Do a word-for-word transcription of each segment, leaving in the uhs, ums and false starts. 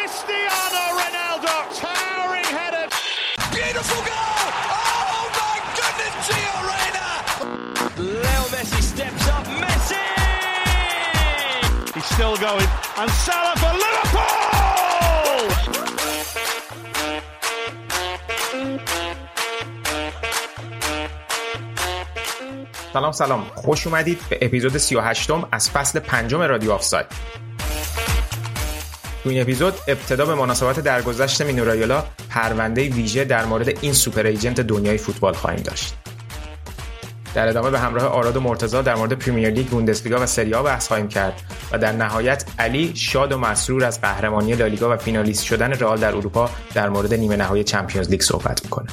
Cristiano Ronaldo, towering header. Beautiful goal! Oh my goodness, Gio Reyna! Leo Messi steps up, Messi! He's still going, and Salah for Liverpool! سلام سلام، خوش اومدید به اپیزود سی و هشتم از فصل پنجم رادیو آفساید. تو این اپیزود ابتدا به مناسبت درگذشت مینو رایولا پرونده ویژه در مورد این سوپر ایجنت دنیای فوتبال خواهیم داشت. در ادامه به همراه آراد و مرتضی در مورد پریمیر لیگ، بوندسلیگا و سری آ بحث خواهیم کرد و در نهایت علی شاد و مسرور از قهرمانی لالیگا و فینالیست شدن رئال در اروپا در مورد نیمه نهایی چمپیونز لیگ صحبت میکنه.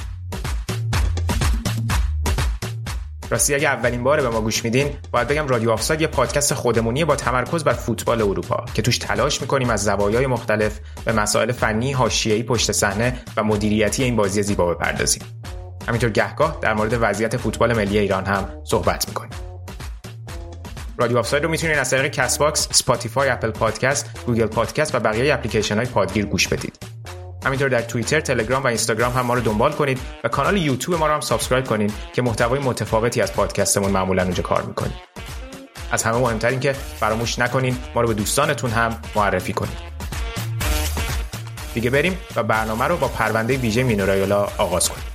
راستی اگه اولین باره به ما گوش میدین، باید بگم رادیو آفساید یه پادکست خودمونیه با تمرکز بر فوتبال اروپا که توش تلاش میکنیم از زوایای مختلف به مسائل فنی، حاشیه‌ای، پشت صحنه و مدیریتی این بازی زیبا بپردازیم. همینطور گهگاه در مورد وضعیت فوتبال ملی ایران هم صحبت میکنیم. رادیو آفساید رو میتونین از طریق کست باکس، اسپاتیفای، اپل پادکست، گوگل پادکست و بقیه اپلیکیشن‌های پادگیر گوش بدید. همینطور در توییتر، تلگرام و اینستاگرام هم ما رو دنبال کنید و کانال یوتیوب ما رو هم سابسکرایب کنید که محتوای متفاوتی از پادکستمون معمولاً اونجا کار میکنیم. از همه مهمتر این که فراموش نکنین ما رو به دوستانتون هم معرفی کنید. دیگه بریم و برنامه رو با پرونده ویژه مینو رایولا آغاز کنیم.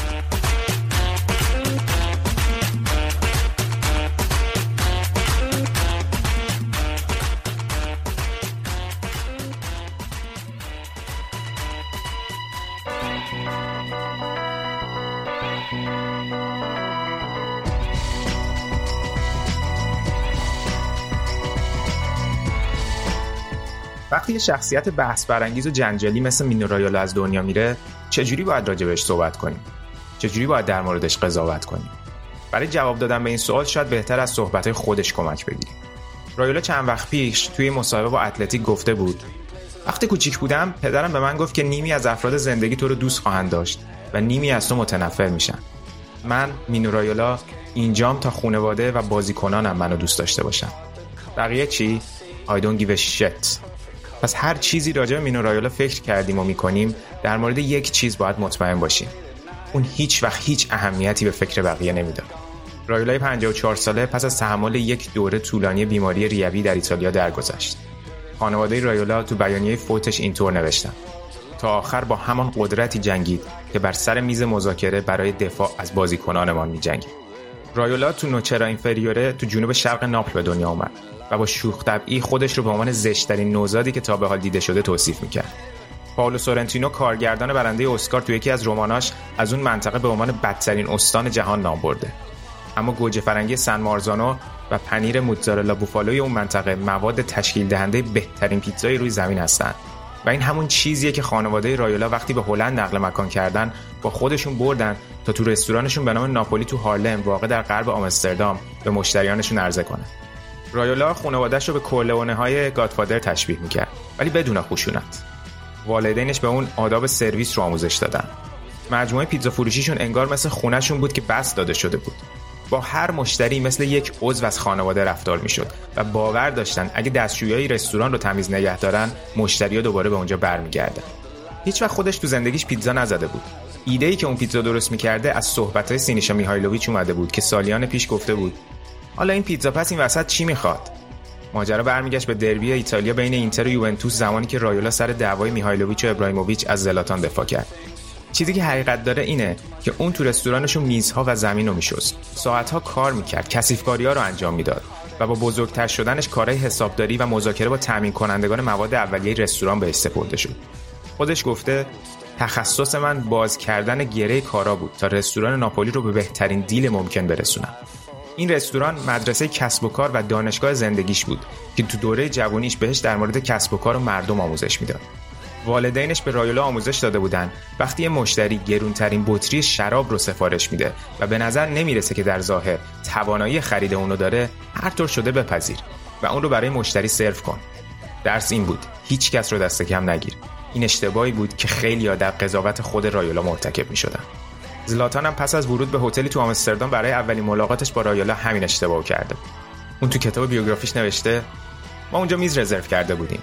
وقتی یه شخصیت بحث برانگیز و جنجالی مثل مینو رایولا از دنیا میره، چجوری باید راجبش صحبت کنیم؟ چجوری باید در موردش قضاوت کنیم؟ برای جواب دادن به این سوال شاید بهتر از صحبت‌های خودش کمک بگیریم. رایولا چند وقت پیش توی مصاحبه با اتلتیک گفته بود: وقتی کوچیک بودم پدرم به من گفت که نیمی از افراد زندگی تو رو دوست خواهند داشت و نیمی از تو متنفر میشن. من مینو رایولا اینجام تا خانواده و بازیکنانم منو دوست داشته باشن. بقیه چی؟ I don't give a shit. پس هر چیزی راجع به مینو رایولا فکر کردیم و میکنیم، در مورد یک چیز باید مطمئن باشیم: اون هیچ وقت هیچ اهمیتی به فکر بقیه نمیداد. رایولا پنجاه و چهار ساله پس از تحمل یک دوره طولانی بیماری ریوی در ایتالیا درگذشت. خانواده رایولا تو بیانیه فوتش اینطور نوشتن: تا آخر با همان قدرتی جنگید که بر سر میز مذاکره برای دفاع از بازیکنانمان می‌جنگید. رایولا تو نوچرا اینفریوره تو جنوب شرق ناپل به دنیا اومد و با شوخ طبعی خودش رو به عنوان زشت‌ترین نوزادی که تا به حال دیده شده توصیف می‌کرد. پائولو سورنتینو، کارگردان برنده اسکار، تو یکی از رماناش از اون منطقه به عنوان بدترین استان جهان نام برده. اما گوجه فرنگی سن مارزانو و پنیر موتزارلا بوفالوی اون منطقه مواد تشکیل دهنده بهترین پیتزای روی زمین هستن و این همون چیزیه که خانواده رایولا وقتی به هلند نقل مکان کردن با خودشون بردن تا تو رستورانشون به نام ناپولی تو هارلم واقع در غرب آمستردام به مشتریانشون عرضه کنن. رایولا خانواده‌اش رو به کورلئونه‌های گادفادر تشبیه می‌کرد، ولی بدون خشونت. والدینش به اون آداب سرویس رو آموزش دادن. مجموعه پیتزا فروشیشون انگار مثل خونه‌شون بود که بس داده شده بود. با هر مشتری مثل یک عضو از خانواده رفتار می‌شد و باور داشتن اگه دستشویای رستوران رو تمیز نگه دارن، مشتری‌ها دوباره به اونجا برمیگردن. هیچ وقت خودش تو زندگیش پیتزا نزده بود. ایده‌ای که اون پیتزا درست می‌کرده از صحبت‌های سینیشا میهایلوویچ اومده بود که سالیان پیش گفته بود: حالا این پیتزا پس این وسط چی میخواد؟ ماجرا برمیگشت به دربی ایتالیا بین اینتر و یوونتوس، زمانی که رایولا سر دعوای میهایلوویچ و ابراهیموویچ از زلاتان دفاع کرد. چیزی که حقیقت داره اینه که اون تو رستورانشون میزها و زمین رو میشست، ساعتها کار میکرد، کثیفکاری‌ها رو انجام میداد و با بزرگتر شدنش کارهای حسابداری و مذاکره با تامین کنندگان مواد اولیه رستوران بهش سپرده شد. خودش گفته: تخصص من باز کردن گره کارا بود تا رستوران ناپولی رو به بهترین دیل ممکن برسونم. این رستوران مدرسه کسب و کار و دانشگاه زندگیش بود که تو دوره جوانیش بهش در مورد کسب و کار و مردم آموزش میداد. والدینش به رایولا آموزش داده بودن وقتی یه مشتری گرونترین بطری شراب رو سفارش میده و به نظر نمیرسه که در ظاهر توانایی خرید اونو داره، هر طور شده بپذیر و اون رو برای مشتری سرو کن. درس این بود: هیچ کس رو دست کم نگیر. این اشتباهی بود که خیلی‌ها در قضاوت خود رایولا مرتکب می‌شدن. زلاتان هم پس از ورود به هتلی تو آمستردام برای اولین ملاقاتش با رایولا همین اشتباهو کرده. اون تو کتاب بیوگرافیش نوشته: ما اونجا میز رزرو کرده بودیم.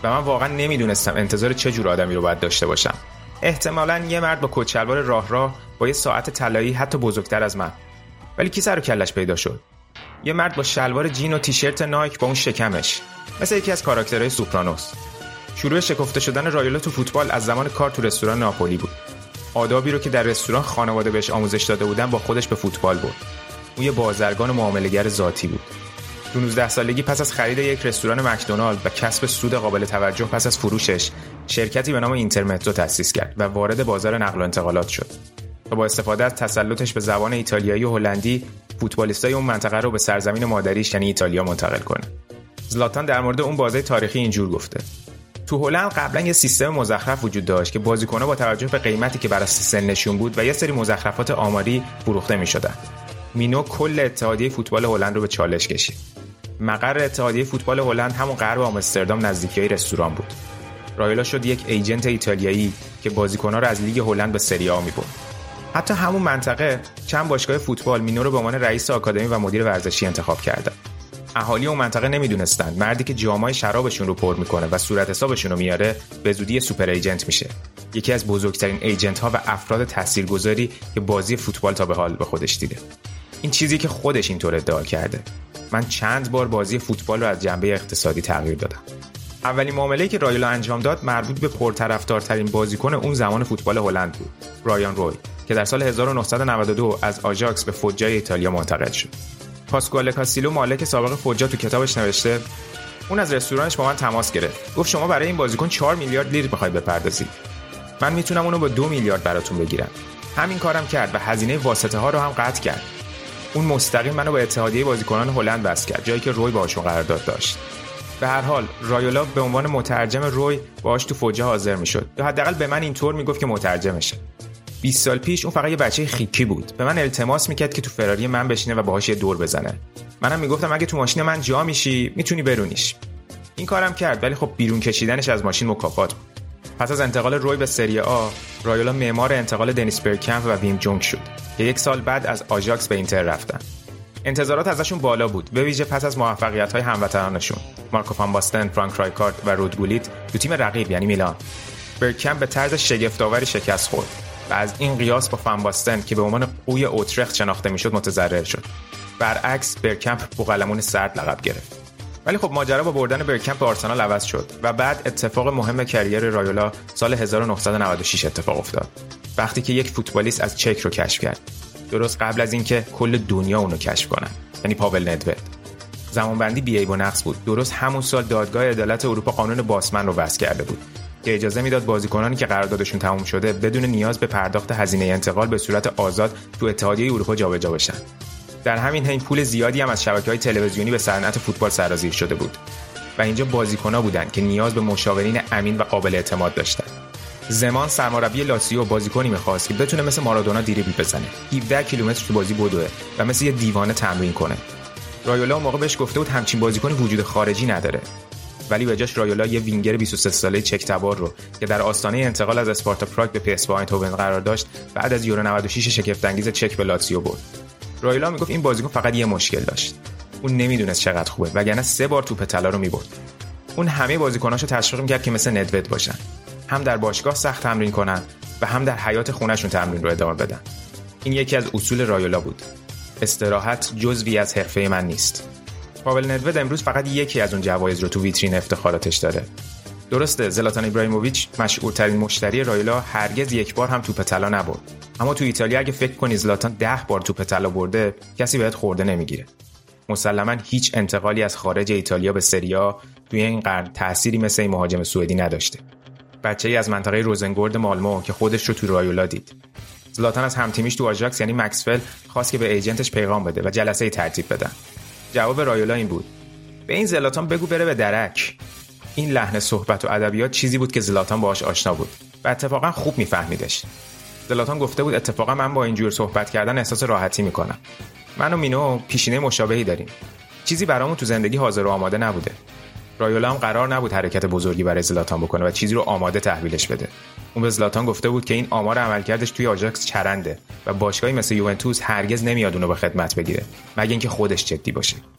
و من واقعا نمیدونستم انتظار چه جور آدمی رو باید داشته باشم. احتمالاً یه مرد با کت شلوار راه راه با یه ساعت طلایی حتی بزرگتر از من. ولی کی سر و کلش پیدا شد؟ یه مرد با شلوار جین و تیشرت نایک با اون شکمش، مثل یکی از کاراکترهای سوپرانوس. شروع شکفته شدن رایولا تو فوتبال از زمان کار تو رستوران ناپولی بود. آدابی رو که در رستوران خانواده بهش آموزش داده بودن با خودش به فوتبال برد. اون یه بازرگان و معامله‌گر ذاتی بود. تو نوزده سالگی پس از خرید یک رستوران مکدونالد و کسب سود قابل توجه پس از فروشش، شرکتی به نام اینترمتزو تأسیس کرد و وارد بازار نقل و انتقالات شد. تا با استفاده از تسلطش به زبان ایتالیایی و هلندی، فوتبالیستای اون منطقه رو به سرزمین مادریش یعنی ایتالیا منتقل کنه. زلاتان در مورد اون بازی تاریخی اینجور گفته: تو هلند قبلا یه سیستم مزخرف وجود داشت که بازیکن‌ها با توجه به قیمتی که بر اساس سنشون بود و یه سری مزخرفات آماری فروخته می‌شدن. مینو کل اتحادیه فوتبال هلند رو به چالش کشید. مقر اتحادیه فوتبال هلند همون غرب آمستردام نزدیکی رستوران بود. رایولا شد یک ایجنت ایتالیایی که بازیکن‌ها رو از لیگ هلند به سری آ می‌برد. حتی همون منطقه چند باشگاه فوتبال مینو رو به عنوان رئیس آکادمی و مدیر ورزشی انتخاب کردن. اهالی اون منطقه نمیدونستن مردی که جامای شرابشون رو پر میکنه و صورت حسابشون رو میاره به زودی سوپر ایجنت میشه. یکی از بزرگترین ایجنت ها و افراد تاثیرگذاری که بازی فوتبال تا به حال به خودش دیده. این چیزی که خودش اینطور ادعا کرده. من چند بار بازی فوتبال رو از جنبه اقتصادی تغییر دادم. اولین معامله‌ای که رایولا انجام داد مربوط به پرطرفدارترین بازیکن اون زمان فوتبال هلند بود، رایان روی، که در سال هزار و نهصد و نود و دو از آژاکس به فوجای ایتالیا منتقل شد. پاسکوال کاستیلو مالک سابق فوجا تو کتابش نوشته اون از رستورانش با من تماس گرفت. گفت شما برای این بازیکن چهار میلیارد لیر می‌خواید بپردازید. من میتونم اونو با دو میلیارد براتون بگیرم. همین کارم کرد و هزینه واسطه‌ها رو هم قطع کرد. اون مستقیم منو با اتحادیه بازیکنان هلند وصل کرد، جایی که روی باهاشون قرارداد داشت. به هر حال رایولا به عنوان مترجم روی باهاش تو فوجا حاضر میشد. یا حداقل به من اینطور میگفت که مترجمشه. بیست سال پیش اون فقط یه بچه خیکی بود. به من التماس میکرد که تو فراری من بشینه و باهاش یه دور بزنه. منم میگفتم اگه تو ماشین من جا میشی میتونی برونیش. این کارم کرد، ولی خب بیرون کشیدنش از ماشین مکافات بود. پس از انتقال روی به سری آ، رایولا معمار انتقال دنیس برکمپ و ویم جونگ شد که یک سال بعد از آژاکس به اینتر رفتن. انتظارات ازشون بالا بود، به ویژه پس از موفقیت‌های هموطنانشون مارکو فان باستن، فرانک رایکارد و رود گولیت تو تیم رقیب یعنی میلان. برکمپ به طرز شگفت‌آوری شکست خورد و از این قیاس با فان باستن که به عنوان قوی اوترخت شناخته میشد متضرر شد. برعکس برکمپ بوقلمون سرد لقب گرفت. ولی خب ماجرا با بردن برکمپ به آرسنال عوض شد و بعد اتفاق مهم کریر رایولا سال هزار و نهصد و نود و شش اتفاق افتاد، وقتی که یک فوتبالیست از چک رو کشف کرد، درست قبل از اینکه کل دنیا اونو کشف کنن، یعنی پاول ندوید. زمانبندی بی‌عیب و نقص بود. درست همون سال دادگاه عدالت اروپا قانون باسمن رو وضع کرده بود که اجازه میداد بازیکنانی که قراردادشون تموم شده بدون نیاز به پرداخت هزینه انتقال به صورت آزاد تو اتحادیه اروپا جابجا بشن. در همین حین پول زیادی هم از شبکه‌های تلویزیونی به صنعت فوتبال سرازیر شده بود و اینجا بازیکن‌ها بودن که نیاز به مشاورین امین و قابل اعتماد داشتن. زمان سرمربی لاتزیو بازیکنی می‌خواست که بتونه مثل مارادونا دریبل بزنه، هفده کیلومتر تو بازی بدوه و مثل یه دیوانه تمرین کنه. رایولا اون موقع بهش گفته بود همچین بازیکنی وجود خارجی نداره. ولی به جاش رایولا یه وینگر بیست و سه ساله چک تبار رو که در آستانه انتقال از اسپارتا پراگ به پی اس وی ایندهوون قرار داشت بعد از یورو نود و شش شگفت انگیز چک به لاتزیو برد. رایولا میگفت این بازیکن فقط یه مشکل داشت. اون نمیدونست چقدر خوبه، وگرنه سه بار توپ طلا رو میبرد. اون همه بازیکناشو تشویق میکرد که مثل ندوید باشن، هم در باشگاه سخت تمرین کنن و هم در حیات خونه‌شون تمرین رو ادامه بدن. این یکی از اصول رایولا بود. استراحت جزوی از حرفه من نیست. پاول ندوید امروز فقط یکی از اون جوایز رو تو ویترین افتخاراتش داره. درسته زلاتان ابراهیموویچ مشهورترین مشتری رایولا هرگز یک بار هم توپ طلا نبرد، اما تو ایتالیا اگه فکر کنی زلاتان ده بار توپ طلا برده کسی بهت خورده نمیگیره. مسلماً هیچ انتقالی از خارج ایتالیا به سری آ توی این قرن تأثیری مثل این مهاجم سوئدی نداشته. بچه‌ای از منطقه روزنگورد مالمو که خودش رو تو رایولا دید. زلاتان از همتیمیش تو آژاکس یعنی مکسول خواست که به ایجنتش پیغام بده و جلسه‌ای ترتیب بدن. جواب رایولا این بود: به این زلاتان بگو بره به درک. این لحن صحبت و ادبیات چیزی بود که زلاتان باهاش آشنا بود و اتفاقا خوب میفهمیدش. زلاتان گفته بود اتفاقا من با اینجور صحبت کردن احساس راحتی میکنم. من و مینو پیشینه مشابهی داریم. چیزی برامون تو زندگی حاضر و آماده نبوده. رایولا هم قرار نبود حرکت بزرگی برای زلاتان بکنه و چیزی رو آماده تحویلش بده. اون به زلاتان گفته بود که این آمار عملکردش توی آژاکس چرنده و باشگاهی مثل یوونتوس هرگز نمیاد اونو به خدمت بگیره مگه اینکه خودش جدی باشه.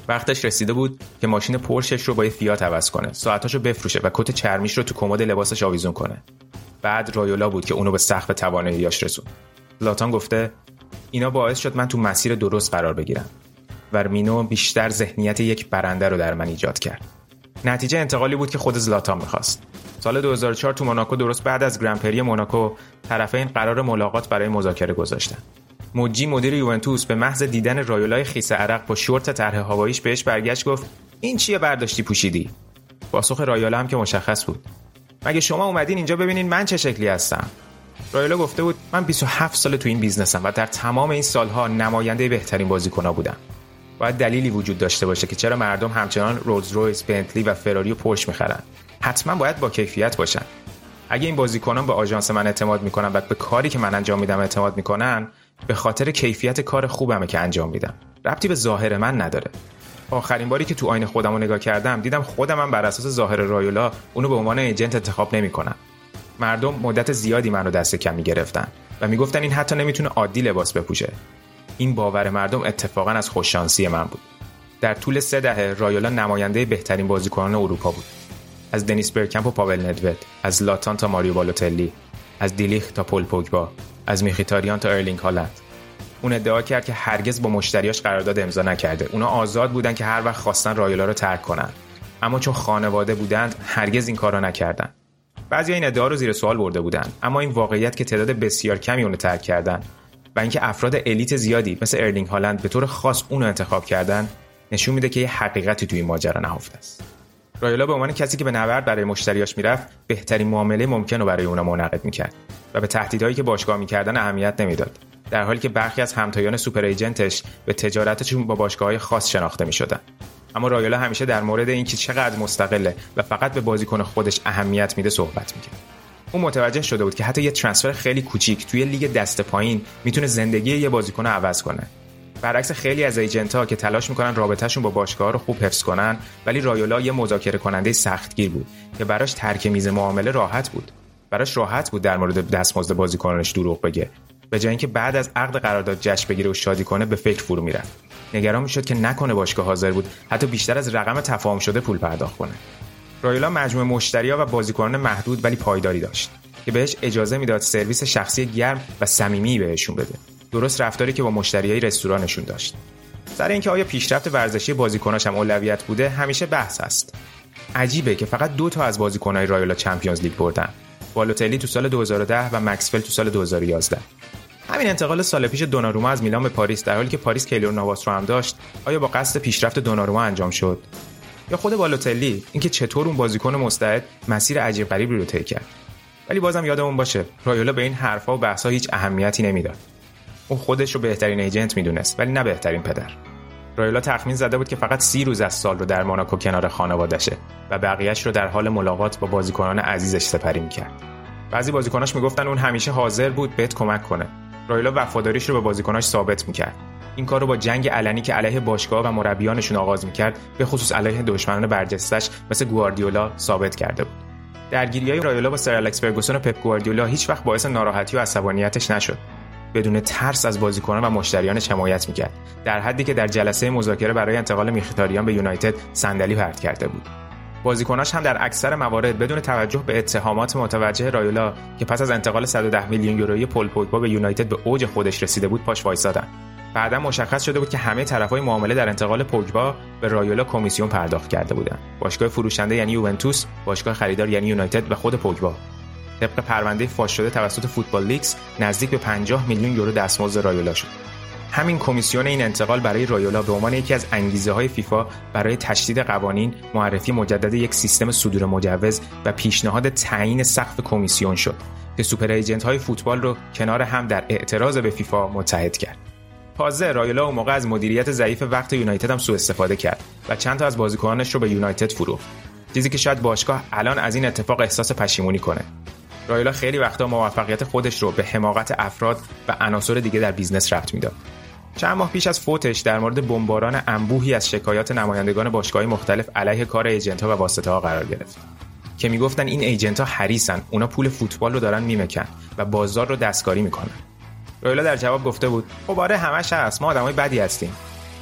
وقتش رسیده بود که ماشین پورشش رو با یه فیات عوض کنه، ساعتاشو بفروشه و کت چرمیش رو تو کمد لباسش آویزون کنه. بعد رایولا بود که اونو به سقف تواناییاش رسوند. زلاتان گفته اینا باعث شد من تو مسیر درست قرار بگیرم. ورمینو بیشتر ذهنیت یک برنده رو در من ایجاد کرد. نتیجه انتقالی بود که خود زلاتان می‌خواست. سال دو هزار و چهار تو موناکو درست بعد از گرند پری موناکو طرفین قرار ملاقات برای مذاکره گذاشتن. موجی مدیر یوونتوس به محض دیدن رایولای خیس عرق با شورت طرح هواییش بهش برگشت گفت این چیه برداشتی پوشیدی؟ پاسخ رایولا هم که مشخص بود. مگه شما اومدین اینجا ببینین من چه شکلی هستم؟ رایولا گفته بود من بیست و هفت سال تو این بیزنسم و در تمام این سالها نماینده بهترین بازیکن‌ها بودم. باید دلیلی وجود داشته باشه که چرا مردم همچنان رولز رویس، بنتلی و فراری و پورش می‌خرن. حتما باید با کیفیت باشن. اگه این بازیکنان به آژانس من اعتماد میکنن و به کاری که من انجام میدم اعتماد میکنن، به خاطر کیفیت کار خوبمه که انجام میدم. ربطی به ظاهر من نداره. آخرین باری که تو آینه خودمو نگاه کردم دیدم خودم هم بر اساس ظاهر رایولا اونو به عنوان ایجنت انتخاب نمیکنم. مردم مدت زیادی منو دست کم میگرفتن و میگفتن این حتی نمیتونه عادی لباس بپوشه. این باور مردم اتفاقا از خوششانسی من بود. در طول سه دهه رایولا نماینده بهترین بازیکنان اروپا بود. از دنیس برکمپ و پاول ندوید، از لاتان تا ماریو بالوتلی، از دیلیخت تا پول پوگبا، از میخیتاریان تا ارلینگ هالند. اون ادعا کرد که هرگز با مشتریاش قرارداد امضا نکرده. اونا آزاد بودن که هر وقت خواستن رایولا رو ترک کنن. اما چون خانواده بودند هرگز این کارو نکردن. بعضی این ادعا رو زیر سوال برده بودن، اما این واقعیت که تعداد بسیار کمی اون رو ترک کردن و اینکه افراد الیت زیادی مثل ارلینگ هالند به طور خاص اون رو انتخاب کردن نشون میده که یه حقیقتی توی این ماجرا نهفته است. رایولا به عنوان کسی که به نبرد برای مشتریاش میرفت بهترین معامله ممکن رو برای اونا منعقد میکرد و به تهدیدهایی که باشگاه میکردن اهمیت نمیداد، در حالی که برخی از همتایان سوپر ایجنتش به تجارتشون با باشگاه‌های خاص شناخته میشدن. اما رایولا همیشه در مورد اینکه چقدر مستقله و فقط به بازیکن خودش اهمیت میده صحبت میکرد. اون متوجه شده بود که حتی یه ترانسفر خیلی کوچیک توی لیگ دست پایین میتونه زندگی یه بازیکن رو عوض کنه. برعکس خیلی از ایجنت‌ها که تلاش میکنن رابطه‌شون با باشگاه رو خوب حفظ کنن، ولی رایولا یه مذاکره کننده سختگیر بود که براش ترک میز معامله راحت بود. براش راحت بود در مورد دستمزد بازیکنانش دروغ بگه. به جای اینکه بعد از عقد قرارداد جشن بگیره و شادی کنه به فکر فرو میرفت. نگران میشد که نکنه باشگاه حاضر بود حتی بیشتر از رقم تفاهم شده پول پرداخت کنه. رایولا مجموعه مشتری‌ها و بازیکنان محدود ولی پایداری داشت که بهش اجازه میداد سرویس شخصی گرم و صمیمی بهشون بده. درست رفتاری که با مشتریای رستورانشون داشت. سر اینکه آیا پیشرفت ورزشی بازیکناش هم اولویت بوده همیشه بحث است. عجیبه که فقط دو تا از بازیکنای رایولا چمپیونز لیگ بردن. بالوتلی تو سال دو هزار و ده و مکسول تو سال دو هزار و یازده. همین انتقال سال پیش دوناروما از میلان به پاریس در حالی که پاریس کیلور نواس رو هم داشت، آیا با قصد پیشرفت دوناروما انجام شد؟ یا خود بالوتلی اینکه چطور اون بازیکن مستعد مسیر عجیب غریبی رو طی کرد؟ ولی بازم یادمون باشه رایولا به این حرفا و بحثا هیچ اهمیتی نمیداد. اون خودش رو بهترین ایجنت میدونست ولی نه بهترین پدر. رایولا تخمین زده بود که فقط سی روز از سال رو در موناکو کنار خانواده‌شه و بقیه‌اش رو در حال ملاقات با بازیکنان عزیزش سپری می‌کرد. بعضی بازیکناش میگفتن اون همیشه حاضر بود بهت کمک کنه. رایولا وفاداریش رو به بازیکناش ثابت می‌کرد. این کار رو با جنگ علنی که علیه باشگاه و مربیانشون آغاز می‌کرد، به خصوص علیه دشمنان برجسته‌اش مثل گواردیولا ثابت کرده بود. درگیری‌های رایولا با سر الکس فرگوسن و پپ گواردیولا هیچ وقت باعث ناراحتی و عصبانیتش نشد. بدون ترس از بازیکنان و مشتریانش حمایت می‌کرد، در حدی که در جلسه مذاکره برای انتقال میخیتاریان به یونایتد صندلی پرت کرده بود. بازیکناش هم در اکثر موارد بدون توجه به اتهامات متوجه رایولا که پس از انتقال صد و ده میلیون یورویی پول پوگبا به یونایتد به اوج خودش رسیده بود پاش وایسادن. بعدا مشخص شده بود که همه طرفای معامله در انتقال پوگبا به رایولا کمیسیون پرداخت کرده بودند. باشگاه فروشنده یعنی یوونتوس، باشگاه خریدار یعنی یونایتد و خود پوگبا. طبق پرونده فاش شده توسط فوتبال لیکس نزدیک به پنجاه میلیون یورو دستمزد رایولا شد. همین کمیسیون این انتقال برای رایولا به عنوان یکی از انگیزه‌های فیفا برای تشدید قوانین، معرفی مجدد یک سیستم صدور مجوز و پیشنهاد تعیین سقف کمیسیون شد که سوپر ایجنت‌های فوتبال رو کنار هم در اعتراض به فیفا متحد کرد. تازه رایولا اون موقع از مدیریت ضعیف وقت یونایتد هم سوء استفاده کرد و چند تا از بازیکنانش رو به یونایتد فروخت. چیزی که شاید باشگاه الان از این اتفاق احساس پشیمونی کنه. رایولا خیلی وقتا موفقیت خودش رو به حماقت افراد و عناصر دیگه در بیزنس ربط میداد. چند ماه پیش از فوتش در مورد بمباران انبوهی از شکایات نمایندگان باشگاه‌های مختلف علیه کار ایجنت‌ها و واسطه‌ها قرار گرفت که میگفتن این ایجنت‌ها حریصن، اونا پول فوتبال رو دارن میمکن و بازار رو دستکاری میکنن. رایولا در جواب گفته بود خب آره همش هست، ما آدمای بدی هستیم.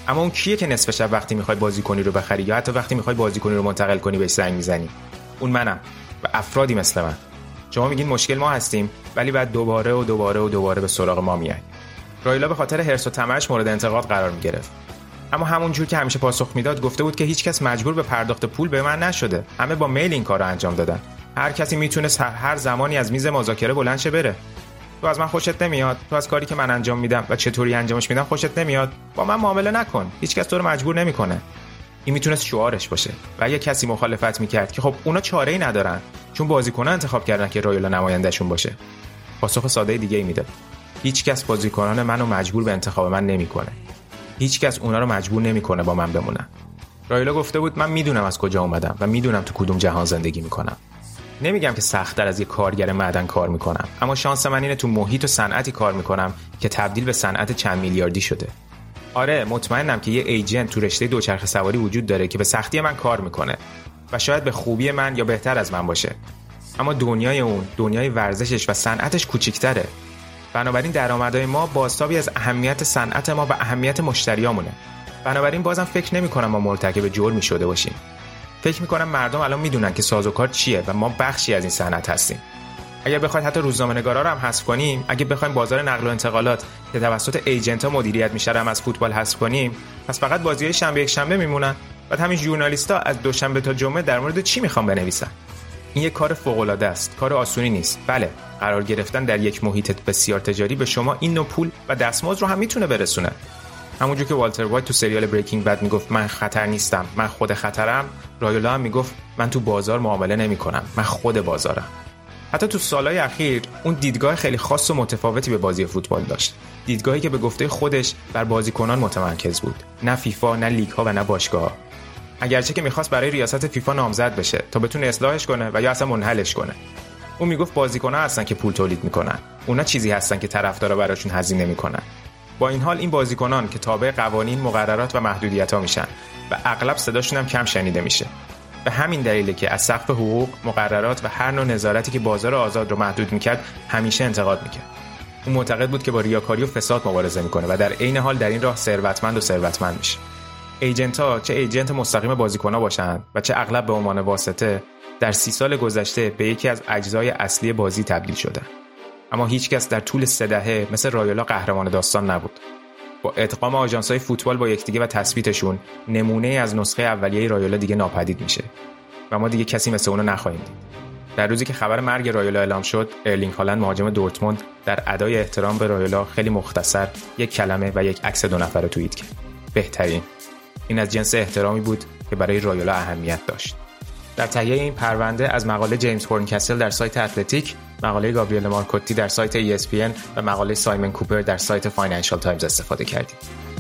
اما اون کیه که نصف شب وقتی میخوای بازیکنی رو بخری یا حتی وقتی میخوای بازیکنی رو منتقل کنی بهش زنگ میزنی؟ اون منم و افرادی مثل من. شما میگین مشکل ما هستیم، ولی بعد دوباره و دوباره و دوباره به سراغ ما میایید. رایولا به خاطر حرص و طمعش مورد انتقاد قرار میگرفت، اما همون جور که همیشه پاسخ میداد گفته بود که هیچ کس مجبور به پرداخت پول به من نشده، همه با میل این کارو انجام دادن. هر کسی میتونست هر زمانی از میز مذاکره بلند شه بره. تو از من خوشت نمیاد؟ تو از کاری که من انجام میدم و چطوری انجامش میدم خوشت نمیاد؟ با من معامله نکن. هیچ کس تو رو مجبور نمیکنه. این میتونست شعارش باشه. و اگه کسی مخالفت میکرد که خب اونا چاره‌ای ندارن، چون بازیکن‌ها انتخاب کردن که رایولا نمایندهشون باشه، پاسخ ساده دیگه‌ای میداد. هیچ کس بازیکنان منو مجبور به انتخاب من نمیکنه. هیچ کس اونا رو مجبور نمیکنه با من بمونن. رایولا گفته بود من میدونم از کجا اومدم و میدونم تو کدوم جهان زندگی میکنم. نمیگم که سخت‌تر از یک کارگر معدن کار میکنم، اما شانس من اینه تو محیط و صنعتی کار میکنم که تبدیل به صنعت چند میلیاردی شده. آره مطمئنم که یه ایجنت تو رشته دوچرخه سواری وجود داره که به سختی من کار میکنه و شاید به خوبی من یا بهتر از من باشه، اما دنیای اون، دنیای ورزشش و صنعتش کوچیک‌تره. بنابراین درآمدهای ما بازتابی از اهمیت صنعت ما و اهمیت مشتریامونه. بنابراین بازم فکر نمی‌کنم ما مرتکب جرمی شده باشیم. فکر می‌کنم مردم الان میدونن که سازوکار چیه و ما بخشی از این صنعت هستیم. اگه بخواید حتی روزنامه‌نگارا رو هم حذف کنیم، اگه بخوایم بازار نقل و انتقالات که توسط ایجنت‌ها مدیریت میشه رو هم از فوتبال حذف کنیم، پس فقط بازی‌های شنبه یک شنبه میمونن. بعد همین ژورنالیست‌ها از دوشنبه تا جمعه در مورد چی می‌خوان بنویسن؟ این یک کار فوق‌العاده است، کار آسونی نیست. بله، قرار گرفتن در یک محیط بسیار تجاری به شما این نوع پول و دستمزد رو هم میتونه برسونه. همونجور که والتر وایت تو سریال بریکینگ بد میگفت من خطر نیستم، من خود خطرم، رایولا هم میگفت من تو بازار معامله نمی‌کنم، من خود بازارم. حتی تو سالهای اخیر اون دیدگاه خیلی خاص و متفاوتی به بازی فوتبال داشت. دیدگاهی که به گفته خودش بر بازیکنان متمرکز بود، نه فیفا، نه لیگ‌ها و نه باشگاه‌ها. اگرچه که میخواست برای ریاست فیفا نامزد بشه تا بتونه اصلاحش کنه و یا اصلا منحلش کنه. اون میگفت بازیکن‌ها هستن که پول تولید میکنن. اونا چیزی هستن که طرفدارا براشون هزینه میکنن. با این حال این بازیکنان که تابع قوانین، مقررات و محدودیت‌ها میشن و اغلب صداشون هم کم شنیده میشه. به همین دلیله که از سقف حقوق، مقررات و هر نوع نظارتی که بازار آزاد رو محدود میکرد همیشه انتقاد میکرد. اون معتقد بود که با ریاکاری و فساد مبارزه میکنه و در عین حال در این راه ثروتمند و ثروتمند میشه. ایجنت‌ها، چه ایجنت مستقیم بازیکن‌ها باشند و چه اغلب به عنوان واسطه، در سی سال گذشته به یکی از اجزای اصلی بازی تبدیل شدن. اما هیچ کس در طول سه دهه مثل رایولا قهرمان داستان نبود. با ادغام آژانس‌های فوتبال با یکدیگه و تثبیتشون، نمونه از نسخه اولیه رایولا دیگه ناپدید میشه و ما دیگه کسی مثل اونو نخواهیم دید. در روزی که خبر مرگ رایولا اعلام شد، ارلینگ هالند مهاجم دورتموند در ادای احترام به رایولا خیلی مختصر یک کلمه و یک عکس دو نفره توییت کرد. بهترین. این از جنس احترامی بود که برای رایولا اهمیت داشت. در تهیه این پرونده از مقاله جیمز هورنکسل در سایت اتلتیک، مقاله گابریل مارکوتی در سایت ای اس پی ان و مقاله سایمن کوپر در سایت فاینانشال تایمز استفاده کردیم.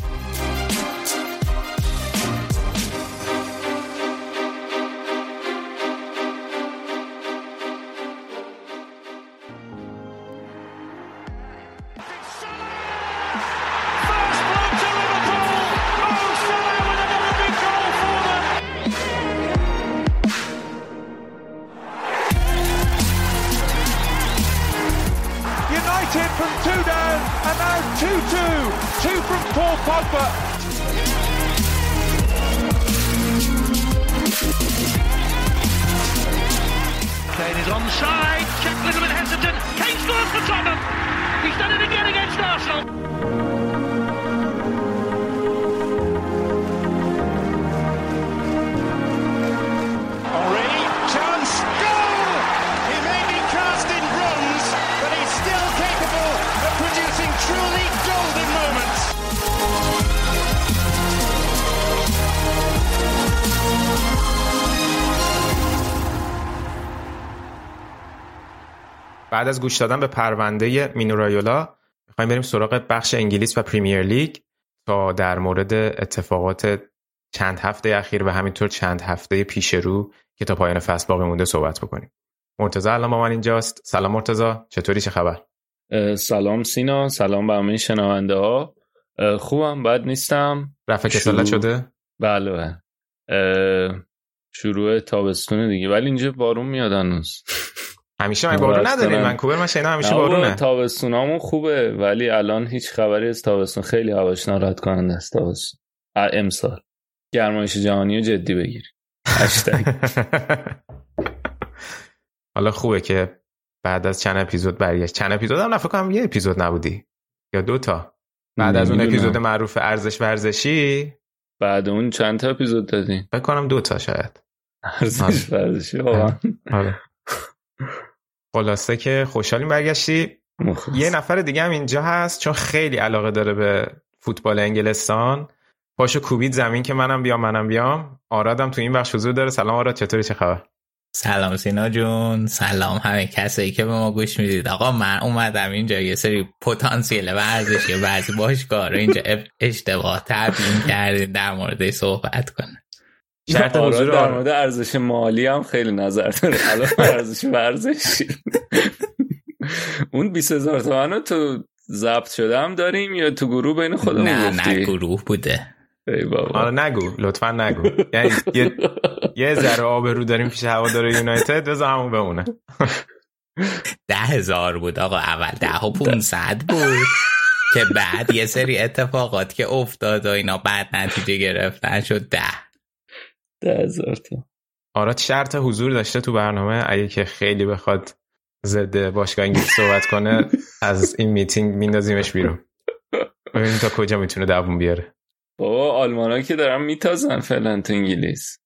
From two down and now two two. Two from Paul Pogba. Kane is onside. Check a little bit hesitant. Kane scores for Tottenham. He's done it again against Arsenal. Truly golden moments. بعد از گوش دادن به پرونده مینو رایولا میخوایم بریم سراغ بخش انگلیس و پریمیر لیگ تا در مورد اتفاقات چند هفته اخیر و همینطور چند هفته پیش رو که تا پایان فصل باقی مونده صحبت بکنیم. مرتضی الان با من اینجاست. سلام مرتضی، چطوری، چه خبر؟ سلام سینا، سلام به همه شنونده ها. خوبم، بد نیستم. رفع کسالت شده؟ بله، شروع تابستونه دیگه، ولی اینجا بارون میاد هنوز. همیشه من بارون نداریم ونکوور، من شنیدم همیشه بارونه. تابستونامون خوبه ولی الان هیچ خبری از تابستون، خیلی هواش ناراحت کننده است تابستون. امسال گرمایش جهانی رو جدی بگیر. هشتگ. حالا خوبه که بعد از چند اپیزود برگشت. چند اپیزود هم نفکر کنم یه اپیزود نبودی یا دوتا بعد از اون اپیزود معروف ارزش ورزشی. بعد اون چند تا اپیزود دادیم؟ فکر کنم دوتا شاید. ارزش ورزشی واقعا. خلاصه که خوشحالیم برگشتی. مخلص. یه نفر دیگه هم اینجا هست چون خیلی علاقه داره به فوتبال انگلستان. پاشو کوبید زمین که منم بیام منم بیام. آرادم تو این بخش حضور داره. سلام آراد، چطوری، چه خبر؟ سلام سینا جون، سلام همه کسایی که به ما گوش میدید. آقا من اومدم اینجا یه سری پتانسیل ورزشی بعضی باشگاه رو اینجا اشتباه تبیین کردین در موردش صحبت کنه. شرط حضور در مورد ارزش مالی هم خیلی نظر داره. الان ارزش ورزشی اون بیست هزار تومان رو تو ضبط شده هم داریم یا تو گروه بین خودمون نه گفتی؟ نه گروه بوده. ای بابا آره نگو لطفا نگو. یعنی یه یه ذره آبرو داریم پیش هوادار یونایتد، بذار همون بمونه. ده هزار بود آقا، اول ده و پونصد بود که بعد یه سری اتفاقات که افتاد و اینا بعد نتیجه گرفتن شد ده ده هزار تا. آراد شرط حضور داشته تو برنامه، اگه که خیلی بخواد ضد باشگاه انگلیس صحبت کنه از این میتینگ میندازیمش بیرون. ببینیم تا کجا میتونه دووم بیاره. بابا آلمانا که دارن میتازن فعلا تو انگلیس.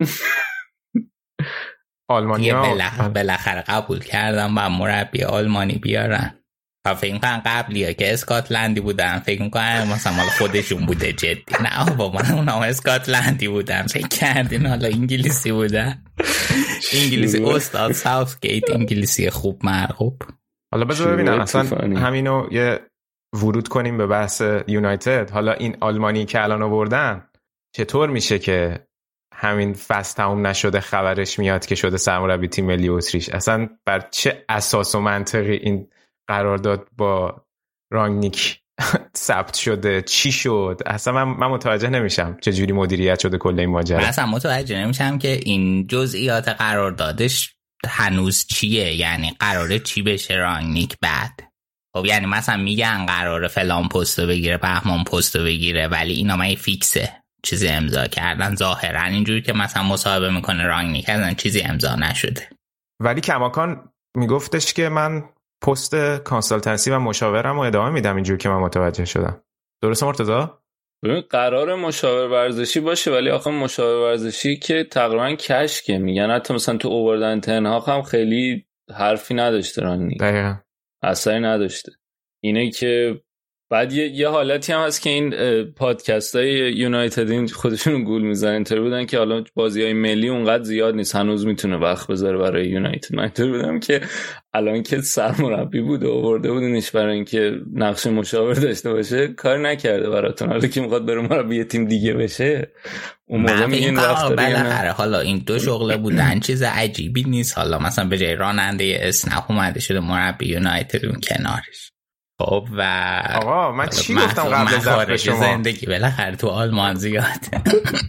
آلمانیا بالاخره قبول کردم با مربی آلمانی بیارن. فکر می‌کنم قبلی‌ها که اسکاتلندی بودن فکر می‌کنم مثلا مال خودشون بوده. جدی نه بابا، اونها اسکاتلندی بودن فکر کردین حالا انگلیسی بودن. انگلیسی استاد ساوثگیت انگلیسی خوب مرغوب. حالا بذار ببینم اصلا همینو یه ورود کنیم به بحث یونایتد. حالا این آلمانی که الان آوردن چطور میشه که همین فصل تموم نشده خبرش میاد که شده سرمربی تیم ملی اتریش؟ اصلا بر چه اساس و منطقی این قرارداد با رانگنیک ثبت شده؟ چی شد؟ اصلا من, من متوجه نمیشم چه جوری مدیریت شده کل این ماجرا. من اصلا متوجه نمیشم که این جزئیات قراردادش هنوز چیه، یعنی قراره چی بشه رانگنیک بعد. خب یعنی مثلا میگن قراره فلان پستو بگیره، بهمان پستو بگیره، ولی اینا من فیکسه چیزی امضا کردن ظاهرا. اینجوری که مثلا مصاحبه میکنه رانگنیک ازن چیزی امضا نشده. ولی کماکان میگفتش که من پست کانسالتنسی و مشاورم و ادامه میدم، اینجوری که من متوجه شدم. درسته مرتضی؟ ببین قرار مشاور ورزشی باشه، ولی آخه مشاور ورزشی که تقریبا کشکه. میگن حتی مثلا تو اووردن تنهاق هم خیلی حرفی نداشته رانگنیک. دقیقاً اثری نداشته. اینه که بعد یه, یه حالتی هم هست که این پادکست های یونایتد این خودشون گول میزنن اینطور بودن که حالا بازی های ملی اونقدر زیاد نیست، هنوز میتونه وقت بذاره برای یونایتد. من اینطور بودم که الان که سرمربی بود و آورده بودنش برای اینکه نقش مشاور داشته باشه کار نکرده براتون، حالا که میخواد بره مربی تیم دیگه بشه اون موقع میگین وقت بالاخره. حالا این دو شغله بودن چیز عجیبی نیست. حالا مثلا به جای راننده اسنپ اومده شده مربی یونایتد اون کنارش. خب و آقا من چی گفتم قبل از ضبط به شما؟ زندگی بالاخره تو آلمان زیاده.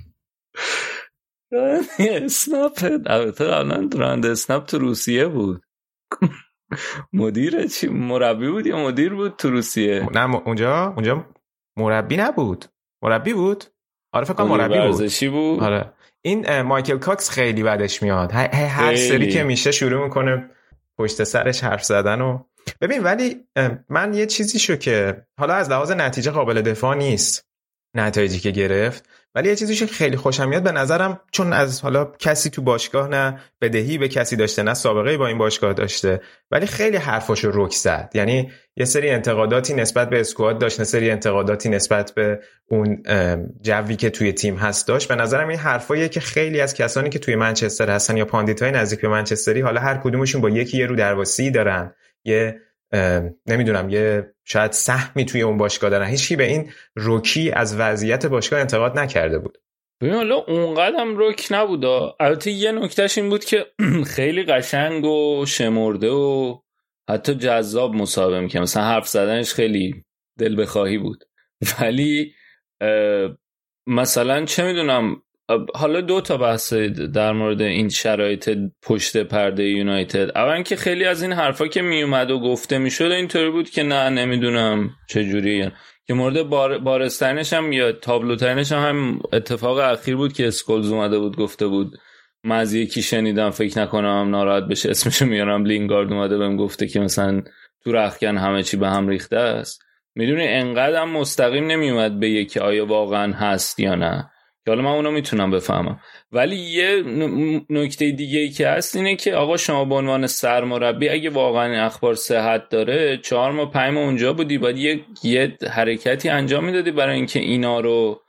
اسنپ البته قبلا راننده اسنپ تو روسیه بود. مدیر چی مربی بود یا مدیر بود تو روسیه؟ نه اونجا اونجا مربی نبود، مربی بود. آره فکر کنم مربی ورزشی بود. آره این مایکل کاکس خیلی بدش میاد، هر سری که میشه شروع میکنه پشت سرش حرف زدن. و ببین ولی من یه چیزی شو که حالا از لحاظ نتیجه قابل دفاع نیست نتایجی که گرفت، ولی یه چیزی شو که خیلی خوشم میاد به نظرم، چون از حالا کسی تو باشگاه نه بدهی به کسی داشته نه سابقه با این باشگاه داشته، ولی خیلی حرفاشو رک زد. یعنی یه سری انتقاداتی نسبت به اسکواد داشت، یه سری انتقاداتی نسبت به اون جوی که توی تیم هست داشت. به نظرم این حرفاییه که خیلی از کسانی که توی منچستر هستن یا پاندیتای نزدیک به منچستری، حالا هر کدومشون با یکی یه رو درواسی دارن، یه نمیدونم یه شاید سهمی توی اون باشگاه دارن، هیچکی به این روکی از وضعیت باشگاه انتقاد نکرده بود. ببین حالا اونقدرم روک نبود. البته یه نکتهش این بود که خیلی قشنگ و شمرده و حتی جذاب مصاحبه میکنه، مثلا حرف زدنش خیلی دل بخواهی بود. ولی مثلا چه میدونم حالا دو تا بحث در مورد این شرایط پشت پرده یونایتد. اولا که خیلی از این حرفا که می اومد و گفته میشد اینطوری بود که نه نمیدونم چه جوریه، که مورد بار بارسترنش هم یا تابلوترنش هم, هم اتفاق اخیر بود که اسکولز اومده بود گفته بود من از یکی شنیدم فکر نکنم هم ناراحت بشه اسمشو میارم، لینگارد اومده بهم گفته که مثلا تو رختکن همه چی به هم ریخته است. میدونی انقدر هم مستقیم نمیومد به یکی آیا واقعا هست یا نه، که حالا من اونو میتونم بفهمم. ولی یه نکته دیگه ای که هست اینه که آقا شما به عنوان سرمربی اگه واقعا اخبار صحت داره، چهار ماه پنج ماه اونجا بودی، باید یه, یه حرکتی انجام میدادی برای اینکه اینا رو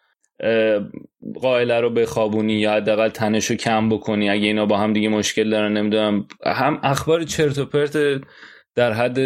قائله رو بخوابونی یا حداقل تنشو کم بکنی اگه اینا با هم دیگه مشکل دارن. نمیدونم هم اخبار چرت و پرت در حد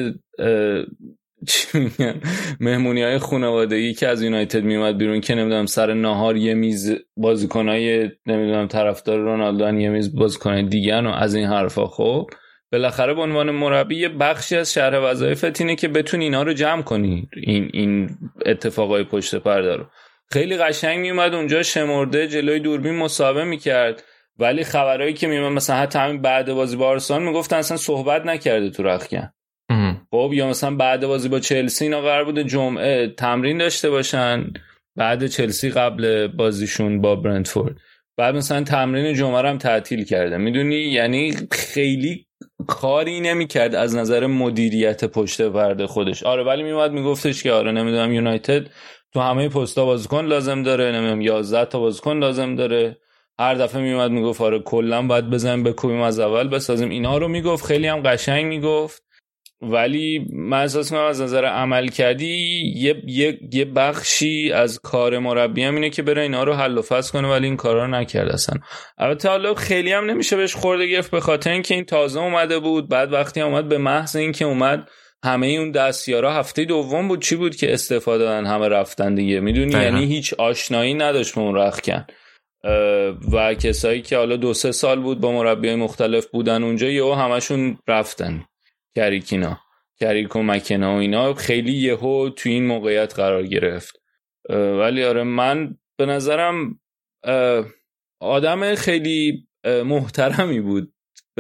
چی میگن مهمونی‌های خانوادگی که از یونایتد میومد بیرون که نمیدونم سر ناهار یه میز بازیکنای نمیدونم طرفدار رونالدو یه میز بازیکنای دیگه و از این حرفا. خب بالاخره به عنوان مربی یه بخشی از شرح وظایفت اینه که بتونی اینا رو جمع کنی، این این اتفاقای پشت پرده رو. خیلی قشنگ میومد اونجا شمرده جلوی دوربین مصاحبه میکرد، ولی خبرایی که میومد مثلا حتی همین بعد بازی با آرسنال میگفتن اصلا صحبت نکرده تو رختکن. خب یا مثلا بعد بازی با چلسی اینا قرار بوده جمعه تمرین داشته باشن بعد چلسی قبل بازیشون با برنتفورد، بعد مثلا تمرین جمعه رو هم تعطیل کرده. میدونی یعنی خیلی کاری نمیکرد از نظر مدیریت پشت پرده خودش. آره ولی میومد میگفتش که آره نمیدونم یونایتد تو همه پست‌ها بازیکن لازم داره، نمیدونم یازده تا بازیکن لازم داره. هر دفعه میومد میگفت آره کلا باید بزنیم بکوبیم از اول بسازیم. اینا رو میگفت، خیلی هم قشنگ میگفت. ولی من احساس می‌کنم از نظر عمل کردی یه, یه, یه بخشی از کار مربی هم اینه که بره اینا رو حل و فصل کنه، ولی این کارا رو نکرد اصلا. البته حالا خیلی هم نمیشه بهش خورده گرفت به خاطر اینکه این تازه اومده بود. بعد وقتی اومد به محض اینکه اومد همه اون دستیارا هفته دوم بود چی بود که استفاده دادن همه رفتن دیگه. میدونی یعنی هیچ آشنایی نداشت به اون رختکن و کسایی که حالا دو سه سال بود با مربیای مختلف بودن اونجا یهو همشون رفتن. کریکینا کریک و مکنا و اینا خیلی یهو تو این موقعیت قرار گرفت. ولی آره من به نظرم آدم خیلی محترمی بود.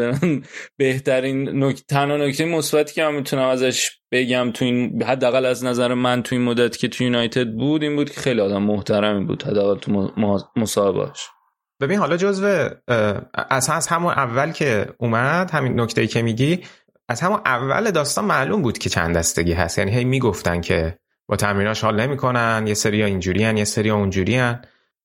بهترین نکته تنها نکته مثبتی که من میتونم ازش بگم تو این حداقل از نظر من تو این مدت که تو یونایتد بود این بود که خیلی آدم محترمی بود حداقل تو مصاحبه‌اش. ببین حالا جزو اصلا از همون اول که اومد همین نکته‌ای که میگی از همون اول داستان معلوم بود که چند دستگی هست. یعنی هی میگفتن که با تمریناش حال نمی‌کنن، یه سری‌ها اینجوریان یه سری‌ها اونجوریان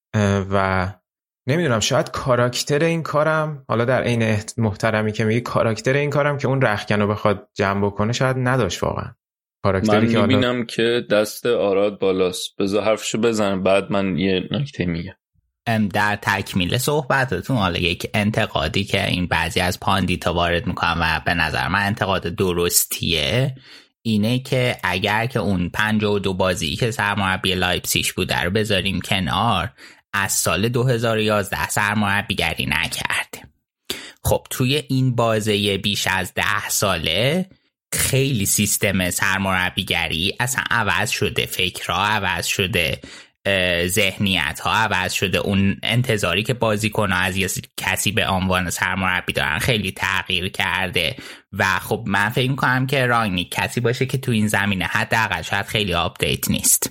و نمیدونم شاید کاراکتر این کارم حالا در عین محترمی که میگی کاراکتر این کارم که اون رختکن رو بخواد جمع بکنه شاید نداشت واقعا. کاراکتری من که میبینم حالا... که دست آراد بالاست. بذار حرفشو بزنم بعد من یه نکته میگم. در تکمیل صحبتتون حالا یک انتقادی که این بعضی از پاندیتا وارد میکنن و به نظر من انتقاد درستیه اینه که اگر که اون پنجاه و دو بازی که سرمربی لایپزیگ بوده رو بذاریم کنار، از سال دو هزار و یازده سرمربیگری نکرده. خب توی این بازه بیش از ده ساله خیلی سیستم سرمربیگری اصلا عوض شده، فکرها عوض شده، ذهنیت ها عوض شده، اون انتظاری که بازیکن ها از یه کسی به عنوان سرمربی دارن خیلی تغییر کرده و خب من فکر می‌کنم که رانگنیک کسی باشه که تو این زمینه حداقل شاید خیلی آپدیت نیست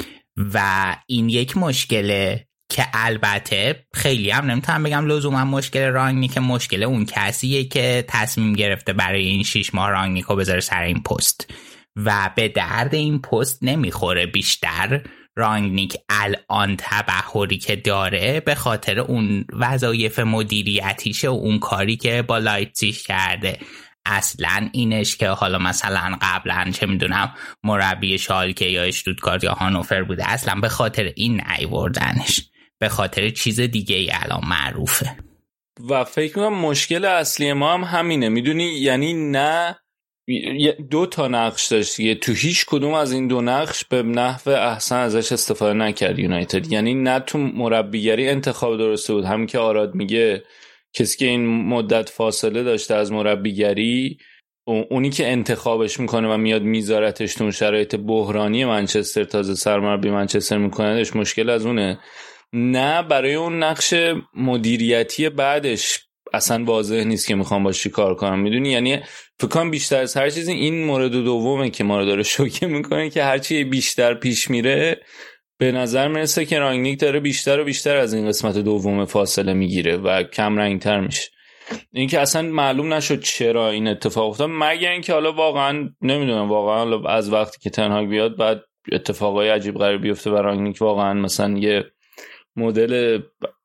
و این یک مشکله که البته خیلی هم نمیتونم بگم لزوما مشکل رانگنیک، مشکل اون کسیه که تصمیم گرفته برای این شیش ماه رانگنیک رو بذاره سر این پست و به درد این پست نمیخوره. بیشتر رانگنیک الان تبحری که داره به خاطر اون وظایف مدیریتیشه و اون کاری که با لایپزیگ کرده. اصلا اینش که حالا مثلا قبلا چه میدونم مربی شالکه یا اشتوتگارت یا هانوفر بوده، اصلا به خاطر این نیوردنش، به خاطر چیز دیگه ای الان معروفه. و فکر میکنم مشکل اصلی ما هم همینه. میدونی یعنی نه دو تا نقش داشت دیگه، تو هیچ کدوم از این دو نقش به نحو احسن ازش استفاده نکرد یونایتد. یعنی نه تو مربیگری انتخاب درسته بود، همین که آراد میگه کسی که این مدت فاصله داشته از مربیگری، اونی که انتخابش میکنه و میاد میذارتش تو شرایط بحرانی منچستر، تازه سرمربی منچستر میکنهش، مشکل از اونه. نه برای اون نقش مدیریتی بعدش اصلا واضح نیست که میخوام باش چی کار کنم، میدونی؟ یعنی فکر کنم بیشتر از هر چیزی این مورد دومه که ما رو داره شوکه میکنه که هرچی بیشتر پیش میره به نظر میرسه که رانگنیک داره بیشتر و بیشتر از این قسمت دوم فاصله میگیره و کم رنگتر میشه. این که اصلا معلوم نشد چرا این اتفاق افتاد، مگر اینکه حالا واقعا نمیدونم، واقعا از وقتی که تن هاگ بیاد بعد اتفاقای عجیب غریب بیفته و رانگنیک واقعا مثلا یه مدل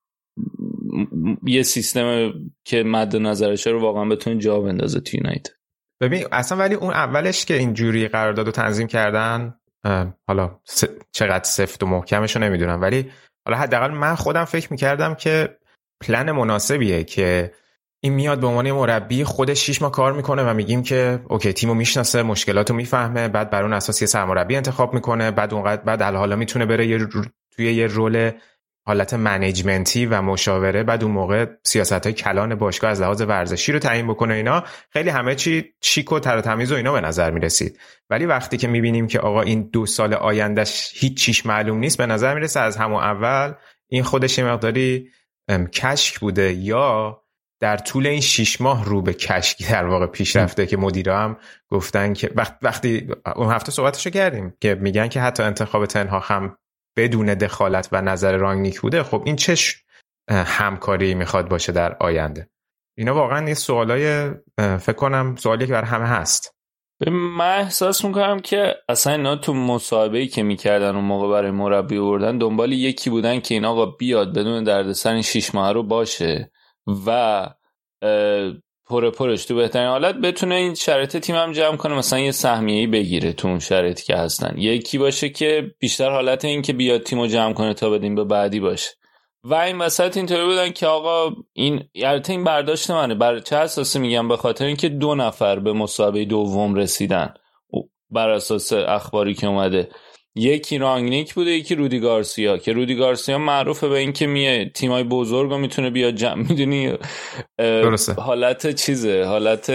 یه سیستم که مد نظرشه رو واقعا بتونه جا بندازه تو یونایتد. ببین اصلا ولی اون اولش که اینجوری قرارداد رو تنظیم کردن، حالا س... چقدر سفت و محکمش رو نمیدونم، ولی حالا حداقل من خودم فکر میکردم که پلن مناسبیه که این میاد به عنوان مربی خودش شش ماه کار میکنه و میگیم که اوکی تیمو میشناسه، مشکلاتو میفهمه، بعد بر اون اساس یه سرمربی انتخاب میکنه، بعد اونقدر بعد حالا میتونه بره یه رو... توی یه رول حالت منیجمنتی و مشاوره، بعد اون موقع سیاست‌های کلان باشگاه از لحاظ ورزشی رو تعیین بکنه. اینا خیلی همه چی چیک و تر و تمیز و اینا به نظر میرسید، ولی وقتی که میبینیم که آقا این دو سال آیندهش هیچ چیش معلوم نیست، به نظر میرسه از همون اول این خودش یه مقداری کشک بوده یا در طول این شش ماه رو به کشکی در واقع پیش رفته که مدیرا هم گفتن که وقت وقتی اون هفته صحبتشو کردیم که میگن که حتی انتخاب تنها هم بدون دخالت و نظر رانگنیک بوده. خب این چه همکاری میخواد باشه در آینده؟ اینا واقعا یه سوالای فکر کنم سوالی که برای همه هست. من احساس میکنم که اصلا اینا تو مصاحبه‌ای که میکردن اون موقع برای مربی آوردن دنبال یکی بودن که این آقا بیاد بدون دردسر این شش ماه رو باشه و پر پرش تو بهترین حالت بتونه این شرایط تیم هم جمع کنه، مثلا یه سهمیه‌ای بگیره تو اون شرایطی که هستن. یکی باشه که بیشتر حالت این که بیاد تیمو جمع کنه تا بدیم به بعدی باشه. و این وسط اینطوری بودن که آقا این البته این برداشت منه، بر چه اساسی میگم؟ به خاطر اینکه دو نفر به مسابقه دوم رسیدن بر اساس اخباری که اومده، یکی رانگنیک بوده یکی رودی گارسیا، که رودی گارسیا معروفه به این که میه تیمای بزرگو میتونه بیاد جمع، میدونی حالت چیزه، حالت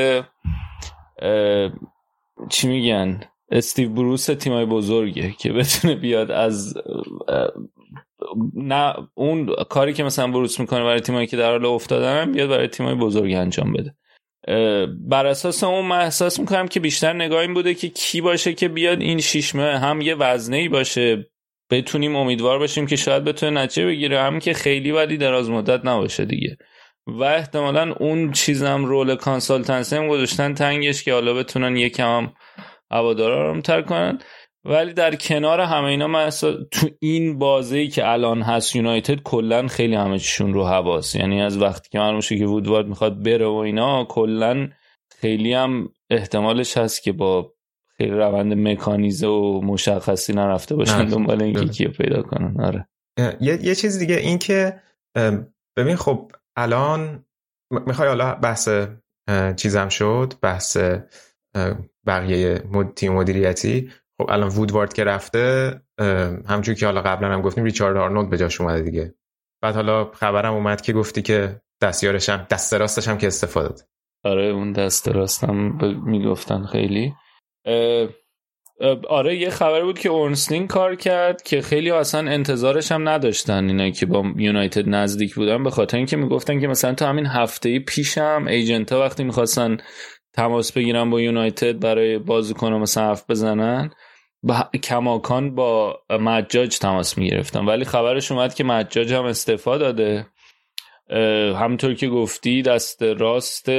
چی میگن استیو بروس تیمای بزرگه که بتونه بیاد از نه اون کاری که مثلا بروس میکنه برای تیمایی که در حال افتادن بیاد برای تیمای بزرگ انجام بده. بر اساس اون من احساس میکنم که بیشتر نگاه این بوده که کی باشه که بیاد این شش ماه هم یه وزنه‌ای باشه بتونیم امیدوار باشیم که شاید بتونه نتیجه بگیره، هم که خیلی ولی دراز مدت نباشه دیگه. و احتمالاً اون چیزم رول کانسالتنسی هم گذاشتن تنگش که حالا بتونن یکم هم هوادارا رو تر کنن. ولی در کنار همه اینا من تو این بازی که الان هست یونایتد کلن خیلی همه چیشون رو حواس، یعنی از وقتی که معلوم شه که وودوارد میخواد بره و اینا کلن خیلی هم احتمالش هست که با خیلی روند مکانیزه و مشخصی نرفته باشن دنبال اینکه کیو پیدا کنن. آره یه یه چیز دیگه این که ببین خب الان میخوای حالا بحث چیزم شد، بحث بقیه تیم مدیریتی. خب الان وودوارد که رفته، همونجوری که حالا قبلا هم گفتیم ریچارد آرنولد به جاش اومده دیگه. بعد حالا خبرم اومد که گفتی که دستیارش هم دست راستش هم که استفاده داد. آره اون دست راستم ب... میگفتن خیلی اه... اه... آره یه خبر بود که اورنستین کار کرد که خیلی اصلا انتظارش هم نداشتن اینا که با یونایتد نزدیک بودن، به خاطر اینکه میگفتن که مثلا تو همین هفته پیشم ایجنت‌ها وقتی می‌خواستن تماس بگیرن با یونایتد برای بازیکن مثلا حرف بزنن با کماکان با مجاج تماس میگرفتن، ولی خبرش اومد که مجاج هم استعفا داده. همونطور که گفتی دست راست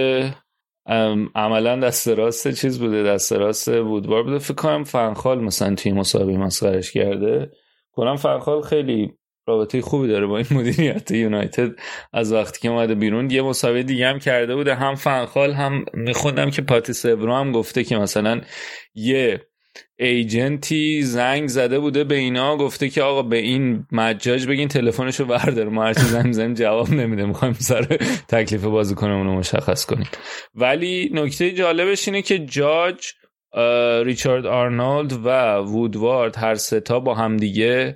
عملا دست راست چیز بوده، دست راست وودوارد بوده. فکر کنم فنخال مثلا توی مسابقه مسخرهش کرده. کنم فنخال خیلی رابطه خوبی داره با این مدیریت یونایتد از وقتی که اومده بیرون. یه مسابقه دیگه هم کرده بوده، هم فنخال هم میخوندم که پاتیس ابرو هم گفته که مثلا یه ایجنتی زنگ زده بوده به اینا، گفته که آقا به این مجاج بگین تلفنشو برداره، ما هرچی زنگ میزنیم جواب نمیده، میخوایم سر تکلیف بازیکنمون رو مشخص کنیم. ولی نکته جالبش اینه که جاج، ریچارد آرنولد و وودوارد هر سه تا با هم دیگه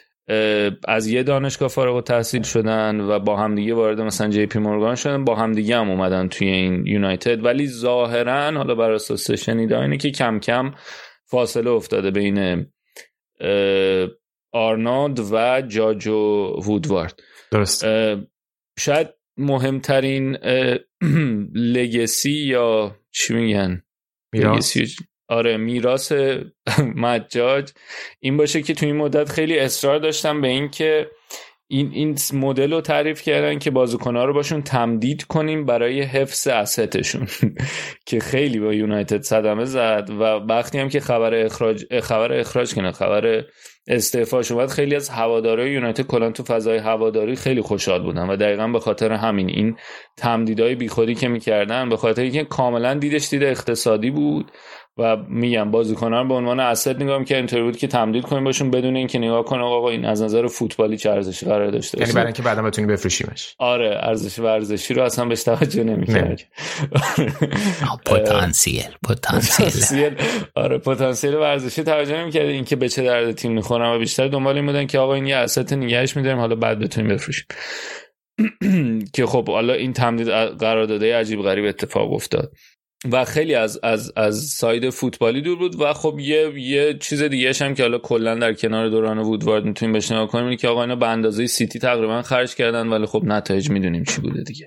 از یه دانشگاه فارغ التحصیل شدن و با هم دیگه وارد مثلا جی پی مورگان شدن، با هم دیگه هم اومدن توی این یونایتد. ولی ظاهرا حالا بر اساس شنیده اینه که کم کم فاصله افتاده بین آرنولد و جاج و وودوارد. درست. شاید مهمترین لگسی یا چی میگن میراث، آره میراث مجاج این باشه که تو این مدت خیلی اصرار داشتن به این که این این مدل رو تعریف کردن که بازیکن‌ها رو باشون تمدید کنیم برای حفظ اسستشون که خیلی با یونایتد صدمه زد و وقتی هم که خبر اخراج خبر اخراج کنه خبر استعفاش اومد خیلی از هوادارهای یونایتد کلا تو فضای هواداری خیلی خوشحال بودن و دقیقاً به خاطر همین این تمدیدهای بیخودی که میکردن، به خاطر اینکه کاملا دیدش دید اقتصادی بود و میگم بازیکنان به عنوان اسست نگاه می‌کردن، اینطوری بود که تمدید کنیم باشون بدون اینکه نگاه کنه آقا این از نظر فوتبالی چه ارزشی قرار داشته باشه، یعنی برای اینکه بعدا بتونی بفروشیمش. آره ارزش ورزشی رو اصلا بهش توجه نمی‌کرد. پتانسیل پتانسیل آره پتانسیل ورزشی توجه نمی‌کرد، اینکه به چه درد تیم می‌خورن و بیشتر دنبال این بودن که آقا این یه اسست نگهش می‌داریم حالا بعد بتونیم بفروشیم. که خب حالا این تمدید قراردادهای عجیب غریب اتفاق افتاد و خیلی از از از ساید فوتبالی دور بود و خب یه یه چیز دیگه هم که حالا کلا در کنار دوران وودوارد میتونیم بهش نگاه کنیم اینه که آقا اینا به اندازه سیتی تقریبا خرج کردن ولی خب نتایج میدونیم چی بوده دیگه.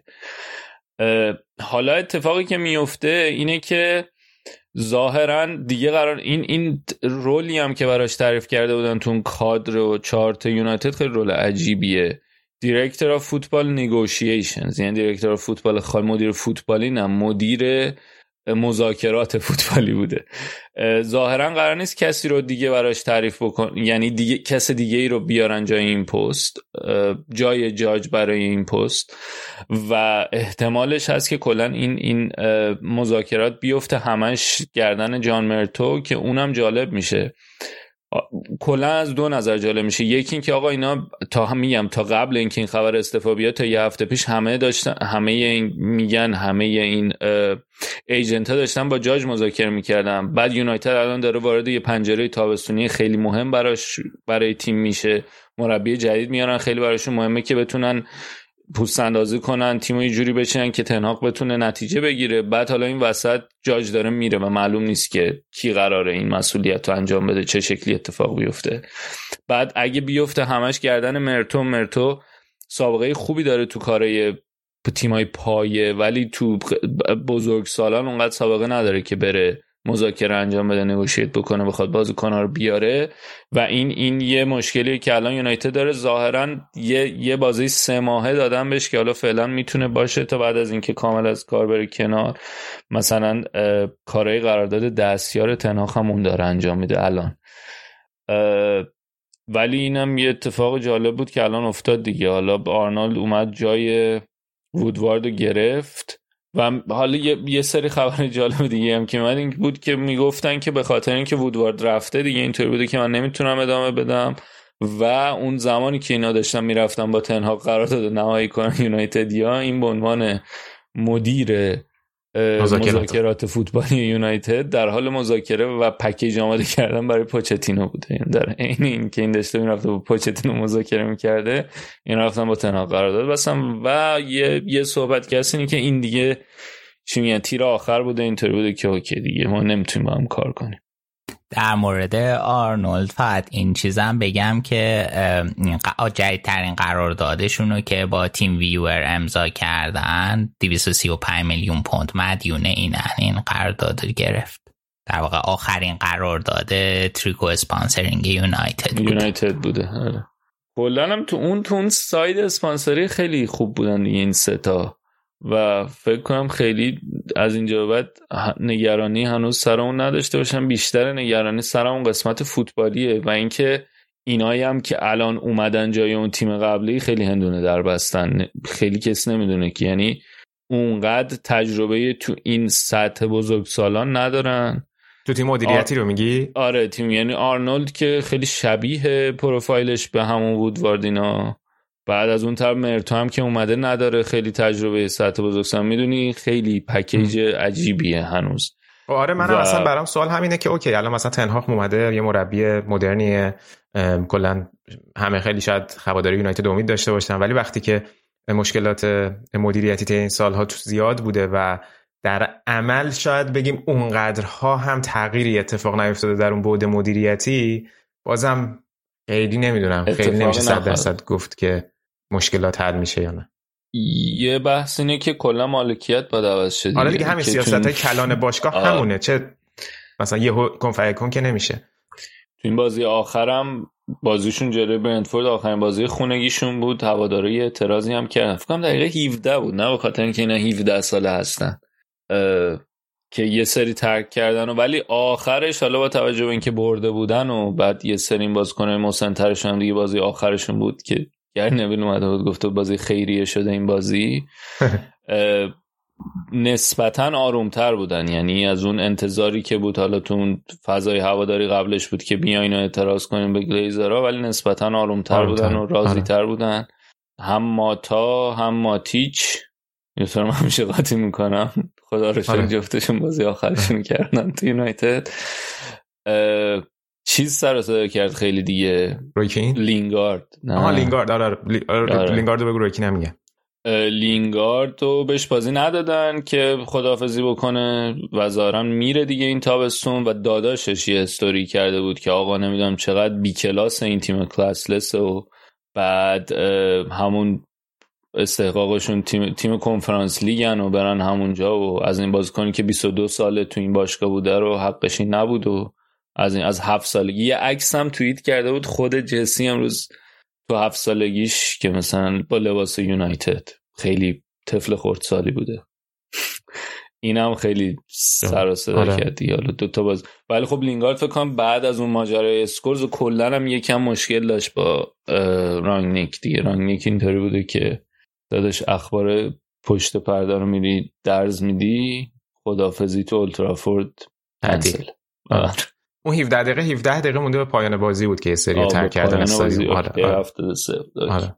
حالا اتفاقی که میفته اینه که ظاهرا دیگه قرار این این رولی هم که براش تعریف کرده بودن تو اون کادر و چارت یونایتد خیلی رول عجیبیه، دیرکتور آف فوتبال نگوشییشنز، یعنی دیرکتور آف فوتبال خال مدیر فوتبالی نه مدیر مذاکرات فوتبالی بوده. ظاهرا قرار نیست کسی رو دیگه براش تعریف بکن، یعنی دیگه کس دیگه ای رو بیارن جای این پست، جای جاج برای این پست و احتمالش هست که کلا این این مذاکرات بیفته همش گردن جان مرتو که اونم جالب میشه. کلا از دو نظر جالب میشه، یکی این که آقا اینا تا هم میگم تا قبل اینکه این خبر استعفا بیاد تا یه هفته پیش همه داشتن همه این میگن همه این ایجنت ها داشتن با جاج مذاکره میکردن، بعد یونایتد الان داره وارد یه پنجره تابستونی خیلی مهم براش برای تیم میشه، مربی جدید میارن خیلی براشون مهمه که بتونن پوست اندازی کنن تیمو یه جوری بچینن که تنهاق بتونه نتیجه بگیره، بعد حالا این وسط جاج داره میره و معلوم نیست که کی قراره این مسئولیت رو انجام بده، چه شکلی اتفاق بیفته. بعد اگه بیفته همش گردن مرتو مرتو سابقه خوبی داره تو کارهای تیمای پایه ولی تو بزرگ سالان اونقدر سابقه نداره که بره مذاکره انجام بده، نگوشیت بکنه، بخواد بازیکن‌ها رو بیاره و این این یه مشکلیه که الان یونایتد داره. ظاهرا یه یه بازی سه ماهه دادن بهش که حالا فعلا میتونه باشه تا بعد از اینکه کامل از کار بره کنار، مثلا کارهای قرارداد دستیار تنهاق هم اون داره انجام میده الان. ولی اینم یه اتفاق جالب بود که الان افتاد دیگه، حالا آرنولد اومد جای وودوارد رو گرفت و حالا یه, یه سری خبر جالب دیگه هم که من این بود که میگفتن که به خاطر اینکه وودوارد رفته دیگه اینطوری بوده که من نمیتونم ادامه بدم و اون زمانی که اینا داشتن میرفتن با تنهاق قرارداد نهایی کنن یونایتدیا، این به عنوان مدیر مذاکرات. مذاکرات فوتبالی یونایتد در حال مذاکره و پکیج آماده کردن برای پوچتینو بوده، یعنی در عین این که این داشته میرفته با پوچتینو مذاکره میکرده این رفتن با تنهاق قرارداد بستن و یه یه صحبت کسی اینه که این دیگه چی میگن تیر آخر بوده، اینطوری بوده که اوکی دیگه ما نمیتونیم با هم کار کنیم. در مورد آرنولد فقط این چیزم بگم که جدیدترین قراردادشونو که با تیم ویور امضا کردن دویست و سی و پنج میلیون پوند مدیونه اینن این قرارداد گرفت، در واقع آخرین قرارداد تریکو اسپانسرینگ یونایتد بود. یونایتد بوده. کلا هم تو اون تو اون ساید اسپانسری خیلی خوب بودن دیگه این سه تا و فکر کنم خیلی از اینجا بعد نگرانی هنوز سر اون نداشته باشم، بیشتر نگرانی سر اون قسمت فوتبالیه و اینکه اینایی هم که الان اومدن جای اون تیم قبلی خیلی هندونه در بستن، خیلی کس نمیدونه که یعنی اونقدر تجربه تو این سطح بزرگسالان ندارن. تو تیم مدیریتی آر... رو میگی؟ آره تیم، یعنی آرنولد که خیلی شبیه پروفایلش به همون وودوارد اینا، بعد از اون طرف مرتو هم که اومده نداره خیلی تجربه سطح بزرگسالان، میدونی خیلی پکیج عجیبیه هنوز. آره منم و... اصلا برام سوال همینه که اوکی الان مثلا تنهاق اومده یه مربی مدرنیه، کلا همه خیلی شاید هواداری یونایتد امید داشته باشن، ولی وقتی که مشکلات مدیریتی تا این سالها تو زیاد بوده و در عمل شاید بگیم اونقدرها هم تغییری اتفاق نیفتاده در اون بعد مدیریتی، بازم خیلی نمیدونم، خیلی نمیشه صد درصد گفت که مشکلات حل میشه یا نه. یه بحث اینه که کلا مالکیت باید عوض شه. آره دیگه، همین سیاستای کلان باشگاه آه. همونه، چه مثلا یه کن فیکون که نمیشه. تو این بازی آخرم بازیشون جلوی برنتفورد آخرین بازی خونگیشون بود، هواداری اعتراضی هم کردن، فکر کنم دقیقه هفده بود، نه به خاطر اینکه اینا هفده ساله هستن که یه سری ترک کردن و ولی آخرش حالا با توجه به اینکه برده بودن و بعد یه سری بازیکن‌های مسن‌ترشون هم دیگه بازی آخرشون بود که گر نبیل اومده بود گفته بازی خیریه شده این بازی نسبتاً آرومتر بودن، یعنی از اون انتظاری که بود حالا تو اون فضای هواداری قبلش بود که بیاین و اعتراض کنیم به گلیزرها، ولی نسبتاً آرومتر آروم بودن و راضی‌تر آره. بودن. هم ماتا هم ماتیچ یه طور من همیشه قاطی میکنم، خدا رو شکر جفتشون بازی آخرشون کردن تو یونایتد. چیز سر و صدا کرد خیلی دیگه، رویکین لینگارد نه آها لینگارد آره آره لینگارد رو بگو، رویکین هم میگه. لینگارد رو بهش بازی ندادن که خداحافظی بکنه و ظاهراً میره دیگه این تابستون، و داداشش یه استوری کرده بود که آقا نمیدونم چقدر بی کلاس این تیم کلاسلس و بعد همون استحقاقشون تیم تیم کنفرانس لیگن و برن همونجا و از این بازیکنی که بیست و دو ساله تو این باشگاه بوده رو حقش این نبود و از این از هفت سالگی یه عکس هم توییت کرده بود خود جسی امروز تو هفت سالگیش که مثلا با لباس یونایتد خیلی طفل خردسالی بوده. اینم خیلی سر و صدا آره. کرد دیگه. حالا دو تا باز ولی خب لینگارد فکر کنم بعد از اون ماجرای اسکورز و کلا هم یکم مشکل داشت با رانگنیک دیگه. رانگنیک اینطوری بوده که داداش اخبار پشت پرده رو میری درز میدی، خداحافظی تو اولترافورد کنسل. اون هفده دقیقه هفده دقیقه مونده به پایان بازی بود که یه سری ترک کردن استادیوم. آره هفتاد و سه آره.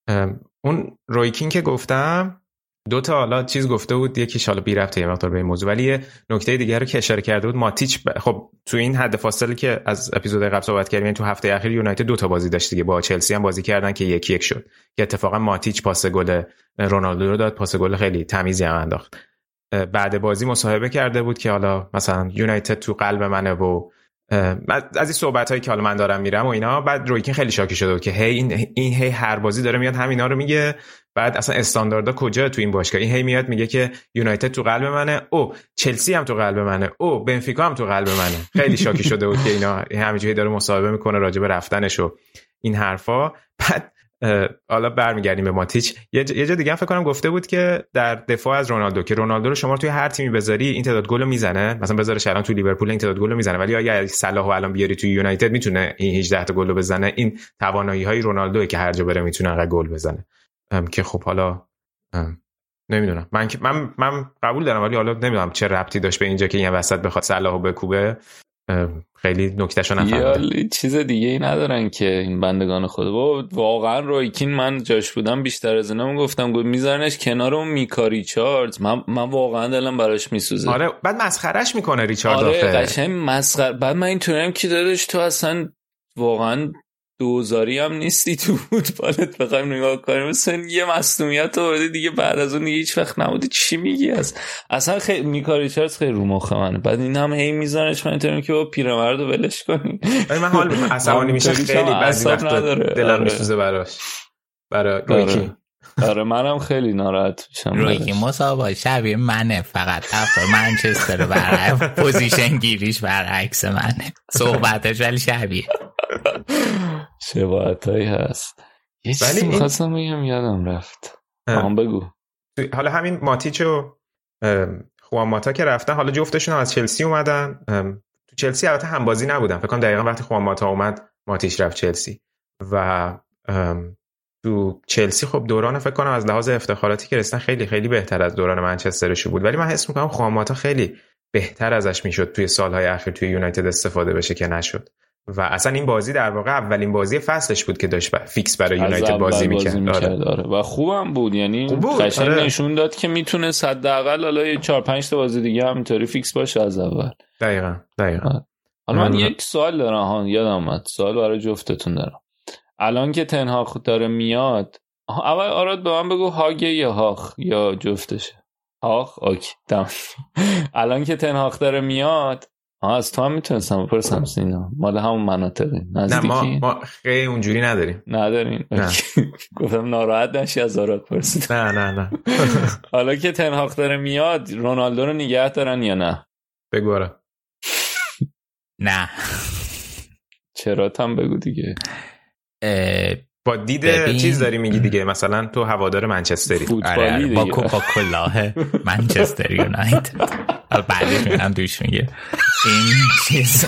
اون رویکین که گفتم دو تا حالا چیز گفته بود، یکیش حالا بی ربطه یه مقدار به این موضوع، ولی یه نکته دیگه رو که اشاره کرده بود ماتیچ ب... خب تو این حد فاصله که از اپیزود قبل صحبت کردیم، یعنی تو هفته اخیر یونایتد دو تا بازی داشت دیگه، با چلسی هم بازی کردن که یکی یک شد که اتفاقا ماتیچ پاس گل رونالدو رو داد، پاس گل خیلی تمیزی هم انداخت. بعد بازی مصاحبه کرده بود که حالا مثلا یونایتد تو قلب منه و از این صحبتایی که حالا من دارم میرم و اینا. بعد رویکین خیلی شاکی شده بود که هی این این هی هر بازی داره میاد همینا رو میگه، بعد اصلا استانداردها کجا تو این باشگاه؟ این هی میاد میگه که یونایتد تو قلب منه، او چلسی هم تو قلب منه، او بنفیکا هم تو قلب منه. خیلی شاکی شده بود که اینا همینجوری داره مصاحبه میکنه راجع به رفتنش و این حرفا. بعد حالا برمیگردیم به ماتیچ. یه جا دیگه هم فکر کنم گفته بود که در دفاع از رونالدو که رونالدو رو شما توی هر تیمی بذاری این تعداد گل میزنه، مثلا بذارش الان تو لیورپول این تعداد گل میزنه، ولی اگه صلاحو الان بیاری توی یونایتد میتونه این هجده تا گل بزنه. این توانایی‌های رونالدوئه که هر جا بره میتونه انقدر گل بزنه. که خب حالا نمیدونم، من من من قبول دارم، ولی حالا نمیدونم چه ربطی داشت به اینجا که این وسط بخواد صلاحو بکوبه. خیلی نکتهشو نفهمیدم. چیز دیگه ای ندارن که این بندگان خود. واقعا رویکین من جاش بودم بیشتر از اینا میگفتم گفت میذارنش کنار اون میکا ریچاردز. من من واقعا دلم براش میسوزه. آره بعد مسخرهش میکنه ریچارد. آره قشنگ مسخره. بعد من اینطوریم که داداش تو اصلا واقعا دوزاری هم نیستی تو فوتبالت بخوایم نگاه کنیم، مثلا یه مصونیت آورده دیگه بعد از اون دیگه هیچ وقت نبودی. چی میگی؟ از اصلا خیلی میکا ریچاردز خیلی رو مخ منه. بعد این هم هی میزنش من اینطوریم که با پیرمرد رو ولش کنی. من حال عصبانی میشه خیلی بعضی وقتا دلم میسوزه براش، برای رویکی. آره منم خیلی ناراحت میشم. رویکی مصاحبه شبیه منه، فقط طرفدار منچستر برای پوزیشن گیریش برعکس منه، صحبتش ولی شبیه شباهتایی هست. یه چیزی میخواستم بگم یادم رفت. هم بگو. حالا همین ماتیچ و خوان ماتا که رفتن، حالا جفتشون هم از چلسی اومدن. تو چلسی البته هم بازی نبودن، فکر کنم دقیقاً وقتی خوان ماتا اومد ماتیچ رفت چلسی. و تو چلسی خب دوران فکر کنم از لحاظ افتخاراتی که رسیدن خیلی خیلی بهتر از دوران منچسترش بود، ولی من حس میکنم خوان ماتا خیلی بهتر ازش میشد توی سالهای اخیر توی یونایتد استفاده بشه که نشد. و اصلا این بازی در واقع اولین بازی فصلش بود که داشت فیکس برای یونایتد بازی میکرد. آره. آره. و خوبم بود، یعنی قشنگ آره. نشون داد که میتونه حداقل حالا چهار پنج تا بازی دیگه همینطوری فیکس باشه از اول. دقیقاً دقیقاً. حالا من یک سوال دارم ها، یادم اومد سوال برای جفتتون دارم. الان که تنهاخ داره میاد، اول آراد به من بگو هاگه یا هاخ یا جفتشه؟ هاخ. اوکی تمام. الان که تنهاخ داره میاد آه از تو هم میتونستم بپرسم سینا، مال همون مناطقی نزدیکی؟ نه ما, ما خیلی اونجوری نداریم. نداریم؟ گفتم ناراحت نشی از آراد پرسید. نه نه نه. حالا که تن هاگ داره میاد رونالدو رو نگه دارن یا نه؟ بگو آره. نه. چرا تام بگو دیگه. با دید چیز داری میگی دیگه، مثلا تو هوادار منچستری فوتبالی دیگه با با کلاه منچستر یونایتد. بعدش میگم دوش میگه این چیز.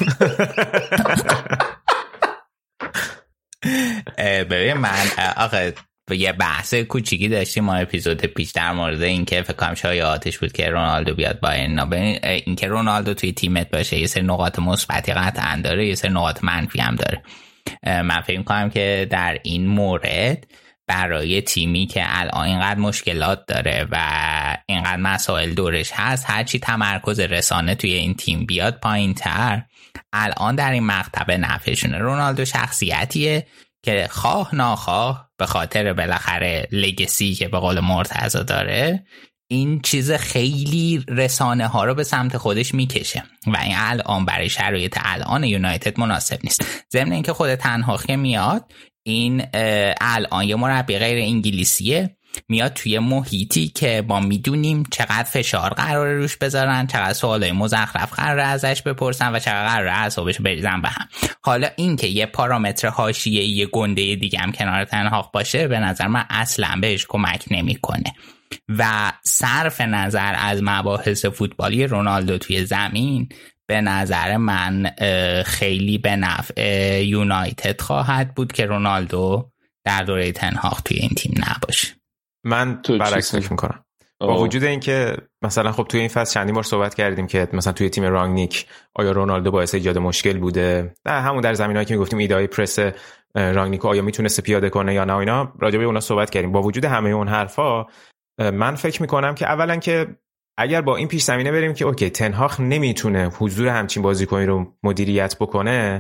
ببین من آخه یه بحث کوچیکی داشتیم ما اپیزود پیش در مورد این که فکر کنم شایعاتش بود که رونالدو بیاد بایرن. ببین این که رونالدو توی تیمت باشه یه سری نقاط مثبتی قطعا داره، یه سری نقاط منفی هم داره. من فکر می‌کنم که در این مورد برای تیمی که الان اینقدر مشکلات داره و اینقدر مسائل دورش هست، هرچی تمرکز رسانه توی این تیم بیاد پایین‌تر الان در این مقطع نفعشونه. رونالدو شخصیتیه که خواه ناخواه به خاطر بالاخره لگسی که به قول مرتضی داره این چیز خیلی رسانه ها رو به سمت خودش میکشه و این الان برای شرایط الان یونایتد مناسب نیست. ضمن اینکه خود تنها که میاد این الان یه مربی غیر انگلیسیه، میاد توی محیطی که ما میدونیم چقدر فشار قراره روش بذارن، چقدر سوالای مزخرف قراره ازش بپرسن و چقدر قراره اعصابش بریزن به هم. حالا این که یه پارامتر حاشیه‌ای یه گنده دیگه هم کنار تنهاق باشه به نظر من اصلا بهش کمک نمیکنه و صرف نظر از مباحث فوتبالی رونالدو توی زمین به نظر من خیلی به نفع یونایتد خواهد بود که رونالدو در دوره تنهاق توی این تیم نباشه. من برعکس فکر میکنم. با وجود اینکه مثلا خب توی این فصل چندین بار صحبت کردیم که مثلا توی تیم رانگنیک آیا رونالدو باعث ایجاد مشکل بوده، نه همون در زمینه‌ای که میگفتیم ایده‌های پرس رانگنیک آیا میتونسته پیاده کنه یا نه، اینا راجع به اونا صحبت کردیم. با وجود همه اون حرفا من فکر میکنم که اولا که اگر با این پیش زمینه بریم که اوکی تنهاخ نمیتونه حضور همچین بازیکنی رو مدیریت بکنه،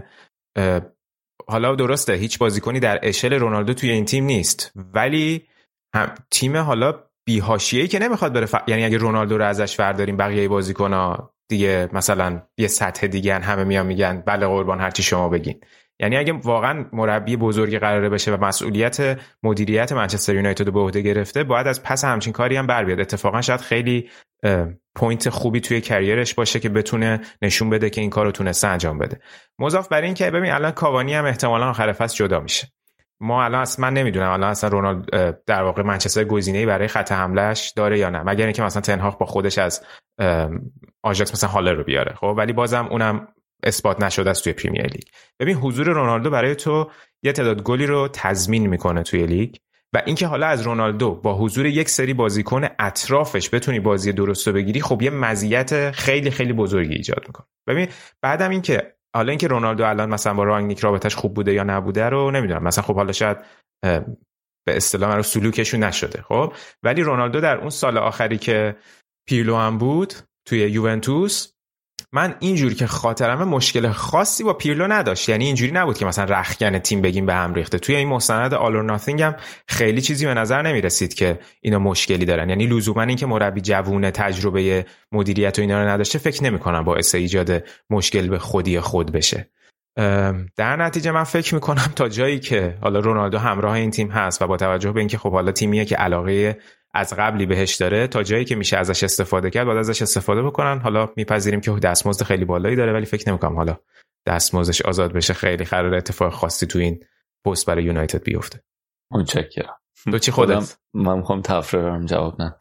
حالا درسته هیچ بازیکنی در اشل رونالدو توی این تیم نیست، ولی هم تیم حالا بی‌حاشیه‌ای که نمیخواد بره ف... یعنی اگه رونالدو رو ازش برداریم بقیه بازیکن‌ها دیگه مثلا یه سطح دیگه همه میان میگن بله قربان هرچی شما بگین. یعنی اگه واقعا مربی بزرگی قراره بشه و مسئولیت مدیریت منچستر یونایتد رو به عهده گرفته، باید از پس همچین کاری هم بر بیاد. اتفاقا شاید خیلی پوینت خوبی توی کریرش باشه که بتونه نشون بده که این کارو تونسته انجام بده. مضاف بر این که ببین الان کاوانی هم احتمالاً آخر فصل جدا میشه. ما الان اصلا نمیدونم الان اصلا رونالدو در واقع منچستر گزینه‌ای برای خط حملهش داره یا نه، مگر اینکه مثلا تنهاخ با خودش از آژاکس مثلا هالر رو بیاره. خب ولی بازم اونم اثبات نشده است توی پریمیر لیگ. ببین حضور رونالدو برای تو یه تعداد گلی رو تضمین میکنه توی لیگ و اینکه حالا از رونالدو با حضور یک سری بازیکن اطرافش بتونی بازی درست رو بگیری، خب یه مزیت خیلی خیلی بزرگی ایجاد میکنه. ببین بعدم اینکه حالا اینکه رونالدو الان مثلا با رانگنیک رابطش خوب بوده یا نبوده رو نمیدونم، مثلا خب حالا شاید به اصطلاح رو سلوکشون نشده، خب ولی رونالدو در اون سال آخری که پیرلو هم بود توی یوونتوس، من اینجوری که خاطرمه مشکل خاصی با پیرلو نداشت. یعنی اینجوری نبود که مثلا رختکن تیم بگیم به هم ریخته. توی این مستند آل اور ناتینگ هم خیلی چیزی به نظر نمی رسید که اینا مشکلی دارن. یعنی لزوما این که مربی جوونه تجربه مدیریت و اینا رو نداشته فکر نمی کنم باعث ایجاد مشکل به خودی خود بشه. در نتیجه من فکر می کنم تا جایی که حالا رونالدو همراه این تیم هست و با توجه به اینکه خب حالا تیمیه که علاقه از قبلی بهش داره، تا جایی که میشه ازش استفاده کرد باید ازش استفاده بکنن. حالا میپذیریم که دستمزد خیلی بالایی داره ولی فکر نمی‌کنم حالا دستمزدش آزاد بشه خیلی قرار اتفاق خاصی تو این پست برای یونایتد بیفته. متشکرم. تو چی خودت؟ من میخوام تفریح برم جواب نه.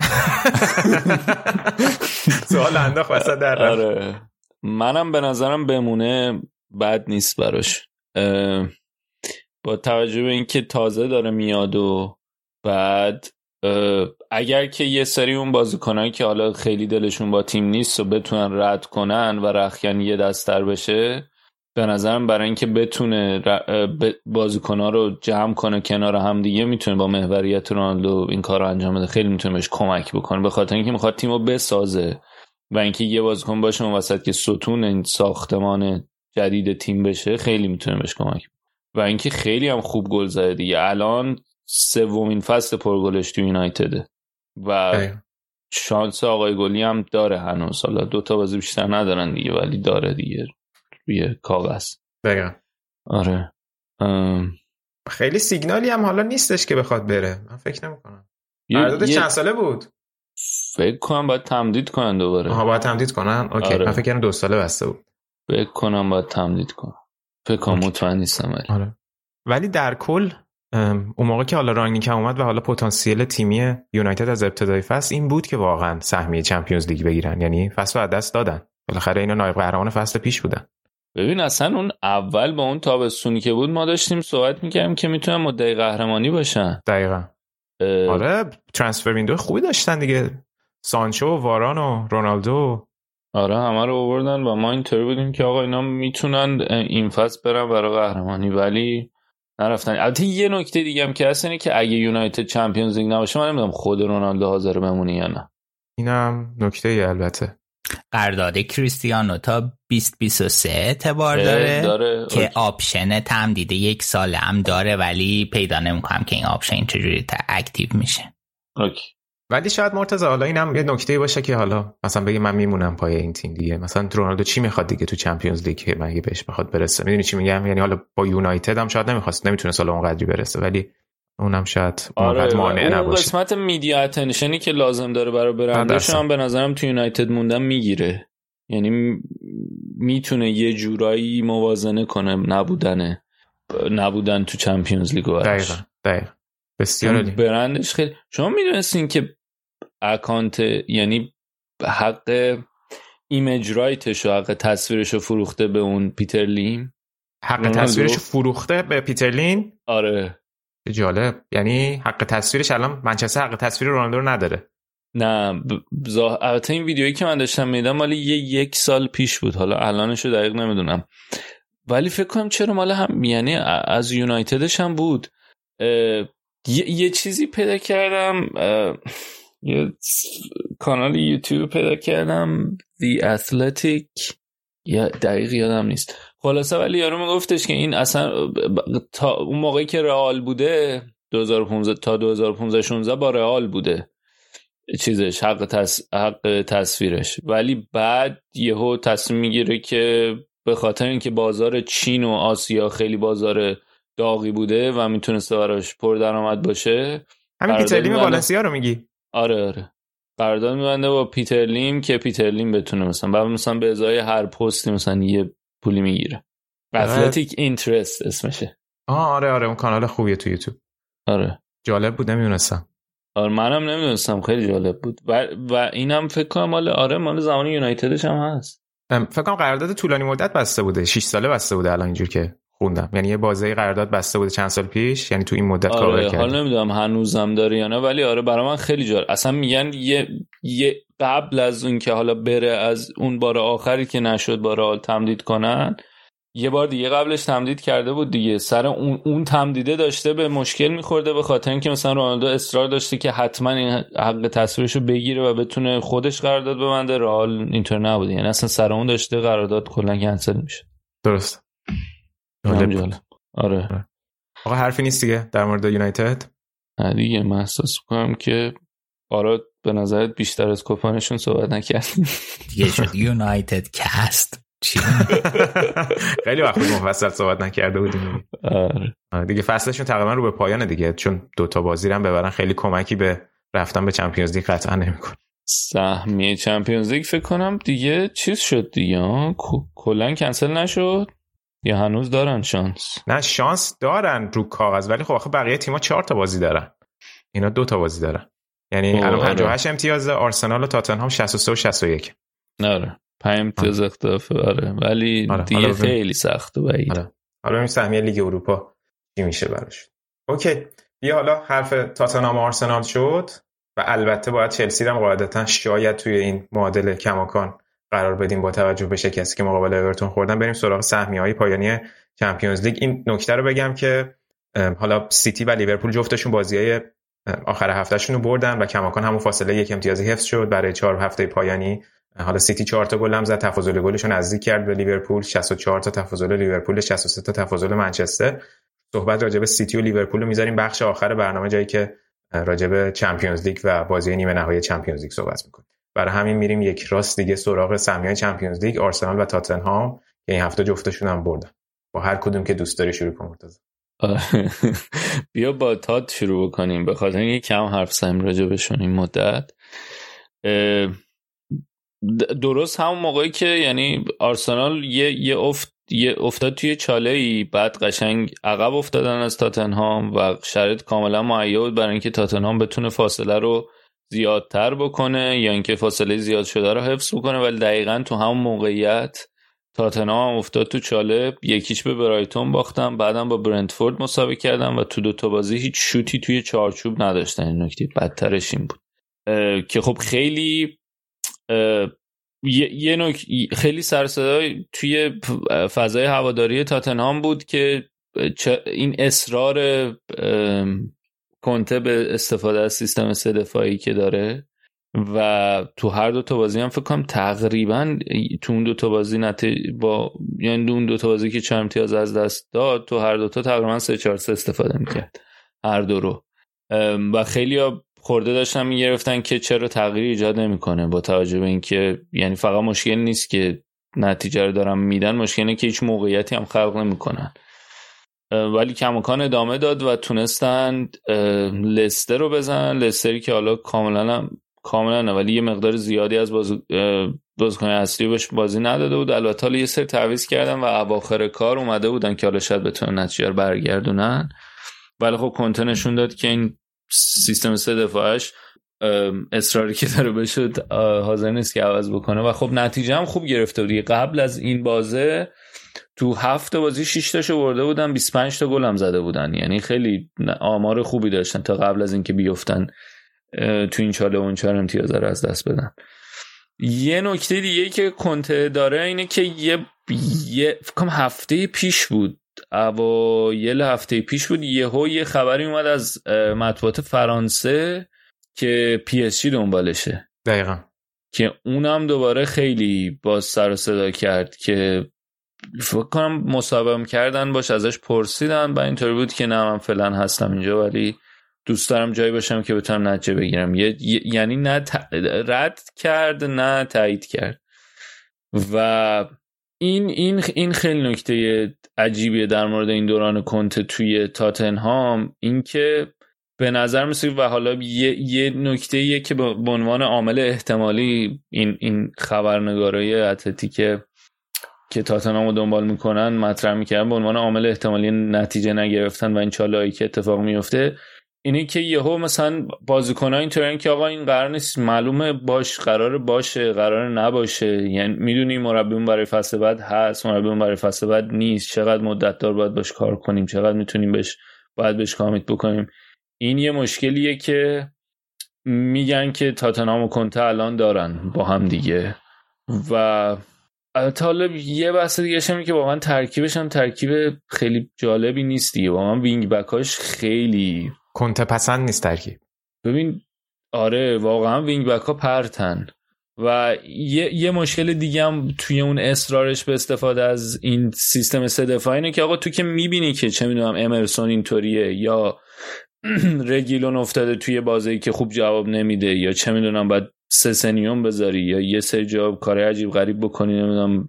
سوال انداخت وسط در رفت. آره منم به نظرم بمونه بد نیست براش، با توجه به اینکه تازه داره میاد و بعد اگر که یه سری اون بازیکنان که حالا خیلی دلشون با تیم نیست و بتونن رد کنن و رختکن یه دستر بشه، به نظرم برای اینکه بتونه بازیکن‌ها رو جمع کنه کنار هم دیگه میتونه با محوریت رونالدو این کار رو انجام بده، خیلی میتونه بهش کمک بکنه، به خاطر اینکه میخواد تیمو بسازه و اینکه یه بازیکن باشه اون وسط که ستون این ساختمان جدید تیم بشه، خیلی میتونه بهش کمک بکنه. و اینکه خیلی هم خوب گل زده دیگه، الان سومین فصل پرگلش تو یونایتده و شانس آقای گلی هم داره هنوز، حالا دو تا بازی بیشتر ندارن دیگه ولی داره دیگه روی کاغذ. دقیقاً. آره ام... خیلی سیگنالی هم حالا نیستش که بخواد بره، من فکر نمی‌کنم. قراردادش چند ساله بود؟ فکر کنم باید تمدید کنن دوباره. آها باید تمدید کنن. اوکی. آره. من فکر کردم دو ساله بسته بود. فکر کنم باید تمدید کنن. فکر کنم مطمئن نیستم ولی. آره. ولی در کل اون موقع که حالا رانگنیک اومد و حالا پتانسیل تیمی یونایتد از ابتدای فصل این بود که واقعا سهمیه چمپیونز لیگ بگیرن، یعنی فصل رو از دست دادن. بالاخره اینا نایب قهرمان فصل پیش بودن. ببین اصلا اون اول با اون تابستونی که بود ما داشتیم صحبت می‌کردیم که میتونن مدعی قهرمانی باشن. دقیقاً. اه... آره ترانسفر ویندو خوبی داشتن دیگه، سانچو و واران و رونالدو. آره همه رو آوردن و ما اینطوری بودیم که آقا اینا میتونن این فصل برن برای قهرمانی ولی نرفتن. البته یه نکته دیگه هم که هست اینه که اگه یونایتد چمپیونز لیگ نباشه من نمیدونم خود رونالدو حاضر بمونه یا نه. اینم نکته ای البته. قرارداد کریستیانو تا بیست بیست و سه اعتبار داره, داره که آپشن تمدید یک ساله هم داره ولی پیدا نمی‌کنم که این آپشن چجوری تا اکتیو میشه. اوکی. ولی شاید مرتضی حالا اینم یه نکته باشه که حالا مثلا بگه من میمونم پای این تیم دیگه، مثلا رونالدو چی میخواد دیگه تو چمپیونز لیگ که مگه بهش بخواد برسه؟ میدونی چی میگم؟ یعنی حالا با یونایتد هم شاید نمیخواست، نمیتونه سال اونقدری برسه ولی اونم شاید اونقدر آره مانع نباشه. اون قسمت میدیا اتنشنی که لازم داره برای برندش هم به نظرم تو یونایتد موندن میگیره، یعنی میتونه یه جورایی موازنه کنه نبودن نبودن تو چمپیونز لیگ. دقیقاً دقیقاً بسیار عالی. برندش خیلی. شما میدونستین که اکانت یعنی حق ایمیج رایتش و حق تصویرش رو فروخته به اون پیتر لین؟ حق تصویرش فروخته به پیتر لین؟ آره جالب. یعنی حق تصویرش الان منچستر حق تصویر رونالدو رو نداره؟ نه زا... البته این ویدیویی که من داشتم میدم مالی یه یک سال پیش بود، حالا الانشو دقیق نمیدونم ولی فکر کنم چرا مال هم یعنی از یونایتدش هم بود. اه... یه... یه چیزی پیدا کردم اه... یه کانال یوتیوب پیدا کردم The Athletic یا دقیق یادم نیست خلاصه ولی یارو میگفتش که این اصلا تا اون موقعی که رئال بوده دو هزار و پانزده تا دو هزار و پانزده شانزده با رئال بوده چیزش حق تص... حق تصویرش، ولی بعد یهو تصمیم میگیره که به خاطر اینکه بازار چین و آسیا خیلی بازار داغی بوده و میتونسته براش پردرآمد باشه. همین پیتر لیم والنسیا رو میگی؟ آره آره قرارداد می‌بنده با پیتر لیم که پیتر لیم بتونه مثلا بعد مثلا به ازای هر پستی مثلا یه پولی میگیره. اتلتیک اینترست اسمشه. آه آره آره اون کانال خوبیه تو یوتیوب. آره جالب بود نمیدونستم. آره منم نمیدونستم خیلی جالب بود و و اینم فکر کنم مال آره مال زمان یونایتدش هم هست. فکر کنم قرارداد طولانی مدت بسته بوده، شش ساله بسته بوده الان اینجور که خوندم، یعنی یه بازه قرارداد بسته بوده چند سال پیش، یعنی تو این مدت آره کاور کرده. حالا نمیدونم هنوزم داره یا نه ولی آره برای من خیلی جالب. اصلا میگن یه یه قبل از اون که حالا بره از اون بار آخری که نشد با رئال تمدید کنن یه بار دیگه قبلش تمدید کرده بود دیگه، سر اون اون تمدیده داشته به مشکل میخورده به خاطر اینکه مثلا رونالدو اصرار داشته که حتما این حق تصویرشو بگیره و بتونه خودش قرارداد ببنده، رئال اینطور نبوده، یعنی اصلا سر اون داشته قرارداد کلا کنسل میشه. درست. جالب. آره. آقا حرفی نیست دیگه در مورد یونایتد؟ نه دیگه من احساس می‌کنم که آره به نظرت بیشتر از کوپانشون صحبت نکردیم دیگه شد یونایتد کست چی؟ خیلی وقت مفصل صحبت نکرده بودیم. آره دیگه فصلشون تقریبا رو به پایانه دیگه، چون دوتا بازی هم ببرن خیلی کمکی به رفتن به چمپیونز لیگ قطعا نمی‌کنه. سهمیه چمپیونز لیگ فکر کنم دیگه چیز شد دیگه، کلا کنسل نشد یا هنوز دارن شانس؟ نه شانس دارن رو کاغذ ولی خب آخه بقیه تیم‌ها چهار تا بازی دارن، اینا دو تا بازی دارن، یعنی الان پنجاه و هشت امتیاز، آرسنال و تاتنهام شصت و سه و شصت و یک. آره پنج امتیاز اختلاف. آره ولی آره. دیگه خیلی سخت و بعید. آره. حالا این سهمیه لیگ اروپا چی میشه براش؟ اوکی بیا حالا حرف تاتنهام و آرسنال شد و البته باید چلسی رو قاعدتا شاید توی این معادله کماکان قرار بدیم با توجه به شکستی که مقابل اورتون خوردن. بریم سراغ سهمیه‌های پایانی چمپیونز لیگ. این نکته رو بگم که حالا سیتی و لیورپول جفتشون بازی‌های آخر هفتهشون رو بردن و کماکان همون فاصله یک امتیازی حفظ شد برای چهار هفته پایانی. حالا سیتی چهار تا گل هم زد، تفاضل گلش رو نزدیک کرد به لیورپول، شصت و چهار تا تفاضل لیورپول، شصت و سه تا تفاضل منچستر. صحبت راجع به سیتی و لیورپول رو می‌ذاریم بخش آخر برنامه، جایی که راجع به چمپیونز لیگ و بازی نیمه نهایی چمپیونز لیگ صحبت میکنیم. برای همین میریم یک راست دیگه سراغ سهمیه‌های چمپیونز لیگ، آرسنال و تاتنهام که این هفته جفتشون هم بردن. با هر کدوم که دوست داری شروع کن مرتضی. بیا با تات شروع بکنیم به خاطر اینکه کم حرف زدیم راجع بهشون این مدت. درست همون موقعی که یعنی آرسنال یه یه افت یه افتاد توی چاله‌ای، بعد قشنگ عقب افتادن از تاتنهام و شرایط کاملا مهیا بود برای اینکه تاتنهام بتونه فاصله رو زیادتر بکنه یا اینکه فاصله زیاد شده رو حفظ بکنه، ولی دقیقاً تو همون موقعیت تاتنهام افتاد تو چاله، یکیش به برایتون باختن، بعدم با برنتفورد مساوی کردن و تو دو تا بازی هیچ شوتی توی چارچوب نداشتن. این نکته بدترش این بود که خب خیلی یه, یه نوع خیلی سر صدا توی فضای هواداری تاتنهام بود که این اصرار کنته به استفاده از سیستم سه دفاعی که داره و تو هر دو تا بازی هم فکر کنم تقریبا تو اون دو تا بازی نتی با یعنی اون دو تا بازی که چند امتیاز از دست داد تو هر دو تا تقریبا سه چهار سه استفاده میکرد هر دو رو و خیلی ها خورده داشتن میگرفتن که چرا تغییری ایجاد نمیکنه، با توجه به اینکه یعنی فقط مشکل نیست که نتیجه رو دارن میدن، مشکلی که هیچ موقعیتی هم خلق نمیکنن. ولی کماکان ادامه داد و تونستن لستر رو بزنن. لستری که حالا کاملا کاملا نه ولی یه مقدار زیادی از باز بازیکن اصلی بهش بازی نداده بود. البته حالا یه سری تعویض کردن و اواخر کار اومده بودن که حالا شاید بتونن نتیجه رو برگردونن، ولی خب کنته نشون داد که این سیستم سه دفاعش اصراری که داره بشه حاضر نیست که عوض بکنه و خب نتیجه هم خوب گرفته بود. قبل از این بازه تو هفت بازی شش تاشو برده بودن، بیست و پنج تا گل هم زده بودن، یعنی خیلی آمار خوبی داشتن تا قبل از اینکه بیفتن تو این چاله اون چهار امتیاز رو از دست بدن. یه نکته دیگه که کنته داره اینه که یه یه فکرم هفته پیش بود اوایل هفته پیش بود یهو یه خبری اومد از مطبوعات فرانسه که پی اس جی دنبالشه. دقیقاً. که اونم دوباره خیلی باز سر و صدا کرد که فکر کنم مصاحبه کردن باش، ازش پرسیدن و اینطوری بود که نه من فعلا هستم اینجا ولی دوست دارم جایی باشم که بتونم نتیجه بگیرم. ی... یعنی نه ت... رد کرد نه تایید کرد و این این این خیلی نکته عجیبیه در مورد این دوران کنته توی تاتنهام، این که به نظر میسه و حالا یه, یه نکته‌ایه که به عنوان عامل احتمالی این این خبرنگارای اتلتیک که تاتنهامو دنبال میکنن مطرح میکردن به عنوان عامل احتمالی نتیجه نگرفتن و این چالهایی که اتفاق میفته اینی که یهو مثلا بازیکن‌ها اینطورین که آقا این قرار نیست معلومه باش قرار باشه قرار نباشه، یعنی میدونی مربیون برای فصل بعد هست مربیون برای فصل بعد نیست، چقدر مدت دار باید باش کار کنیم، چقدر میتونیم بهش باید بهش کامیت بکنیم. این یه مشکلیه که میگن که تاتنهام و کنته الان دارن با هم دیگه و طالب یه بحث دیگه شمی که واقعا ترکیبش هم ترکیب خیلی جالبی نیست دیگه، واقعا وینگ بکاش خیلی کنته پسند نیست ترکیب. ببین آره واقعا وینگ بک ها پرتن و یه, یه مشکل دیگه هم توی اون اصرارش به استفاده از این سیستم سه دفاعی اینه که آقا تو که میبینی که چه میدونم امرسون اینطوریه یا رگیلون افتاده توی بازی که خوب جواب نمیده یا چه میدونم بعد سه سنیون بذاری یا یه سری جواب کار عجیب غریب بکنی، نمیدونم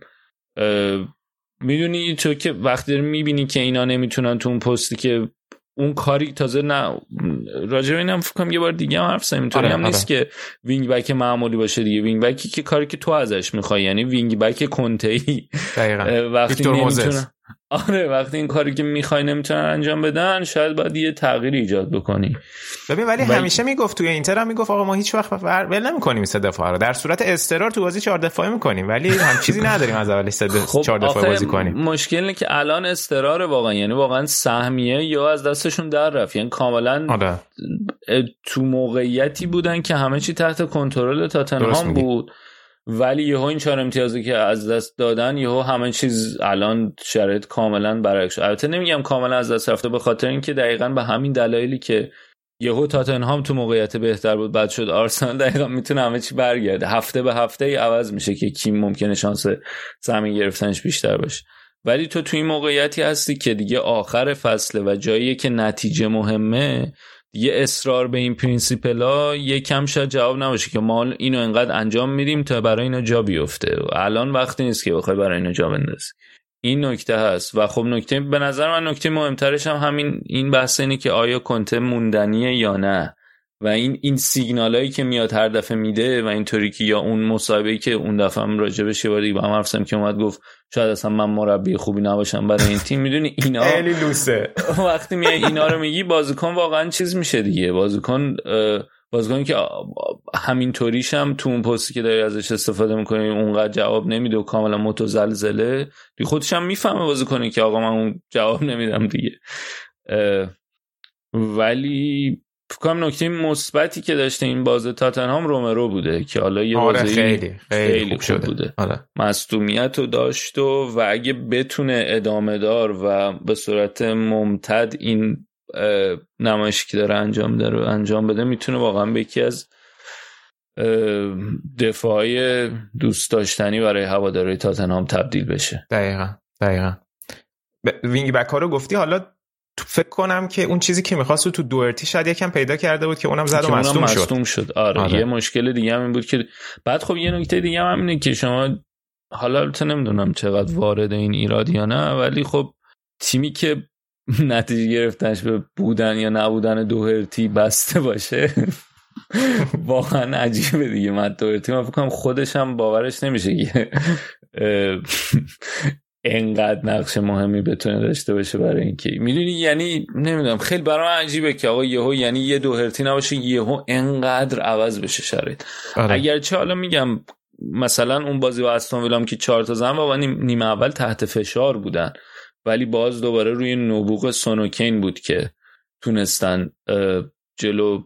میدونی تو که وقتی میبینی که اینا نمیتونن تو اون پستی که اون کاری تازه نه راجع به اینم فکر کنم یه بار دیگه هم حرف زدیم اینطوری هم نیست که وینگ بک معمولی باشه دیگه، وینگ بکی که کاری که تو ازش میخوای یعنی وینگ بک کنته‌ای دقیقاً وقتی نمیتونه آره وقتی این کاری که میخوای نمیتونن انجام بدن شاید باید یه تغییری ایجاد بکنی. ببین ولی بل... همیشه میگفت توی اینتر هم میگفت آقا ما هیچ وقت ول نمیکنیم سه دفاعه رو، در صورت اضطرار تو بازی چهار دفاعه میکنیم ولی هم چیزی نداریم از اول سه خب چهار دفاعه بازی کنیم. مشکل اینه که الان اضطرار واقعا یعنی واقعا سهمیه یا از دستشون در رفت، یعنی کاملا آره. تو موقعیتی بودن که همه چی تحت کنترل تاتنهام بود ولی یهو این چهار امتیازی که از دست دادن یهو همه چیز الان شرایط کاملا برعکس. البته نمیگم کاملا از دست رفته به خاطر اینکه دقیقاً به همین دلایلی که یهو تاتنهام تو موقعیت بهتر بود بعد شد آرسنال دقیقاً میتونه همه چی برگرده، هفته به هفته ای عوض میشه که کی ممکنه شانس سهمی گرفتنش بیشتر باشه. ولی تو تو این موقعیتی هستی که دیگه آخر فصله و جاییه که نتیجه مهمه، دیگه اصرار به این پرینسیپلا یکم شاید جواب نباشه که ما اینو انقدر انجام میدیم تا برای اینا جا بیفته. الان وقتی نیست که بخوای برای اینا جا بندازی. این نکته هست. و خب نکته به نظر من نکته مهمترش هم همین این بحث اینه که آیا کنته موندنیه یا نه، و این این سیگنالایی که میاد هر دفعه میده و اینطوری که یا اون مصاحبه‌ای که اون دفعه هم راجبش یه بار دیگه با هم حرف زدیم که اومد گفت شاید اصلا من مربی خوبی نباشم برای این تیم، میدونی اینا خیلی لوسه. وقتی میای اینا رو میگی بازیکن واقعا چیز میشه دیگه. بازیکن بازیکنی که همینطوریش هم تو اون پستی که داری ازش استفاده میکنی اونقدر جواب نمیده و کاملا متزلزله، دیگه خودش هم میفهمه بازیکنی که آقا من اون جواب نمیدم دیگه. ولی فکر کنم نکته مثبتی که داشته این بازی تاتنهام رومرو بوده که حالا یه آره بازی خیلی خیلی, خیلی خوب شده بوده. آره. مصدومیت رو داشت و, و اگه بتونه ادامه دار و به صورت ممتد این نمایشی که داره انجام داره انجام بده، میتونه واقعا به یکی از دفاعی دوست داشتنی برای هواداری تاتنهام تبدیل بشه. دقیقاً دقیقاً. وینگ بک ها رو گفتی، حالا فکر کنم که اون چیزی که می‌خواست تو دورتی شاید یکم پیدا کرده بود که اونم زد و مصدوم شد. مصدوم شد. آره. آره یه مشکل دیگه هم این بود که بعد خب یه نکته دیگه هم اینه که شما حالا البته نمیدونم چقدر وارد این ایراد یا نه، ولی خب تیمی که نتیجه گرفتنش به بودن یا نبودن دوهرتی بسته باشه واقعا عجیبه دیگه. من دوهرتی من فکر کنم خودش هم باورش نمیشه که اینقدر نقش مهمی بتونه داشته باشه برای اینکه میدونی، یعنی نمیدونم خیلی برام عجیبه که آقا یهو یعنی یه دوهرتی نباشه یهو اینقدر عوض بشه شرایط. اگرچه حالا میگم مثلا اون بازی با استون ویلا که چهار تا زن واقعا نیمه اول تحت فشار بودن، ولی باز دوباره روی نبوغ سونوکین بود که تونستن جلو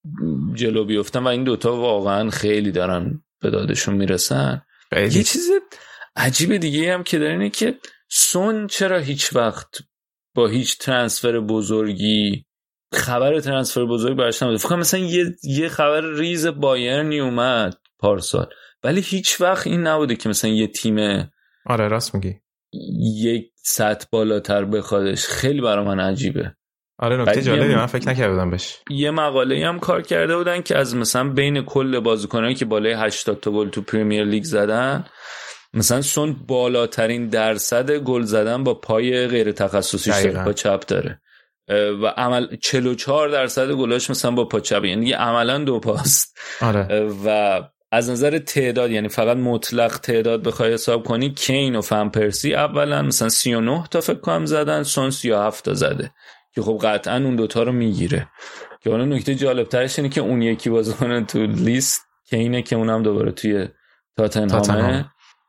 جلو بیفتن و این دوتا واقعا خیلی دارن به دادشون میرسن. یه چیز عجیب دیگه هم که داره اینه که سون چرا هیچ وقت با هیچ ترانسفر بزرگی خبر ترانسفر بزرگی برش نمیده. فکر کنم مثلا یه یه خبر ریز بایرنی اومد پارسال، ولی هیچ وقت این نبوده که مثلا یه تیم آره راست میگی یک سطح بالاتر بخوادش. خیلی برای من عجیبه. آره نکته جالبی، من فکر نکرده بودم بهش. یه مقاله هم کار کرده بودن که از مثلا بین کل بازیکنایی که بالای هشتاد تا گل تو پرمیر لیگ زدن، مثلا سون بالاترین درصد گل زدن با پای غیر تخصصی با چپ داره و عمل چهل و چهار درصد گلاش مثلا با پا چپ، یعنی عملا دو پاست. آره. و از نظر تعداد، یعنی فقط مطلق تعداد بخوای حساب کنی، کین و فن پرسی اولا مثلا سی و نه تا فکر کنم زدن، سون سی و هفت تا زده که خب قطعا اون دوتا رو میگیره. که اون نکته جالب ترش اینه که اون یکی بازیکن تو لیست کینه که اونم دوباره توی تاتنهامه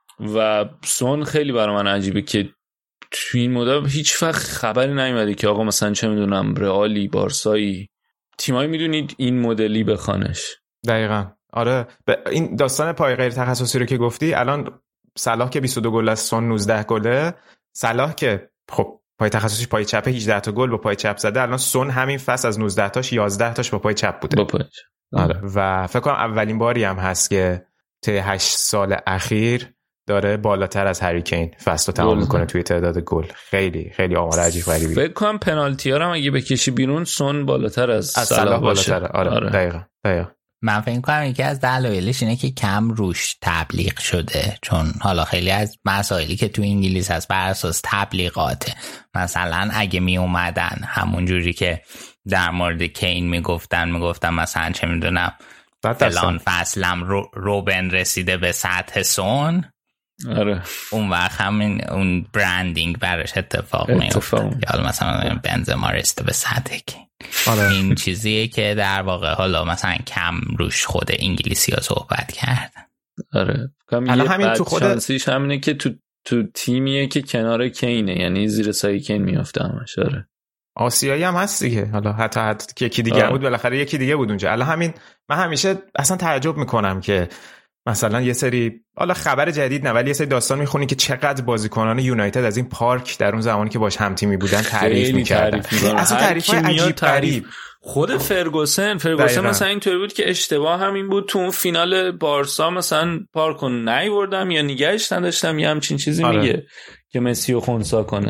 و سون خیلی برای من عجیبه که توی این مدت هیچ وقت خبری نیومده که آقا مثلا چه میدونم رئالی، بارسایی، تیمایی میدونید این مدلی بخوانش. دقیقاً. آره این داستان پای غیر تخصصی رو که گفتی، الان صلاح که بیست و دو گل از سون نوزده گله، صلاح که خب پای تخصصی پای چپ هجده تا گل با پای چپ زده، الان سون همین فصل از نوزده تاش یازده تاش با پای چپ بوده. با پای چپ. آره و فکر کنم اولین باری هم هست که طی هشت سال اخیر داره بالاتر از هری کین فصل رو تمام میکنه توی تعداد گل. خیلی خیلی آمار عجیب غریبی. فکر کنم پنالتی ها رو اگه بکشی بیرون سون بالاتر از, از صلاح باشه. آره, آره. دقیقاً دقیقاً. من فکر کنم یکی از دلایلش اینه که کم روش تبلیغ شده، چون حالا خیلی از مسائلی که تو انگلیس هست بر اساس تبلیغاته. مثلا اگه می اومدن همون جوری که در مورد کین میگفتن میگفتن مثلا چه میدونم فلان فصلم رو روبن رسیده به سطح سون، آره اون وقت همین اون برندینگ براش اتفاق میفته که حالا مثلا بنزما رسیده به سطح کین. آره. این چیزیه که در واقع حالا مثلا کم روش خود انگلیسی ها صحبت کردن. آره الان همین تو خود شانسیش همینه که تو تو تیمیه که کنار کینه، یعنی زیر سایه کین میافته همش. آره آسیایی هم هست دیگه، حالا حتی حتی که یکی دیگه بود بالاخره یکی دیگه بود اونجا. الان همین من همیشه اصلا تعجب میکنم که مثلا یه سری حالا خبر جدید نه ولی یه سری داستان میخونی که چقدر بازیکنان یونایتد از این پارک در اون زمانی که باش هم تیمی بودن تعریف میکردن. اصلا تعریفای عجیب غریب. خود فرگوسن فرگوسن مثلا اینطوری بود که اشتباه همین بود تو اون فینال بارسا مثلا پارکو نیوردم یا نگهش نداشتم یا همچین چیزی. آره. میگه که مسی رو خونسا کنه.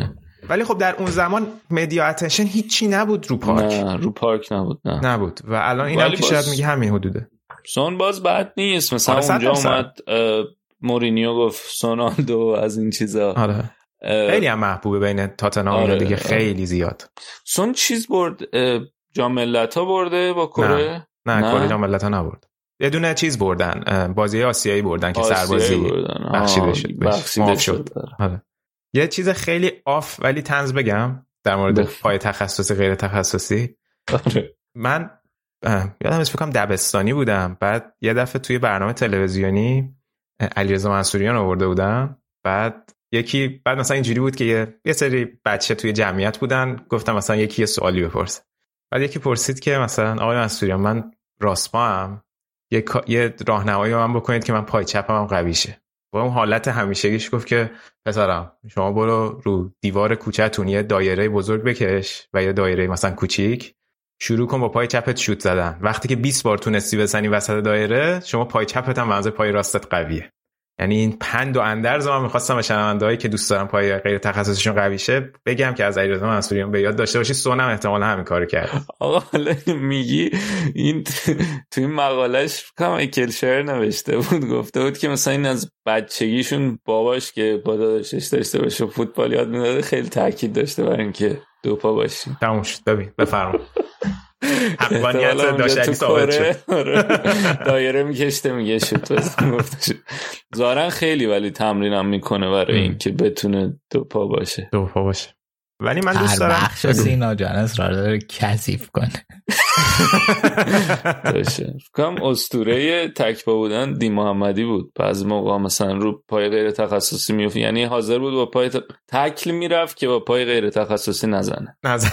ولی خب در اون زمان مدیا اتنشن هیچی نبود رو پارک. نه رو پارک نبود، نه نبود و الان اینم که شاید میگه همین حدوده. سون باز بد نیست، مثلا آره اونجا اومد مورینیو گفت سونالدو از این چیزا. آره خیلی هم محبوبه بین تاتنهام آره. دیگه خیلی زیاد. سون چیز برد جام ملت‌ها برده با کره؟ نه نه کره جام ملت‌ها نبرد. یه دونه چیز بردن، بازی آسیایی بردن که سربازی بخشیده شد. بخشیده شد. آره. یه چیز خیلی آف ولی طنز بگم در مورد بخ... پای تخصصی غیر تخصصی. آره. من یادم میاد فکر کنم دبستانی بودم، بعد یه دفعه توی برنامه تلویزیونی علیرضا منصوریان آورده بودم، بعد یکی بعد مثلا اینجوری بود که یه, یه سری بچه توی جمعیت بودن، گفتم مثلا یکی یه سوالی بپرسه، بعد یکی پرسید که مثلا آقای منصوریان من راست‌پام یه یه راهنمایی به من بکنید که من پای چپم هم قوی شه. با اون حالت همیشگیش گفت که پسرم شما برو رو دیوار کوچه‌تون یه دایره بزرگ بکش و یه دایره مثلا کوچیک، شروع کن با پای چپت شوت زدن. وقتی که بیست بار تونستی بزنی وسط دایره، شما پای چپت هم منظر پای راستت قویه. یعنی این پند و اندرز من می‌خواستم به شنونده‌هایی که دوست دارن پای غیر تخصصیشون قوی شه بگم که از علیرضا منصوریان به یاد داشته باشی. سونم احتمالاً همین کارو کرد. آقا حالا میگی این تو این مقالهش کم اکلشر نوشته بود، گفته بود که مثلا این از بچگیشون باباش که با داداشش داشته باشه فوتبال یاد میداده، خیلی تاکید داشته بر اینکه دو پا باشی. تموم شد. ببین بفرما. حقانیت داشت ثابت شد. دایره میکشته میگه شوت بزن. گفته شد زارن خیلی ولی تمرینم میکنه برای این که بتونه دو پا باشه. دو پا باشه. ولی من دوست دارم هر بخش سینا جان اصرار داره کثیف کنه. باشه. کم اسطوره تک پا بودن دی محمدی بود. بعضی موقع مثلا رو پای غیر تخصصی میوفت، یعنی حاضر بود با پای تکل میرفت که با پای غیر تخصصی نزنه. نزنه.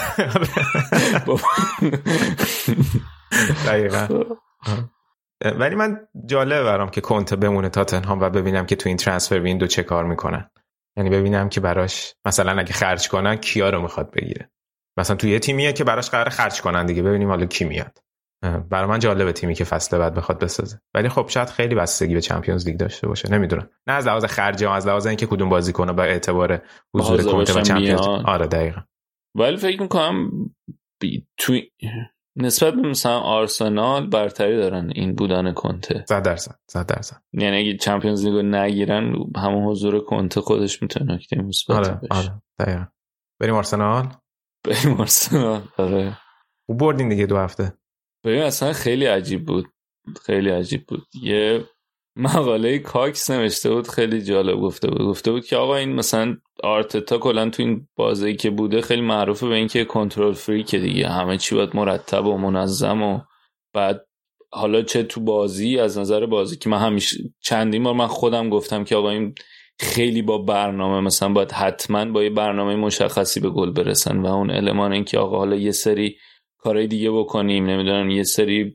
دقیقاً. ولی من جالبه برام که کنته بمونه تاتنهام و ببینم که تو این ترانسفر ویندو چه کار میکنن. یعنی ببینم که براش مثلا اگه خرج کنن کیا رو میخواد بگیره. مثلا تو یه تیمیه که براش قراره خرج کنن دیگه، ببینیم حالا کی میاد. برای من جالبه تیمی که فصل بعد بخواد بسازه. ولی خب شاید خیلی بستگی به چمپیونز لیگ داشته باشه، نمیدونم. نه از لحاظ خرجی، از لحاظ اینکه کدوم بازیکن به اعتبار حضور کنته و چمپیونز. آره دقیقاً. ولی فکر می‌کنم تو نسبت به مثلا آرسنال برتری دارن این بودن کنته. صد درصد صد درصد. یعنی اگه چمپیونز لیگو نگیرن همون حضور کنته خودش میتونه نکته مثبت آره، باشه. آره دقیقاً. بریم آرسنال. بریم آرسنال. آره. و بردین دیگه دو هفته. ببین اصلا خیلی عجیب بود. خیلی عجیب بود. یه مقاله کاکس نوشته بود خیلی جالب گفته بود. گفته بود که آقا این مثلا آرتتا کلا تو این بازی که بوده خیلی معروفه به این که کنترل فریک دیگه، همه چی باید مرتب و منظم و بعد حالا چه تو بازی از نظر بازی که من همیشه چندین بار من خودم گفتم که آقا این خیلی با برنامه مثلا باید حتما با یه برنامه مشخصی به گل برسن و اون المان این که آقا حالا یه سری کارهای دیگه بکنیم، نمیدونم یه سری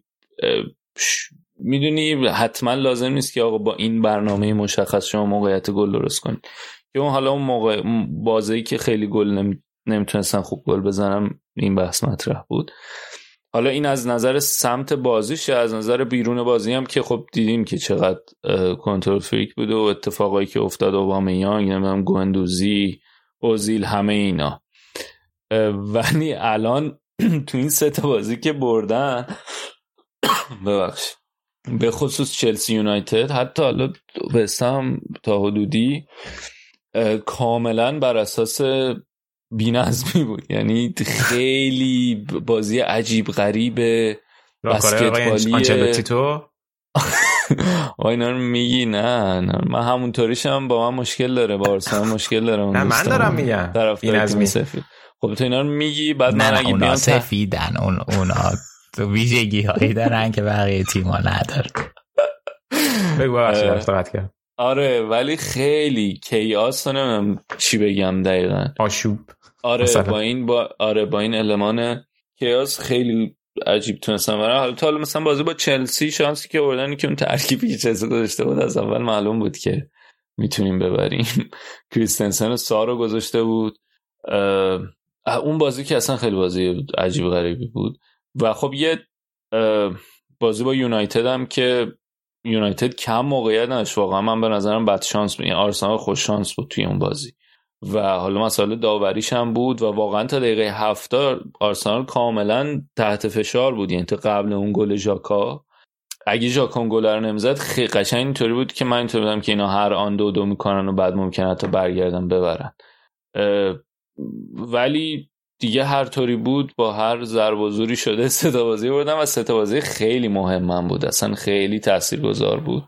میدونی حتما لازم نیست که آقا با این برنامه مشخص شما موقعیت گل درست کنید. که اون حالا اون موقع بازی که خیلی گل نمی... نمیتونستن خوب گل بزنم این بحث مطرح بود. حالا این از نظر سمت بازیشه، از نظر بیرون بازی هم که خب دیدیم که چقدر کنترل فریک بود و اتفاقایی که افتاد، اوبامیانگ، نمیدونم گوندوزی، اوزیل، همه اینا. ولی الان تو این سه تا بازی که بردن ببخش به خصوص چلسی یونایتد، حتی حالا وستهم تا حدودی کاملا بر اساس بی‌نظمی بود. یعنی خیلی بازی عجیب غریب بسکتبالی. آنچلوتی تو آ اینا رو میگی؟ نه نه من همونطوریشم با من مشکل داره، با آرسنال مشکل داره. نه من دارم میگم بی‌نظمی سفید. خب تو اینا رو میگی بعد من اگه بیام سفیدن اون اونا تو ویژگی هایی دارن که بقیه تیم‌ها ندارن. بگو بخشی فقط کرد. آره ولی خیلی کیاس، نمیدونم چی بگم دقیقاً، آشوب. آره مثلا. با این با آره با این المان کیاس خیلی عجیب تونستن برای حالا حالا مثلا بازی با چلسی شانسی که بردن که اون ترکیبی که چلسی گذاشته بود از اول معلوم بود که میتونیم ببریم. کریستنسن سارو گذاشته بود. اون بازی که اصلا خیلی بازی عجیب غریبی بود. و خب یه بازی با یونایتد هم که یونایتد کم موقعیت نداشت، واقعا من به نظرم بد شانس بود. آرسنال خوش شانس بود توی اون بازی و حالا مسئله داوریش هم بود و واقعا تا دقیقه هفتاد آرسنال کاملا تحت فشار بود. یعنی تا قبل اون گل ژاکا، اگه ژاکا اون گل رو نمیزد خیلی قشنگ اینطوری بود که من اینطوری بودم که اینا هر آن دو دو میکنن و بعد ممکنه حتی برگردن ببرن. ولی دیگه هر طوری بود با هر ضرب و زوری شده سه تا بازی بردن و سه تا بازی خیلی مهم بود، اصلا خیلی تاثیرگذار بود.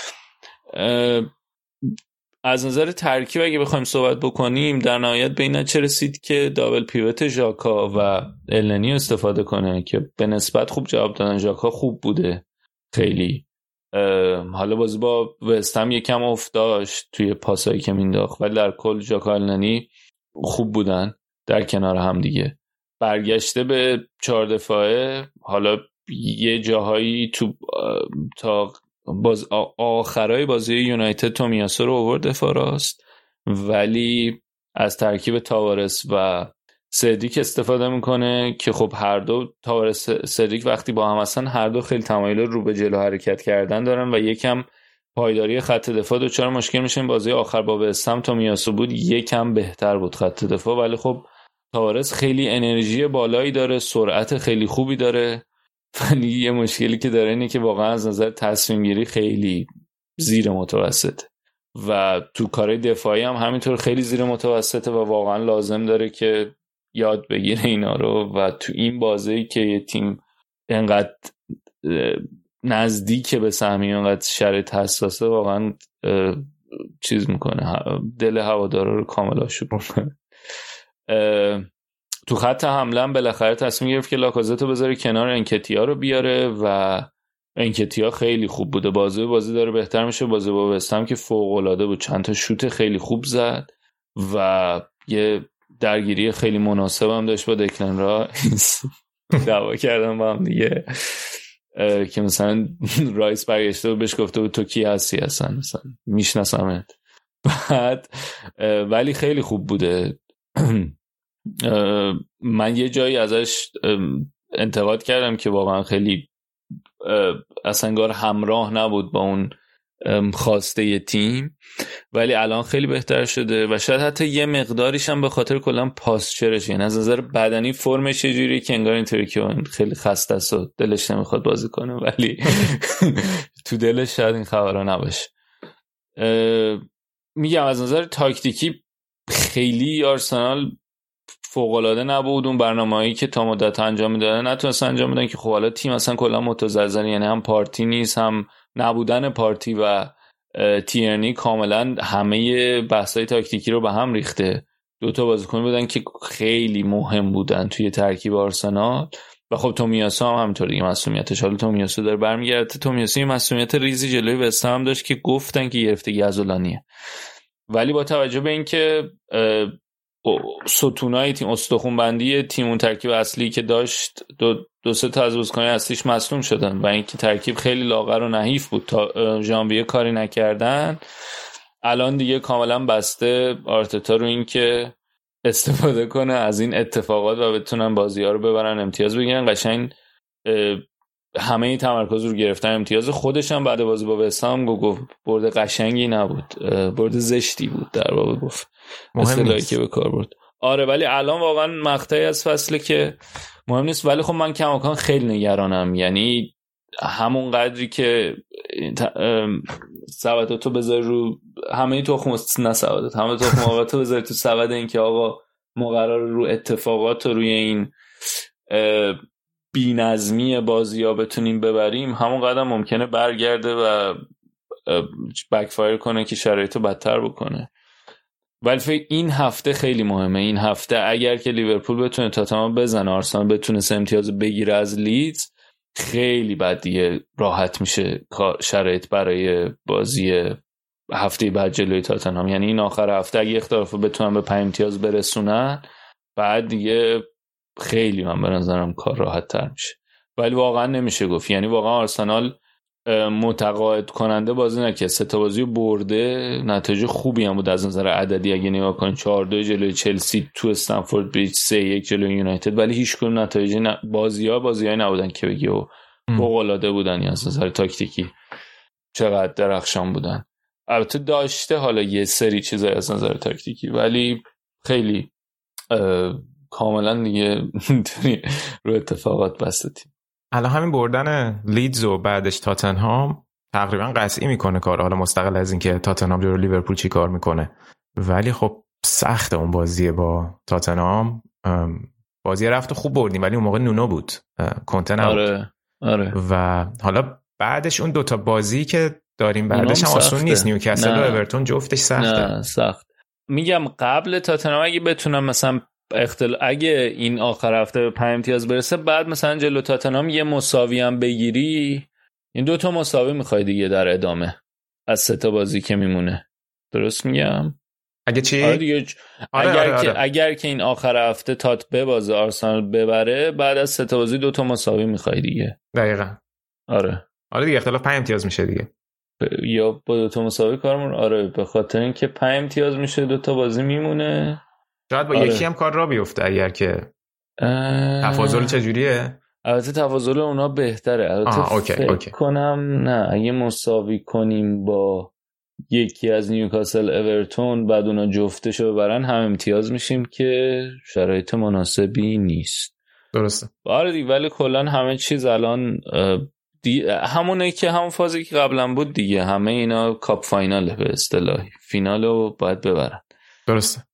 از نظر ترکیب اگه بخوایم صحبت بکنیم، در نهایت به این چه رسید که دابل پیوت ژاکا و النی استفاده کنه که به نسبت خوب جواب دادن. ژاکا خوب بوده خیلی، حالا بازی با وستهم یکم افت داشت توی پاسایی که مینداخت، ولی در کل ژاکا النی خوب بودن در کنار هم دیگه. برگشته به چهار دفاعه، حالا یه جاهایی تو تا باز آخرای بازی یونایتد تومیاسو رو آورد دفاع راست، ولی از ترکیب تاوارس و سدریک استفاده میکنه که خب هر دو تاوارس سدریک وقتی با هم هستن هر دو خیلی تمایل رو به جلو حرکت کردن دارن و یکم پایداری خط دفاع دوچار مشکل میشه. این بازی آخر با وستهم تومیاسو بود یکم بهتر بود خط دفاع، ولی خب تاوارس خیلی انرژی بالایی داره، سرعت خیلی خوبی داره، ولی یه مشکلی که داره اینه که واقعا از نظر تصمیم گیری خیلی زیر متوسط و تو کار دفاعی هم همینطور خیلی زیر متوسطه و واقعا لازم داره که یاد بگیره اینا رو. و تو این بازی که یه تیم انقدر نزدیک به سهمیه انقدر شرایط حساسه، واقعا چیز میکنه، دل هوادارا رو کاملا آشوب میکنه. تو خط حمله هم بالاخره تصمیم گرفت که لاکازتو بذاره کنار، انکتیا رو بیاره و انکتیا خیلی خوب بوده. بازی بازی داره بهتر میشه. بازی با وستهم که فوق العاده بود، چند تا شوت خیلی خوب زد و یه درگیری خیلی مناسب هم داشت با دکلن رایس. دعوا کردن با هم دیگه که مثلا رایس برگشته و بهش گفته بود تو کی هستی اصلا، مثلا میشناسمت. بعد ولی خیلی خوب بوده. من یه جایی ازش انتقاد کردم که واقعا خیلی اصلا انگار همراه نبود با اون خواسته ی تیم، ولی الان خیلی بهتر شده و شاید حتی یه مقداریش هم به خاطر کلا پاسچرش، یعنی از نظر بدنی فرمش یه جوریه که انگار اینطوری که خیلی خسته است و دلش نمیخواد بازی کنه، ولی تو دلش شاید این خبرها نباشه. میگم از نظر تاکتیکی خیلی آرسنال فوق‌العاده نبود. اون برنامه‌ای که تا مدت انجام میدادن نتونستن انجام بدن که خب حالا تیم اصلا کلا متزلزل، یعنی هم پارتی نیست، هم نبودن پارتی و تیرنی کاملا همه بحث‌های تاکتیکی رو به هم ریخته. دو تا بازیکن بودن که خیلی مهم بودن توی ترکیب آرسنال و خب تومیاسو هم همینطور دیگه مسئولیتش، حالا تومیاسو داره برمیگرده. تومیاسو یه مسئولیت ریزی جلوی وستهم داشت که گفتن که گرفتگی عضلانیه، ولی با توجه به اینکه ستونای تیم، استخوان بندی تیم، اون ترکیب اصلی که داشت دو, دو سه تا از بازیکن‌های اصلیش مصدوم شدن و اینکه ترکیب خیلی لاغر و نحیف بود تا ژانویه کاری نکردن، الان دیگه کاملا بسته آرتتا رو این که استفاده کنه از این اتفاقات و بتونن بازی‌ها رو ببرن، امتیاز بگیرن. قشنگ همه این تمرکز رو گرفتن امتیاز. خودش هم بعد بازی با وستهم گفت برد قشنگی نبود، برد زشتی بود در واقع، گفت اصطلاحی که به کار برد. آره ولی الان واقعا مقطعی از فصله که مهم نیست، ولی خب من کماکان خیلی نگرانم. یعنی همون قدری که سبداتو بذار رو همه تخم، نه سبدات، همه تخم آقاتو بذار تو سبد این که آقا ما قرار رو اتفاقات روی این بی نظمی بازی ها بتونیم ببریم، همون قدم ممکنه برگرده و بکفایر کنه که شرایطو بدتر بکنه. ولی فکر این هفته خیلی مهمه. این هفته اگر که لیورپول بتونه تاتنهام بزنه، آرسنال بتونه سه امتیاز بگیره از لیدز، خیلی بعد دیگه راحت میشه شرایط برای بازی هفته بعد جلوی تاتنهام. یعنی این آخر هفته اگه اختلافو بتونن به پنج امتیاز برسونن، بعد دیگه خیلی من به نظرم کار راحت تر میشه. ولی واقعا نمیشه گفت، یعنی واقعا آرسنال متقاعد کننده بازی نکرد، سه تا بازی برده، نتایج خوبی هم بود از نظر عددی اگه نگاه کنید، چهار دو جلوی چلسی تو استنفورد بریج، سه یک جلوی یونایتد، ولی هیچ کدوم نتایج ن... بازی‌ها بازی‌های نبودن که بگی و فوق‌العاده بودن از نظر تاکتیکی چقدر درخشان بودن. البته داشته حالا یه سری چیزای از نظر تاکتیکی، ولی خیلی کاملا دیگه رو اتفاقات بسته تیم. الان همین بردن لیدز و بعدش تاتنهام تقریبا قطعی میکنه کار، حالا مستقل از اینکه تاتنهام جلوی لیورپول چی کار میکنه. ولی خب سخته اون بازیه با تاتنهام. بازی رفت خوب بردیم ولی اون موقع نونو بود، کنته نبود. آره آره. و حالا بعدش اون دوتا بازی که داریم بعدش هم آسون نیست. نیوکاسل و اورتون جفتش سخته. نه سخت. میگم قبل تاتنهام اگه بتونم مثلا اختل... اگه این آخر هفته به پنج امتیاز برسه، بعد مثلا جلو تاتنهام یه مساوی هم بگیری، این دوتا مساوی میخوای دیگه در ادامه از سه تا بازی که میمونه. درست میگم؟ اگه چی؟ آره دیگه. آره اگر آره آره. که اگر که این آخر هفته تات ببازه آرسنال ببره، بعد از سه تا بازی دو تا مساوی میخوای دیگه. دقیقاً. آره. آره دیگه اختلاف پنج امتیاز میشه دیگه. ب... یا با دو تا مساوی کارمون. آره به خاطر اینکه پنج امتیاز میشه، دو تا بازی میمونه. شاید با آره. یکی هم کار را بیفته اگر که اه... تفاضل چجوریه؟ البته تفاضل اونا بهتره. البته اوکی، فکر اوکی. کنم نه اگه مساوی کنیم با یکی از نیوکاسل اورتون بعد اونا جفتشو ببرن هم امتیاز میشیم که شرایط مناسبی نیست. درسته. آره دیگه. ولی کلا همه چیز الان دی... همونه که همون فازی که قبلا بود دیگه، همه اینا کاپ فایناله به اصطلاح، فینالو باید ببرن. درسته.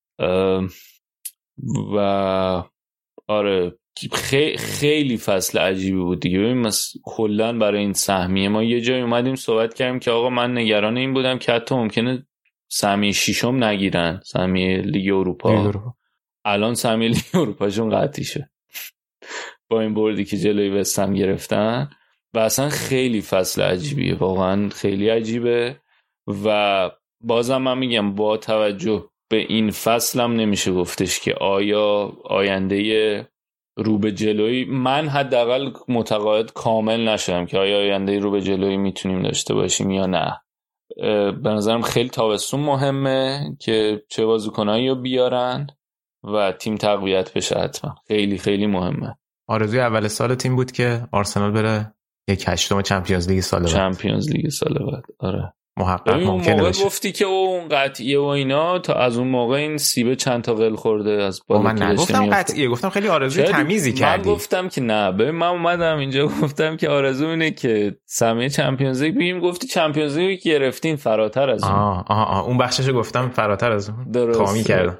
و آره خیلی خیلی فصل عجیبی بود دیگه. ببین مثلا کلا برای این سهمیه ما یه جای اومدیم صحبت کردیم که آقا من نگران این بودم که حتی ممکنه سهمیه ششم نگیرن، سهمیه لیگ اروپا. الان سهمیه لیگ اروپاشون قطعی شه با این بردی که جلوی وستهم گرفتن. و اصلا خیلی فصل عجیبیه، واقعا خیلی عجیبه. و بازم من میگم با توجه به این فصلم نمیشه گفتش که آیا آینده رو به جلوی، من حداقل متقاعد کامل نشدم که آیا آینده رو به جلوی میتونیم داشته باشیم یا نه. به نظرم خیلی تابستون مهمه که چه بازیکنایی رو بیارن و تیم تقویت بشه. حتما خیلی خیلی مهمه. آرزوی اول سال تیم بود که آرسنال بره یک هشتم چمپیونز لیگ سال بعد. چمپیونز لیگ سال بعد. آره محقق ممکنه موقع بشه. گفتی که اون قطعیه و اینا، تا از اون موقع این سیبه چند تا قل خورده از بالا. من نگفتم قطعیه، گفتم خیلی آرزوی تمیزی کردی. من گفتم که نه. ببین من اومدم اینجا گفتم که آرزو اینه که سهمیه چمپیونز لیگ بگیم، گفتی چمپیونز لیگ گرفتین فراتر از اون. آه آه آه اون بخششو گفتم فراتر از اون. کامی کردم.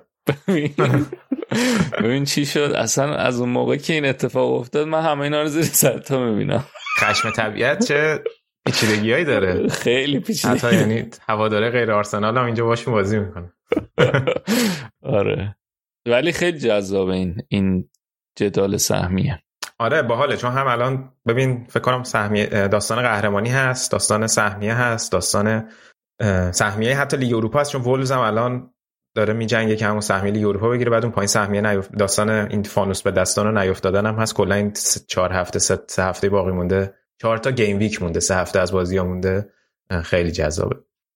ببین چی شد اصلا از اون موقع که این اتفاق افتاد، من همه اینا رو زیر سرتا میبینم. خشم طبیعت چه پیچیدگیایی داره. خیلی پیچیده. حتی یعنی هواداره غیر آرسنال هم اینجا باشون بازی میکنه. آره ولی خیلی جذابه این این جدال سهمیه. آره باحاله، چون هم الان ببین فکر کنم سهمیه داستان قهرمانی هست، داستان سهمیه هست، داستان سهمیه حتی لیگ اروپا هست، چون وولز هم الان داره میجنگه که همون سهمیه لیگ اروپا بگیره، بعد اون پایین سهمیه نیفت. داستان این فانوس به دستان رو نیافتادن هم هست. کلا این چهار هفته سه هفته باقی مونده، چهار تا گیم ویک مونده، سه هفته از بازی‌ها مونده. خیلی جذابه.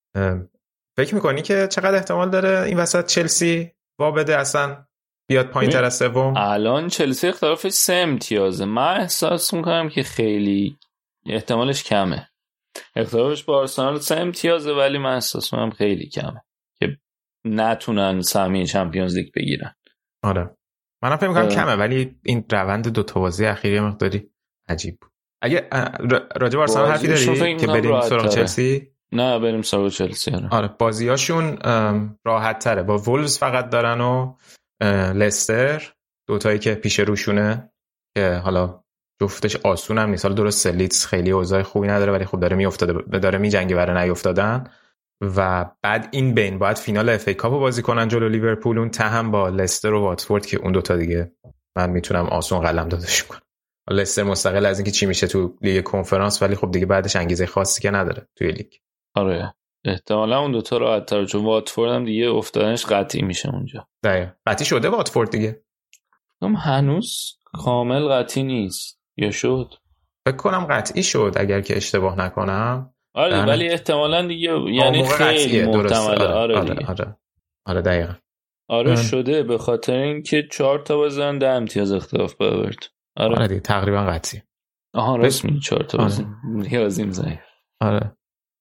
فکر می‌کنی که چقدر احتمال داره این وسط چلسی وا بده اصلا بیاد پایین‌تر از سوم؟ الان چلسی اختلافش سه امتیازه. من احساس می‌کنم که خیلی احتمالش کمه. اختلافش با آرسنال سه امتیازه، ولی من احساس می‌کنم خیلی کمه که نتونن سهمیه چمپیونز لیگ بگیرن. آره منم فکر می‌کنم کمه، ولی این روند دو تا بازی اخیری مقداری عجیب بود. اگه راجع به آرسنال حرفی داری که بریم سراغ چلسی؟ نه بریم سراغ چلسی. آره, آره بازیاشون راحت تره. با وولز فقط دارن و لستر، دوتایی که پیش روشونه که حالا جفتش آسون هم نیست. حالا درست لیدز خیلی اوضاع خوبی نداره ولی خب داره میافتاده، داره میجنگه برای نیافتادن. و بعد این بین باید فینال اف ای کاپو بازی کنن جلو لیورپول، اون ته هم با لستر و واتفورد که اون دوتا دیگه من میتونم آسون قلم دادش کنم. لستر مستقل از اینکه چی میشه تو لیگ کنفرانس، ولی خب دیگه بعدش انگیزه خاصی که نداره توی لیگ. آره احتمالا اون دوتا راحت تر، چون واتفورد هم دیگه افتادنش قطعی میشه اونجا. دقیقاً قطعی شده واتفورد دیگه. هم هنوز کامل قطعی نیست یا شد؟ فکر کنم قطعی شد اگر که اشتباه نکنم. آره دهنه. ولی احتمالاً دیگه یعنی خیلی محتمله. آره آره آره, آره. آره دقیقاً. آره ام. شده به خاطر اینکه چهار تا بازن ده امتیاز اختلاف بابرد. آره, آره دیگه تقریبا قطعی. آها راست میگی چهار تا بازی. ریاضیم ضعیف. آره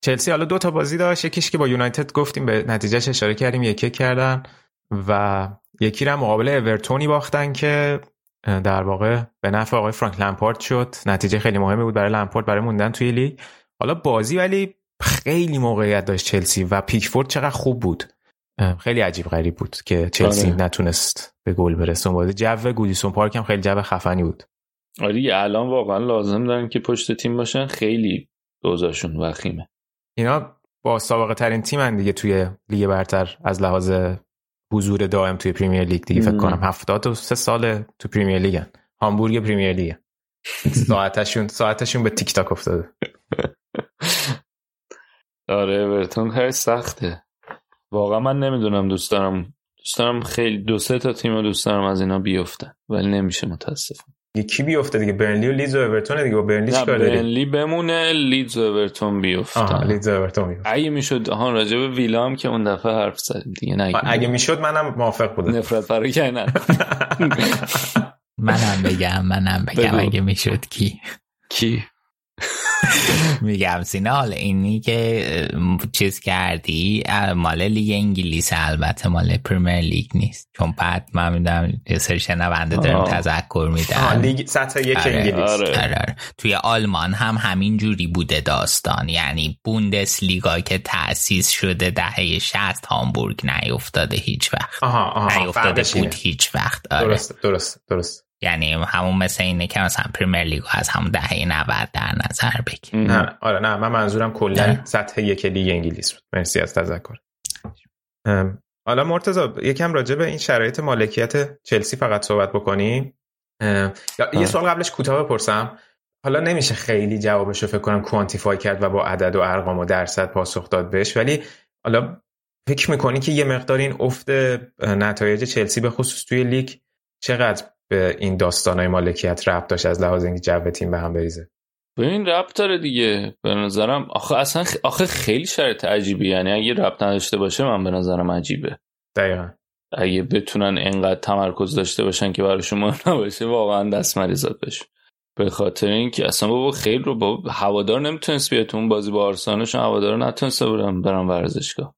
چلسی حالا دو تا بازی داشت، یکیش که با یونایتد گفتیم به نتیجهش اشاره کردیم یک یک کردن و یکی را مقابل اورتونی باختن که در واقع به نفع آقای فرانک لمپارد شد. نتیجه خیلی مهمی بود برای لمپارد برای موندن توی لیگ. حالا بازی ولی خیلی موقعیت داشت چلسی و پیکفورد چقدر خوب بود. خیلی عجیب غریب بود که چلسی آره. نتونست به گل برسه. بازی جو گودیسون پارک هم خیلی جو خفنی بود. آره الان واقعا لازم دارن که پشت تیم باشن، خیلی دوزاشون وخیمه. اینا با سابقه ترین تیمن دیگه توی لیگ برتر از لحاظ حضور دائم توی پریمیر لیگ دیگه. فکر کنم هفتاد و سه ساله تو پریمیر لیگن. هامبورگ پریمیر لیگ. ساعتشون ساعتشون به تیک تاک افتاده. آره اورتون خیلی سخته واقعا. من نمیدونم، دوست دارم دوست دارم خیلی دو سه تا تیم دوست دارم از اینا بیافتن ولی نمیشه متاسفم. یکی بیفته دیگه، برنلی و لیدز و اورتون دیگه. با برنلی چیکار داری؟ برنلی بمونه، لیدز و اورتون بیافتن. آها لیدز و اورتون بیافتن. اگه میشد ها راجع به ویلا هم که اون دفعه حرف زدیم دیگه. نه اگه میشد منم موافق بودم. نفرت پراکنه نه. منم بگم منم بگم بگو. اگه میشد کی کی میگم سینا، حالا اینی که چیز کردی مال لیگ انگلیس، البته مال پریمیر لیگ نیست، چون بعد من میدونم یه سری شنونده دارم تذکر میدم لیگ سطح یک آره. انگلیس آره. آره. توی آلمان هم همین جوری بوده داستان، یعنی بوندس لیگا که تأسیس شده دهه شصت هامبورگ نیفتاده هیچ وقت. آها آها نیفتاده بود هیچ وقت. آره. درست درست درست. یعنی همون مثل اینه که مثلا پریمیر لیگ از همون دهه نود در نظر بگیر. نه آره نه من منظورم کلا سطح یک لیگ انگلیس بود. مرسی از تذکر. حالا مرتضی یکم راجع به این شرایط مالکیت چلسی فقط صحبت بکنیم. یه سوال قبلش کوتاه بپرسم، حالا نمیشه خیلی جوابشو فکر کنم کوانتیفای کرد و با عدد و ارقام و درصد پاسخ داد بهش، ولی حالا فکر میکنی که یه مقدار این افت نتایج چلسی به خصوص توی لیگ چقدر به این داستانای مالکیت ربط داشت از لحاظ اینکه جو تیم به هم بریزه؟ به این ربط داره دیگه به نظرم. آخه اصلا خ... آخه خیلی شرط عجیبی، یعنی اگه ربط نداشته باشه من به نظرم عجیبه. دقیقاً اگه بتونن اینقدر تمرکز داشته باشن که براشون مهم نباشه واقعا دست مریضات بشه. به خاطر اینکه اصلا بابا خیلی رو بابا هوادار نمیتونست بیاد اون بازی با آرسنالشون، هوادار نتونسته برن برن ورزشگاه.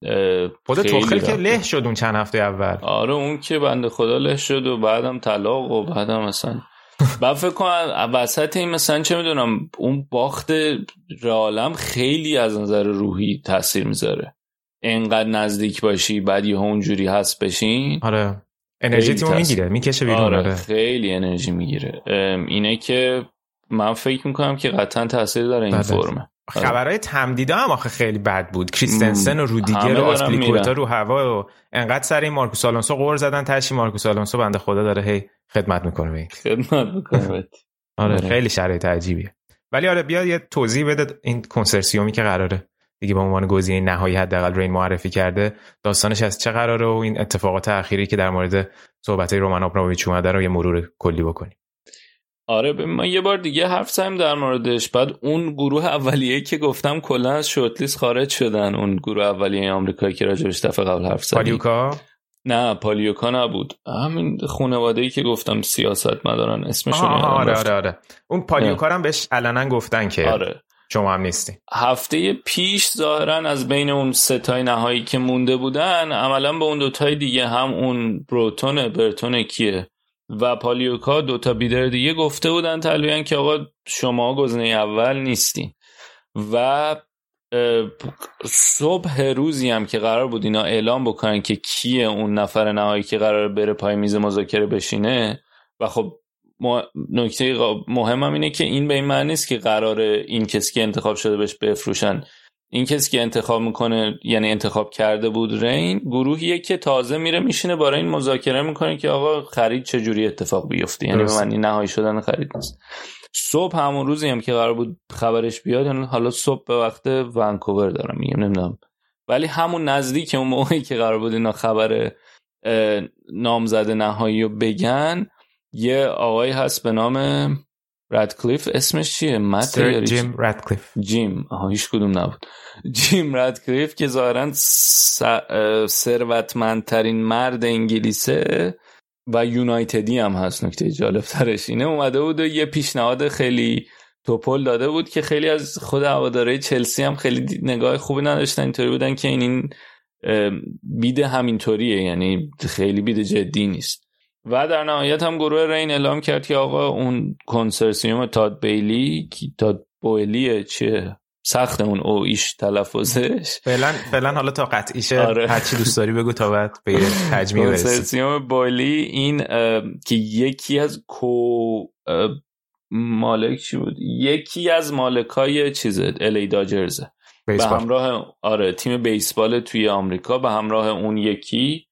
خود توخل که له شد اون چند هفته اول. آره اون که بنده خدا له شد و بعدم طلاق و بعدم مثلا بعد فکر کنم وسط این مثلا چه میدونم اون باخت رئالم خیلی از نظر روحی تاثیر میذاره. اینقدر نزدیک باشی بعد یه اونجوری هست بشین. آره انرژی تیمو میگیره میکشه بیرون. آره, آره خیلی انرژی میگیره. اینه که من فکر میکنم که قطعا تاثیر داره این فرمه. خبرهای تمدیدا هم آخه خیلی بد بود. کریستنسن و رودیگر و آسپلیکوتا رو هوا و انقدر سر این مارکوس آلونسو قور زدن تاشی مارکوس آلونسو بنده خدا داره هی خدمت میکنه به این خدمت میکنه. آره خیلی شرایط عجیبیه. ولی آره بیا یه توضیح بده این کنسرسیومی که قراره دیگه به عنوان گزینه نهایی حداقل رین معرفی کرده، داستانش از چه قراره و این اتفاقات اخیری که در مورد صحبت‌های رومان آبراموویچ اومده رو یه مرور کلی بکنیم. آره ما یه بار دیگه حرف زدیم در موردش. بعد اون گروه اولیه که گفتم کلا از شورت لیست خارج شدن، اون گروه اولیه آمریکایی که راجعش دفعه قبل حرف زدیم. پالیوکا؟ نه پالیوکا نبود، همین خانواده‌ای که گفتم سیاستمدارن اسمشون. آره آره آره اون پالیوکا هم بهش علنا گفتن که آره شما هم نیستی. هفته پیش ظاهرا از بین اون سه تای نهایی که مونده بودن عملا به اون دو تای دیگه هم اون بروتون برتون کیه و پالیوکا دو تا بیدر دیگه گفته بودن تلویحاً که آقا شما گزینه اول نیستین. و صبح روزی هم که قرار بود اینا اعلام بکنن که کیه اون نفر نهایی که قرار بره پای میز مذاکره بشینه، و خب نکته مهم هم اینه که این به این معنی نیست که قرار این کسی که انتخاب شده بهش بفروشن. این کسی که انتخاب میکنه یعنی انتخاب کرده بود رین، گروهیه که تازه میره میشینه برای این مذاکره میکنه که آقا خرید چجوری اتفاق بیفته، یعنی به معنی نهایی شدن خرید نیست. صبح همون روزی هم که قرار بود خبرش بیاد، یعنی حالا صبح به وقت ونکوور دارم میگم نمیدونم، ولی همون نزدیک اون موقعی که قرار بود اینا خبر نامزد نهایی رو بگن، یه آقای هست به نام رادکلیف، اسمش چیه؟ مت یا جیم رادکلیف. جیم آها هیچ کدوم نبود. جیم رادکلیف که ظاهرا ثروتمندترین مرد انگلیسه و یونایتدی هم هست. نکته جالب ترش اینه اومده بود و یه پیشنهاد خیلی توپول داده بود که خیلی از خود هوادارهای چلسی هم خیلی نگاه خوبی نداشتن، اینطوری بودن که این این بید همینطوریه، یعنی خیلی بید جدی نیست. و در نهایت هم گروه رین اعلام کرد که آقا اون کنسرسیوم تاد بیلی که تاد بویلیه چه سخت اون او ایش تلفظش فعلا فعلا حالا تا قطعیشه آره. هر چی دوست داری بگو تا بعد به تجمیع برسیم. کنسرسیوم بویلی این که یکی از کو مالک چی بود، یکی از مالکای چیزه ال ای داجرز به همراه آره تیم بیسبال توی آمریکا، به همراه اون یکی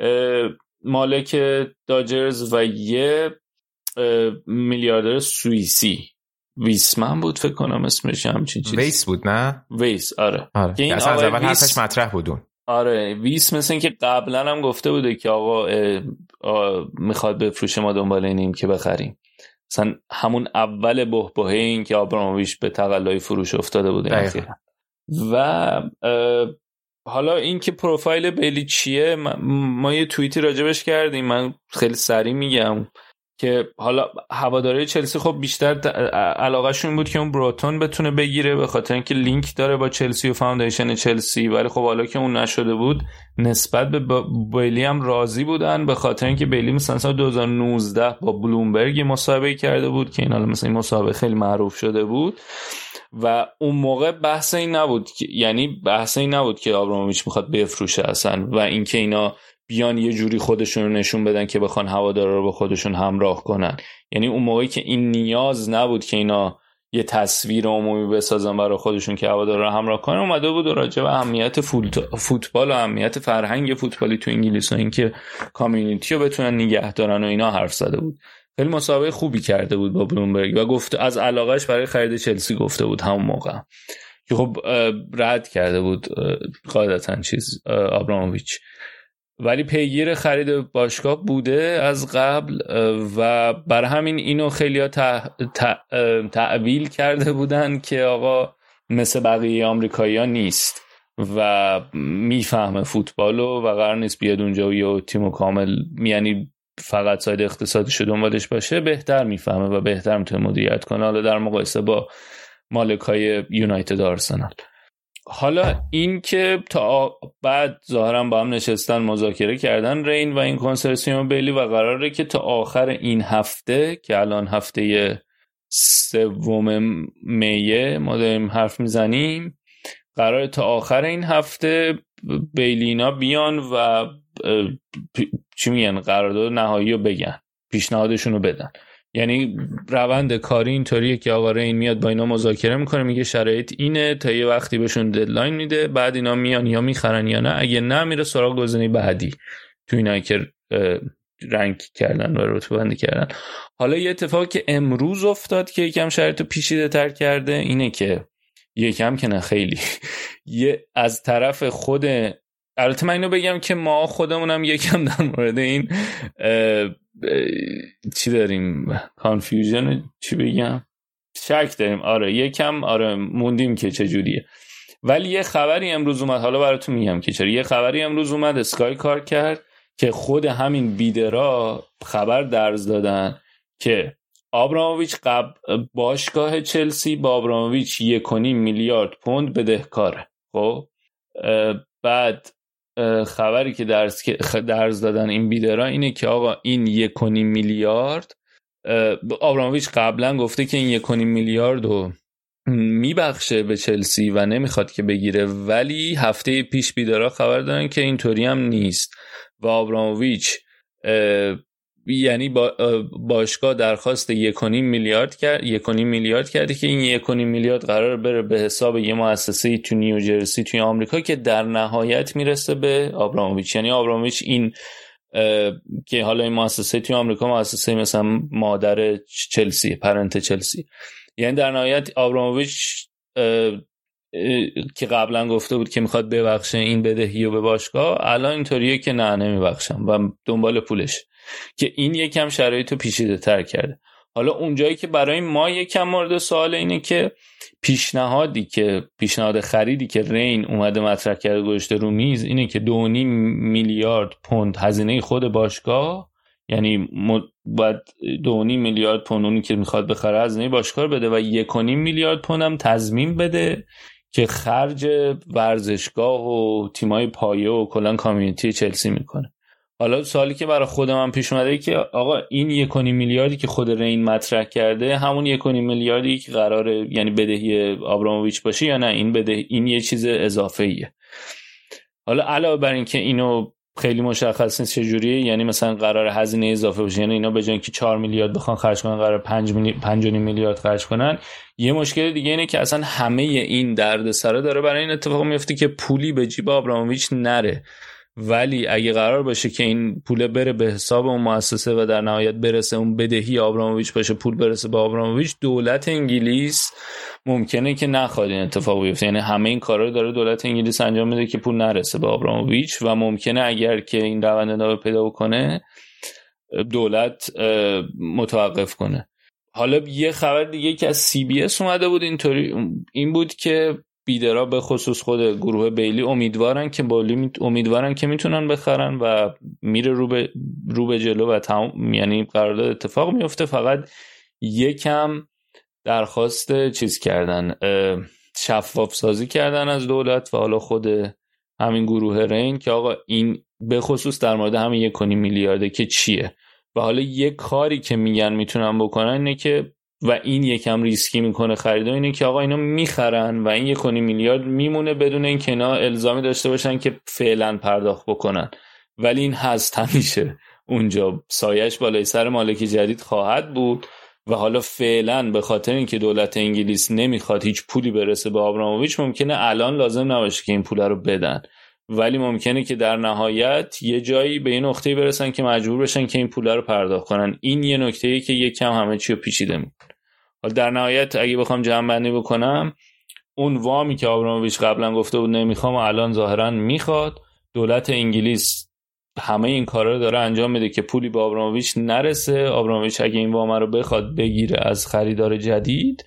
مالک داجرز و یه میلیاردر سوئیسی ویسمن بود فکر کنم اسمش همچین چیز ویس بود نه ویس آره, آره. که این اصلا از اول ویس... حرفش مطرح بودون آره ویس مثل این که قبلا هم گفته بوده که آقا اه... اه... میخواد بفروشه ما دنبال اینیم که بخریم، مثلا همون اول بحبوحه این که آبراموویچ به تقلای فروش افتاده بوده اخیراً. و حالا این که پروفایل بیلی چیه ما, ما یه توییتی راجبش کردیم، من خیلی سریع میگم که حالا هواداری چلسی خب بیشتر علاقهشون بود که اون بروتون بتونه بگیره به خاطر اینکه لینک داره با چلسی و فاوندیشن چلسی، ولی خب حالا که اون نشده بود نسبت به بیلی هم راضی بودن به خاطر اینکه بیلی مثلا سال دو هزار و نوزده با بلومبرگ مصاحبه کرده بود که این حالا مثلا این مصاحبه خیلی معروف شده بود و اون موقع بحث این نبود که یعنی بحث این نبود که آبراموویچ میخواد بفروشه اصلا و اینکه اینا بیان یه جوری خودشون رو نشون بدن که بخوان هوادارا رو با خودشون همراه کنن، یعنی اون موقعی که این نیاز نبود که اینا یه تصویر عمومی بسازن برای خودشون که هوادارا رو همراه کنن، اومده بود و راجع به اهمیت فوتبال و اهمیت فرهنگ فوتبالی تو انگلیس و اینکه کامیونیتی رو بتونن نگه دارن و اینا حرف زده بود. خیلی مسابقه خوبی کرده بود با بلومبرگ و گفت از علاقهش برای خرید چلسی گفته بود همون موقع که خب رد کرده بود قاعدتاً چیز آبراموویچ، ولی پیگیر خرید باشگاه بوده از قبل و بر همین اینو خیلی‌ها تعویل کرده بودن که آقا مثل بقیه آمریکایی‌ها نیست و میفهمه فوتبالو و قرار نیست بیاد اونجا و یه تیمو کامل یعنی فقط ساید اقتصادیش دنبالش باشه، بهتر میفهمه و بهتر میتونه مدیریت کنه حالا در مقایسه با مالکای یونایتد آرسنال. حالا این که تا بعد ظاهرا با هم نشستن مذاکره کردن رین و این کنسرسیوم بیلی و قراره که تا آخر این هفته که الان هفته سوم می ما داریم حرف میزنیم، قراره تا آخر این هفته بیلینا بیان و چی میگن قرارداد نهایی رو بگن، پیشنهادشون رو بدن. یعنی روند کاری اینطوریه که آقا رین میاد با اینا مذاکره میکنه، میگه شرایط اینه، تا یه وقتی بهشون ددلاین میده، بعد اینا میان یا میخرن یا نه، اگه نه میره سراغ گزینه بعدی تو اینایی که رنگ کردن و رتبه بندی کردن. حالا یه اتفاقی که امروز افتاد که یکم شرایطو پیچیده تر کرده اینه که یکم که نه خیلی یه از طرف خود، البته من اینو بگم که ما خودمونم یکم در مورد این اه اه چی داریم کانفیوژن چی بگم شک داریم، آره یکم آره موندیم که چجوریه. ولی یه خبری امروز اومد، حالا براتون میگم که چرا. یه خبری امروز اومد، اسکای کار کرد که خود همین بیدرا خبر درز دادن که آبراموویچ قبل باشگاه چلسی با آبراموویچ یک و نیم میلیارد پوند بدهکاره. خب بعد خبری که درز درز دادن این بیدرا اینه که آقا این یک و نیم میلیارد آبراموویچ قبلا گفته که این یک و نیم میلیارد رو میبخشه به چلسی و نمیخواد که بگیره، ولی هفته پیش بیدرا خبر دادن که اینطوری هم نیست و آبراموویچ یعنی با باشگاه درخواست یک و نیم میلیارد کرد یک و نیم میلیارد کرده که این یک و نیم میلیارد قرار بره به حساب یه مؤسسه تو نیوجرسی توی آمریکا که در نهایت میرسه به آبراموویچ. یعنی آبراموویچ این که حالا این مؤسسه توی آمریکا مؤسسه مثلا مادر چلسی، پرنت چلسی، یعنی در نهایت آبراموویچ که قبلا گفته بود که میخواد ببخشه این بدهی رو به باشگاه، الان اینطوریه که نه نمیبخشم و دنبال پولش، که این یکم شرایطو پیچیده تر کرده. حالا اونجایی که برای ما یکم مورد سوال اینه که پیشنهادی که پیشنهاد خریدی که رین اومده مطرح کرده گذاشته رو میز اینه که دو و نیم میلیارد پوند هزینه خود باشگاه یعنی باید دو و نیم میلیارد پوندی که میخواد بخره از نی باشگاه بده و یک و نیم میلیارد پوند هم تضمین بده که خرج ورزشگاه و تیمای پایه و کلا کامیونیتی چلسی میکنه. حالا سوالی که برای خودم هم پیش اومده که آقا این یک و نیم میلیاردی که خود رین مطرح کرده همون یک و نیم میلیاردی که قراره یعنی بدهی آبراموویچ باشه یا نه این بده این یه چیز اضافه ایه. حالا علاوه بر این که اینو خیلی مشخص نیست چجوریه، یعنی مثلا قرار هزینه اضافه باشه، یعنی اینا به جای اینکه چهار میلیارد بخوان خرج کنن قرار پنج میلی... پنج و نیم میلیارد خرج کنن. یه مشکل دیگه اینه که اصلا همه این دردسرا داره برای این اتفاق میفته که پولی به جیب آبراموویچ نره، ولی اگه قرار باشه که این پول بره به حساب اون مؤسسه و در نهایت برسه اون بدهی آبراموویچ باشه، پول برسه به آبراموویچ، دولت انگلیس ممکنه که نخواد این اتفاق بیفته. یعنی همه این کارا رو داره دولت انگلیس انجام میده که پول نرسه به آبراموویچ و ممکنه اگر که این روند ادامه پیدا کنه دولت متوقف کنه. حالا یه خبر دیگه که از سی بی اس اومده بود اینطوری این بود که بیدرا به خصوص خود گروه بیلی امیدوارن که بالی امیدوارن که میتونن بخرن و میره رو به رو به جلو و تمام، یعنی قرارداد اتفاق میفته. فقط یکم درخواست چیز کردن، شفاف سازی کردن از دولت و حالا خود همین گروه رین که آقا این به خصوص در مورد همین یک و نیم میلیارده که چیه و حالا یک کاری که میگن میتونن بکنن اینه که و این یکم ریسکی میکنه خریدار اینه که آقا اینا میخرن و این یک و نیم میلیارد میمونه بدون این که اینا الزامی داشته باشن که فعلا پرداخت بکنن، ولی این هست همیشه اونجا سایش بالای سر مالک جدید خواهد بود و حالا فعلا به خاطر اینکه دولت انگلیس نمیخواد هیچ پولی برسه به آبراموویچ ممکنه الان لازم نباشه که این پولا رو بدن، ولی ممکنه که در نهایت یه جایی به این نقطه‌ای برسن که مجبور بشن که این پولا رو پرداخت کنن. این یه نکته‌ایه که یکم همه چی رو پیچیده میکنه. حالا در نهایت اگه بخوام جمع‌بندی بکنم اون وامی که آبراموویچ قبلا گفته بود نمیخوام و الان ظاهرا میخواد، دولت انگلیس همه این کارا رو داره انجام میده که پولی به آبراموویچ نرسه. آبراموویچ اگه این وام رو بخواد بگیره از خریدار جدید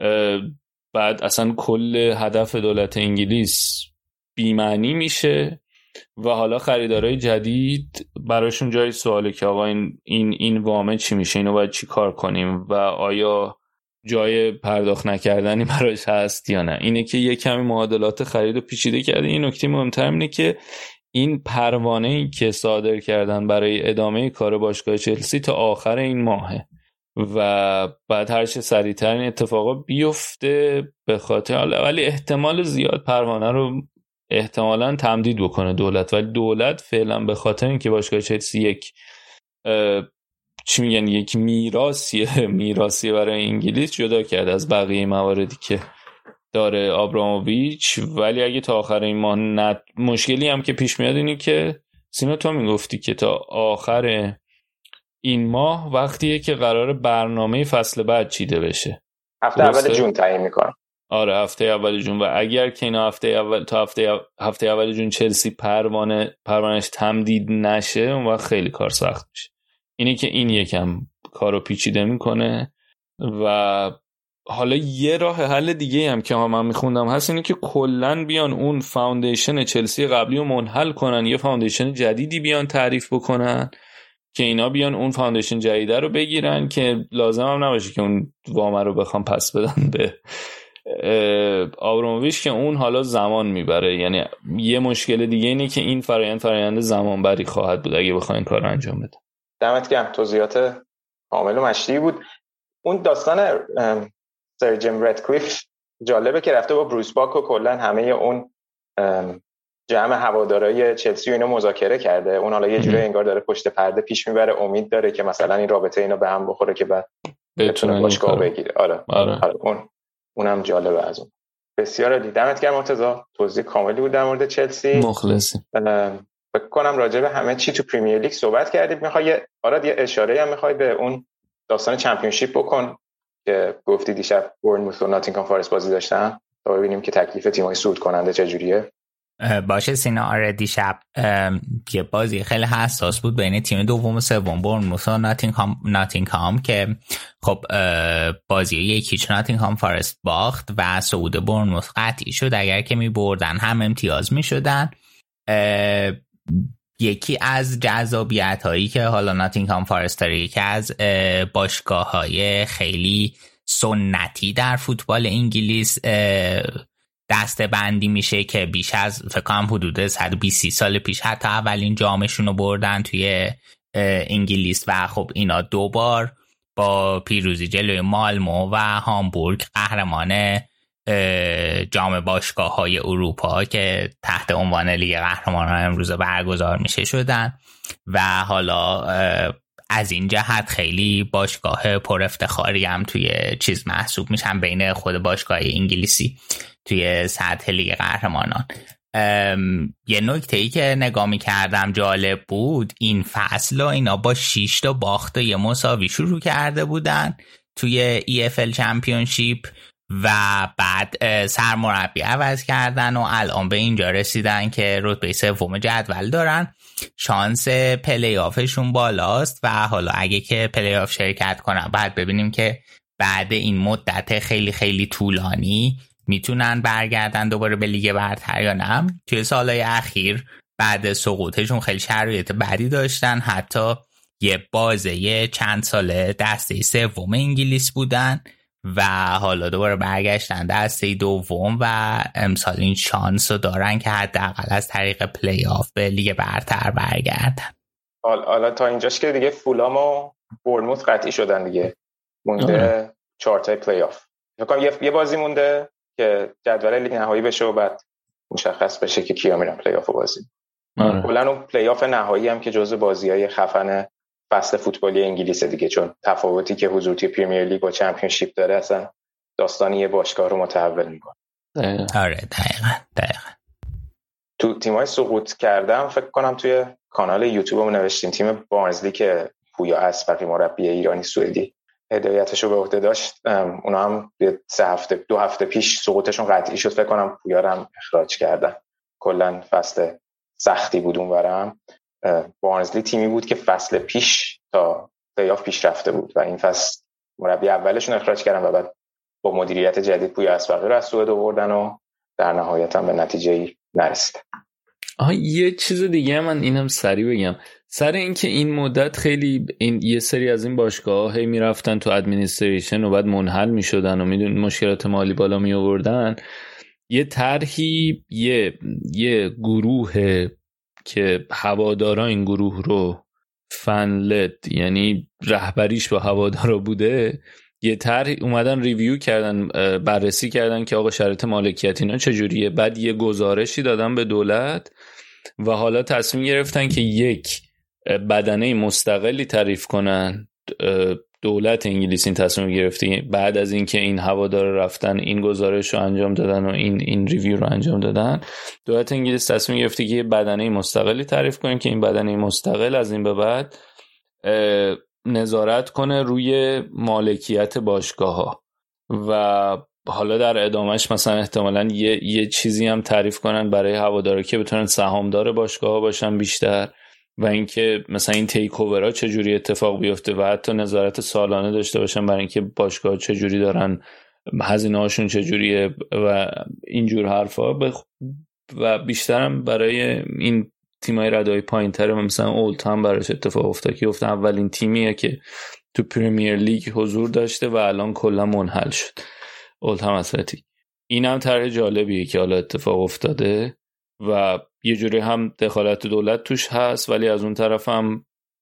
بعد اصلا کل هدف دولت انگلیس بی‌معنی میشه و حالا خریدارای جدید براشون جای سواله که آقا این این این وامه چی میشه، اینو باید چی کار کنیم و آیا جای پرداخت نکردنی براش هست یا نه. اینه که یه کمی معادلات خرید و پیچیده کرده. این نکته مهمتر اینه که این پروانه‌ای که صادر کردن برای ادامه کار باشگاه چلسی تا آخر این ماهه و بعد هر چه سریعتر این اتفاقا بیفته به خاطر، ولی احتمال زیاد پروانه رو احتمالاً تمدید بکنه دولت، ولی دولت فعلا به خاطر اینکه باشگاه چلسی یک چی میگن یک میراثیه میراثیه برای انگلیس جدا کرده از بقیه مواردی که داره آبراموویچ. ولی اگه تا آخر این ماه نت... مشکلی هم که پیش میاد اینه که سینا تو میگفتی که تا آخر این ماه وقتیه که قرار برنامه فصل بعد چیده بشه، هفته اول جون تعیین میکنه. آره هفته اول جون و اگر که اینا هفته اول تا هفته هفته اول جون چلسی پروانه پروانهش تمدید نشه اون وقت خیلی کار سخت میشه. اینه که این یکم کارو پیچیده میکنه. و حالا یه راه حل دیگه هم که من میخوندم هست اینه که کلن بیان اون فاوندیشن چلسی قبلی رو منحل کنن، یه فاوندیشن جدیدی بیان تعریف بکنن که اینا بیان اون فاوندیشن جدیده رو بگیرن که لازم هم نباشه که اون وامه رو بخوام پس بدن به آبراموویچ که اون حالا زمان میبره. یعنی یه مشکل دیگه اینه که این فرآیند فرآیند زمان بری خواهد بود اگه بخواین کار انجام بده. دمت گرم، توضیحات کامل و مشتی بود. اون داستان سر جیم ردکلیف جالبه که رفته با بروس باک و کلا همه اون جمع هوادارهای چلسی و اینو مذاکره کرده. اون حالا یه جوری انگار داره پشت پرده پیش میبره، امید داره که مثلا این رابطه اینو به هم بخوره که بعد بتونه باشگاه بگیره. آره. آره. آره. اون اونم جالبه از اون. بسیار عالی. دمت گرم مرتضی، توضیح کاملی بود در مورد چلسی. مخلصی. فکر کنم راجع به همه چی تو پریمیر لیگ صحبت کردیم. میخوای آره یه اشاره هم میخوای به اون داستان چمپیونشیپ بکن که گفتی دیشب بورنموث و ناتینگهام فارست بازی داشتن تا ببینیم که تکلیف تیم‌های صعود کننده چجوریه. باشه سینا، آره دیشب یه بازی خیلی حساس بود بین تیم دوم و سوم بورنموث و ناتینگهام ناتینگهام که خب بازی یکیچ ناتینگهام فارست باخت و صعود بورنموث قطعی شد. اگر که می بردن هم امتیاز می شدن. یکی از جذابیت هایی که حالا ناتینگهام فارست داره، یکی از باشگاه های خیلی سنتی در فوتبال انگلیس دسته بندی میشه که بیش از فکر کنم حدود صد و بیست سال پیش حتی اولین جامشون رو بردن توی انگلیس و خب اینا دوبار با پیروزی جلوی مالمو و هامبورگ قهرمان جام باشگاه های اروپا که تحت عنوان لیگ قهرمانان امروز برگزار میشه شدن و حالا از این جهت خیلی باشگاه پر افتخاری هم توی چیز محسوب میشن بین خود باشگاه انگلیسی توی سطح لیگ قهرمانان. یه نکته ای که نگاه میکردم جالب بود، این فصل اینا با شش تا باخت و یه مساوی شروع کرده بودن توی ای اف ال چمپیونشیپ و بعد سرمربی عوض کردن و الان به اینجا رسیدن که رتبه سوم جدول دارن، شانس پلی آفشون بالاست و حالا اگه که پلی آف شرکت کنن بعد ببینیم که بعد این مدت خیلی خیلی طولانی میتونن برگردن دوباره به لیگ برتر یا نه. توی سالهای اخیر بعد سقوطشون خیلی شرایط بدی داشتن، حتی یه بازه چند ساله دسته سوم انگلیس بودن و حالا دوباره برگشتن دسته دوم و امسال این شانس رو دارن که حداقل از طریق پلی آف به لیگ برتر برگردن. حالا تا اینجاش که دیگه فولام و بورنموث قطعی شدن دیگه، مونده چهار تا پلی آف. فکر کنم یه بازی مونده که جدول لیگ نهایی بشه و بعد مشخص بشه که کیا میرن پلی آف بازی. کلا اون پلی آف نهایی هم که جزو بازی‌های خفن فصل فوتبالی انگلیس دیگه، چون تفاوتی که حضور توی پریمیر لیگ با چمپیونشیپ داره اصلا داستانی یه باشگاه رو متحول میکنه. آره دقیقاً دقیقاً. تو تیم‌های سقوط کردم فکر کنم توی کانال یوتیوبمون نوشتیم تیم بارنزلی که پویا اسپقی مربی ایرانی سوئدی هدایتش رو به عهده داشت، اونا هم سه هفته دو هفته پیش سقوطشون قطعی شد، فکر کنم پویا رو هم اخراج کردن. کلا فصل سختی بود اونورم. بارنزلی تیمی بود که فصل پیش تا پلی‌آف پیش رفته بود و این فصل مربی اولشون اخراج کردن و بعد با مدیریت جدید پویا اسپقی رو از سوئد آوردن و در نهایت هم به نتیجه‌ای نرسید. آها یه چیز دیگه من اینم سریع بگم، سر اینکه این مدت خیلی این یه سری از این باشگاه‌ها هی میرفتن تو ادمنستریشن و بعد منحل میشدن و میدون مشکلات مالی بالا می آوردن، یه طرحی یه یه گروه که هوادارا این گروه رو فنلد، یعنی رهبریش با هوادارا بوده، یه طرح اومدن ریویو کردن، بررسی کردن که آقا شرایط مالکیت اینا چجوریه، بعد یه گزارشی دادن به دولت و حالا تصمیم گرفتن که یک بدنه مستقلی تعریف کنن. دولت انگلیس این تصمیم گرفته بعد از اینکه این هوادارا رفتن این گزارش رو انجام دادن و این این ریویو رو انجام دادن، دولت انگلیس تصمیم گرفته که یه بدنه مستقلی تعریف کنه که این بدنه مستقل از این به بعد نظارت کنه روی مالکیت باشگاه‌ها و حالا در ادامهش مثلا احتمالاً یه یه چیزی هم تعریف کنن برای هوادارا که بتونن سهامدار باشگاه‌ها باشن بیشتر و اینکه مثلا این تیک اوورها چجوری اتفاق بیفته و حتی نظارت سالانه داشته باشن برای اینکه باشگاه‌ها چجوری دارن، هزینه‌هاشون چجوریه و اینجور حرفا بخ... و بیشترم برای این تیمای ردای پایین‌تر مثلا اولتام براش اتفاق افتاد که گفتن اولین تیمیه که تو پریمیر لیگ حضور داشته و الان کلا منحل شد، اولتام اتلتیک. این هم طرح جالبیه که حالا اتفاق افتاده و یه جوری هم دخالت دولت توش هست ولی از اون طرف هم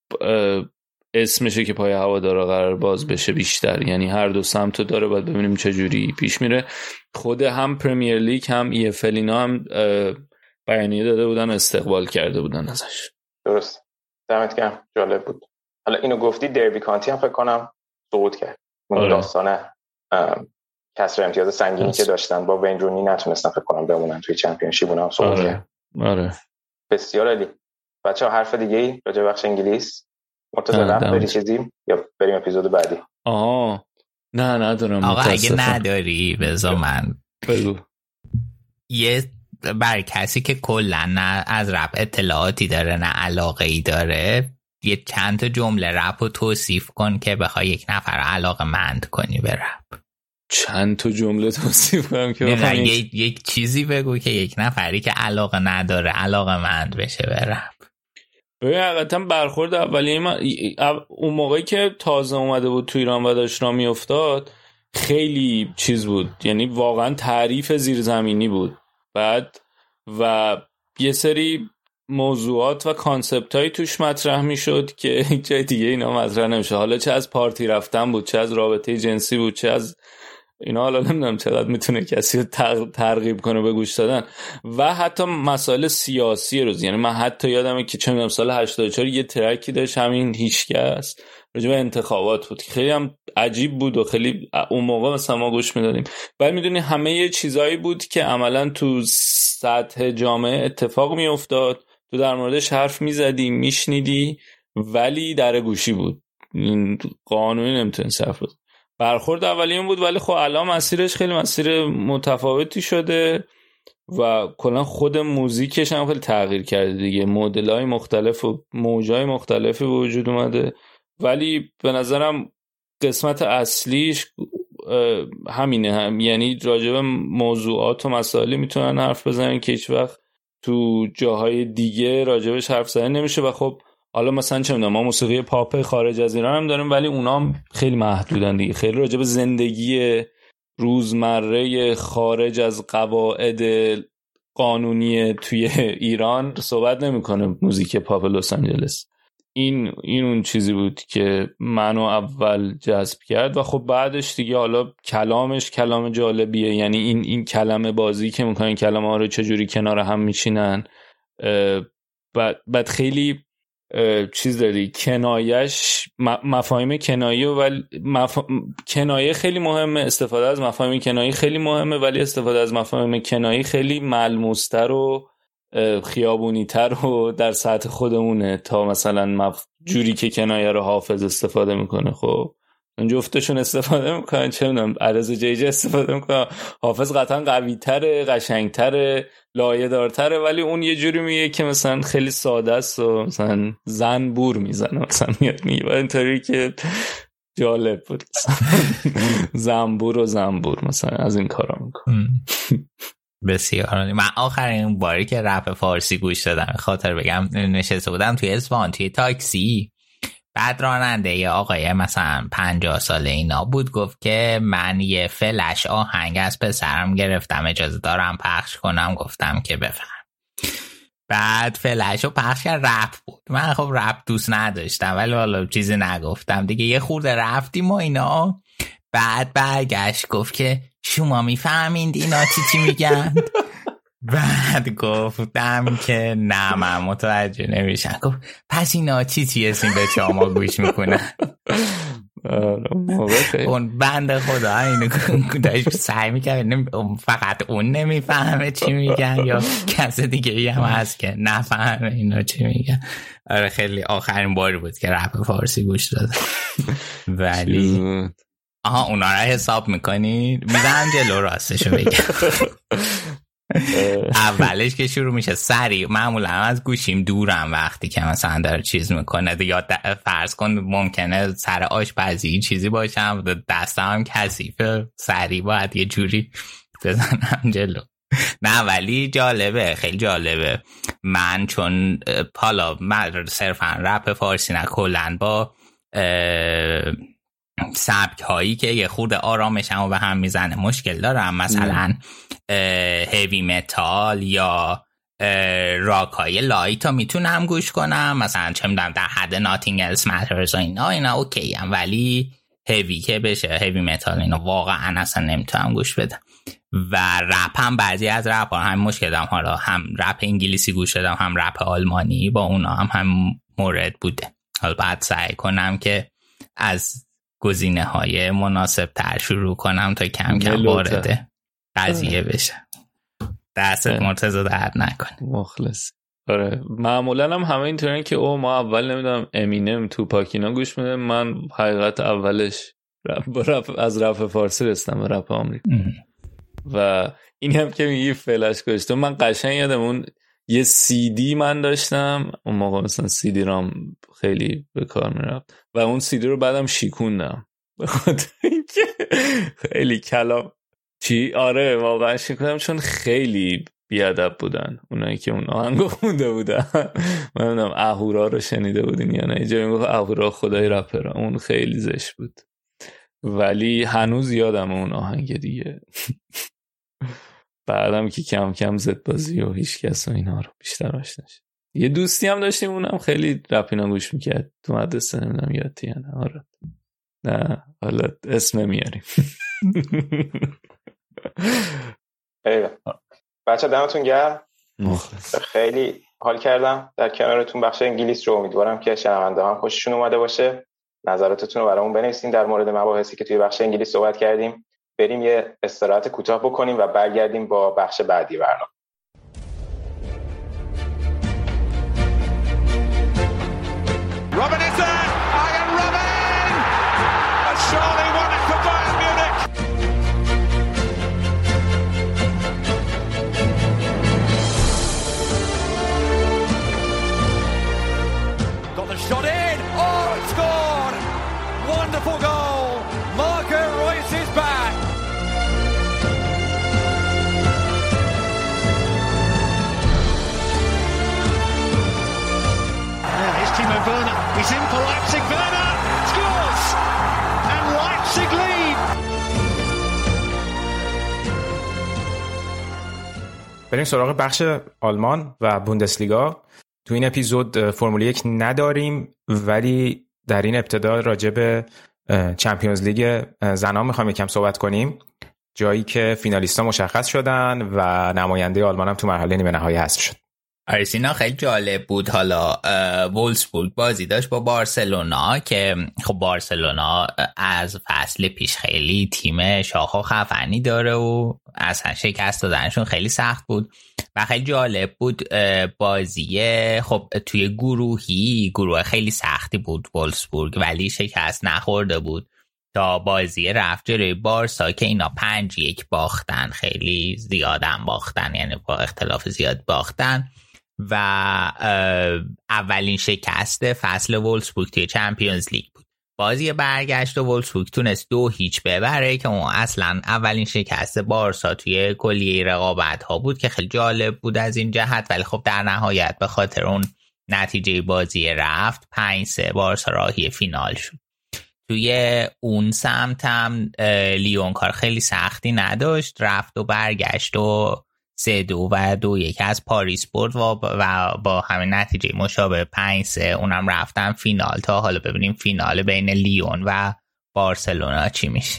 اسمشه که پای هوادارا قرار باز بشه بیشتر، یعنی هر دو سمتو داره، باید ببینیم چه جوری پیش میره. خود هم پریمیر لیگ هم ای اف ال اینا هم بیانیه داده بودن، استقبال کرده بودن ازش. درست، دمت گرم، جالب بود. حالا اینو گفتی دربی کانتی هم فکر کنم سقوط کرد. اون داستانه کسر امتیاز سنگینی که داشتن با وین رونی نتونستن فکر کنم بمونن توی چمپیونشیپ، اونم سقوط کرد. آره بسیار عالی. بچه‌ها حرف دیگه ای راجع به بخش انگلیس؟ مرتضی رفت بری چیزی یا بریم اپیزود بعدی؟ آها نه ندارم. آقا اگه نداری بذار من بگو. یه برای کسی که کلا نه از رپ اطلاعاتی داره نه علاقه ای داره، یه چند تا جمله رپ رو توصیف کن که بخوای یک نفر علاقه مند کنی به رپ. چند تا جمله توصیف کنم که بخوای یک یک چیزی بگو که یک نفری که علاقه نداره علاقه مند بشه به رپ. ببین حقیقتا برخورد اولیه من اون موقعی که تازه اومده بود تو ایران و داشت را میافتاد خیلی چیز بود، یعنی واقعا تعریف زیرزمینی بود. بعد و یه سری موضوعات و کانسپت هایی توش مطرح میشد که جای دیگه اینا مطرح نمیشه. حالا چه از پارتی رفتن بود، چه از رابطه جنسی بود، چه از اینا، حالا نمیدونم چقدر میتونه کسی رو ترغیب کنه به گوش دادن، و حتی مسائل سیاسی روز. یعنی من حتی یادمه که چه میدونم سال هشتاد و چهار یه ترکی داشت همین هیچکس راجع به انتخابات بود، خیلی هم عجیب بود و خیلی اون موقع مثلا ما گوش میدادیم. بعد میدونی همه یه چیزایی بود که عملا تو سطح جامعه اتفاق میافتاد، تو در موردش حرف میزدی میشنیدی ولی در گوشی بود، قانونی نمیتونی صرف بود. برخورد اولیون بود، ولی خب الان مسیرش خیلی مسیر متفاوتی شده و کلا خود موزیکش هم خیلی تغییر کرده دیگه، مدل‌های مختلف و موج‌های مختلفی به وجود اومده. ولی به نظرم قسمت اصلیش همینه، هم یعنی راجع به موضوعات و مسائلی میتونن حرف بزنن که هیچ وقت تو جاهای دیگه راجبش حرف زدن نمیشه. و خب حالا مثلا چه میدونم ما موسیقی پاپ خارج از ایران هم داریم، ولی اونا هم خیلی محدودن دیگه، خیلی راجب زندگی روزمره خارج از قواعد قانونی توی ایران صحبت نمیکنه موزیک پاپ لس آنجلس. این این اون چیزی بود که منو اول جذب کرد و خب بعدش دیگه حالا کلامش کلام جالبیه، یعنی این این کلمه بازی که میکنن کلمه ها رو چجوری کنار هم میچینن. بعد بعد خیلی چیز داری کنایش مفاهیم کنایه، ولی مف... کنایه خیلی مهمه، استفاده از مفاهیم کنایه خیلی مهمه، ولی استفاده از مفاهیم کنایه خیلی ملموس‌تر و خیابونی تر و در سطح خودمونه تا مثلا مف... جوری که کنایه رو حافظ استفاده میکنه. خب جفتشون استفاده میکنن، چه میدونم عرض جیجه استفاده میکنن، حافظ قطعا قوی تره، قشنگ تره، لایه دارتره، ولی اون یه جوری میگه که مثلا خیلی ساده است و مثلا زنبور میزنه، مثلا میاد میگه اینطوری که جالب بود زنبور و زنبور مثلا از این کارا میکنه. بسیار. من آخرین باری که رپ فارسی گوش دادم خاطر بگم نشسته بودم توی اصفهان توی تاکسی، بعد راننده یه آقای مثلا پنجاه ساله اینا بود، گفت که من یه فلش آهنگ از پسرم گرفتم اجازه دارم پخش کنم؟ گفتم که بفهم. بعد فلش رو پخش کرد، رپ بود. من خب رپ دوست نداشتم ولی حالا چیزی نگفتم دیگه، یه خورده رفتیم و اینا. بعد برگشت گفت که شما میفهمین اینا چی چی میگن؟ بعد گفتم که نه من متوجه نمیشم. گفت پس اینا چی چی هستین به شما گوش میکنن؟ اون بند خدا اینو داشت سعی میکرد فقط اون نمیفهمه چی میگن یا کس دیگه هم هست که نفهمه اینا چی میگن. آره خیلی آخرین باری بود که رپ فارسی گوش دادم. ولی آها اونا را حساب میکنی؟ میزنم جلو راستشو بگم. اولش که شروع میشه سریع معمولا از گوشیم دورم وقتی که مثلا داره چیز میکنه، یا فرض کن ممکنه سر آشپزی چیزی باشم دستم هم کثیفه، سریع باید یه جوری بزنم جلو. نه ولی جالبه، خیلی جالبه. من چون حالا من صرفا رپ فارسی نه کلن با سبک هایی که یه خورده آرامشم و به هم میزنه مشکل دارم، مثلا هیوی متال یا راک های لایت ها میتونم گوش کنم، مثلا چه میدونم در حد ناتینگ الس ماترز و اینا اینا اوکی هم، ولی هیوی که بشه هیوی متال اینا واقعا اصلا نمیتونم گوش بدم. و رپ هم بعضی از رپ ها هم مشکل دارم، حالا هم رپ انگلیسی گوش دادم هم رپ آلمانی، با اونا هم هم مورد بوده. حالا بعد سعی کنم که از گزینه های مناسب تر شروع کنم تا کم کم وارد قضیه بشه. دست مرتضی درد نکنه. مخلص. آره معمولا هم همه اینطورن که او ما اول نمیدونم امینم تو پاکینا گوش میده، من حقیقت اولش رپ رپ از رپ فارسی رسیدم به رپ آمریکا. و این هم که میگی فلش گذاشتم، من قشنگ یادم اون یه سی دی من داشتم اون موقع، مثلا سی دی رام خیلی به کار میرفت و اون سی دی رو بعدم شیکوندم به خاطر اینکه خیلی کلام چی آره واقعا شیکوندم، چون خیلی بیادب بودن اونایی که اون آهنگو خونده بودن. من نمیدونم اهورا رو شنیده بودین یا نه؟ اینجا میگفت اهورا خدای رپر، اون خیلی زشت بود ولی هنوز یادم اون آهنگ دیگه. بعدم که کم کم زد بازی و هیچ کس و اینا رو بیشتر آشنا شد. یه دوستی هم داشتیم اونم خیلی رپ اینا گوش میکرد تو مدرسه، نمیدونم یادتی یا نه. آره نه حالا اسم میاریم. ایوه بچه دمتون گرم، خیلی حال کردم در کنارتون. بخش انگلیس رو امیدوارم که شنونده هم خوششون اومده باشه. نظراتتون رو برامون بنویسین در مورد مباحثی که توی بخش انگلیس صحبت کردیم. بریم یه استراحت کوتاه بکنیم و برگردیم با بخش بعدی برنامه. Robin is there. Iron Robin. And surely won it for Bayern Munich. Got the shot in. Oh, it's scored. Wonderful goal. Marco Reus is back. Timo Werner, he's in for Leipzig. Werner scores, and Leipzig lead. بریم سراغ بخش آلمان و بوندسلیگا. تو این اپیزود فرمول یک نداریم ولی در این ابتدا راجع به چمپیونز لیگ زنان میخوایم یکم صحبت کنیم، جایی که فینالیست‌ها مشخص شدن و نماینده آلمان هم تو مرحله نیمه نهایی حذف شد. آرسینا خیلی جالب بود. حالا وولسبورگ بازی داشت با بارسلونا که خب بارسلونا از فصل پیش خیلی تیم شاخ و خفنی داره و اصلا شکست دادنشون خیلی سخت بود و خیلی جالب بود بازی. خب توی گروهی گروه خیلی سختی بود وولسبورگ ولی شکست نخورده بود تا بازی رفت جلوی بارسا که اینا پنج یک باختن، خیلی زیادن باختن، یعنی با اختلاف زیاد باختن و اولین شکست فصل وولسبورگ توی چمپیونز لیگ بود. بازی برگشت و وولسبورگ تونست دو هیچ ببره که اون اصلا اولین شکست بارسا توی کلیه رقابت ها بود که خیلی جالب بود از این جهت، ولی خب در نهایت به خاطر اون نتیجه بازی رفت پنج سه بارسا راهی فینال شد. توی اون سمت هم لیون کار خیلی سختی نداشت، رفت و برگشت و سه دو و دو یک از پاریس برد و با همین نتیجه مشابه پنج سه اونم رفتن فینال. تا حالا ببینیم فینال بین لیون و بارسلونا چی میشه.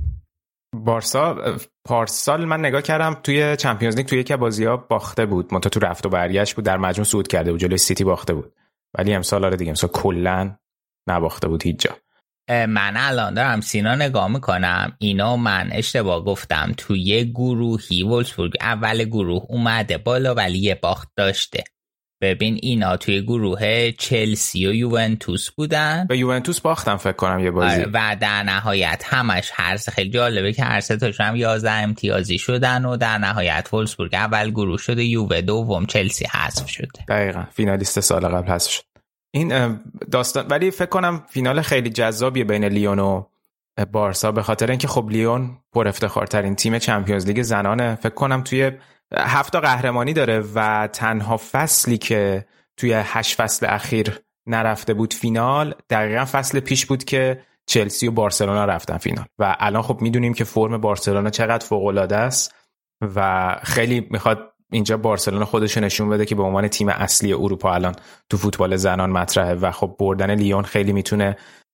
بارسا پارسال من نگاه کردم توی چمپیونز لیگ توی یک بازی‌ها باخته بود، منتها تو رفت و برگشت بود، در مجموع صعود کرده بود، جلوی سیتی باخته بود، ولی امسال آره دیگه امسال کلاً نباخته بود هیچ جا. من الان دارم سینا نگاه میکنم، اینا من اشتباه گفتم، توی گروهی وولسبورگ اول گروه اومده بالا ولی یه باخت داشته. ببین اینا توی گروه چلسی و یوونتوس بودن، به یوونتوس باختن فکر کنم یه بازی و در نهایت همش هر سه خیلی جالبه که هر سه تاشون هم یازده امتیازی شدن و در نهایت وولسبورگ اول گروه شده، یووه دوم، چلسی حذف شده. دقیقاً فینالیست سال قبل حذف شد. این داستان ولی فکر کنم فینال خیلی جذابیه بین لیون و بارسا به خاطر اینکه خب لیون پر افتخارترین تیم چمپیونز لیگ زنانه، فکر کنم توی هفت تا قهرمانی داره و تنها فصلی که توی هشت فصل اخیر نرفته بود فینال دقیقاً فصل پیش بود که چلسی و بارسلونا رفتن فینال و الان خب میدونیم که فرم بارسلونا چقدر فوق‌العاده است و خیلی میخواد اینجا بارسلونا خودش نشون بده که به عنوان تیم اصلی اروپا الان تو فوتبال زنان مطرحه و خب بردن لیون خیلی میتونه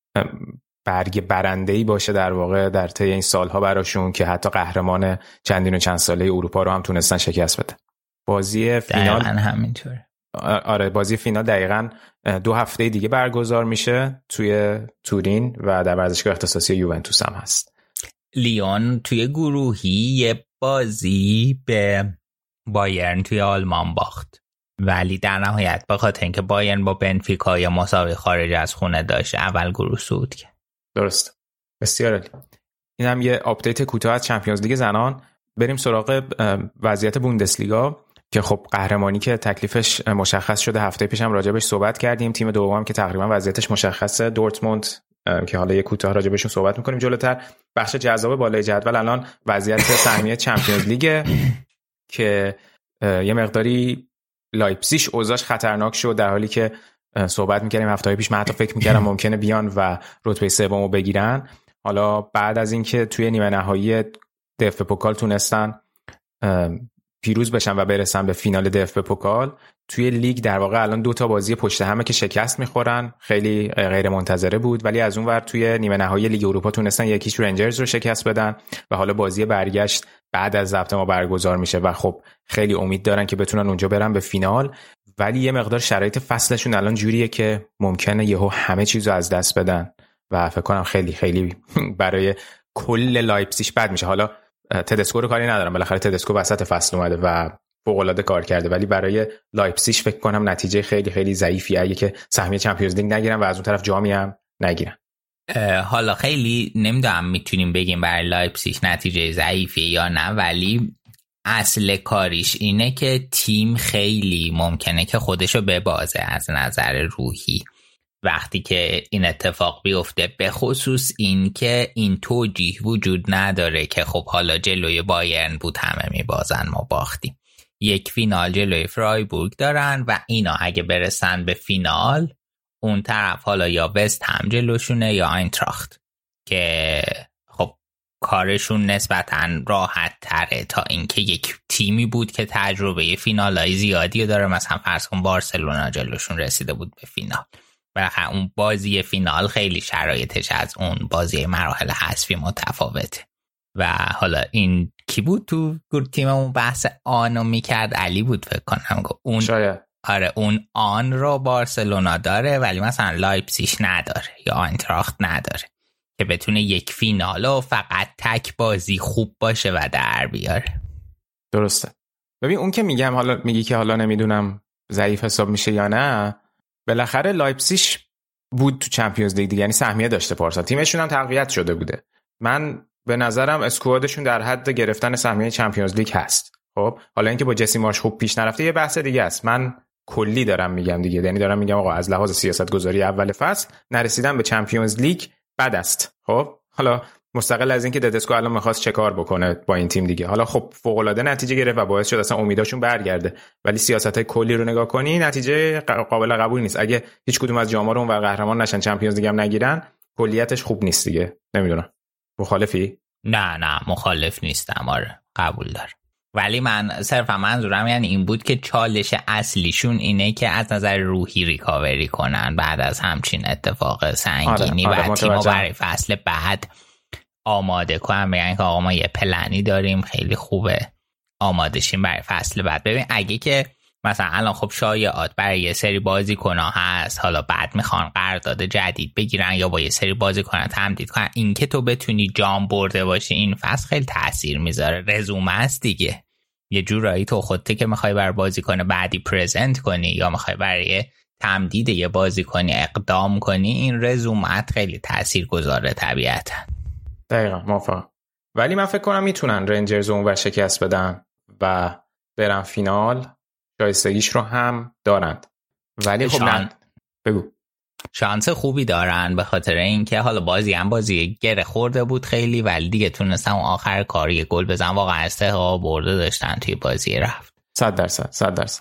برگ برنده‌ای باشه در واقع در طی این سالها براشون که حتی قهرمان چندین و چند ساله اروپا رو هم تونستن شکست بده. بازی فینال همینطوره. آره بازی فینال دقیقاً دو هفته دیگه برگزار میشه توی تورین و در ورزشگاه اختصاصی یوونتوس هم هست. لیون توی گروهی یه بازی به بایرن توی آلمان باخت ولی در نهایت به خاطر اینکه بایرن با بنفیکا یا مساوی خارج از خونه داشت اول گروه صعود کرد. درست، بسیار عالی. این هم یه آپدیت کوتاه از چمپیونز لیگ زنان. بریم سراغ وضعیت بوندسلیگا که خب قهرمانی که تکلیفش مشخص شده، هفته پیشم راجبش صحبت کردیم. تیم دوم که تقریبا وضعیتش مشخصه، دورتموند، که حالا یه کوتاه راجبشون صحبت می‌کنیم جلوتر. بخش جذاب بالای جدول الان وضعیت سهمیه چمپیونز لیگ که یه مقداری لایپزیگ اوضاعش خطرناک شد، در حالی که صحبت می‌کردیم هفته‌های پیش من حتی فکر می‌کردم ممکنه بیان و رتبه سومو بگیرن. حالا بعد از اینکه توی نیمه نهایی دف پوکال تونستن پیروز بشن و برسن به فینال دف پوکال، توی لیگ در واقع الان دو تا بازی پشت همه که شکست میخورن، خیلی غیر منتظره بود، ولی از اون ور توی نیمه نهایی لیگ اروپا تونستن یکیش رنجرز رو شکست بدن و حالا بازی برگشت بعد از ضبط ما برگزار میشه و خب خیلی امید دارن که بتونن اونجا برن به فینال. ولی یه مقدار شرایط فصلشون الان جوریه که ممکنه یهو همه چیزو از دست بدن و فکر کنم خیلی خیلی برای کل لایپزیگ بد میشه. حالا تدسکو رو کاری ندارم، بالاخره تدسکو وسط فصل اومده و فوق‌العاده کار کرده، ولی برای لایپزیگ فکر کنم نتیجه خیلی خیلی ضعیفی اگه که سهمیه چمپیونز لیگ نگیرن و از اون طرف جامی هم نگیرن. حالا خیلی نمیدونم میتونیم بگیم برای لایپزیگ نتیجه ضعیفی یا نه، ولی اصل کاریش اینه که تیم خیلی ممکنه که خودشو ببازه از نظر روحی وقتی که این اتفاق بیفته، به خصوص این که این توجیه وجود نداره که خب حالا جلوی بایرن بود همه میبازن ما باختیم. یک فینال جلوی فرایبورگ دارن و اینا اگه برسن به فینال اون طرف حالا یا وست هم جلوشونه یا آینتراخت که خب کارشون نسبتاً راحت تره تا اینکه یک تیمی بود که تجربه فینالای زیادی داره، مثلا فرض کن بارسلونا جلوشون رسیده بود به فینال. بالاخره اون بازی فینال خیلی شرایطش از اون بازی مراحل حذفی متفاوته. و حالا این کی بود تو تیممون بحث آنو میکرد؟ علی بود فکر کنم. اون شاید آره اون آن رو بارسلونا داره ولی مثلا لایپزیگ نداره یا آینتراخت نداره که بتونه یک فینال و فقط تک بازی خوب باشه و در بیاره. درسته. ببین اون که میگم، حالا میگی که حالا نمیدونم ضعیف حساب میشه یا نه، بالاخره لایپزیگ بود تو چمپیونز لیگ دیگه، یعنی سهمیه داشته پارسال، تیمشون هم تقویت شده بوده. من به نظرم اسکوادشون در حد گرفتن سهمیه چمپیونز لیگ هست. خب حالا اینکه با جسی مارش خوب پیش نرفته یه بحث دیگه است. من کلی دارم میگم دیگه، یعنی دارم میگم آقا از لحاظ سیاست گذاری اول فصل نرسیدن به چمپیونز لیگ بد است. خب حالا مستقل از اینکه ددسکو الان میخواست چه کار بکنه با این تیم دیگه، حالا خب فوق العاده نتیجه گرفت و باعث شد اصلا امیداشون برگرده، ولی سیاستای کلی رو نگاه کنی نتیجه قابل قبول نیست. اگه هیچ کدوم از جام‌ها رو اونور قهرمان نشن، چمپیونز لیگ هم نگیرن، کلیتش خوب نیست دیگه. نمیدونم مخالفی؟ نه نه مخالف نیستم، آره قبول دارم. ولی من صرفا منظورم یعنی این بود که چالش اصلیشون اینه که از نظر روحی ریکاوری کنن بعد از همچین اتفاق سنگینی. آره، آره، و تیمو برای فصل بعد آماده کنن، بگن که آقا ما یه پلنی داریم خیلی خوبه آماده شیم برای فصل بعد. ببین اگه که مثلا الان خب شایعات برای یه سری بازیکن‌ها هست، حالا بعد میخوان قرارداد جدید بگیرن یا با یه سری بازیکن تمدید کنن، این که تو بتونی جام برده باشی این فصل خیلی تاثیر میذاره، رزومه است دیگه. یه جورایی تو خودت که میخوای برای بازیکن بعدی پرزنت کنی یا میخوای برای تمدید یه بازیکنی اقدام کنی، این رزومت خیلی تاثیرگذاره طبیعتا. دقیقاً موافقم. ولی من فکر کنم میتونن رنجرز اونور شکست بدن و برن فینال، شایستگیش رو هم دارند. ولی خب نه بگو شانس خوبی دارن به خاطر اینکه حالا بازی هم بازی گره خورده بود خیلی، ولی دیگه تونستن اون آخر کاری گل بزن، واقعا استحقاق برده داشتن توی بازی رفت. صد درصد صد درصد.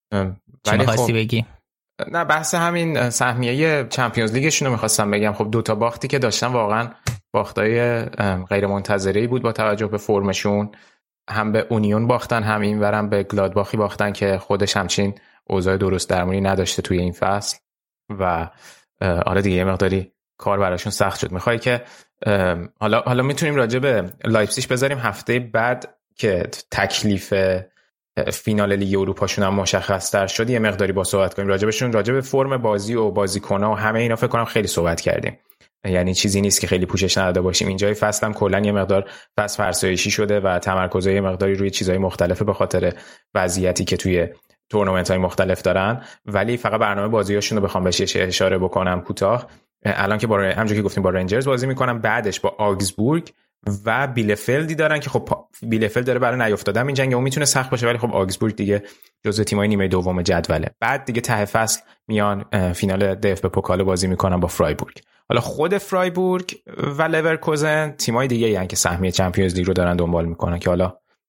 چی می‌خواستی خب بگی؟ نه بحث همین سهمیه چمپیونز لیگشون رو می‌خواستم بگم. خب دو تا باختی که داشتن واقعا باختای غیر منتظره‌ای بود با توجه به فرمشون، هم به اونیون باختن هم اینورم به گلادباخی باختن که خودش همچین اوضاع درست درمونی نداشته توی این فصل و آره دیگه یه مقداری کار براشون سخت شد. میخوای که حالا حالا میتونیم راجع به لایپزیگ بذاریم هفته بعد که تکلیف فینال لیگ اروپاشون هم مشخص‌تر شد یه مقداری با صحبت کنیم راجع بهشون، راجع به فرم بازی و بازیکن‌ها و همه اینا فکر کنم خیلی صحبت کردیم، یعنی چیزی نیست که خیلی پوشش نداده باشیم. اینجای فصل هم کلا یه مقدار فصل فرسایشی شده و تمرکزای مقداری روی چیزای مختلفه به خاطر وضعیتی که توی تورنمنت‌های مختلف دارن. ولی فقط برنامه بازیاشون رو بخوام بهش اشاره بکنم کوتاه، الان که با همونجوری که گفتیم با رنجرز بازی میکنن، بعدش با آگزبورگ و بیلفلدی دارن که خب بیلفلد داره برای نیافتادن این جنگ، اون میتونه سخت باشه، ولی خب آگزبورگ دیگه جزو تیمای نیمه دوم جدوله. بعد دیگه ته فصل میان فینال دف به پوکال بازی میکنن با فرایبورگ. حالا خود فرایبورگ و لورکوزن تیمای دیگه یعنی که سهمیه چمپیونز لیگ رو دارن دنبال میکنن که حالا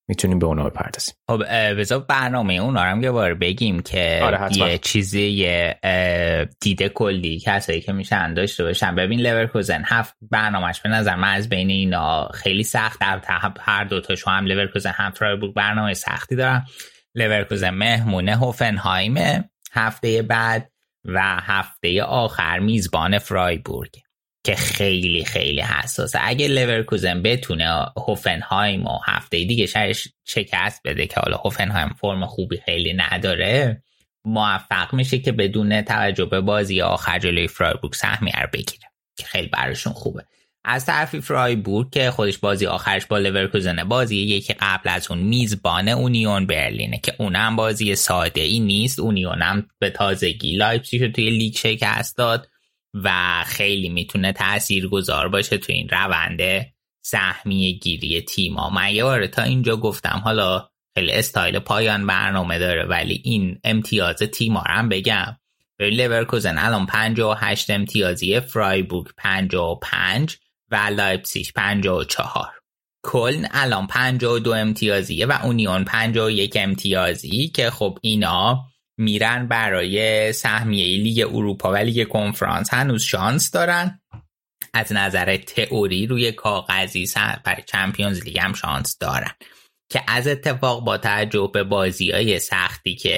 میتونیم به اونا بپردازیم. خب بذار برنامه اونا رو هم یه بار بگیم که آره یه چیزی یه دیده کلی کسایی که میشن داشته باشن. ببین لورکوزن هفت برنامهش به نظر من از بین اینا خیلی سخت، هر دو تاشو هم لورکوزن هم فرایبورگ برنامه سختی دارن. لورکوزن مهمونه هوفنهایم هفته بعد و هفته آخر میزبان فرایبورگ که خیلی خیلی حساسه. اگه لورکوزن بتونه هوفنهایم و هفته دیگه شرش شکست بده که حالا هوفنهایم فرم خوبی خیلی نداره، موفق میشه که بدون توجه به بازی آخر جلوی فرایبورگ سهمیه رو بگیره که خیلی براشون خوبه. از طرفی فرایبورگ که خودش بازی آخرش با لورکوزن، بازی یکی قبل از اون میزبان اونیون برلینه که اونم بازی ساده ای نیست. اونیون هم به تازگی لایپزیگ رو توی لیگ شکست داد و خیلی میتونه تاثیرگذار باشه تو این روند سهمیه گیری تیم‌ها. من یه بار تا اینجا گفتم، حالا خیلی استایل پایان برنامه داره ولی این امتیاز تیم‌ها رو هم بگم. لورکوزن الان پنجاه و هشت امتیازیه، فرایبورگ پنجاه و پنج و لایپزیگ پنجاه و چهار. کلن الان پنجاه و دو امتیازیه و اونیون پنجاه و یک امتیازی که خب اینا میرن برای سهمیه لیگ اروپا و لیگ کنفرانس هنوز شانس دارن. از نظر تئوری روی کاغذی برای چمپیونز لیگ هم شانس دارن که از اتفاق با توجه به بازی‌های سختی که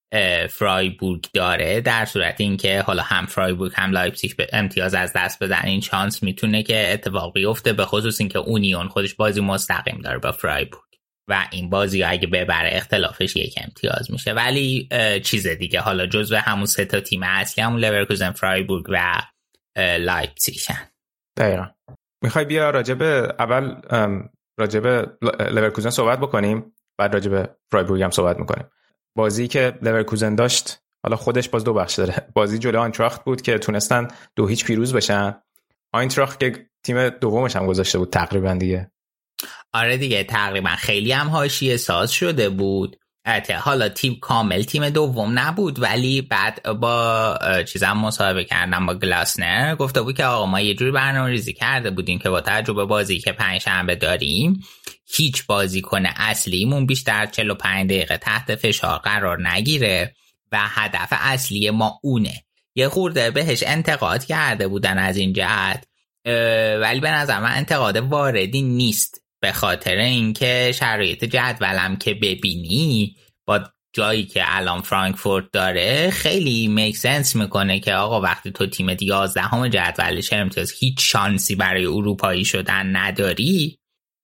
فرایبورگ داره، در صورت اینکه حالا هم فرایبورگ هم لایپزیگ امتیاز از دست بدن، این شانس میتونه که اتفاق بیفته، به خصوص اینکه اونیون خودش بازی مستقیم داره با فرایبورگ و این بازی اگه ببره اختلافش یک امتیاز میشه. ولی چیز دیگه حالا جزو همون سه تا تیم اصلی همون لورکوزن، فرایبورگ و لایپزیگن. دقیقاً. میخوای بیا راجب اول راجب لورکوزن صحبت بکنیم، بعد راجب فرایبورگ هم صحبت میکنیم. بازی که لورکوزن داشت حالا خودش باز دو بخش داره. بازی جلوی آینتراخت بود که تونستن دو هیچ پیروز بشن. آینتراخت که تیم دومش هم گذاشته بود تقریبا دیگه. آره دیگه تقریبا خیلی هم حاشیه ساز شده بود. حالا تیم کامل تیم دوم نبود ولی بعد با چیزام مصاحبه کردم با گلاسنر، گفته بود که آقا ما یه جوری برنامه‌ریزی کرده بودیم که با توجه به بازی که پنجشنبه داریم هیچ بازیکن اصلیمون بیشتر چهل و پنج دقیقه تحت فشار قرار نگیره و هدف اصلی ما اونه. یه خورده بهش انتقاد کرده بودن از این جهت، ولی به نظر من انتقاد واردی نیست، به خاطر اینکه شرایط جدولم که ببینی با جایی که الان فرانکفورت داره خیلی میک سنس میکنه که آقا وقتی تو تیمت یازدهم جدول چه امتیاز هیچ شانسی برای اروپایی شدن نداری،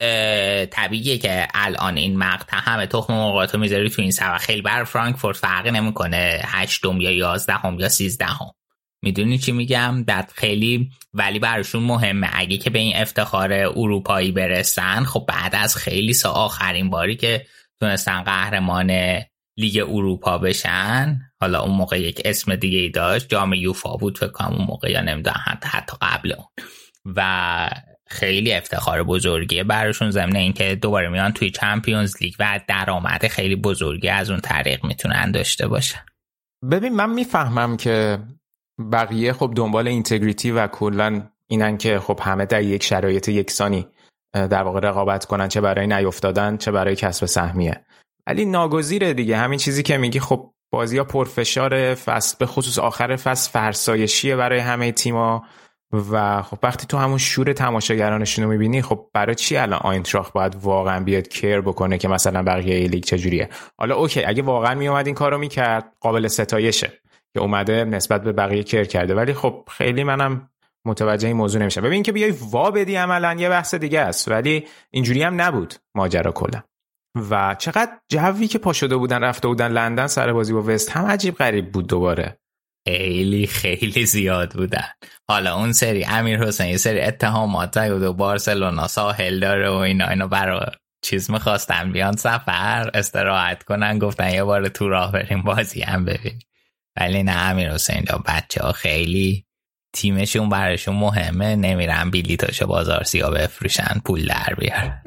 طبیعیه که الان این مقطع همه تخم مرغاتو میذاری تو این سبق. خیلی برای فرانکفورت فرقی نمیکنه هشتم یا یازدهم یا سیزدهم، میدونی چی میگم؟ در خیلی ولی براشون مهمه اگه که به این افتخار اروپایی برسن. خب بعد از خیلی سال آخرین باری که تونستن قهرمان لیگ اروپا بشن، حالا اون موقع یک اسم دیگه ای داشت، جام یوفا بود فکر کنم اون موقع یا نمیدونم حتی, حتی قبل اون، و خیلی افتخار بزرگیه براشون ضمن اینکه دوباره میان توی چمپیونز لیگ و درآمد خیلی بزرگی از اون طریق میتونن داشته باشن. ببین من میفهمم که بقیه خب دنبال اینتگریتی و کلا اینن که خب همه در یک شرایط یکسانی در واقع رقابت کنن، چه برای نیافتادن چه برای کسب سهمیه، ولی ناگزیره دیگه. همین چیزی که میگی خب بازی‌ها پرفشار، فصل به خصوص آخر فصل فرسایشیه برای همه تیم‌ها و خب وقتی تو همون شور تماشاگرانشون رو میبینی، خب برای چی الان آینتراخت باید واقعا بیاد کیر بکنه که مثلا بقیه لیگ چجوریه؟ حالا اوکی اگه واقعا میومد این کارو میکرد قابل ستایشه که اومده نسبت به بقیه کیر کرده، ولی خب خیلی منم متوجه این موضوع نمیشم. ببین که بیای وا بدی عملا یه بحث دیگه است، ولی اینجوری هم نبود ماجرا کلا. و چقدر جوی که پا شده بودن رفته بودن لندن سر بازی با وست هم عجیب غریب بود، دوباره خیلی خیلی زیاد بودن. حالا اون سری امیر حسین یه سری اتهامات زد و بارسلونا ساحل داره و اینا اینا برای چیز میخواستن بیان سفر استراحت کنن، گفتن یه بار تو راه بریم بازی هم ببینیم. ولی نه امیر حسین جا بچه ها خیلی تیمشون براشون مهمه، نمیرن بلیتاشو بازار سیاه بفروشن پول در بیارن.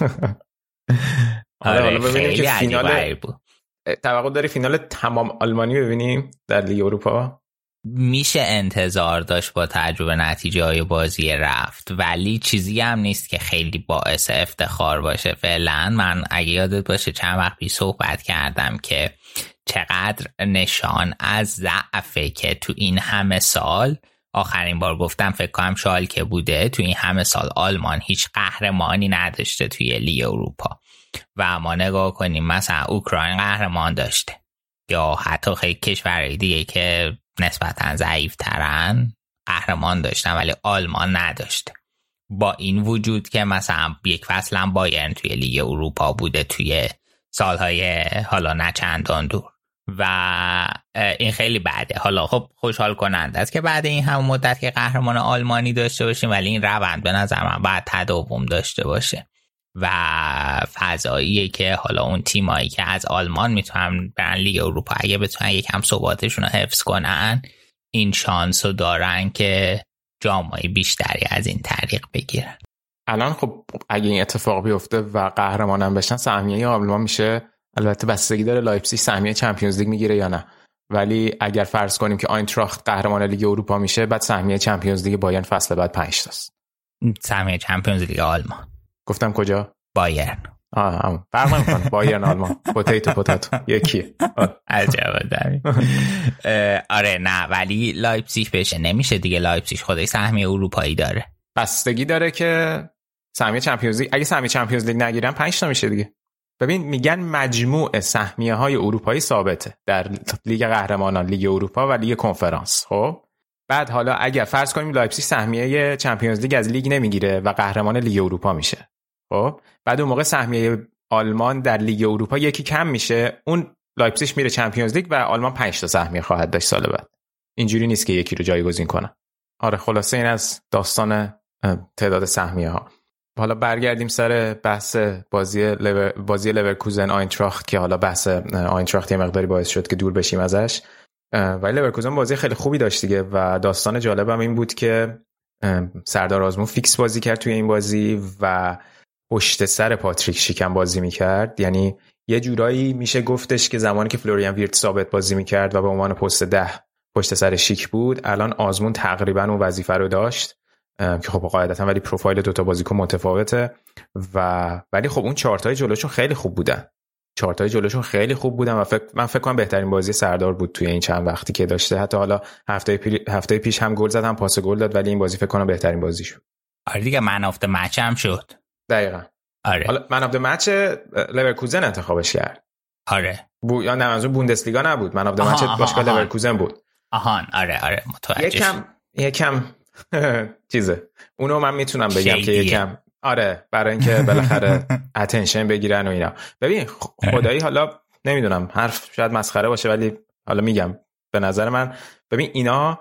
آره خیلی عجیب بود. توقع داری فینال تمام آلمانی ببینیم در لیگ اروپا؟ میشه انتظار داشت با تجربه نتیجه های بازی رفت، ولی چیزی هم نیست که خیلی باعث افتخار باشه فعلا. من اگه یادت باشه چند وقت پیش صحبت کردم که چقدر نشان از ضعفه که تو این همه سال، آخرین بار گفتم فکر کنم شالکه بوده، تو این همه سال آلمان هیچ قهرمانی نداشته توی لیگ اروپا و ما نگاه کنیم مثلا اوکراین قهرمان داشته یا حتی خیلی کشورهای دیگه که نسبتا ضعیف ترن قهرمان داشتن ولی آلمان نداشته. با این وجود که مثلا یک فصل هم بایرن توی لیگ اروپا بوده توی سالهای حالا نه چندان دور و این خیلی بده. حالا خب خوشحال کننده است که بعد این همون مدت که قهرمان آلمانی داشته باشیم، ولی این روند به نظر من باید تداوم داشته باشه و فضاییه که حالا اون تیمایی که از آلمان میتونن برن لیگ اروپا اگه بتونن یکم ثباتشون رو حفظ کنن این شانس رو دارن که جام‌های بیشتری از این طریق بگیرن. الان خب اگه این اتفاق بیفته و قهرمانم بشن سهمیه آلمان میشه، البته بستگی داره لایپزیگ سهمیه چمپیونز لیگ میگیره یا نه، ولی اگر فرض کنیم که آینتراخت قهرمان لیگ اروپا میشه بعد سهمیه چمپیونز لیگ بایرن فصل بعد پنج تاست. سهمیه چمپیونز لیگ آلمان گفتم کجا؟ بایرن. آه هم فرق نمیکنه. بایرن آلمان پوتیتو پوتاتو یکیه. عجبه داری. آره نه ولی لایپزیگ بشه نمیشه دیگه، لایپزیگ خودش سهمیه اروپایی داره. بستگی داره که سهمیه چمپیونز لیگ، اگه سهمیه چمپیونز لیگ نگیرن پنج تا میشه دیگه. ببین میگن مجموع سهمیه های اروپایی ثابته در لیگ قهرمانان، لیگ اروپا و لیگ کنفرانس. خب بعد حالا اگر فرض کنیم لایپزیگ سهمیه چمپیونز لیگ از لیگ نمیگیره و قهرمان لیگ اروپا میشه، خب بعد اون موقع سهمیه آلمان در لیگ اروپا یکی کم میشه، اون لایپزیگ میره چمپیونز لیگ و آلمان پنج تا سهمیه خواهد داشت سال بعد. اینجوری نیست که یکی رو جایگزین کنه. آره خلاصه این از داستان تعداد سهمیه ها. حالا برگردیم سر بحث بازی لیور... بازی لیورکوزن آینتراخت که حالا بحث آینتراخت یه مقداری باعث شد که دور بشیم ازش، ولی لیورکوزن بازی خیلی خوبی داشت دیگه و داستان جالبم این بود که سردار آزمون فیکس بازی کرد توی این بازی و پشت سر پاتریک شیکم بازی میکرد. یعنی یه جورایی میشه گفتش که زمانی که فلوریان ویرت ثابت بازی میکرد و به عنوان پست ده پشت سر شیک بود، الان آزمون تقریبا اون وظیفه رو داشت که خب قاعدتا ولی پروفایل دوتا بازیکن متفاوته و ولی خب اون چارتای جلوشون خیلی خوب بودن. چارتای جلوشون خیلی خوب بودن و فکر من فکر کنم بهترین بازی سردار بود توی این چند وقتی که داشته. حتی حالا هفته پی... هفته پیش هم گل زد هم پاس گل داد، ولی این بازی فکر کنم بهترین بازی شد. آره دیگه من آف د مچ هم شد. دقیقاً. آره. حالا من آف د مچ لیورکوزن انتخابش کرد. آره. بو یا نه منظور بوندسلیگا نبود. من آف د مچ باشگاه لیورکوزن بود. آهان آره آره متوجه. یکم یکم چیزه. اونو من میتونم بگم که یکم آره برای اینکه بالاخره اتنشن بگیرن و اینا. ببین خدایی حالا نمیدونم حرف شاید مسخره باشه ولی حالا میگم به نظر من ببین اینا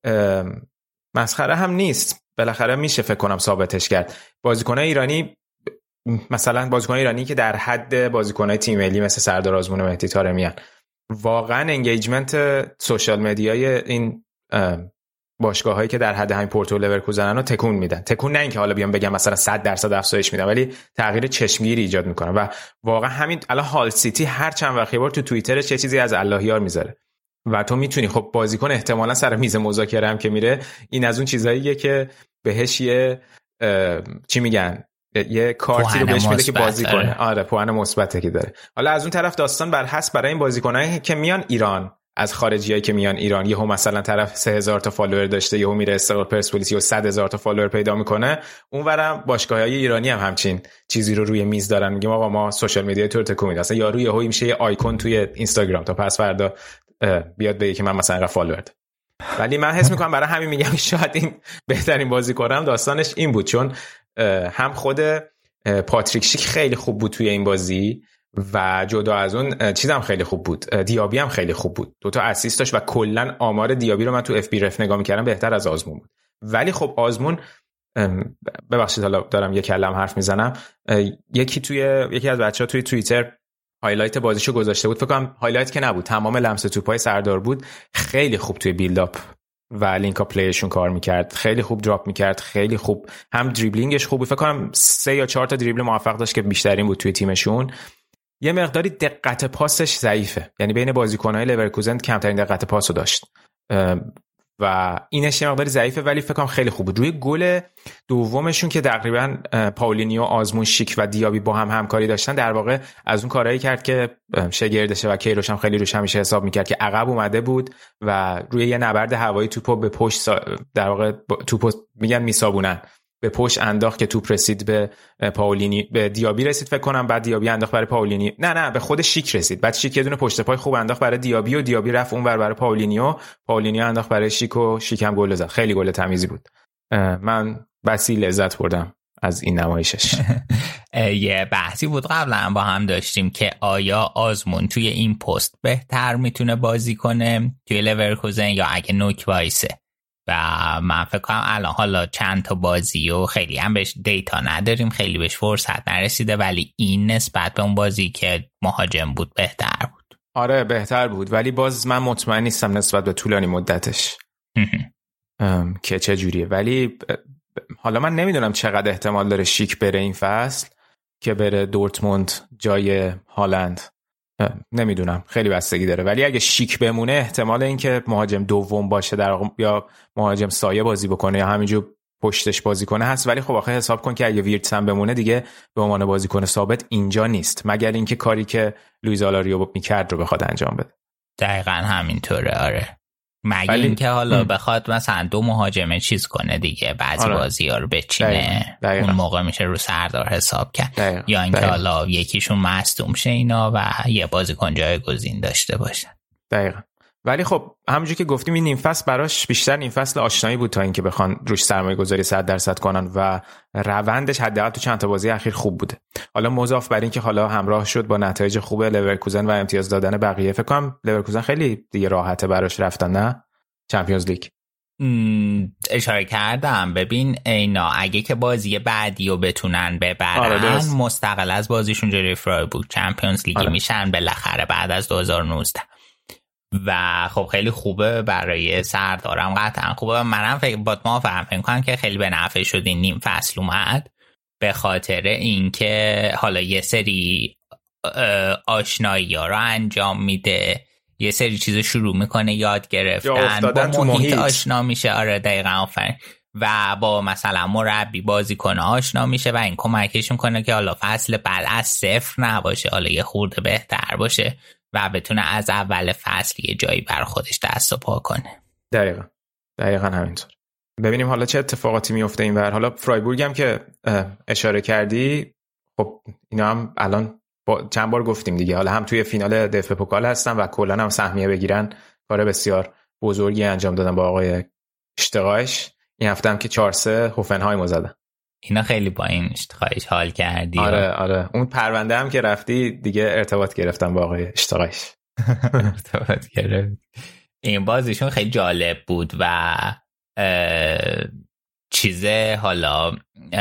مسخره هم نیست، بالاخره میشه فکر کنم ثابتش کرد. بازیکنای ایرانی مثلا بازیکنای ایرانی که در حد بازیکنای تیم ملی مثل سردار آزمون و مهدی طارمیان واقعا انگیجمنت سوشال مدیای این باشگاهایی که در حد همین پورتو لیورکوزن رو تکون میدن. تکون نه اینکه حالا بیام بگم مثلا صد درصد افزایش میدن، ولی تغییر چشمگیری ایجاد میکنن و واقعا همین الان هال سیتی هر چند وقت یه بار تو توییترش چه چیزی از اللهیار میذاره و تو میتونی خب بازیکن احتمالاً سر میز مذاکره هم که میره این از اون چیزاییه که بهش یه چی میگن یه کارتی رو بهش میده که بازی کنه. آره پوان مثبتی که داره. حالا از اون طرف داستان بر حسب برای این بازیکنایی که میان ایران از خارجیایی که میان ایران، یهو مثلا طرف سه هزار تا فالوور داشته یهو میره استقلال پرسپولیس و صد هزار تا فالوور پیدا میکنه، اونورم باشگاه‌های ایرانی هم همچین چیزی رو روی میز دارن، میگم آقا ما سوشال میدیا تو رو تکون میدیم. اصلا یارو یهو میشه یه آیکون توی اینستاگرام تا پس فردا بیاد بگه که من مثلا انقدر فالوور دارم. ولی من حس میکنم برای همین میگم شاید این بهترین بازیکنم داستانش این بود، چون هم خود پاتریک شیک خیلی خوب بود توی این بازی و جدا از اون چیزم خیلی خوب بود، دیابی هم خیلی خوب بود، دوتا اسیست داشت و کلا آمار دیابی رو من تو اف بی رف نگاه میکردم بهتر از آزمون بود. ولی خب آزمون ببخشید حالا دارم یک کلم حرف میزنم، یکی توی یکی از بچه‌ها توی توییتر هایلایت بازیشو گذاشته بود، فکر کنم هایلایت که نبود، تمام لمس توپای سردار بود، خیلی خوب توی بیلد اپ و لینک اپ پلیشون کار میکرد، خیلی خوب دراپ میکرد، خیلی خوب هم دریبلینگش خوب بود، فکر کنم سه یا چهار تا دریبل موفق داشت که بیشترین بود توی تیمشون. یه مقداری دقت پاسش ضعیفه، یعنی بین بازیکن‌های لیورکوزن کمترین دقت پاسو داشت و اینش یه مقدار ضعیفه، ولی فکر کنم خیلی خوب بود. روی گل دومشون که تقریبا پاولینیو، آزمون، شیک و دیابی با هم همکاری داشتن، در واقع از اون کارهایی کرد که شگردشه و کیروش هم خیلی روش همیشه حساب میکرد که عقب اومده بود و روی یه نبرد هوایی توپو به پشت در واقع توپو میگن میسابونن به پشت انداخت که توپ رسید به پاولینی، به دیابی رسید فکر کنم، بعد دیابی انداخت برای پاولینی، نه نه به خود شیک رسید، بعد شیک یه دونه پشت پای خوب انداخت برای دیابی و دیابی رفت اونور برای پاولینیو، پاولینیو انداخت برای شیک و شیک هم گل زد. خیلی گل تمیزی بود. من بسی لذت بردم از این نمایشش. یه بحثی بود قبلا با هم داشتیم که آیا آزمون توی این پست بهتر میتونه بازی کنه توی لورکوزن یا اگه نوک وایسه. و من فکر کنم الان حالا چند تا بازی و خیلی هم بهش دیتا نداریم، خیلی بهش فرصت نرسیده، ولی این نسبت به اون بازی که مهاجم بود بهتر بود. آره بهتر بود، ولی باز من مطمئن نیستم نسبت به طولانی مدتش که چه جوریه. ولی حالا من نمیدونم چقدر احتمال داره شیک بره این فصل که بره دورتموند جای هالند، نمیدونم، خیلی بستگی داره. ولی اگه شیک بمونه احتمال این که مهاجم دوم باشه در واقع یا مهاجم سایه بازی بکنه یا همینجور پشتش بازی کنه هست. ولی خب آخه حساب کن که اگه ویرتس هم بمونه دیگه به عنوان بازیکن ثابت اینجا نیست، مگر اینکه کاری که لوئیز آلاریو میکرد رو بخواد انجام بده. دقیقاً همینطوره. آره مگه اینکه حالا ام. بخواد مثلا دو مهاجمه چیز کنه دیگه، بعضی آره. بازی‌ها رو بچینه، اون موقع میشه رو سردار حساب کرد. دقیقا. یا اینکه حالا یکیشون مصدوم شه اینا و یه بازیکن جایگزین داشته باشه. دقیقاً. ولی خب همونجوری که گفتیم این نیم فصل براش بیشتر نیم فصل آشنایی بود تا اینکه بخوان روش سرمایه‌گذاری صد درصد کنن و روندش حداقل تو چند تا بازی اخیر خوب بوده. حالا مضاف بر این که حالا همراه شد با نتایج خوب لورکوزن و امتیاز دادن بقیه، فکر کنم لورکوزن خیلی دیگه راحته براش رفتن نه چمپیونز لیگ. اشاره کردم ببین اینا اگه که بازی بعدی رو بتونن ببرن آره مستقل از بازیشون جلوی فرایبورگ چمپیونز لیگ آره. میشن بالاخره بعد از دو هزار و نوزده و خب خیلی خوبه برای سردارم، قطعا خوبه. منم فکر با ما فهم میکنم که خیلی به نفع شد این نیم فصل اومد، به خاطر اینکه حالا یه سری آشنایی ها رو انجام میده، یه سری چیز شروع میکنه یاد گرفتن، با محیط, محیط آشنا میشه. آره دقیقا آفرین. و با مثلا مربی بازیکن آشنا میشه و این کمکش میکنه که حالا فصل بعد از صفر نباشه، حالا یه خورده بهتر باشه و بتونه از اول فصل یه جایی بر خودش دست و پا کنه. دقیقا دقیقا همینطور. ببینیم حالا چه اتفاقاتی میفته این ور. حالا فرایبورگ هم که اشاره کردی، خب اینا هم الان با چند بار گفتیم دیگه، حالا هم توی فینال دفع پوکال هستن و کلا هم سهمیه بگیرن، کار بسیار بزرگی انجام دادن با آقای اشتقایش. این هفته هم که چهار سه هوفنهایم زدن. اینا خیلی با این اشتقایش حال کردی. آره آره اون پرونده هم که رفتی دیگه ارتباط گرفتم با آقای اشتقایش. ارتباط گرفت. این بازیشون خیلی جالب بود و چیزه حالا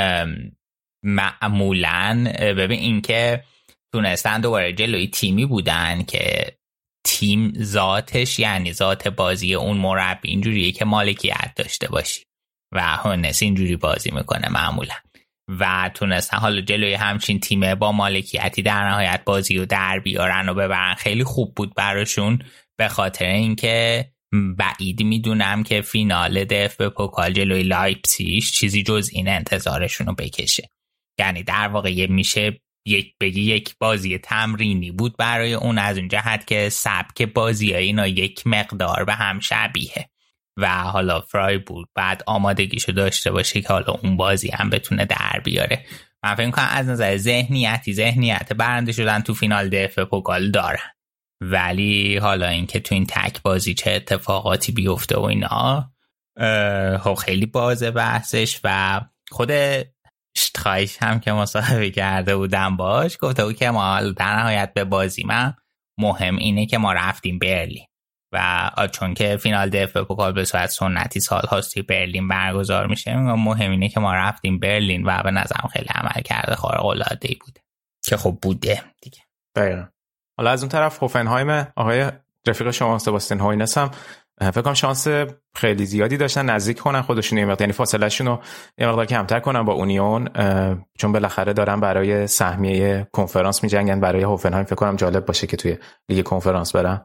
معمولاً ببین این که تونستن دوباره جلوی تیمی بودن که تیم ذاتش یعنی ذات بازی اون مربی اینجوریه که مالکیت داشته باشی و هونس اینجوری بازی میکنه معمولا و تونستن حالا جلوی همچین تیمه با مالکیتی در نهایت بازی رو در بیارن و ببرن. خیلی خوب بود براشون، به خاطر اینکه بعید میدونم که فینال دف پوکال جلوی لایپزیگ چیزی جز این انتظارشون رو بکشه. یعنی در واقع میشه یک بگی یک بازی تمرینی بود برای اون، از اون جهت که سبک بازی اینا یک مقدار به هم شبیه و حالا فرایبورگ بعد آمادگیشو داشته باشه که حالا اون بازی هم بتونه در بیاره. من فکر می‌کنم از نظر ذهنیتی ذهنیت برنده شدن تو فینال دفع پوکال دارن، ولی حالا اینکه تو این تک بازی چه اتفاقاتی بیفته و اینا خب خیلی بازه بحثش. و خود اشتخایش هم که مصاحبه کرده بودم باش گفته بود که ما در نهایت به بازی من مهم اینه که ما رفتیم برلین و چون که فینال دفع پوکال به صورت سنتی سال هاست توی برلین برگزار میشه، مهم اینه که ما رفتیم برلین و به نظرم خیلی عمل کرده خارق العاده‌ای بوده که خب بوده دیگه. دقیقاً. حالا از اون طرف هوفنهایم آقای رفیق شما سباستین هوینس هم فکر کنم شانس خیلی زیادی داشتن نزدیک کنن خودشون یه مقدار، یعنی فاصله شون رو یه مقدار کمتر کنن با اونیون، چون بالاخره دارن برای سهمیه کنفرانس میجنگن. برای هوفنهایم فکر کنم جالب باشه که توی لیگ کنفرانس برن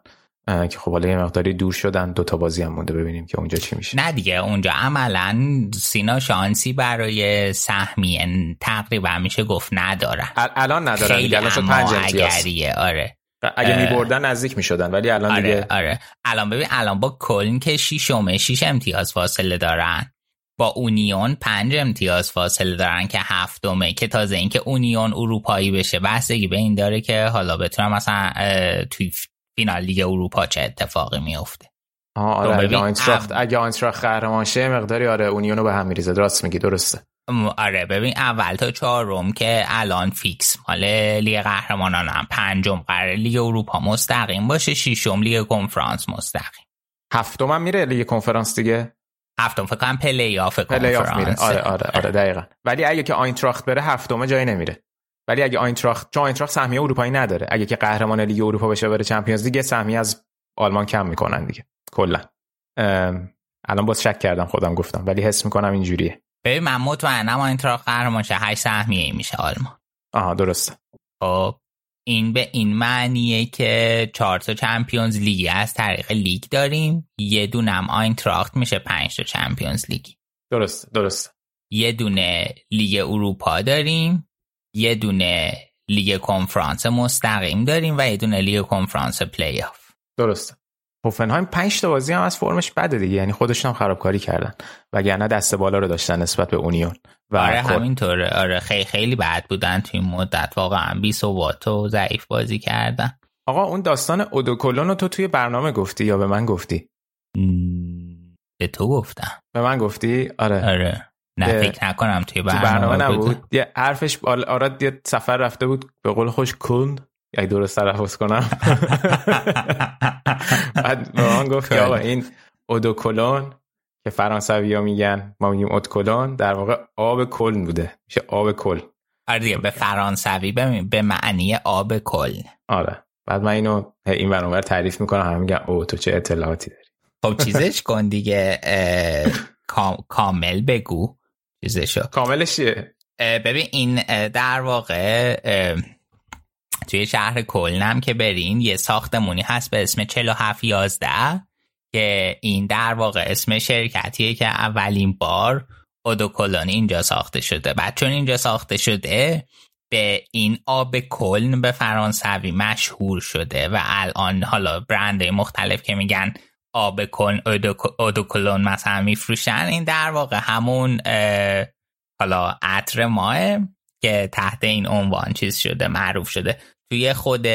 که خب حالا یه مقداری دور شدن، دو تا بازی هم مونده، ببینیم که اونجا چی میشه. نه دیگه اونجا عملاً سینا شانسی برای سهمیه تقریبا میشه گفت ندارن. الان ندارن دیگه، الان شد پنج امتیاز. آره اگه میبردن نزدیک میشدن، ولی الان آره دیگه آره الان ببین، الان با کلن که شیشمه شیش امتیاز فاصله دارن، با اونیون پنج امتیاز فاصله دارن که هفتمه، که تازه این که اونیون اروپایی بشه بحثی به این داره که حالا بتونن مثلا توی فینال لیگ اروپا چه اتفاقی میفته. آره اگه آینتراخت اب... اگه آینتراخت قهرمان شه مقداری آره اونیونو به هم میریزه. راست میگی، درسته. آره ببین اول تا چهارم که الان فیکس مال لیگ قهرمانان هم، پنجم قراره لیگ اروپا مستقیم باشه، ششم لیگ کنفرانس مستقیم، هفتم هم میره لیگ کنفرانس دیگه. هفتم فکر کنم پلی آف پلی آف میره. آره آره آره دقیقاً. ولی اگه که آینتراخت بره هفتم جایی نمیره. ولی اگه آینتراخت، چون آینتراخت سهمیه اروپایی نداره، اگه که قهرمان لیگ اروپا بشه بره چمپیونز لیگ، سهمیه از آلمان کم میکنن دیگه کلا. الان باز شک کردم خودم گفتم، ولی حس میکنم اینجوریه. ببین من مطمئنم آینتراخت قهرمان شه هشت سهمیه میشه آلمان. آها درسته. خب این به این معنیه که چهار تا چمپیونز لیگ از طریق لیگ داریم، یه دونم آینتراخت میشه پنج تا چمپیونز لیگ. درسته درسته. یه دونه لیگ اروپا داریم، یه دونه لیگ کنفرانس مستقیم داریم و یه دونه لیگ کنفرانس پلی آف. درسته. هوفنهایم پنج تا بازی هم از فرمش بده دیگه، یعنی خودشون هم خرابکاری کردن، وگرنه دست بالا رو داشتن نسبت به اونیون. و آره همینطوره. آره خیلی خیلی بد بودن توی این مدت، واقعا بی ثبات و ضعیف بازی کردن. آقا اون داستان اودوکولون رو تو توی برنامه گفتی یا به من گفتی؟ به تو گفتم. به من گفتی؟ آره. آره. نه فکر نکنم توی برنامه, تو برنامه نبود. بود. یه حرفش آراد یه سفر رفته بود به قول خوش کن، اگه درست تلفظ کنم. بعد به من گفت که آقا این اودوکولون که فرانسوی‌ها میگن، ما میگیم اودکولون، در واقع آب کلن بوده، میشه آب کلن. آره دیگه به فرانسوی به معنی آب کلن. آره. بعد من اینو این برنامه رو تعریف میکنم، همه میگن او تو چه اطلاعاتی داری. خب چیزش کن دیگه، کامل بگو چیزشو. کاملش چیه؟ ببین این در واقع توی شهر کلنم که برین یه ساختمونی هست به اسم چهل و هفت یازده که این در واقع اسم شرکتیه که اولین بار اودوکولون اینجا ساخته شده. بعد چون اینجا ساخته شده به این آب کلن به فرانسوی مشهور شده و الان حالا برندهای مختلف که میگن آب کلن اودوکولون مثلا میفروشن، این در واقع همون حالا عطر ماه که تحت این عنوان چیز شده، معروف شده. توی خود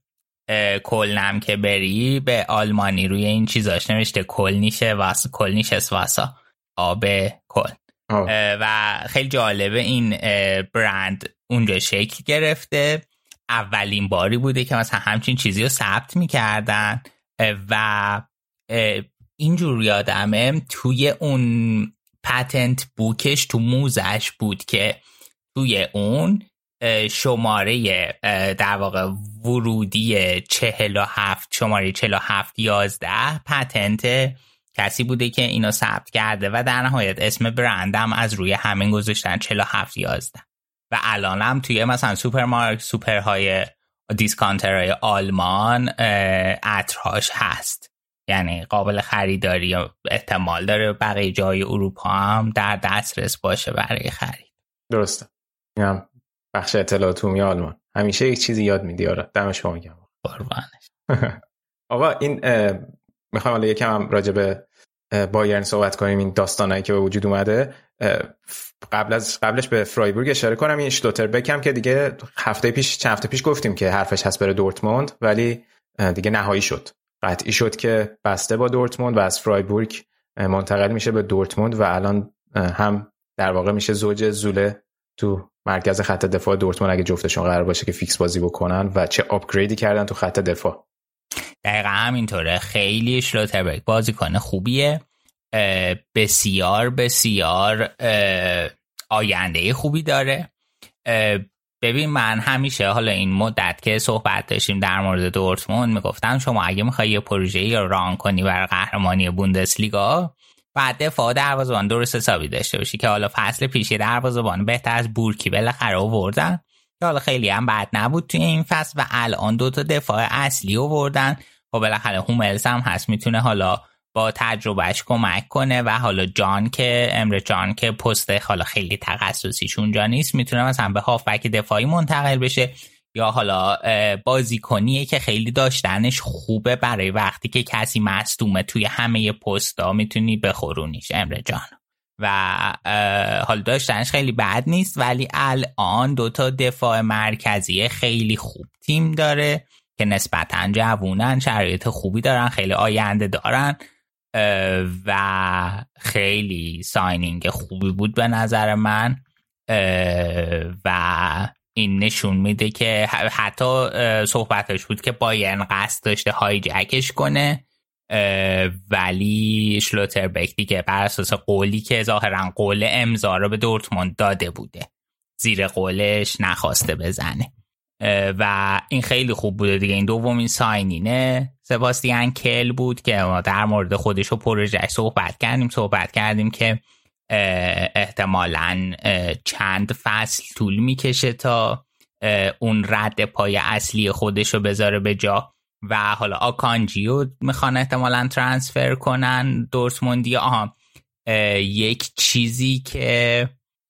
کلنم که بری به آلمانی روی این چیزاش نوشته کلنیشه واسا، کلنیشس واسا، آب کلن. و خیلی جالبه این برند اونجا شکل گرفته. اولین باری بوده که مثلا همچین چیزی رو ثبت میکردن و اینجور یادمه توی اون پتنت بوکش تو موزش بود که توی اون شماره در واقع ورودی چهل و هفت، شماره چهل و هفت یازده پتنت کسی بوده که اینو ثبت کرده و در نهایت اسم برندم از روی همین گذاشتن چهل و هفت یازده. و الان هم توی مثلا سوپرمارکت، سوپرهای دیسکانترهای آلمان عطرهاش هست، یعنی قابل خریداری، احتمال داره بقیه جای اروپا هم در دسترس باشه برای خرید. درسته. اینم بخش اطلاعات عمومی آلمان. همیشه یک چیزی یاد میدی. آره دم شما گرم. قربانش. آقا این میخوام حالا یکم هم راجع به بایرن صحبت کنیم، این داستانایی که به وجود اومده. قبل از قبلش به فرایبورگ اشاره کنم، این اشتوتربک هم که دیگه هفته پیش چند هفته پیش گفتیم که حرفش هست بره دورتموند، ولی دیگه نهایی شد، قطعی شد که بسته با دورتموند و از فرایبورگ منتقل میشه به دورتموند و الان هم در واقع میشه زوج زوله تو مرکز خط دفاع دورتموند اگه جفتشون قرار باشه که فیکس بازی بکنن. و چه آپگریدی کردن تو خط دفاع. دقیقا همینطوره. خیلی اشتوتربک بازیکن خوبیه، بسیار بسیار آینده خوبی داره. ببین من همیشه حالا این مدت که صحبت داشتیم در مورد دورتموند میگفتم شما اگه میخوای یه پروژه‌ای رو ران کنی برای قهرمانی بوندسلیگا بعد دفاع دروازه‌بان درست حسابی داشته باشی، که حالا فصل پیش دروازه‌بان بهتر از بورکی بالاخره آوردن که حالا خیلی هم بد نبود توی این فصل و الان دو تا دفاع اصلی آوردن خب بالاخره هوملز هم هست میتونه حالا با تجربهش کمک کنه و حالا جان که امره جان که پست حالا خیلی تخصصیش اونجا نیست میتونه مثلا به هافبک دفاعی منتقل بشه، یا حالا بازیکنیه که خیلی داشتنش خوبه برای وقتی که کسی مصدومه توی همه پستا میتونی بخورونیش امره جان و حالا داشتنش خیلی بد نیست، ولی الان دوتا دفاع مرکزی خیلی خوب تیم داره که نسبتاً جوونن، شرایط خوبی دارن، خیلی آینده دارن و خیلی ساینینگ خوبی بود به نظر من و این نشون میده که حتی صحبتش بود که بایرن قصد داشته هایجکش کنه ولی شلوتربک دیگه بر اساس قولی که ظاهرا قول امضا رو به دورتموند داده بوده زیر قولش نخواسته بزنه و این خیلی خوب بوده دیگه. این دومین ساینینه سباستیان کل بود که ما در مورد خودش و پروژهش صحبت کردیم صحبت کردیم که احتمالاً چند فصل طول میکشه تا اون رد پای اصلی خودش رو بذاره به جا و حالا آکانجیو میخوان احتمالاً ترانسفر کنن دورتموندی. آها یک چیزی که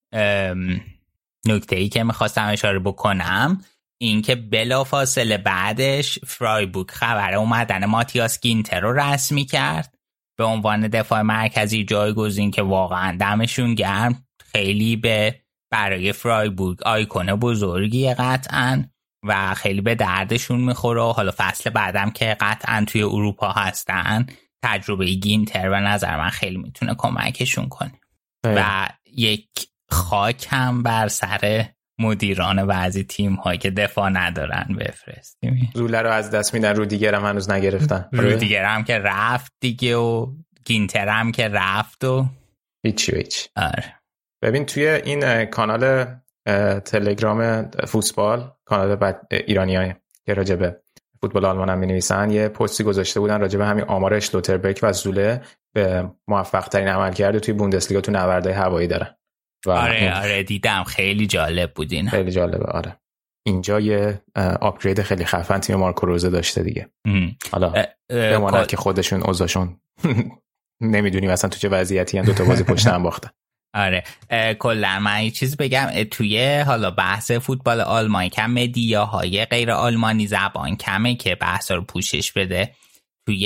نکته‌ای که میخواستم اشاره بکنم این که بلافاصله بعدش فرایبورگ خبر اومدن ماتیاس گینتر رو رسمی کرد به عنوان دفاع مرکزی جایگزین که واقعا دمشون گرم، خیلی به برای فرایبورگ آیکون بزرگیه قطعا و خیلی به دردشون میخوره و حالا فصل بعدم که قطعا توی اروپا هستن تجربه گینتر به نظر من خیلی میتونه کمکشون کنه و یک خاک هم بر سر مدیران بعضی تیم هایی که دفاع ندارن بفرستیم. زوله رو از دست میدن، رودیگر هم هنوز نگرفتن. رودیگر هم که رفت دیگه و گینتر هم که رفت و هیچی هیچ. آره. ببین توی این کانال تلگرام فوتبال، کانال ایرانی های که راجبه فوتبال آلمان هم می نویسن، یه پستی گذاشته بودن راجبه همین آمار اشلوتربک و زوله به موفق ترین عمل کرده توی بوندسلیگا تو نبردهای هوایی دارن. آره آره دیدم، خیلی جالب بود این. خیلی جالبه. آره اینجا یه آپگرید خیلی خفن تیم مارکو روزه داشته دیگه. حالا بماند که خودشون اوضاعشون نمیدونیم اصلا تو چه وضعیتی ان، دو تا بازی پشت هم باختن. آره کلا من یه چیز بگم توی حالا بحث فوتبال آلمان کم مدیاهای غیر آلمانی زبان کمه که بحث رو پوشش بده. توی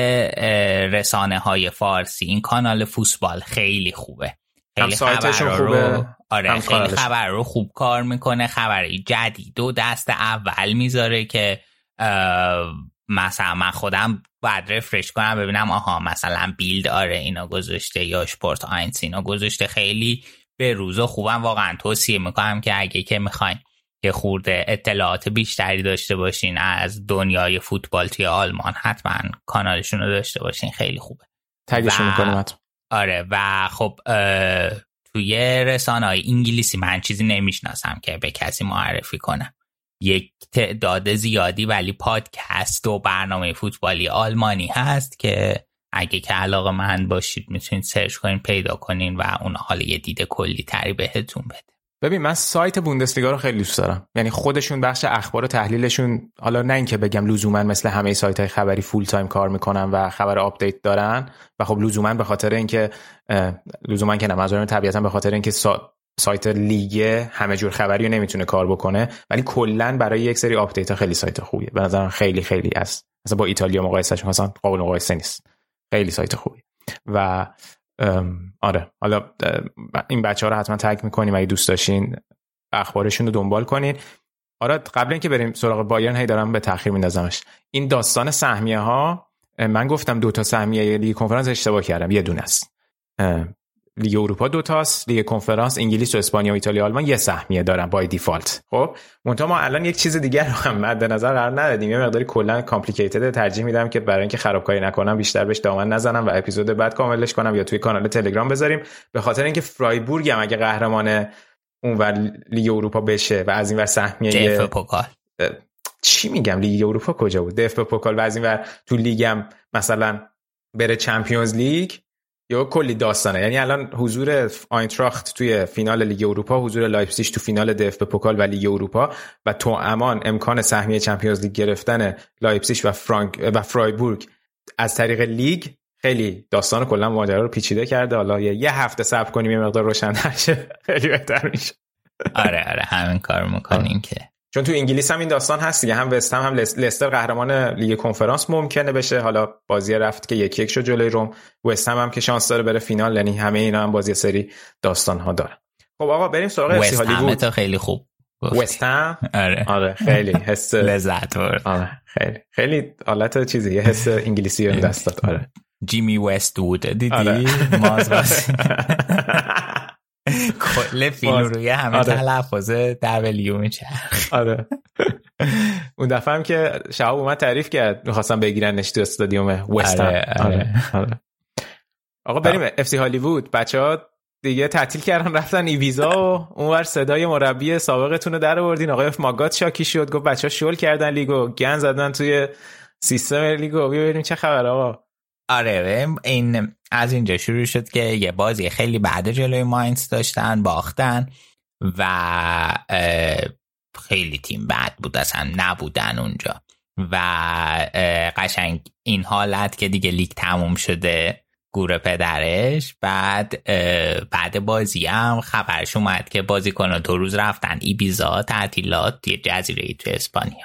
رسانه های فارسی این کانال فوتبال خیلی خوبه، خیلی خبر رو آره خیلی خبر رو خوب کار میکنه، خبری جدید و دست اول میذاره که مثلا من خودم باید رفرش کنم ببینم آها مثلا بیلد آره اینا گذاشته یا شپورت آینس اینا گذاشته. خیلی به روز و خوبم واقعا توصیه میکنم که اگه که میخواین که خورده اطلاعات بیشتری داشته باشین از دنیای فوتبال توی آلمان حتما کانالشون رو داشته باشین، خیلی خوبه. تگشون میکنم. آره و خب توی رسانه‌های انگلیسی من چیزی نمیشناسم که به کسی معرفی کنم، یک تعداد زیادی ولی پادکست و برنامه فوتبالی آلمانی هست که اگه که علاقه‌مند باشید میتونید سرچ کنین پیدا کنین و اون حالا یه دید کلی تری بهتون بده. ببین من سایت بوندسلیگا رو خیلی دوست دارم، یعنی خودشون بخش اخبار و تحلیلشون، حالا نه اینکه بگم لزوما مثل همه سایت‌های خبری فول تایم کار میکنن و خبر آپدیت دارن و خب لزوما به خاطر اینکه لزوما که نه منظورم طبیعتا به خاطر اینکه سا... سایت لیگ همه جور خبری رو نمیتونه کار بکنه، ولی کلا برای یک سری آپدیت‌ها خیلی سایت خوبیه به نظرم، خیلی خیلی از مثلا با ایتالیا مقایسهش مثلا قابل مقایسه نیست، خیلی سایت خوبی. و آره حالا این بچه‌ها رو حتما تگ می‌کنیم اگه دوست داشتین اخبارشون رو دنبال کنین. آره قبل اینکه بریم سراغ بایرن هی دارم به تأخیر میندازمش. این داستان سهمیه ها، من گفتم دو تا سهمیه لیگ کنفرانس اشتباه کردم، یه دونه است. لیگ اروپا دو تاست، لیگ کنفرانس انگلیس و اسپانیا و ایتالیا و آلمان یه سهمیه دارن بای دیفالت. خب منتها ما الان یک چیز دیگر رو هم مد نظر قرار ندادیم، یه مقداری کلا کامپلیکیتد، ترجیح میدم که برای اینکه خرابکاری نکنم بیشتر بهش دامن نزنم و اپیزود بعد کاملش کنم یا توی کانال تلگرام بذاریم، به خاطر اینکه فرایبورگ هم اگه قهرمان اونور لیگ اروپا بشه و از اینور سهمیه دف پوکال چی میگم لیگ اروپا کجا بود دف پوکال و از اینور تو لیگم مثلا بره چمپیونز لیگ، یا کلی داستانه. یعنی الان حضور آینتراخت توی فینال لیگ اروپا، حضور لایپزیگ تو فینال دف به پوکال و لیگ اروپا و تو امان امکان سهمیه چمپیونز لیگ گرفتن لایپزیگ و فرانک و فرایبورگ از طریق لیگ خیلی داستان کلا ماجرا رو پیچیده کرده. حالا یه هفته صبر کنیم یه مقدار روشن‌تر شه خیلی بهتر میشه. آره آره همین کارو میکنیم که چون تو انگلیس هم این داستان هست دیگه، هم وست هم هم لستر قهرمان لیگ کنفرانس ممکنه بشه. حالا بازی رفت که یک یک شد جلوی روم. وست هم هم که شانس داره بره فینال. یعنی همه اینا هم بازی سری داستان ها دارن. خب آقا بریم سراغ اف سی هالیوود. وست هم خیلی خوب گفتی. وست هم آره آره خیلی حس لذت برد. آره خیلی خیلی حالت چیزی یه حس انگلیسی رو دست داد. آره جیمی وست وود دیدی آره. ماز باسی کل فیلم روی همه آره. تلفظ دبلیو میچرخ. آره اون دفعه هم که شهاب اومد تعریف کرد می‌خواستم بگیرنش تو استادیوم وست هم. آره. آره. آره. آقا بریم اف سی هالیوود. بچه‌ها دیگه تعطیل کردن رفتن ایبیزا و اونور صدای مربی سابقتون رو در آوردین. آقای ماگات شاکی شد، گفت بچه‌ها شل کردن لیگو، گن زدن توی سیستم لیگو. ببینیم چه خبره آقا. آره این از اینجا شروع شد که یه بازی خیلی بعد جلوی ماینز داشتن، باختن و خیلی تیم بد بود، اصلا نبودن اونجا و قشنگ این حالت که دیگه لیگ تموم شده گوره پدرش. بعد بعد بازی هم خبرش اومد که بازیکن‌ها دو روز رفتن ایبیزا تعطیلات، یه جزیره‌ای تو اسپانیا.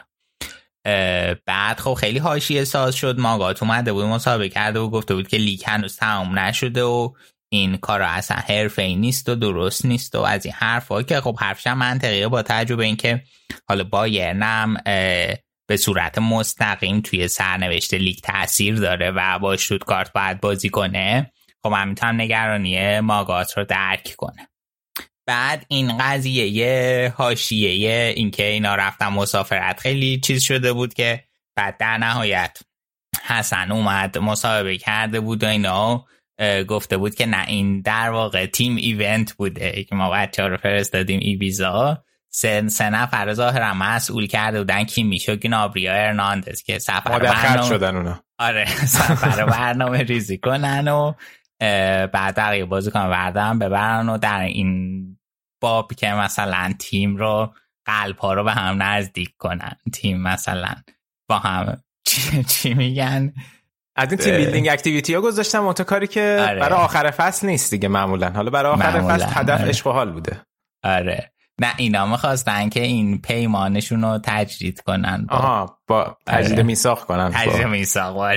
بعد خب خیلی حاشیه ساز شد. ماگات اومده بود مصاحبه کرده و گفته بود که لیگ هنوز تموم نشده و این کارا اصلا حرفه‌ای نیست و درست نیست و از این حرفا که خب حرفش هم منطقیه با تجربه این که حالا بایرن هم به صورت مستقیم توی سرنوشت لیگ تاثیر داره و با شتوتگارت باید بازی کنه. خب من میتونم نگرانی ماگات رو درک کنه. بعد این قضیه یه حاشیه این که اینا رفتن مسافرت خیلی چیز شده بود که بعد در نهایت حسن اومد مصاحبه کرده بود و اینا گفته بود که نه این در واقع تیم ایونت بوده که ما بچه‌ها رو فرستادیم ایبیزا. سه سه نفر ظاهرا مسئول کرده بودن کی میشه که نابریا ارناندز که سفر برنامه شدن اونا. آره سفر برنامه ریزی کنن و بعد بقیه بازیکن وردن ببرن و در این باب که مثلا تیم رو قلب ها رو به هم نزدیک کنن، تیم مثلا با هم چی, چی میگن از این تیم بیلدینگ اکتیویتی ها گذاشتن منتها کاری که آره. برای آخر فصل نیست دیگه معمولا. حالا برای آخر فصل هدف آره. عشق و حال بوده. آره نه اینا میخواستن که این پیمانشون رو تجدید کنن با آها با تجدید آره. میثاق کنن تجدید میثاق وارد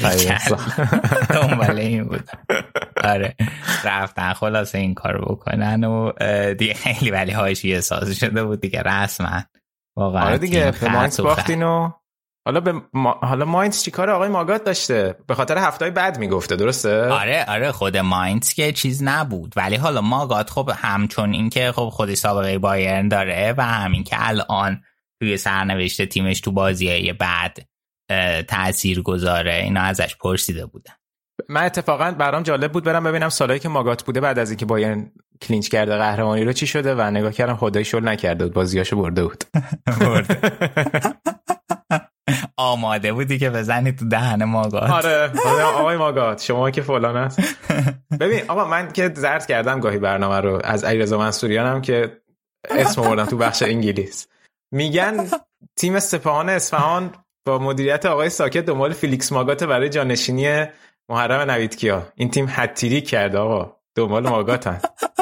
دنبال این بود. آره رفتن خلاصه این کار بکنن و دیگه خیلی ولی حاشیه ساز شده بود دیگه رسما واقعا. آره دیگه به ماینز باختین و حالا به ما... حالا ماینز چیکار آقای ماگات داشته؟ به خاطر هفته‌های بعد میگفته درسته؟ آره آره خود ماینز که چیز نبود ولی حالا ماگات خب همچون این که خب خودی سابقه بایرن داره و همین که الان توی سرنوشت تیمش تو بازیه بعد تأثیر گذاره اینا ازش پرسیده بودن. من اتفاقا برام جالب بود برام ببینم سالایی که ماگات بوده بعد از اینکه بایرن کلینچ کرده قهرمانی رو چی شده و نگاه کردم خدای شل نکرده بود، بازیاشو برده بود. آماده بودی که بزنی تو دهن ماگات. آره آقای ماگات شما که فلان است. ببین آقا من که زرد کردم گاهی برنامه رو از علیرضا منصوریانم که اسم آوردم تو بخش انگلیس. میگن تیم سپاهان اصفهان با مدیریت آقای ساکت دنبال فیلیکس ماگات برای جانشینی محرم نویدکیا. این تیم هتریک کرده آقا، دنبال ماگاتن.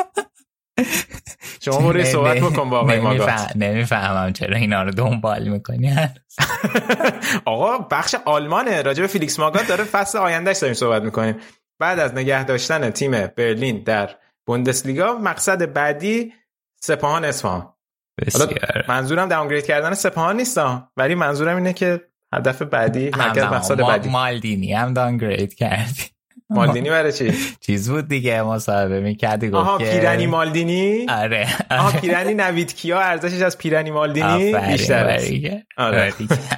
شما برای صحبت بکن با آقای ماگات. نمیفهمم چرا اینا رو دنبال میکنی. آقا بخش آلمانه، راجع به فیلیکس ماگات داره فصل آیندهش داریم صحبت میکنیم. بعد از نگه داشتن تیم برلین در بوندسلیگا مقصد بعدی سپاهان اصفهان. منظورم داونگرید کردن سپاهان نیست، ولی منظورم اینه که هدف بعدی مرکز مقصد بعدی. مالدینی هم داونگرید کردی. مالدینی برای چی؟ چیز بود دیگه مصاحبه می‌کردی گفت آها پیرنی مالدینی. آره آها پیرنی نویدکیا ارزشش از پیرنی مالدینی بیشتر است. آره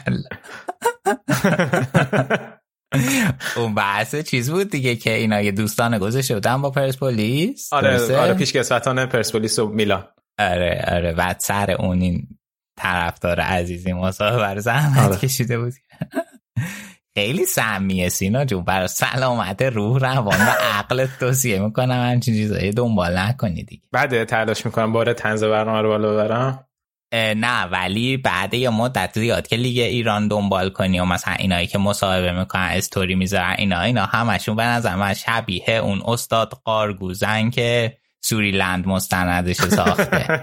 اون بحث چیز بود دیگه که اینا یه دوستان گذاشته بودن با پرسپولیس. آره آره پیشکسوتان پرسپولیس و میلان. آره آره بعد سر اون این طرفدار عزیزی مصاحبه رو زحمت آره. کشیده بود. خیلی سمیه سینا جون، برای سلامت روح روان و عقلت توصیه میکنم همچین چیزایی دنبال نکنی دیگه. بعد تلاش میکنم باره طنز برنامه رو بالا ببرم. نه ولی بعد یه مدت زیاد که لیگ ایران دنبال کنی و مثلا اینایی که مصاحبه میکنن استوری میذارن اینا اینا همشون به نظر من شبیه اون استاد قارگوزن که سوریلند مستندش ساخته.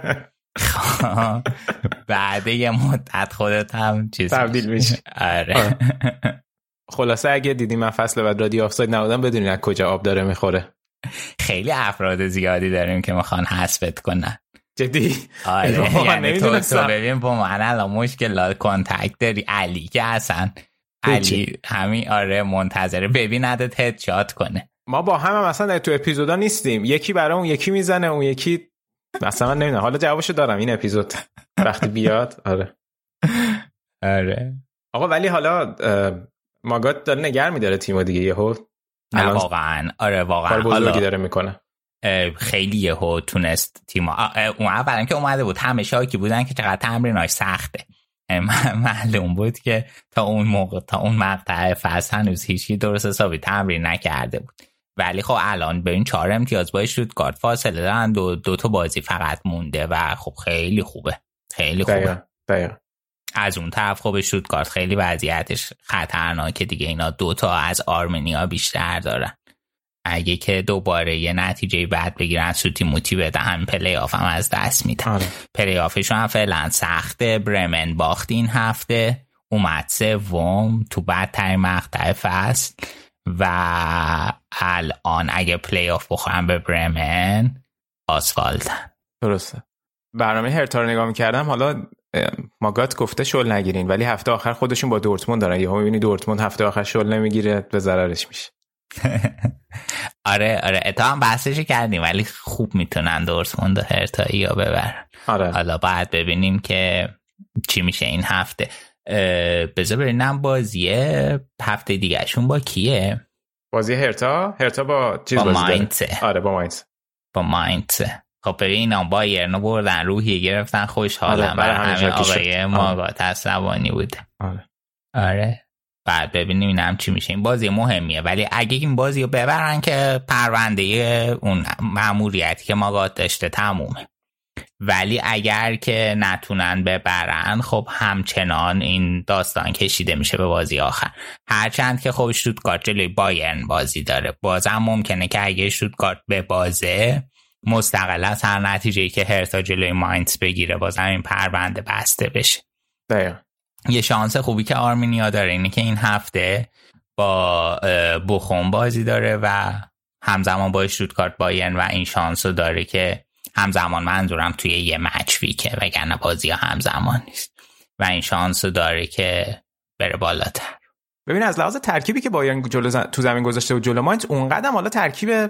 بعد یه مدت خودت هم چیز تبدیل میشه. آره. خلاصه اگه دیدی من فصل بعد رادیو آفساید نبودم بدونین از کجا آب داره میخوره. خیلی افراد زیادی داریم که میخوان حذفت کنن. جدی؟ آره یعنی تو تو ببین با من الان مشکلات کانتکت داری. علی که اصلا علی همین آره منتظره ببیندت هدشات کنه. ما با هم هم اصلا تو اپیزودا نیستیم، یکی برای اون یکی میزنه اون یکی مثلا من نمیدونم، حالا جوابشو دارم این اپیزود وقتی بیاد. آره آره آقا ولی حالا ماگات داره نگر میداره تیمو دیگه یهو. نه واقعا آره واقعا کار بزرگی داره میکنه. خیلی یهو تونست تیم اون اولا که اومده بود همه شاکی بودن که چقدر تمریناش سخته. معلوم بود که تا اون موقع تا اون مقطع فصل هنوز هیچکی درست حسابی تمرین نکرده بود. ولی خب الان به این چهار امتیاز با شتوتگارت فاصله دارن، دو, دو تا بازی فقط مونده و خب خیلی خوبه خیلی خوبه. دقیقا. دقیقا. از اون طرف خب شتوتگارت خیلی وضعیتش خطرناکه دیگه، اینا دو تا از آرمنیا بیشتر دارن. اگه که دوباره یه نتیجه بد بگیرن سوتی موتی بدن پلی آف هم از دست میدن. آره. پلی آفشون هم فعلا سخته. برمن باخت این هفته، اومد سوم تو بدترین مقطع فصل و الان اگه پلی آف بخورن به برمن آسفالتن. درسته. برنامه هرتا رو نگاه میکردم، حالا ماگات گفته شل نگیرین ولی هفته آخر خودشون با دورتموند دارن، یهو میبینی دورتموند هفته آخر شل نمیگیره به ضررش میشه. آره آره اتا هم بحثش کردیم ولی خوب میتونن دورتموند و هرتایی یا ببرن. آره. حالا باید ببینیم که چی میشه این هفته. بذار ببینم بازیه هفته دیگه شون با کیه؟ بازی هرتا هرتا با چیز با بازی ماینتس. آره با ماینتس. با ماینتس. خب ببینم بایرن بردن روحیه گرفتن خوشحالم. آره برای همین آقای ماگات عصبانی بوده. آره آره بعد ببینیم اینم چی میشه. این بازی مهمیه ولی اگه این بازی رو ببرن که پرونده اون مأموریتی که ماگات داشته تمومه. ولی اگر که نتونن ببرن خب همچنان این داستان کشیده میشه به بازی آخر. هرچند که خب شتوتگارت جلوی بایرن بازی داره، بازم ممکنه که اگه شتوتگارت به بازه مستقل از هر نتیجه‌ای که هرتا جلوی ماینتس بگیره بازم این پرونده بسته بشه. دقیقاً. یه شانس خوبی که آرمینیا داره اینه که این هفته با بوخوم بازی داره و همزمان با شتوتگارت بایرن و این شانس رو داره که همزمان منظورم توی یه مچ ویکه وگرنه بازی ها همزمان نیست و این شانس رو داره که بره بالاتر. ببین از لحاظ ترکیبی که بایرن جلو زن... تو زمین گذاشته و جلو ماینتس اونقدر حالا ترکیب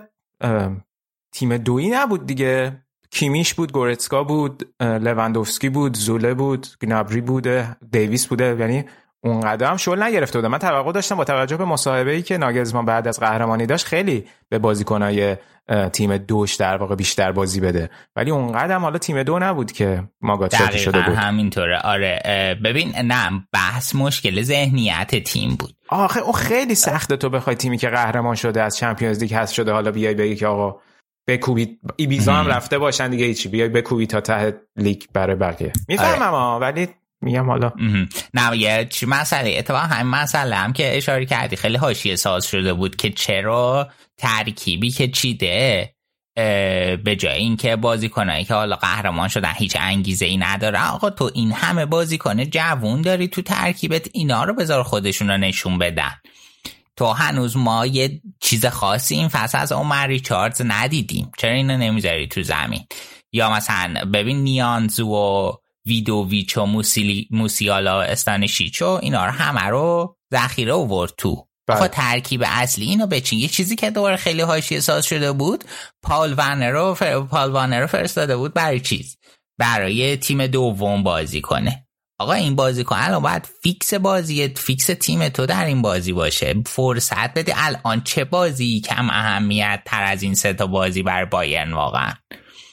تیم دویی نبود دیگه. کیمیش بود، گورتسکا بود، لواندوفسکی بود، زوله بود، گنابری بوده، دیویس بوده، یعنی اونقدر هم شل نگرفته بوده. من توقع داشتم با توجه به مصاحبه‌ای که ناگلزمان بعد از قهرمانی داشت خیلی به بازیکنای تیم دوش در واقع بیشتر بازی بده، ولی اونقدر هم حالا تیم دو نبود که ماگات شده شده بود. همینطوره. آره ببین نه بحث مشکل ذهنیت تیم بود. آخه اون خیلی سخته تو بخوای تیمی که قهرمان شده از چمپیونز لیگ حذف شده حالا بیای بگی که آقا بکوبید، ایبیزا هم رفته باشن دیگه هیچی، بیای بکوبید تا ته لیگ برای بقیه. میفهمم ها ولی میگم حالا نه یه چی مسئله اتفاقا همین مسئله هم که اشاره کردی خیلی حاشیه ساز شده بود که چرا ترکیبی که چیده به جای اینکه بازیکنایی که حالا قهرمان شدن هیچ انگیزه ای نداره، آقا تو این همه بازیکن جوون داری تو ترکیبت، اینا رو بذار خودشون رو نشون بدن. تو هنوز ما یه چیز خاصی این فصل از عمر ریچاردز ندیدیم، چرا اینو نمیذاری تو زمین؟ یا مثلا ببین نیانزو و ویدوویچ و موسیلی موسیالا و استانشیچو اینا رو همه رو ذخیره آورد تو. آخه ترکیب اصلی اینو بچین. یه چیزی که دوباره خیلی حاشیه ساز شده بود، پال وانر رو فر... پال وانر رو فرستاده بود برای چیز برای تیم دوم بازی کنه. آقا این بازیکن الان باید فیکس بازی فیکس تیم تو در این بازی باشه، فرصت بده. الان چه بازی کم اهمیت تر از این سه تا بازی برای بایرن واقعا؟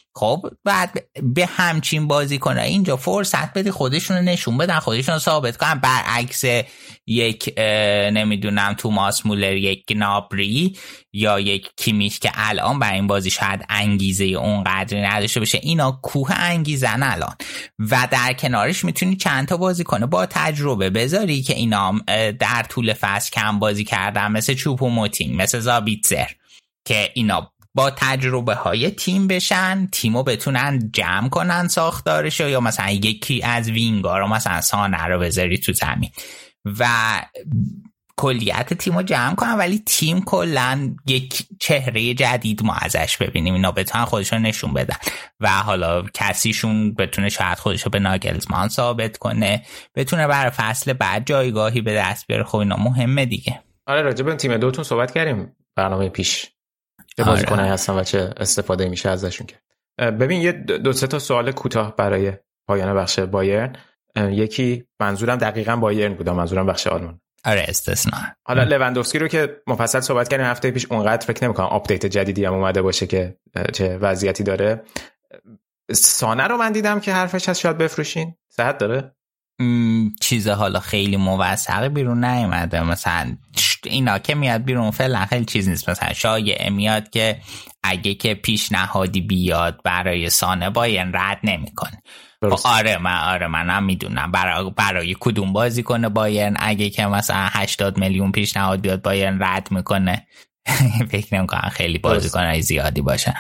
خب بعد به همچین بازی کنه اینجا فرصت بدی خودشون رو نشون بدن، خودشون رو ثابت کنن، برعکس یک نمیدونم توماس مولر، یک گنابری یا یک کیمیش که الان برای این بازی شاید انگیزه اون قدری نداشته باشه، اینا کوه انگیزن الان و در کنارش میتونی چند تا بازی کنه با تجربه بذاری که اینا در طول فصل کم بازی کردن، مثل چوپوموتینگ، مثل زابیتزر، که اینا با تجربه های تیم بشن، تیمو بتونن جمع کنن ساختارشو، یا مثلا یکی از وینگا رو مثلا سانه رو بذاری تو زمین و کلیت تیمو جمع کنن، ولی تیم کلن یک چهره جدید ما ازش ببینیم، اینا بتونن خودشون نشون بدن و حالا کسیشون بتونه شاید خودشو به ناگلزمان ثابت کنه، بتونه برای فصل بعد جایگاهی به دست بیاره. خب اینا مهمه دیگه. آره راجع به تیم دوتون صحبت کردیم برنامه پیش، چه بازیکنایی هستن و چه استفاده میشه ازشون کرد. ببین یه دو سه تا سوال کوتاه برای پایان بخش بایرن. یکی منظورم دقیقاً بایرن بود، منظورم بخش آلمان. آره استثناء. حالا لواندوفسکی رو که مفصل صحبت کردیم هفته پیش، اونقدر فکر نمی‌کنم آپدیت جدیدی هم اومده باشه که چه وضعیتی داره. سانه رو من دیدم که حرفش هست شاید بفروشین، صحت داره؟ چیز حالا خیلی موثقی بیرون نیومده، مثلا اینا که میاد بیرون فعلا خیلی چیز نیست، مثلا شایعه میاد که اگه که پیشنهادی بیاد برای سانه بایرن رد نمیکنه. آره من آره منم میدونم برای برای کدوم بازی کنه بایرن اگه که مثلا هشتاد میلیون پیشنهاد بیاد بایرن رد میکنه. فکر نمیکنم خیلی بازیکنای زیادی باشن.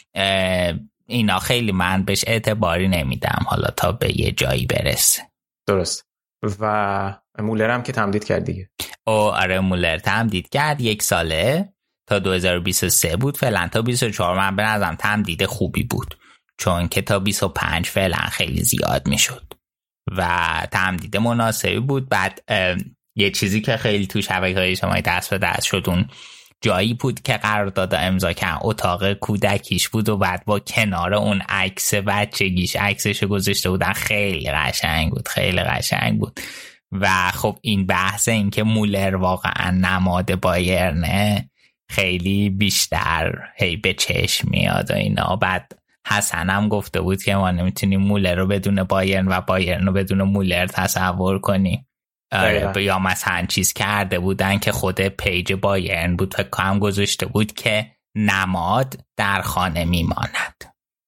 اینا خیلی من بهش اعتباری نمیدم حالا تا به یه جایی برسه. درست. و مولر هم که تمدید کرد دیگه. او آره مولر تمدید کرد، یک ساله تا دو هزار و بیست و سه بود، فعلا تا بیست و چهار من به نظرم تمدید خوبی بود، چون که تا بیست و پنج فعلا خیلی زیاد میشد و تمدید مناسبی بود. بعد یه چیزی که خیلی تو شبکه‌های اجتماعی دست به دست شد، اون جایی بود که قرارداد امضا کردن، اتاق کودکیش بود و بعد با کنار اون عکس بچگیش عکسش گذاشته بودن، خیلی قشنگ بود، خیلی قشنگ بود. و خب این بحث این که مولر واقعا نماد بایرنه خیلی بیشتر هی به چشم میاد و اینا. بعد حسن هم گفته بود که ما نمیتونیم مولر رو بدون بایرن و بایرن رو بدون مولر تصور کنیم. آره یا مثلا چیز کرده بودن که خود پیج بایرن بود فکر کنم گذاشته بود که نماد در خانه میماند.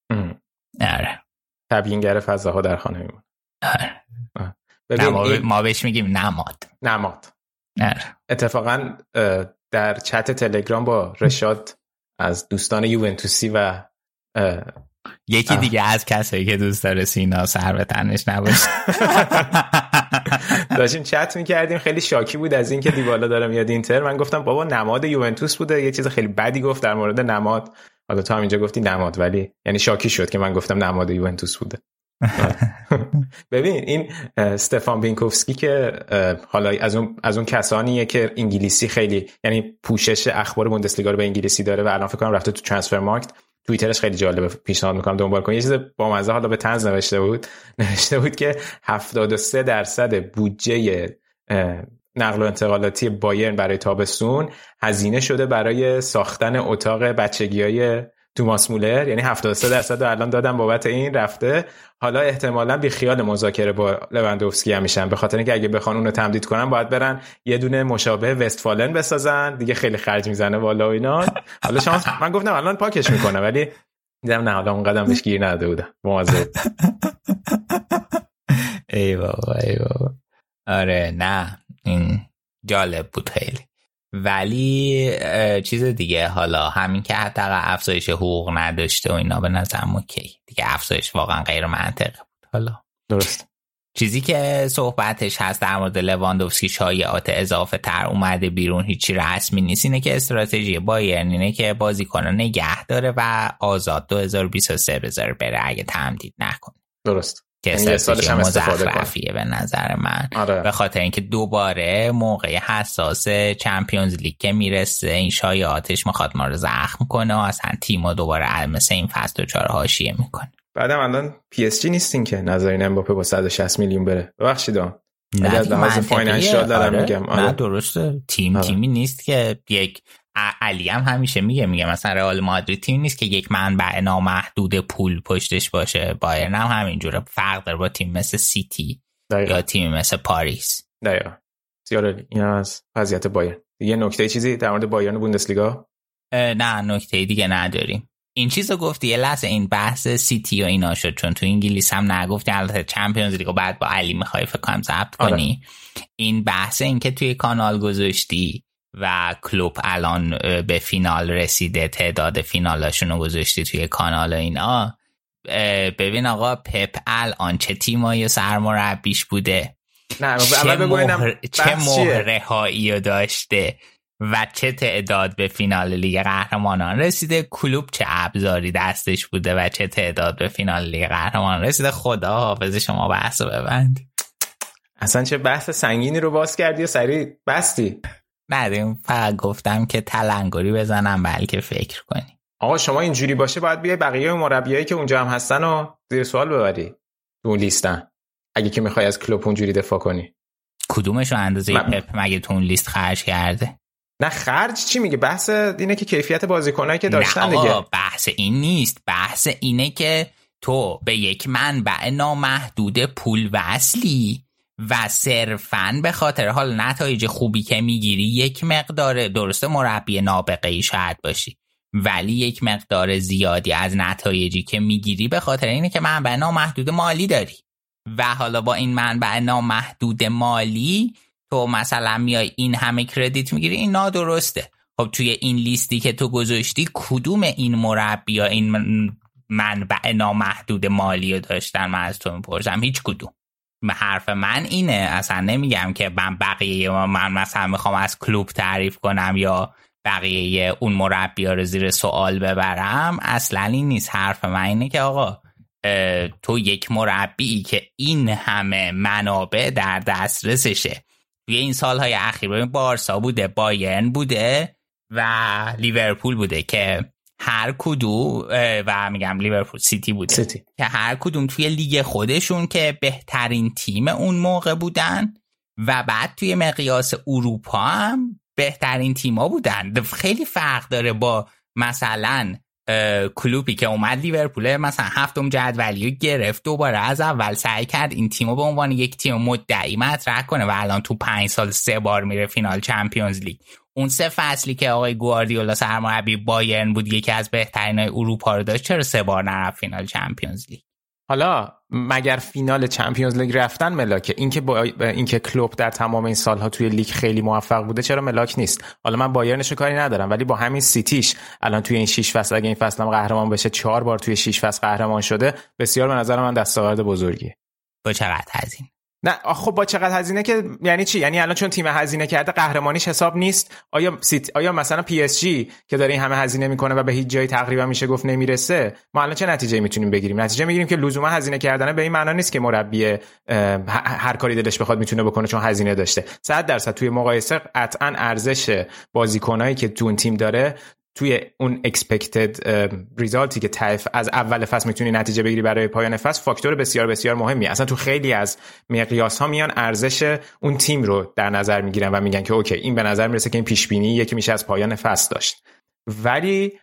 آره تبیینگر فضاها در خانه میماند. آره ما, این... ما بهش میگیم نماد. نماد. آره. اتفاقا در چت تلگرام با رشاد از دوستان یوونتوسی و یکی دیگه از کسایی که دوست داره سینا سر به تنش نباشه داشتیم چت میکردیم، خیلی شاکی بود از این که دیبالا داره میاد اینتر. من گفتم بابا نماد یوونتوس بوده، یه چیز خیلی بدی گفت در مورد نماد. حالا تو هم اینجا گفتی نماد، ولی یعنی شاکی شد که من گفتم نماد یوونتوس بوده. ببین این استفان بینکوفسکی که حالا از اون از اون کسانیه که انگلیسی خیلی یعنی پوشش اخبار بوندسلیگا رو به انگلیسی داره و الان فکر کنم رفته تو ترانسفر مارکت. توییترش خیلی جالبه، پیشنهاد میکنم دنبال کنید. یه چیز بامزه حالا به طنز نوشته بود نوشته بود که هفتاد و سه درصد بودجه نقل و انتقالاتی بایرن برای تابستون هزینه شده برای ساختن اتاق بچگیای توماس مولر، یعنی هفتاد و سه درصد رو الان دادن بابت این رفته. حالا احتمالاً بی خیال مذاکره با لواندوفسکی هم میشن، به خاطر اینکه اگه بخوان اون رو تمدید کنن باید برن یه دونه مشابه وستفالن بسازن دیگه، خیلی خرج میزنه والا و اینا. حالا شانس من گفتم الان پاکش میکنه، ولی دیدم نه حالا اون قدم بهش گیر نداده بودم. مواظب. ای بابا ای بابا. آره نه این جالب بود خیلی. ولی چیز دیگه حالا همین که حتی افزایش حقوق نداشته و اینا به نظرم اوکی دیگه، افزایش واقعا غیر منطقی بود. حالا درست چیزی که صحبتش هست در مورد لواندوفسکی شایعات اضافه تر اومده بیرون، هیچی رسمی نیست، اینه که استراتژی بایرن اینه که بازیکن نگه داره و آزاد دو هزار و بیست و سه بذاره بره اگه تمدید نکنه. درست که استراتژی مزخرفیه به نظر من. آره. به خاطر اینکه دوباره موقع حساس چمپیونز لیگ که میرسه این شایعاتش میخواد ما رو زخم کنه و اصلا تیمو دوباره مثل این فصل دچار حاشیه میکنه. بعدم الان پی اس جی نیستین که نظرین امباپه با صد و شصت میلیون بره. ببخشید نه از لحاظ فاینانشیال دارم آره. میگم. آره. نه درسته تیم آره. تیمی نیست که یک علی هم همیشه میگه میگه مثلا رئال مادرید تیم نیست که یک منبع نامحدود پول پشتش باشه. بایرن هم همینجوره، فرق داره با تیم مثل سیتی دقیقا. یا تیم مثل پاریس. دقیقاً. زیاد این از وضعیت بایرن. یه نکته چیزی در مورد بایرن بوندسلیگا؟ نه نکته دیگه نداریم. این چیزو گفتی یه لحظه، این بحث سیتی و اینا شد چون تو انگلیس هم نگفتی، البته چمپیونز لیگو بعد با علی میخوای فکر کنم ضبط کنی. آره. این بحث این که توی کانال گذاشتی و کلوب الان به فینال رسیده، تعداد فینالاشونو گذاشتی توی کانال اینا، ببین آقا پپ الان چه تیمایی سرمربیش بوده، نه چه, مهر... چه مهره هایی داشته و چه تعداد به فینال لیگ قهرمانان رسیده، کلوب چه ابزاری دستش بوده و چه تعداد به فینال لیگ قهرمانان رسیده. خدا حافظ شما بحثو ببند. اصلا چه بحث سنگینی رو باز کردی و سریع بستی. نه فقط گفتم که تلنگری بزنم بلکه فکر کنی. آقا شما اینجوری باشه باید بیای بقیه مربیایی که اونجا هم هستن و زیر سوال ببری تو اون لیستن، اگه که میخوای از کلوب اونجوری دفاع کنی. کدومشو اندازه من... پپ مگه تو اون لیست خرج کرده؟ نه خرج چی میگه؟ بحث اینه که کیفیت بازیکنایی که داشتن دیگه. نه بحث این نیست، بحث اینه که تو به یک منبع نامحدود پول وصلی و صرفاً به خاطر حال نتایج خوبی که میگیری یک مقدار، درسته مربی نابغه‌ای شاید باشی، ولی یک مقدار زیادی از نتایجی که میگیری به خاطر اینه که منبع نامحدود مالی داری و حالا با این منبع نامحدود مالی تو مثلا میای این همه کردیت میگیری، این نادرسته. خب توی این لیستی که تو گذاشتی کدوم این مربی یا این منبع نامحدود مالی رو داشتن؟ من از تو میپرسم هیچ کدوم. حرف من اینه، اصلا نمیگم که من بقیه من مثلا میخوام از کلوب تعریف کنم یا بقیه اون مربی ها رو زیر سوال ببرم، اصلا این نیست. حرف من اینه که آقا تو یک مربی که این همه منابع در دسترسشه، توی این سالهای اخیر بارسا بوده، بایرن بوده و لیورپول بوده که هر کدوم و میگم لیورپول سیتی بوده سیتی. که هر کدوم توی لیگ خودشون که بهترین تیم اون موقع بودن و بعد توی مقیاس اروپا هم بهترین تیما بودن. خیلی فرق داره با مثلا کلوبی که اومد لیورپول مثلا هفتم جدولی رو گرفت، دوباره از اول سعی کرد این تیمو به عنوان یک تیم مدعی مطرح کنه و الان تو پنج سال سه بار میره فینال چمپیونز لیگ. اون سه فصلی که آقای گواردیولا سرمربی بایرن بود یکی از بهترینای اروپا رو داشت، چرا سه بار نرفت فینال چمپیونز لیگ؟ حالا مگر فینال چمپیونز لیگ رفتن ملاکه؟ اینکه با اینکه کلوب در تمام این سالها توی لیگ خیلی موفق بوده چرا ملاک نیست؟ حالا من بایرنشو کاری ندارم، ولی با همین سیتیش الان توی این شش فصل اگه این فصل هم قهرمان بشه، چهار بار توی شش فصل قهرمان شده، بسیار به نظر من دستاورد بزرگیه. با چقدر هزینه؟ نه خب با چقدر هزینه که یعنی چی؟ یعنی الان چون تیم هزینه کرده قهرمانیش حساب نیست؟ آیا سیت... آیا مثلا پی اس جی که داره این همه هزینه میکنه و به هیچ جایی تقریبا میشه گفت نمیرسه، ما الان چه نتیجه میتونیم بگیریم؟ نتیجه میگیریم که لزوما هزینه کردن به این معنا نیست که مربی هر کاری دلش بخواد میتونه بکنه چون هزینه داشته. صد درصد توی مقایسه قطعا ارزش بازیکنایی که تو اون تیم داره توی اون expected ریزالتی که طرف از اول فصل میتونی نتیجه بگیری برای پایان فصل فاکتور بسیار بسیار مهمی. اصلا تو خیلی از مقیاس ها میان ارزش اون تیم رو در نظر میگیرن و میگن که اوکی این به نظر میرسه که این پیش بینی یکی میشه از پایان فصل داشت. ولی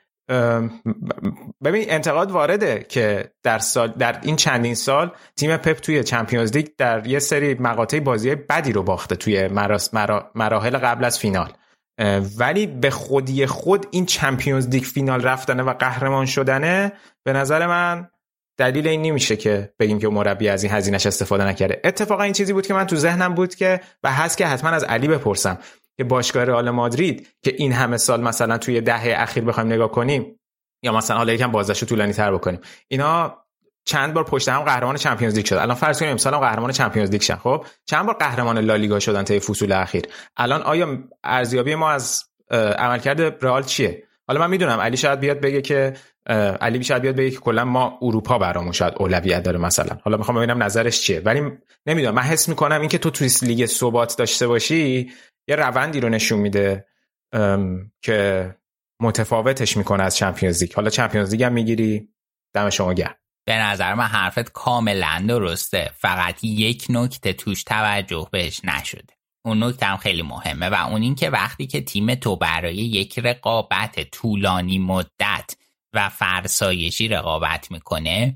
ببین انتقاد وارده که در سال در این چندین سال تیم پپ توی چمپیونز لیگ در یه سری مقاطع بازی بدی رو باخته توی مراس مرا مراحل قبل از فینال، ولی به خودی خود این چمپیونز لیگ فینال رفتنه و قهرمان شدنه به نظر من دلیل این نمیشه که بگیم که مربی از این هزینه‌اش استفاده نکرده. اتفاقا این چیزی بود که من تو ذهنم بود که و هست که حتما از علی بپرسم که باشگاه رئال مادرید که این همه سال مثلا توی دهه اخیر بخوایم نگاه کنیم یا مثلا حالا یکم بازداشتو طولانی تر بکنیم، اینا چند بار پشت هم قهرمان چمپیونز لیگ شدن. الان فرض کنیم امسال هم قهرمان چمپیونز لیگ شدن، خب چند بار قهرمان لالیگا شدن طی فصول اخیر. الان آیا ارزیابی ما از عملکرد رئال چیه؟ حالا من میدونم علی شاید بیاد بگه که علی شاید بیاد بگه که کلا ما اروپا برامون شاید اولویت داره مثلا. حالا میخوام ببینم نظرش چیه، ولی نمیدونم، من حس میکنم اینکه تو توی لیگ ثبات داشته باشی یه روندی رو نشون میده که متفاوتش میکنه از چمپیونز لیگ. حالا چمپیونز لیگ هم میگیری، دم شما گرم. به نظر من حرفت کاملا درسته، فقط یک نکته توش توجه بهش نشده. اون نکته هم خیلی مهمه و اون این که وقتی که تیم تو برای یک رقابت طولانی مدت و فرسایشی رقابت میکنه،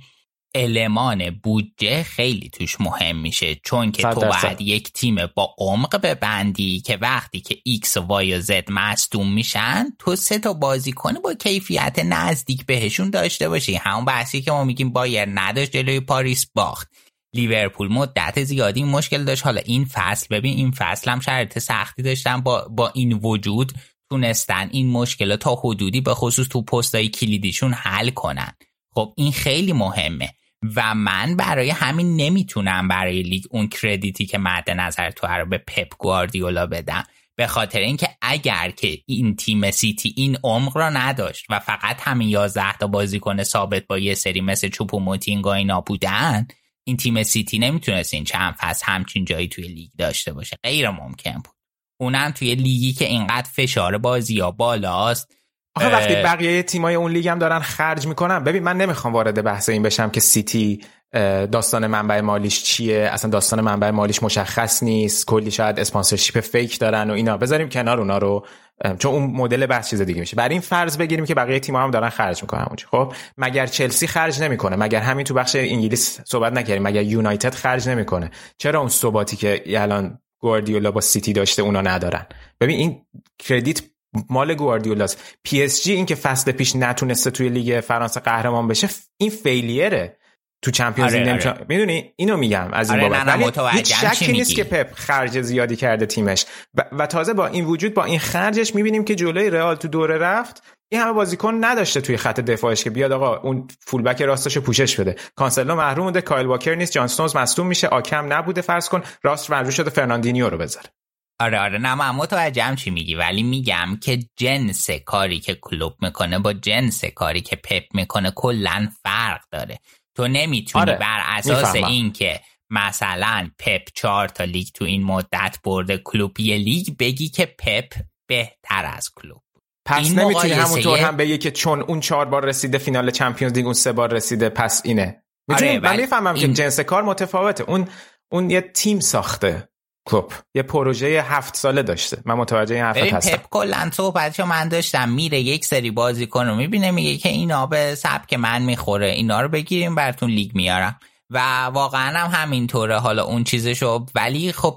المان بودجه خیلی توش مهم میشه، چون که تو باید یک تیم با عمق ببندی که وقتی که ایکس و وای و زد مصدوم میشن تو سه تا بازیکن با کیفیت نزدیک بهشون داشته باشی. همون بحثی که ما میگیم بایر نداشت جلوی پاریس باخت، لیورپول مدت زیادی این مشکل داشت. حالا این فصل ببین این فصل هم شرایط سختی داشتن، با با این وجود تونستن این مشکل تا حدودی به خصوص تو پستای کلیدیشون حل کنن. خب این خیلی مهمه و من برای همین نمیتونم برای لیگ اون کردیتی که مد نظر تو رو به پپ گواردیولا بدم، به خاطر اینکه اگر که این تیم سیتی این عمق را نداشت و فقط همین یازده تا بازیکن ثابت با یه سری مثل چوپوموتینگ و اینا بودن، این تیم سیتی نمیتونست این چند فصل همچین جایی توی لیگ داشته باشه، غیر ممکن بود. اونم توی لیگی که اینقدر فشار بازی ها بالاست. آخه وقتی بقیه تیمای اون لیگ هم دارن خرج میکنن، ببین من نمیخوام وارد بحث این بشم که سیتی داستان منبع مالیش چیه، اصلا داستان منبع مالیش مشخص نیست، کلی شاید اسپانسرشیپ فیک دارن و اینا، بذاریم کنار اونا رو، چون اون مدل بحث چیز دیگه میشه. برای این فرض بگیریم که بقیه تیم‌ها هم دارن خرج میکنن اونجا. خب مگر چلسی خرج نمیکنه؟ مگر همین تو بخش انگلیس صحبت نکردیم، مگر یونایتد خرج نمیکنه؟ چرا اون ثباتی که الان گواردیولا با سیتی داشته اونا ندارن؟ ببین این کردیت مال گواردیولاست. پی اس جی این که فصل پیش نتونسته توی لیگ فرانسه قهرمان بشه، این فیلیره. تو چمپیونز لیگ نمیتونه، میدونی اینو میگم از این بابت. ولی هیچ شکی نیست که پپ خرج زیادی کرده تیمش و, و تازه با این وجود با این خرجش میبینیم که جلوی رئال تو دوره رفت این همه بازیکن نداشته توی خط دفاعش که بیاد آقا اون فولبک راستش پوشش بده. کانسلو محروم بوده، کایل واکر نیست، جان استونز مصدوم میشه، آکم نبوده، فرض کن راست مجبور شده فرناندینیو رو بذاره. آره آره نه من متوجهم چی میگی، ولی میگم که جنس کاری که کلوب میکنه با جنس کاری که پپ میکنه کلا فرق داره. تو نمیتونی آره. بر اساس این که مثلا پپ چهار تا لیگ تو این مدت برده، کلوب یه لیگ، بگی که پپ بهتر از کلوب. پس نمیتونی همونطور هم بگی که چون اون چهار بار رسیده فینال چمپیونز لیگ، اون سه بار رسیده پس اینه. میتونی آره من میفهمم این... که جنس کار متفاوته. اون اون یه تیم ساخته، کلوب یه پروژه هفت ساله داشته. من متوجه این حرفت هستم. پپ کلا صحبتشو من داشتم، میره یک سری بازیکن رو میبینه میگه که اینا به سبک من میخوره، اینا رو بگیریم براتون لیگ میارم و واقعا هم همینطوره. حالا اون چیزشو، ولی خب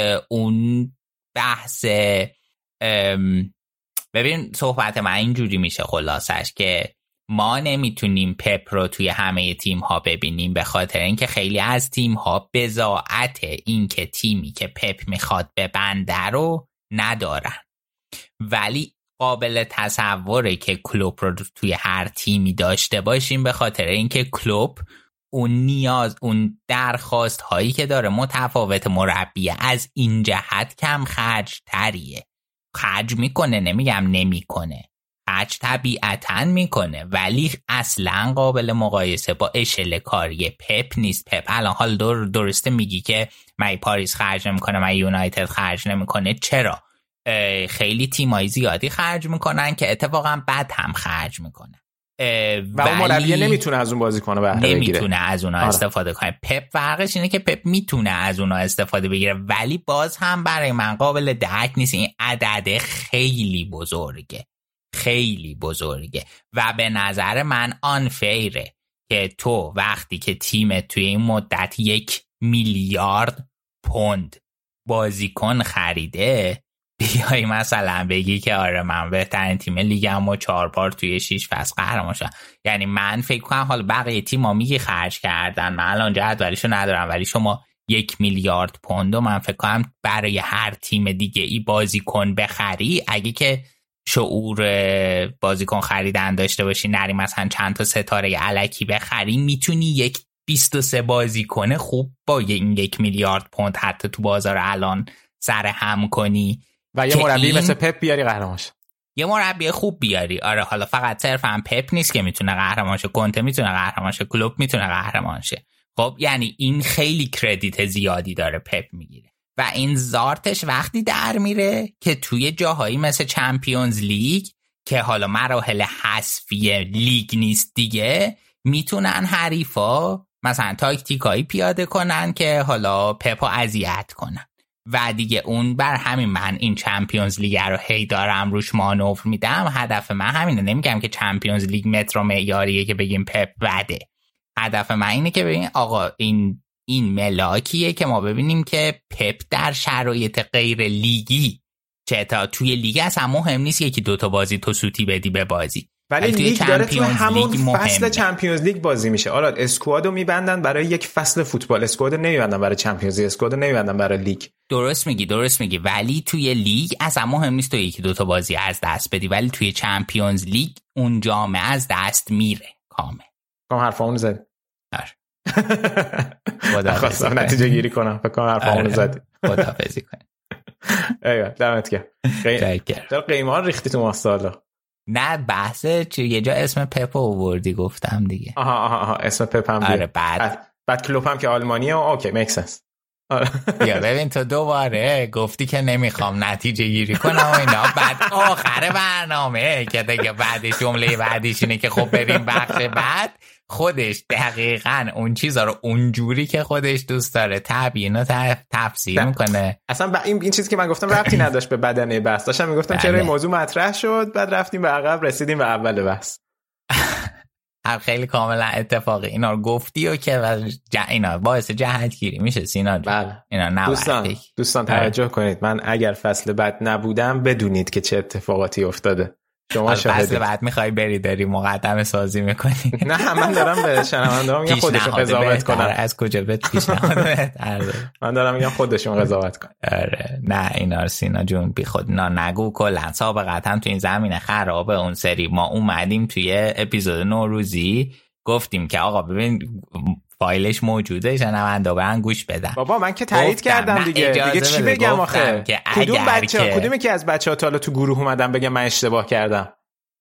اون بحث ببین صحبت من اینجوری میشه خلاصش که ما نمیتونیم پپ رو توی همه تیم ها ببینیم، به خاطر اینکه خیلی از تیم ها بضاعت این که تیمی که پپ میخواد ببنده رو ندارن، ولی قابل تصوره که کلوب رو توی هر تیمی داشته باشیم، به خاطر اینکه کلوب اون نیاز اون درخواست هایی که داره متفاوت، مربی از این جهت کم خرج تریه. خرج میکنه، نمیگم نمیکنه، خرج طبیعتاً میکنه، ولی اصلاً قابل مقایسه با اشل کاری پپ نیست. پپ الان حال در درسته میگی که من پاریس خرج نمیکنه، من یونایتد خرج نمیکنه. چرا؟ خیلی تیمای زیادی خرج میکنن که اتفاقاً بد هم خرج میکنن و اون مربی نمیتونه از اون بازیکن‌ها بهره بگیره، نمیتونه از اونها استفاده کنه. پپ فرقش اینه که پپ میتونه از اونها استفاده بگیره، ولی باز هم برای من قابل درک نیست. این عدد خیلی بزرگه، خیلی بزرگه و به نظر من آنفیره که تو وقتی که تیمت توی این مدت یک میلیارد پوند بازیکن خریده، بیایی مثلا بگی که آره من بهترین تیم لیگم و چهار بار توی شیش فصل قهرمان شدم. یعنی من فکر کنم حالا بقیه تیم‌ها میگی خرج کردن، من الان جدولشو ندارم، ولی شما یک میلیارد پوند من فکر کنم برای هر تیم دیگه ای بازیکن بخری، اگه که شعور بازیکن خریدن داشته باشی، نری مثلا چند تا ستاره الکی بخری، میتونی یک بیست و سه بازیکن خوب با این یک میلیارد پوند حتی تو بازار الان سر هم کنی و یه مربی مثل پپ بیاری قهرمان شه. یه مربی خوب بیاری. آره حالا فقط صرفا پپ نیست که میتونه قهرمان شه، کنته میتونه قهرمان شه، کلوب میتونه قهرمان شه. خب یعنی این خیلی کردیت زیادی داره پپ میگیره و این زارتش وقتی در میره که توی جاهایی مثل چمپیونز لیگ که حالا مراحل حذفی لیگ نیست دیگه، میتونن حریفا مثلا تاکتیکایی پیاده کنن که حالا پپو اذیت کنن. و دیگه اون بر همین من این چمپیونز لیگ رو هی دارم روش مانور میدم. هدف من همینه، نمیگم که چمپیونز لیگ متر و معیاریه که بگیم پپ بده. هدف من اینه که ببین آقا این این ملاکیه که ما ببینیم که پپ در شرایط غیر لیگی چه تا توی لیگ اصلا مهم نیست یکی دوتا بازی تو سوتی بدی به بازی، ولی لیگ داره توی همون فصل چمپیونز لیگ بازی میشه. آره اسکوادو میبندن برای یک فصل فوتبال، اسکوادو نمیبندن برای چمپیونز لیگ، اسکوادو نمیبندن برای لیگ. درست میگی درست میگی ولی توی لیگ اصلا مهم نیست تو یکی دوتا بازی از دست بدی، ولی توی چمپیونز لیگ اون جامعه از دست میره کامل. کام حرفامونو زدی. آره خواستم نتیجه گیری کنم، فکر کنم حرفامونو زدی. خداحافظی کن. ایوه دمت گرم. چرا قیمه ریختی تو ماستالا؟ نه بحث چه یه جا اسم پپ آوردی گفتم دیگه. آها آها آها اسم پپ هم آره بعد بعد کلوپ هم که آلمانیه. اوکی میک سنس. یا ببین تو دوباره گفتی که نمیخوام نتیجه گیری کنم و اینا، بعد آخر برنامه که دیگه بعدش جمله بعدیش اینه که خب بریم بخش بعد، خودش دقیقاً اون چیزا رو اونجوری که خودش دوست داره تبیین و تفسیر میکنه. اصلا این این چیزی که من گفتم ربطی نداشت به بدنه بحث، داشتم میگفتم چرا این موضوع مطرح شد، بعد رفتیم به عقب رسیدیم به اول بحث. هر خیلی کاملا اتفاقی اینا رو گفتی و که اینا باعث جهتگیری میشه سینا جون. بله. اینا نه دوستان دوستان توجه کنید، من اگر فصل بعد نبودم بدونید که چه اتفاقاتی افتاده. شما شاهدید. فصل بعد میخوای بری داری مقدمه سازی میکنی؟ نه من دارم به شنونده‌ها میگم خودشون قضاوت کنن. از کجا بهت پیشنهاد من دارم میگم خودشون قضاوت کنن. آره نه اینا سینا جون بی خود اینا نگو. کلا سابقا تو این زمینه خرابه اون سری. ما اومدیم توی اپیزود نوروزی گفتیم که آقا ببین فایلش موجوده، شنوندا برن گوش بدن. بابا من که تایید کردم دیگه. دیگه چی بگم آخه؟ کدوم بچه کدومی که از بچه‌ها تا حالا تو گروه اومدن بگم من اشتباه کردم؟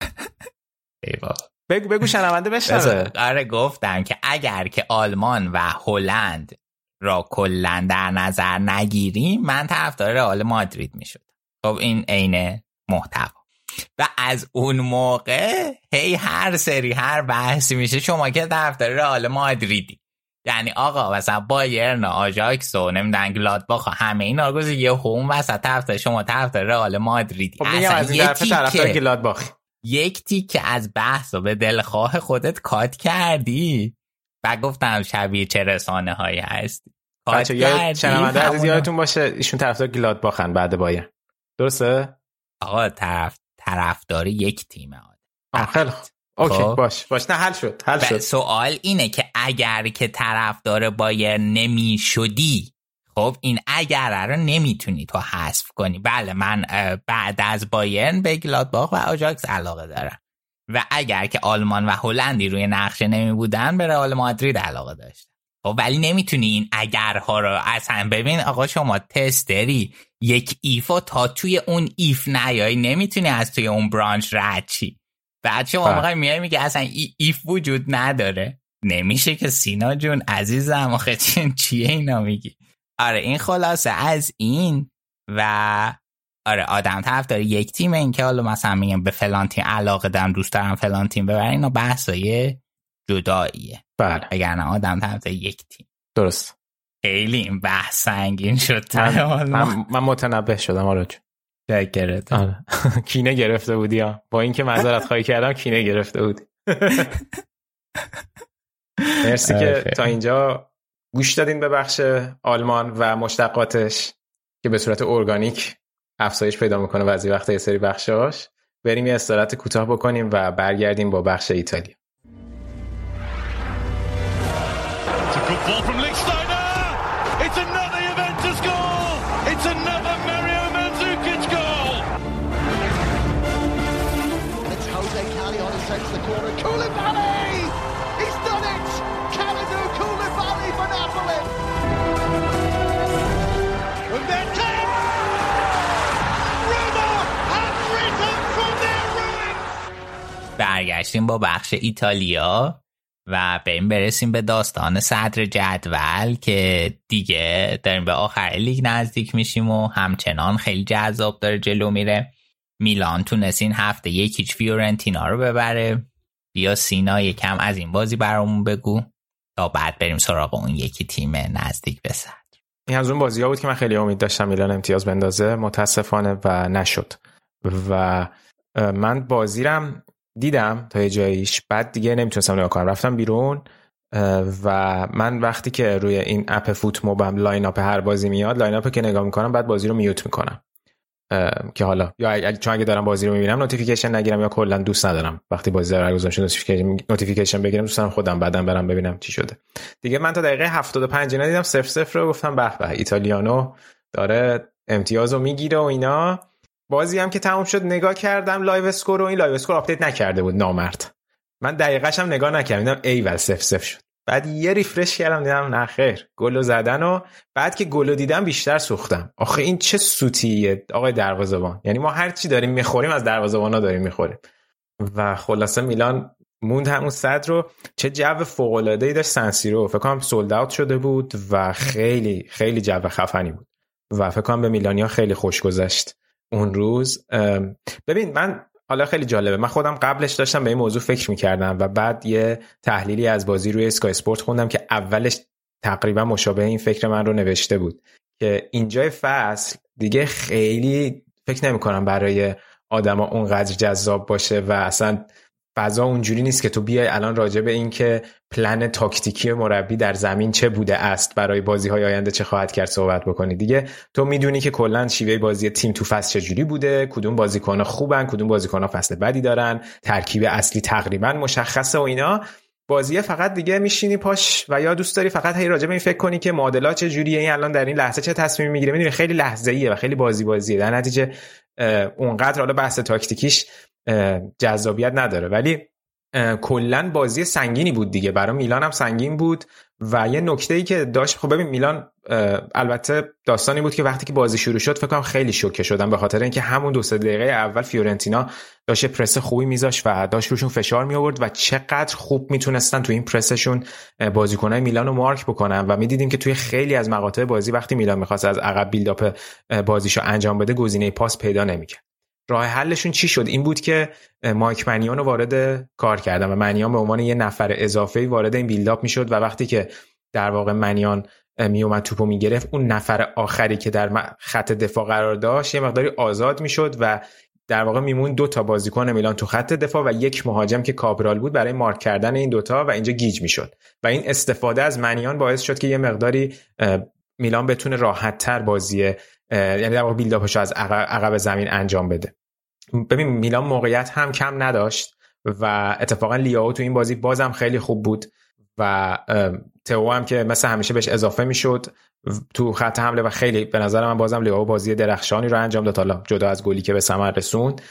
ای بابا بگو بگو شنونده بشنوه. آره گفتم که اگر که آلمان و هلند را کلا در نظر نگیریم من طرفدار رئال مادرید میشد. خب این عین محتوا. و از اون موقع هی هر سری هر بحثی میشه شما که طرفدار رئال مادریدی، یعنی آقا مثلا بایرن، آژاکس و نمیدونم گلادباخ همه اینا رو یه هم وسط طرفدار شما طرفدار رئال مادریدی. خب میگم از این طرف طرفدار گلادباخ. یک تیکه از بحث رو به دلخواه خودت کات کردی و گفتم شبیه چه رسانه هایی هستی. بچه یا شنونده عزیز یادتون باشه ایشون طرفدار گلادباخن بعد بایرن. درسته؟ آقا طرف طرفداری یک تیمه. خیلی خوب. اوکی باش باش نه حل شد حل شد. سوال اینه که اگر که طرفدار بایرن نمی شدی، خب این اگر رو نمیتونی تو حذف کنی. بله من بعد از بایرن به گلادباخ و آژاکس علاقه دارم و اگر که آلمان و هلندی روی نقشه نمی بودن به رئال مادرید علاقه داشتم. خب ولی نمیتونی این اگرها رو اصلا. ببین آقا شما تستری یک ایفو تا توی اون ایف نیایی نمیتونی از توی اون برانچ رد چی. بعد شما موقع میای میگه اصلا ای ایف وجود نداره. نمیشه که سینا جون عزیزم آخه چیه اینا میگی. آره این خلاصه از این. و آره آدم طرف داره یک تیم، این که حالا مثلا میگم به فلان تیم علاقه دارم دوست دارم فلان تیم ببرن، اینا بحثای جداییه. بله اگر نه آدم طرف داره یک تیم. درست. خیلی این بحث سنگین شد. من, من, من متنبه شدم آره جون. شکرت. آره کینه گرفته بودی ها. با اینکه معذرت خواهی کردم کینه گرفته بودی. مرسی که تا اینجا گوش دادین به بخش آلمان و مشتقاتش که به صورت ارگانیک افزایش پیدا میکنه بعضی وقتا یه سری بخشاش. بریم یه استراحت کوتاه بکنیم و برگردیم با بخش ایتالیا. برگشتیم با بخش ایتالیا و بریم برسیم به داستان صدر جدول که دیگه داریم به آخر لیگ نزدیک میشیم و همچنان خیلی جذاب داره جلو میره. میلان تونست این هفته یکیچ فیورنتینا رو ببره. بیا سینا یکم از این بازی برامون بگو تا بعد بریم سراغ اون یکی تیم نزدیک به صدر. این از اون بازی‌ها بود که من خیلی امید داشتم میلان امتیاز بندازه، متاسفانه و نشد. و من بازیرم دیدم تا یه جاییش، بعد دیگه نمیتونستم نگاه کنم، رفتم بیرون. و من وقتی که روی این اپ فوت موبم لاین اپ هر بازی میاد، لاین اپ که نگاه میکنم بعد بازی رو میوت میکنم که حالا یا چون اگه دارم بازی رو میبینم نوتیفیکیشن نگیرم، یا کلا دوست ندارم وقتی بازی رو گذاشته نوتیفیکیشن نوتیفیکیشن بگیرم، دوست دارم خودم بعدم برم ببینم چی شده. دیگه من تا دقیقه هفتاد و پنج اینا دیدم صفر صفر رو، گفتم به به ایتالیانو داره امتیازو میگیره و اینا. بازی هم که تموم شد نگاه کردم لایو اسکور، و این لایو اسکور آپدیت نکرده بود نامرد. من دقیقش هم نگاه نکردم، دیدم ایول صفر صفر شد. بعد یه ریفرش کردم دیدم نه خیر گل زدن، و بعد که گل دیدم بیشتر سوختم. آخه این چه سوتیه آقای دروازه‌بان، یعنی ما هر چی داریم میخوریم از دروازه‌بانا داریم میخوریم. و خلاصه میلان موند همون صدر رو. چه جو فوق‌العاده‌ای داشت سنسیرو، فکر کنم سولد اوت شده بود و خیلی خیلی جو خفنی بود و فکر کنم به میلانیا خیلی خوش گذشت اون روز. ببین من حالا خیلی جالبه، من خودم قبلش داشتم به این موضوع فکر میکردم و بعد یه تحلیلی از بازی روی اسکای اسپورت خوندم که اولش تقریبا مشابه این فکر من رو نوشته بود که اینجای فصل دیگه خیلی فکر نمی کنم برای آدما اونقدر جذاب باشه و اصلا فضا اونجوری نیست که تو بیای الان راجع به این که پلن تاکتیکی مربی در زمین چه بوده است برای بازی‌های آینده چه خواهد کرد صحبت بکنی. دیگه تو میدونی که کلا شیوه بازی تیم تو فصل چجوری بوده، کدوم بازیکن‌ها خوبن، کدوم بازیکن‌ها فصل بدی دارن، ترکیب اصلی تقریبا مشخصه و اینا. بازیه فقط دیگه میشینی پاش و یا دوست داری فقط هی راجع به این فکر کنی که معادلات چه جوریه، این الان در این لحظه چه تصمیمی میگیره. میدونی خیلی لحظه‌ایه و خیلی بازی بازیه، در نتیجه اونقدر حالا بحث تاکتیکیش جذابیت نداره. ولی کلن بازی سنگینی بود دیگه، برای میلان هم سنگین بود. و یه نکته‌ای که داشت، خب ببین میلان البته داستانی بود که وقتی که بازی شروع شد فکر کنم خیلی شوکه شدن، به خاطر اینکه همون دو سه دقیقه اول فیورنتینا داشت پرس خوبی میذاشت و داشت روشون فشار می آورد و چقدر خوب میتونستن تو این پرسشون بازیکنای میلانو مارک بکنن. و میدیدیم که توی خیلی از مقاطع بازی وقتی میلان می‌خواست از عقب بیلداپ بازیشو انجام بده گزینه پاس پیدا نمی‌کرد. راه حلشون چی شد؟ این بود که مایک منیان رو وارد کار کردن و منیان به عنوان یه نفر اضافه‌ای وارد این بیلداپ میشد و وقتی که در واقع منیان میومد توپو میگرفت، اون نفر آخری که در خط دفاع قرار داشت یه مقداری آزاد میشد و در واقع میمون دو تا بازیکن میلان تو خط دفاع و یک مهاجم که کابرال بود برای مارک کردن این دوتا و اینجا گیج میشد. و این استفاده از منیان باعث شد که یه مقداری میلان بتونه راحت‌تر بازی، یعنی در واقع بیلداپش از عقب, عقب زمین انجام بده. ببین میلان موقعیت هم کم نداشت و اتفاقا لیاو تو این بازی بازم خیلی خوب بود و تئو هم که مثل همیشه بهش اضافه میشد تو خط حمله و خیلی به نظر من بازم لیاو بازی درخشانی رو انجام داد، حالا جدا از گلی که به ثمر رسوند.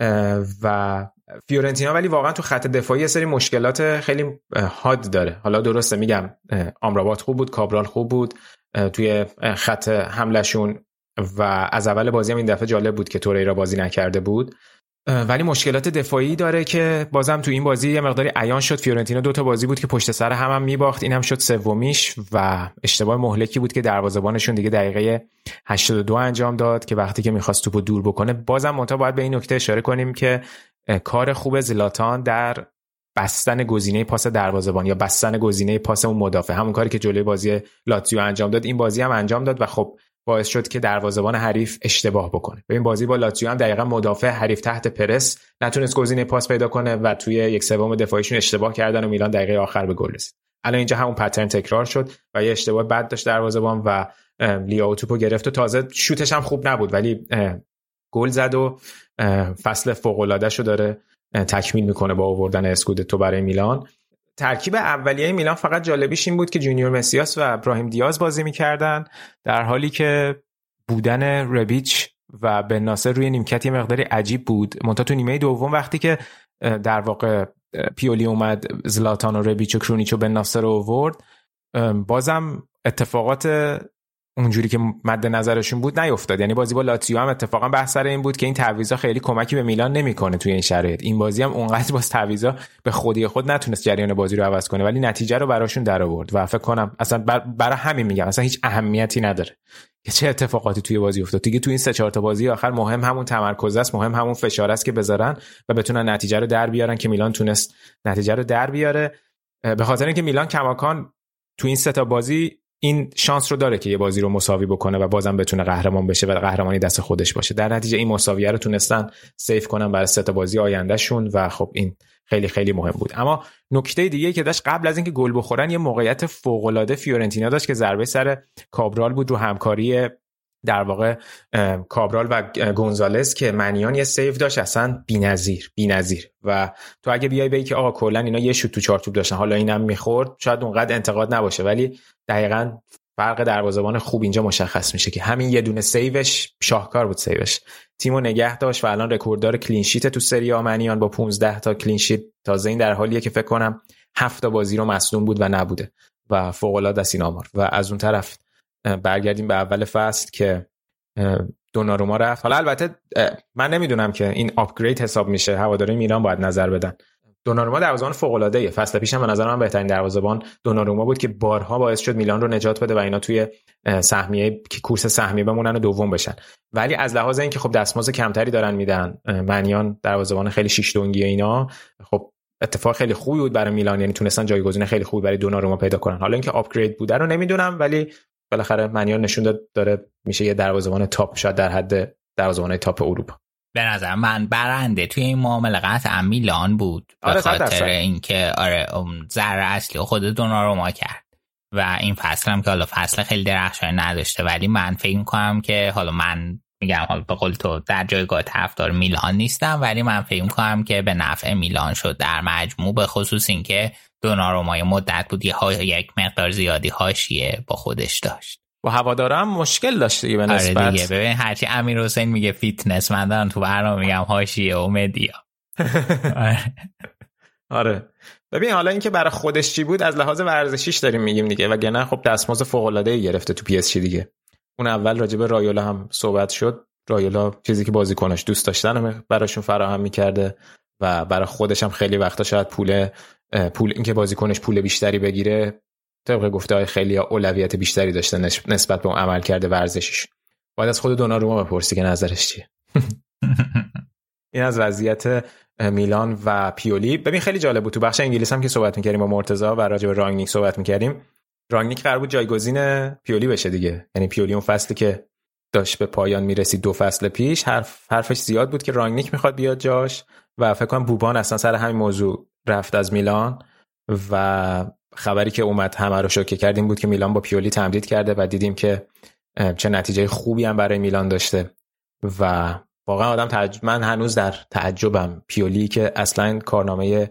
و فیورنتینا ولی واقعا تو خط دفاعی یه سری مشکلات خیلی حاد داره. حالا درسته میگم آمرابات خوب بود، کابرال خوب بود توی خط حملهشون و از اول بازی هم این دفعه جالب بود که توریرا بازی نکرده بود، ولی مشکلات دفاعی داره که بازم تو این بازی یه مقداری عیان شد. فیورنتینا دو تا بازی بود که پشت سر هم هم میباخت، این هم شد سومیش و اشتباه مهلکی بود که دروازه‌بانشون دیگه دقیقه هشتاد و دو انجام داد که وقتی که می‌خواست توپو دور بکنه. بازم منتها باید به این نکته اشاره کنیم که کار خوب زلاتان در بستن گزینه پاس دروازه‌بان یا بستن گزینه پاس اون مدافع، همون کاری که جلوی بازی لاتزیو انجام داد این بازی هم انجام داد و خب باعث شد که دروازه‌بان حریف اشتباه بکنه. ببین بازی با لاتزیو هم دقیقاً مدافع حریف تحت پرس نتونست گزینه پاس پیدا کنه و توی یک سوم دفاعیشون اشتباه کردن و میلان دقیقه آخر به گل رسید. الان اینجا همون پترن تکرار شد و یه اشتباه بد داشت دروازه‌بان و لیاو توپو گرفت و تازه شوتش هم خوب نبود ولی گل زد و فصل فوق‌العاده‌شو داره تکمیل میکنه با آوردن اسکودتو برای میلان. ترکیب اولیه میلان فقط جالبیش این بود که جونیور مسیاس و ابراهیم دیاز بازی میکردن، در حالی که بودن ربیچ و بن ناصر روی نیمکت یه مقداری عجیب بود. منتها تو نیمه دوم وقتی که در واقع پیولی اومد زلاتان و ربیچ و کرونیچ و بن ناصر رو آورد، بازم اتفاقات اونجوری که مد نظرشون بود نیفتاد. یعنی بازی با لاتزیو هم اتفاقا بحث سر این بود که این تعویضا خیلی کمکی به میلان نمیکنه توی این شرایط. این بازی هم اونقدر باز تعویضا به خودی خود نتونست جریان بازی رو عوض کنه ولی نتیجه رو براشون در آورد و فکر کنم اصلا برای همین میگم اصلا هیچ اهمیتی نداره که چه اتفاقاتی توی بازی افتاد. دیگه توی این سه چهار تا بازی آخر مهم همون تمرکز است، مهم همون فشار است که بذارن و بتونن نتیجه رو در بیارن که میلان تونست نتیجه رو در بیاره. به خاطر اینکه میلان کماکان توی این سه تا بازی این شانس رو داره که یه بازی رو مساوی بکنه و بازم بتونه قهرمان بشه و قهرمانی دست خودش باشه. در نتیجه این مساویه رو تونستن سیف کنن برای سه تا بازی آیندهشون و خب این خیلی خیلی مهم بود. اما نکته دیگه که داشت قبل از اینکه گل بخورن یه موقعیت فوق‌العاده فیورنتینا داشت که ضربه سر کابرال بود رو همکاری در واقع کابرال و گونزالز که منیان یه سیو داشت اصلا بی‌نظیر بی‌نظیر و تو اگه بیای بگی که آقا کلا اینا یه شوت تو چهار توپ داشتن حالا اینم میخورد شاید اونقدر انتقاد نباشه، ولی دقیقاً فرق دروازه‌بان خوب اینجا مشخص میشه که همین یه دونه سیوش شاهکار بود. سیوش تیمو نگه داشت و الان رکورددار کلین شیت تو سری آ منیان با پانزده تا کلین شیت. تازه این در حالیه که فکر کنم هفت تا بازی رو مصدوم بود و نبوده و فوق‌العاده است این آمار. و از اون طرف برگردیم به اول فصل که دوناروما رفت. حالا البته من نمیدونم که این آپگرید حساب میشه، هواداری میلان باید نظر بدن. دوناروما دروازه‌بان فوق‌العاده‌ایه. فصل پیشم به نظر من بهترین دروازه‌بان دوناروما بود که بارها باعث شد میلان رو نجات بده و اینا توی سهمیه که کورس سهمیه بمونن و دوم بشن. ولی از لحاظ اینکه خب دستمزد کمتری دارن میدن، منیان دروازه‌بان خیلی شیش دونگی اینا، خب اتفاق خیلی خوبی بود برای میلان، یعنی تونستن جایگزین خیلی خوبی برای دوناروما پیدا کنن. حالا اینکه آپگرید بوده رو نمیدونم، ولی بالاخره منیان نشون داره میشه یه دروازه‌بان تاپ، شاید در حد دروازه‌بان تاپ اروپا. به نظر من برنده توی این معامله قطعا میلان بود، به آره خاطر اینکه آره ضرر اصلی خود دوناروما کرد و این فصل هم که حالا فصل خیلی درخشانی نداشته، ولی من فکر می‌کنم که حالا من میگم حالا به قول تو در جایگاه طرفدار میلان نیستم، ولی من فکر می‌کنم که به نفع میلان شد در مجموع، به خصوص اینکه دوناروما مدت بود یک مقدار زیادی حاشیه با خودش داشت. و هوادارا هم مشکل داشت دیگه به نسبت. آره دیگه ببین هرچی امیر حسین میگه فیتنس، من دارم تو برنامه میگم حاشیه و مدیا. آره. آره. ببین حالا اینکه برای خودش چی بود از لحاظ ورزشیش داریم میگیم دیگه، وگرنه خب دستمزد فوق‌العاده‌ای گرفته تو پی اس جی دیگه. اون اول راجع به رایولا هم صحبت شد. رایولا چیزی که بازیکناش دوست داشتن براشون فراهم میکرده و برای خودش هم خیلی وقتا شاید پول پول اینکه بازیکنش پول بیشتری بگیره طبق گفته‌های خیلی اولویت بیشتری داشته نسبت به اون عمل کرده ورزشیش. باید از خود دوناروما بپرسی که نظرش چیه. این از وضعیت میلان و پیولی. ببین خیلی جالب بود، تو بخش انگلیس هم که صحبت می‌کردیم با مرتضی و راجع به رانگنیک صحبت می‌کردیم، رانگنیک قرار بود جایگزین پیولی بشه دیگه. یعنی پیولی اون فصلی که داشت به پایان میرسید دو فصل پیش حرف حرفش زیاد بود که رانگنیک میخواد بیاد جاش و فکر کنم بوبان اصلا سر همین موضوع رفت از میلان و خبری که اومد همه رو شوکه کردیم بود که میلان با پیولی تمدید کرده و دیدیم که چه نتیجه خوبی هم برای میلان داشته و واقعا آدم تعجب، من هنوز در تعجبم پیولی که اصلا کارنامه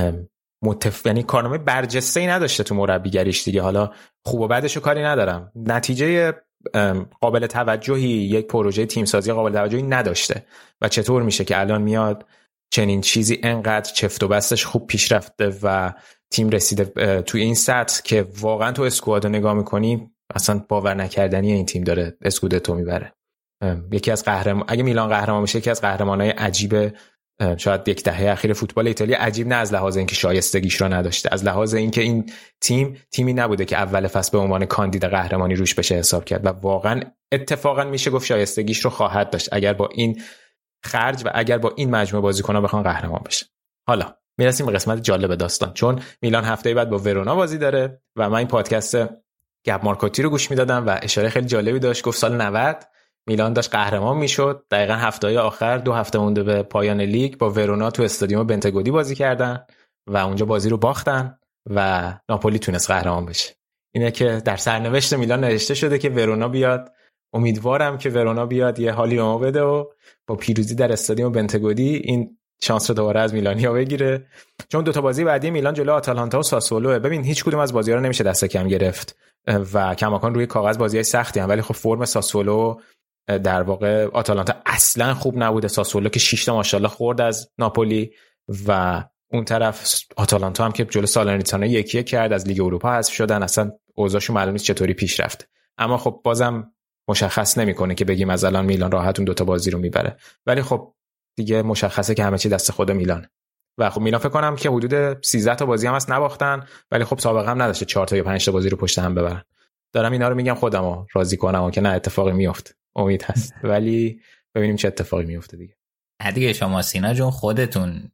متف... یعنی کارنامه برجسته‌ای نداشته تو مربیگریش دیگه. حالا خوب و بدش رو کاری ندارم، نتیجه قابل توجهی، یک پروژه تیم سازی قابل توجهی نداشته و چطور میشه که الان میاد چنین چیزی انقدر چفت و بستش خوب پیش رفته و تیم رسیده توی این سطح که واقعا تو اسکواد رو نگاه میکنی اصلا باور نکردنی این تیم داره اسکودتو میبره. یکی از قهرمان، اگه میلان قهرمان بشه، یکی از قهرمانای عجیب شاید یک دهه اخیر فوتبال ایتالیا. عجیب نه از لحاظ اینکه شایستگیش رو نداشته، از لحاظ اینکه این تیم تیمی نبوده که اول فصل به عنوان کاندید قهرمانی روش بشه حساب کرد و واقعا اتفاقا میشه گفت شایستگیش رو خواهد داشت اگر با این خرج و اگر با این مجموعه بازیکن‌ها بخوان قهرمان بشه. حالا میرسیم به قسمت جالب داستان، چون میلان هفته بعد با ورونا بازی داره و من این پادکست گپ مارکوتی رو گوش میدادم و اشاره خیلی جالبی داشت، گفت سال نود میلان داشت قهرمان میشد، دقیقاً هفته‌های آخر دو هفته مونده به پایان لیگ با ورونا تو استادیوم بنتگودی بازی کردن و اونجا بازی رو باختن و ناپولی تونست قهرمان بشه. اینه که در سرنوشت میلان نوشته شده که ورونا بیاد. امیدوارم که ورونا بیاد یه حالی به ما بده و با پیروزی در استادیوم بنتگودی این شانس رو دوباره از میلانیا بگیره، چون دو تا بازی بعدی میلان جلو آتالانتا و ساسولو. ببین هیچ کدوم از بازی‌ها رو نمیشه دست کم گرفت و کماکان روی کاغذ بازی‌های سختی هم، ولی خب فرم ساسولو در واقع آتالانتا اصلا خوب نبوده. ساسولو که شش تا ماشاءالله خورد از ناپولی و اون طرف آتالانتا هم که جلو سالرنیتانا یکی یک کرد، از لیگ اروپا حذف شدن، اصلا اوضاعشون معلوم نیست چطوری پیش رفته. اما خب بازم مشخص نمیکنه که بگیم از الان میلان راحت اون دوتا بازی رو میبره، ولی خب دیگه مشخصه که همه چی دست خود میلانه و خب میلان فکر کنم که حدود سیزده تا بازی هم هست نباختن، ولی خب سابقه هم نداشته چهار تا یا پنج تا بازی رو پشت هم ببرن. دارم اینا رو میگم خودمو راضی کنم و که نه اتفاقی میفته، امید هست ولی ببینیم چه اتفاقی میفته دیگه. دیگه شما سینا جون خودتون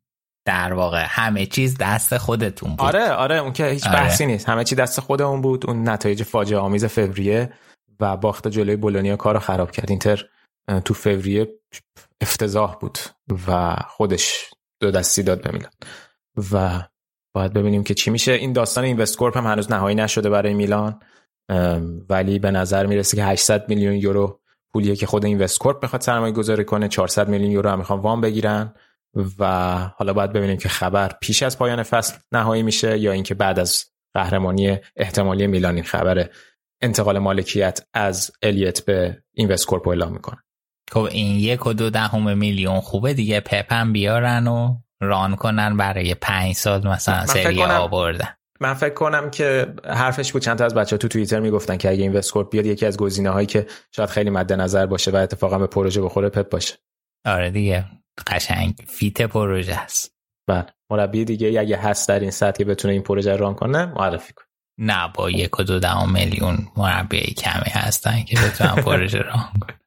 در واقع همه چیز دست خودتون بود. آره آره اون که هیچ آره. بحثی نیست، همه چی دست خودمون بود. اون نتایج فاجعه آمیز فوریه و باخت جلوی بولونیا کارو خراب کرد. اینتر تو فوریه افتضاح بود و خودش دو دستی داد به میلان و باید ببینیم که چی میشه. این داستان اینوستکورپ هم هنوز نهایی نشده برای میلان، ولی به نظر میرسه که هشتصد میلیون یورو پولیه که خود اینوستکورپ میخواد سرمایه گذاری کنه، چهارصد میلیون یورو هم میخوان وام بگیرن و حالا باید ببینیم که خبر پیش از پایان فصل نهایی میشه یا اینکه بعد از قهرمانی احتمالی میلان این خبر انتقال مالکیت از الیت به اینوستکورپ اعلام میکنه. خب این یک و دو دهم میلیون خوبه دیگه، پپم بیارن و ران کنن برای پنج سال مثلا سری آ بردن. من فکر کنم که حرفش بود، چند تا از بچه‌ها تو توییتر میگفتن که اگه اینوستکورپ بیاد یکی از گزینه‌هایی که شاید خیلی مد نظر باشه و اتفاقا به پروژه بخوره پپ باشه. آره دیگه قشنگ فیت پروژه است. بله مربی دیگه اگه هست در این سطح که بتونه این پروژه ران کنه معرفی کن. نه با یک و دو دهم میلیون مربی کمی هستن که بتونن پروژه ران کنن.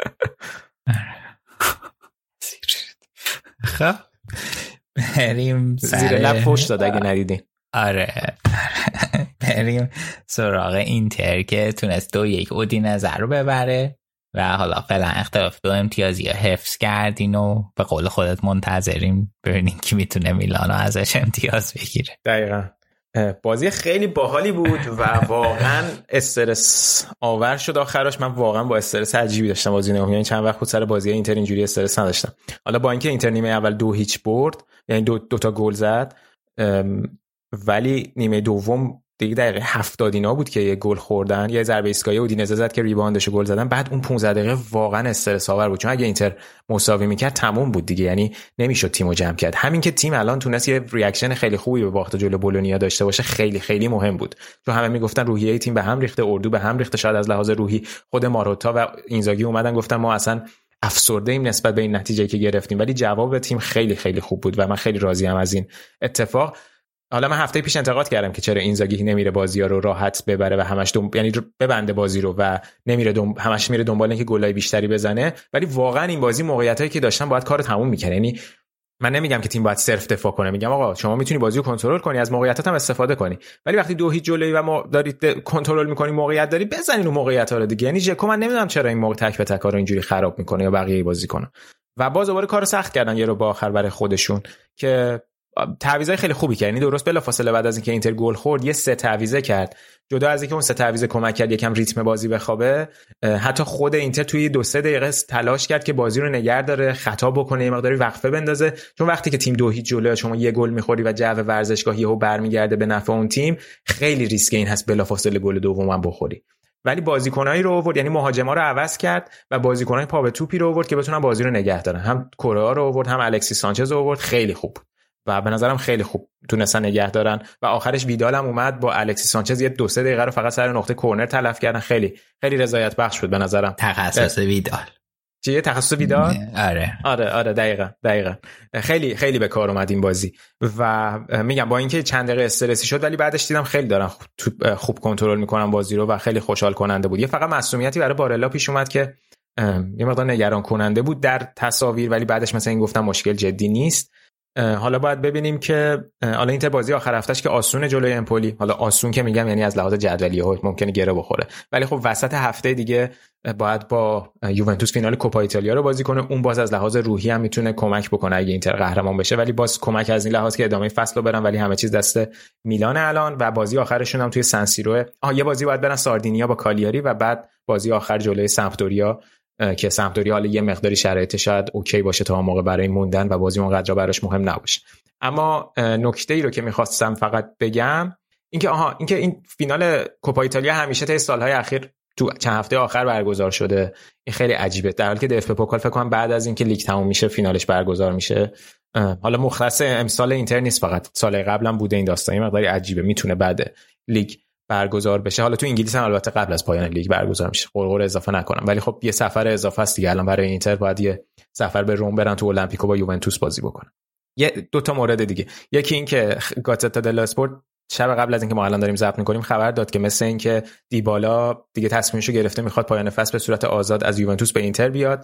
خب بریم زیر لب فوش داد اگه ندیدین. آره بریم سراغ اینتر که تونست دو یک اودینزه رو ببره و حالا فعلا اختلاف دو امتیازی ها حفظ کردین و به قول خودت منتظریم ببینیم کی میتونه میلانو ازش امتیاز بگیره. دقیقاً بازی خیلی باحالی بود و واقعا استرس آور شد آخرش. من واقعا با استرس عجیبی داشتم بازی نگاه، یعنی چند وقت خود سر بازی اینتر اینجوری استرس نداشتم. حالا با اینکه اینتر نیمه اول دو هیچ برد، یعنی دو, دو تا گل زد، ولی نیمه دوم دیگه دقیقه هفتاد اینا بود که یه گل خوردن، یه ضربه ایستگاهی اودینزه زد که ریباندش گل زدن. بعد اون پانزده دقیقه واقعا استرس آور بود، چون اگه اینتر مساوی میکرد تموم بود دیگه، یعنی نمیشد تیمو جمع کرد. همین که تیم الان تونست یه ریاکشن خیلی خوبی به باخت جلوی بولونیا داشته باشه خیلی خیلی مهم بود، چون همه میگفتن روحیه تیم به هم ریخته، اردو به هم ریخته. شاید از لحاظ روحی خود ماروتا و اینزاگی اومدن گفتن ما اصلا افسرده ایم نسبت به این نتیجه‌ای که گرفتیم، ولی جواب تیم خیلی خیلی خوب بود و من خیلی راضیم از این اتفاق. حالا من هفته پیش انتقاد کردم که چرا اینزاگی نمیره بازی‌ها رو راحت ببره و همش دم... یعنی ببنده بازی رو و نمیره دم... همش میره دنبال اینکه گلای بیشتری بزنه، ولی واقعا این بازی موقعیتایی که داشتن باید کارو تموم می‌کرد. یعنی من نمیگم که تیم باید صرف دفاع کنه، میگم آقا شما میتونی بازی رو کنترل کنی، از موقعیتات هم استفاده کنی، ولی وقتی دو هیچ جلویی و ما دارید کنترل می‌کنی، موقعیت داری، بزنین اون موقعیت‌ها رو دیگه. یعنی ژکو من نمیدونم چرا این موقع تک به تک رو اینجوری خراب می‌کنه یا بقیه بازیکن‌ها، و باز دوباره کارو سخت کردن یه رو با آخر برای خودشون که تعویضای خیلی خوبی کرد. یعنی درست بلافاصله بعد از اینکه اینتر گل خورد یه سه تعویضه کرد، جدا از اینکه اون سه تعویضه کمک کرد یکم ریتم بازی بخوابه، حتی خود اینتر توی دو سه دقیقه تلاش کرد که بازی رو نگه داره، خطا بکنه، یه مقداری وقفه بندازه، چون وقتی که تیم دو هیچ جلوه شما یه گل میخوری و جو ورزشگاهی یهو برمیگرده به نفع اون تیم، خیلی ریسک این هست بلافاصله گل دومم بخوری. ولی بازیکنایی رو آورد، یعنی مهاجما رو عوض کرد و بازیکنای پا به توپی رو آورد که بتونن بازی رو نگه دارن. هم کورا رو آورد، هم الکسی سانچز رو آورد، خیلی خوب و به نظرم خیلی خوب تونستن نگه دارن و آخرش ویدال هم اومد با الکسی سانچز یه دو سه دقیقه رو فقط سر نقطه کرنر تلف کردن. خیلی خیلی رضایت بخش بود به نظرم. تخصص ویدال چیه؟ تخصص ویدال؟ آره آره آره دقیقاً دقیقاً خیلی خیلی به کار اومد این بازی و میگم با اینکه چند دقیقه استرسی شد ولی بعدش دیدم خیلی دارن خوب, خوب کنترل میکنن بازی رو و خیلی خوشحال کننده بود. یه فقط معصومیتی برای بارلا پیش اومد که یه مقدار نگران کننده بود در تصاویر، ولی بعدش مثلا این گفتم مشکل جدی نیست. حالا باید ببینیم که حالا اینتر بازی آخر هفتهش که آسون جلوی امپولی، حالا آسون که میگم یعنی از لحاظ جدولی ها ممکنه گره بخوره، ولی خب وسط هفته دیگه باید با یوونتوس فینال کوپا ایتالیا رو بازی کنه. اون باز از لحاظ روحی هم میتونه کمک بکنه اگه اینتر قهرمان بشه، ولی باز کمک از این لحاظ که ادامه فصل رو برن، ولی همه چیز دست میلان الان و بازی آخرشون هم توی سن سیرو. آها یه بازی باید برن ساردینیا با کالیاری و بعد بازی آخر جلوی سمپدوریا که سمپدوریا حالا یه مقداری شرایطش شاید اوکی باشه تا موقع برای موندن و بازی اونقدر براش مهم نباشه. اما نکته ای رو که می‌خواستم فقط بگم اینکه آها اینکه این فینال کوپا ایتالیا همیشه تا سال‌های اخیر تو چند هفته آخر برگزار شده. این خیلی عجیبه، در حالی که دف پوکال فکر کنم بعد از اینکه لیگ تموم میشه فینالش برگزار میشه. حالا مختص امسال اینتر نیست، فقط سال قبلا بوده این داستان. این مقداری عجیبه، میتونه بعد لیگ برگزار بشه. حالا تو انگلیس هم البته قبل از پایان لیگ برگزار میشه، قرقر اضافه نکنم، ولی خب یه سفر اضافه است دیگه. الان برای اینتر باید یه سفر به روم برن تو المپیکو با یوونتوس بازی بکنن. یه دو تا مورد دیگه، یکی این که گازتا دلا اسپورت شب قبل از اینکه ما الان داریم ضبط می‌کنیم خبر داد که مثل این که دیبالا دیگه تصمیمشو گرفته میخواد پایان فصل به صورت آزاد از یوونتوس به اینتر بیاد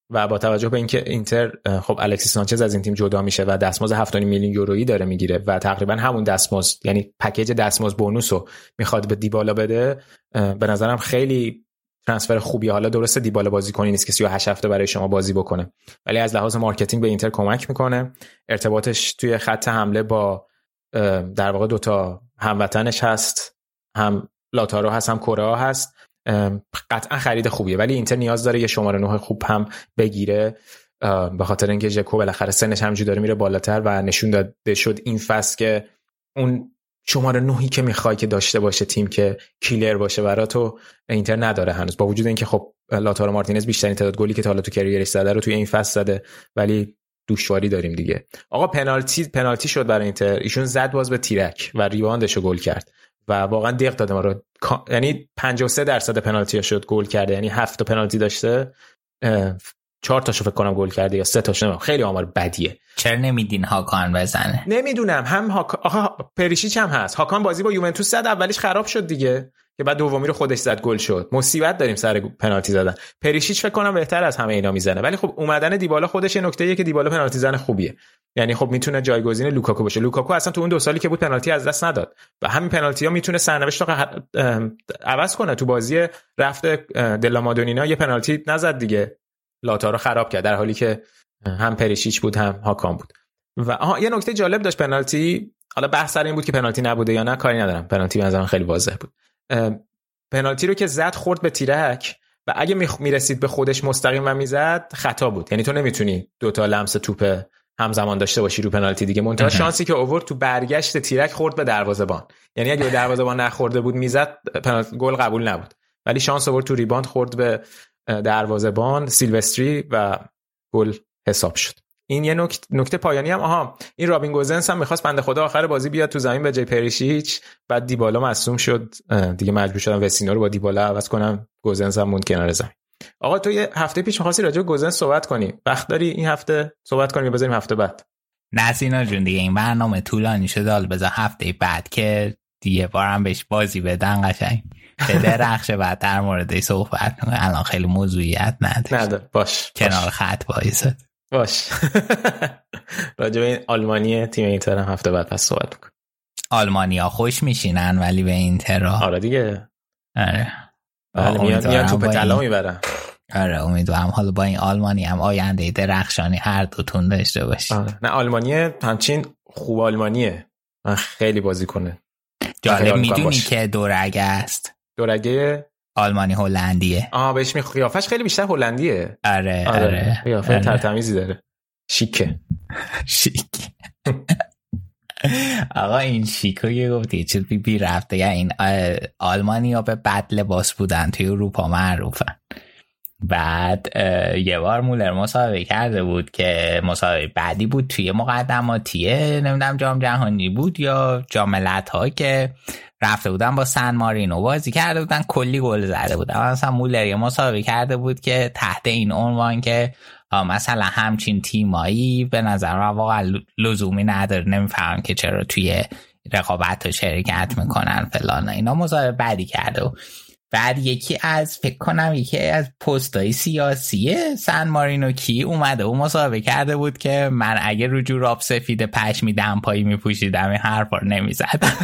و با توجه به اینکه اینتر خب الکسیس سانچز از این تیم جدا میشه و دستمزد هفت و نیم میلیون یورویی داره میگیره و تقریبا همون دستمزد یعنی پکیج دستمزد بونوسو میخواد به دیبالا بده، به نظرم خیلی ترانسفر خوبیه. حالا درسته دیبالا بازیکنی نیست که سی و هشت هفته برای شما بازی بکنه، ولی از لحاظ مارکتینگ به اینتر کمک میکنه. ارتباطش توی خط حمله با در واقع دوتا هموطنش هست، هم لاتارو هست هم کورا هست، قطعا خرید خوبیه. ولی اینتر نیاز داره یه شماره نه خوب هم بگیره، به خاطر اینکه ژکو بالاخره سنش همینجوری داره میره بالاتر و نشون داده شد این فصل که اون شماره نهی که میخوای که داشته باشه تیم که کیلر باشه برای تو اینتر نداره هنوز، با وجود اینکه خب لاتارو مارتینز بیشترین تعداد گلی که تا حالا تو کریرش زده رو توی این فصل زده، ولی دشواری داریم دیگه. آقا پنالتی پنالتی شد برای اینتر، ایشون زد باز به تیرک و ریباندشو گل کرد و واقعا دق داده ما رو، یعنی پنجاه و سه درصد پنالتی شد گل کرده، یعنی هفت تا پنالتی داشته چهار تاشو فکر کنم گل کرده یا سه تاشو، خیلی آمار بدیه. چرا نمیدین هاکان بزنه؟ نمیدونم، هم هاکان آخه پریشیچ هم هست، هاکان بازی با یوونتوس زد اولیش خراب شد دیگه که بعد دومی رو خودش زد گل شد. مصیبت داریم سر پنالتی زدن. پریشیچ فکر کنم بهتر از همه اینا میزنه، ولی خب اومدن دیبالا خودش یه نکته‌ایه که دیبالا پنالتی زن خوبیه، یعنی خب میتونه جایگزین لوکاکو باشه. لوکاکو اصلا تو اون دو سالی که بود پنالتی از دست نداد و همین پنالتی‌ها میتونه سرنوشت رو عوض کنه. تو بازی رفت دلا مادونینا یه پنالتی نزد دیگه، لاتارو خراب کرد، در حالی که هم پریشیچ بود هم هاکان بود. و آها یه نکته جالب داشت پنالتی، حالا بحث سر این بود که پنالتی نبوده یا نه، کاری ندارم، پنالتی به نظرم خیلی واضح بود. پنالتی رو که زد خورد به تیرک و اگه میرسید به خودش مستقیم و میزد خطا بود، یعنی تو نمیتونی دوتا لمس توپ همزمان داشته باشی رو پنالتی دیگه. منتها شانسی که اوورد تو برگشت تیرک خورد به دروازه‌بان، یعنی اگه به دروازه‌بان نخورده بود میزد پنالتی گل قبول نبود، ولی شانس آورد تو ریباند خورد به دروازه‌بان سیلوستری و گل حساب شد. این یه نکته نکته پایانی هم آها این رابین گوزنس هم می‌خواست بنده خدا آخر بازی بیاد تو زمین به جای پریشیچ، بعد دیبالا مصدوم شد دیگه، مجبور شدن وسینو رو با دیبالا عوض کنم، گوزنس هم موند کنار زمین. آقا تو یه هفته پیش می‌خواستی راجع به گوزنس صحبت کنی، وقت داری این هفته صحبت کنیم یا بذاریم هفته بعد؟ نه سینا جون دیگه این برنامه طولانی شد، حالا بذار هفته بعد که دیگه بارم بهش بازی بدن قشنگ بده رخشه بعد در موردش صحبت کنیم. الان خیلی موضوعیت نداره. نداره باش کنار خط وایساد باش. راجع به این آلمانی تیم اینتر هم هفته بعد پس صحبت می‌کنیم. آلمانیا خوش میشینن ولی به اینتر آره دیگه آره بله میاد میاد توپ طلا میبرن. آره امیدوارم حالا با این آلمانی هم آینده درخشانی هر دوتون داشته باشید. آره. نه آلمانیه همچین خوب آلمانیه، من خیلی بازی کنه. جالب میدونی که دورگه است؟ دورگه آلمانی هلندیه. آها بهش می قیافش خیلی بیشتر هلندیه. آره آره قیافه آره. ترتمیزی داره، شیکه شیک. آقا این شیکو یه گفتی چیز بی بی رفته، یا این آلمانی ها به بد لباس بودن توی اروپا معروفن. بعد یه بار مولر مسابقه کرده بود که مسابقه بعدی بود توی مقدماتیه نمیدونم جام جهانی بود یا جام ملت‌ها که رفته بودن با سن مارینو بازی کرده بودن، کلی گل زده بود. مثلا مولر یه مسابقه کرده بود که تحت این عنوان که مثلا همچین تیمایی به نظر من واقعا لزومی نداره، نمیفهم که چرا توی رقابت شرکت میکنن فلان اینا. مسابقه بعدی کرده و بعد یکی از فکر کنم یکی از پستای سیاسی سن مارینو کی اومده و مسابقه کرده بود که من اگه رو جوراب سفید پشمی دمپایی میپوشیدم این حرفا رو نمیزدم.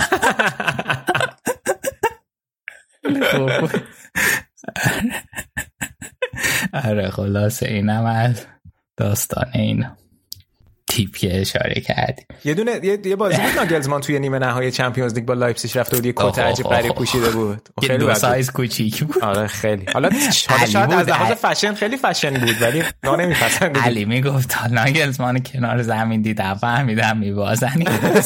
آره خلاصه اینم از داستان اینا تیپ که اشاره کردی. یه دونه یه, یه بازی بود ناگلزمان توی نیمه نهایی چمپیونز لیگ با لایپزیگ رفته بود، یه کت عجیب غریب پوشیده بود، خیلی دو سایز کوچیک بود. آره خیلی حالا حالا شاید از لحاظ فشن خیلی فشن بود ولی نا نمیپسند. علی میگفت ناگلزمان کنار زمین دیدم فهمیدم میبازن.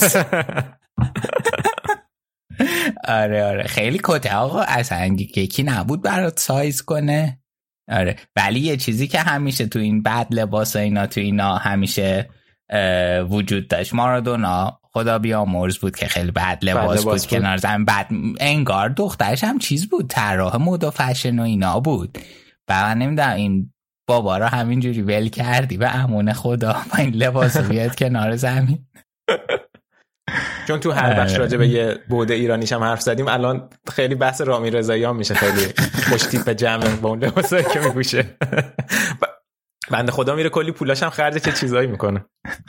آره آره خیلی کته آقا اصلا یکی نبود برات سایز کنه. آره ولی یه چیزی که همیشه تو این بد لباس اینا تو اینا همیشه وجود داشت، مارادونا خدا بیامرز بود که خیلی بد لباس بود, بود کنار زمین، بعد انگار دخترش هم چیز بود طراح مد و فشن و اینا بود و من نمیدونم این بابا رو همینجوری ول کردی به امون خدا با این لباس بیاد کنار زمین. چون تو هر بخش راجع به یه بوده ایرانیش هم حرف زدیم، الان خیلی بحث رامی رضایی هم میشه، خیلی خوش تیپ جمع با اون لباسایی که میپوشه. بنده خدا میره کلی پولاش هم خرج چه چیزایی میکنه.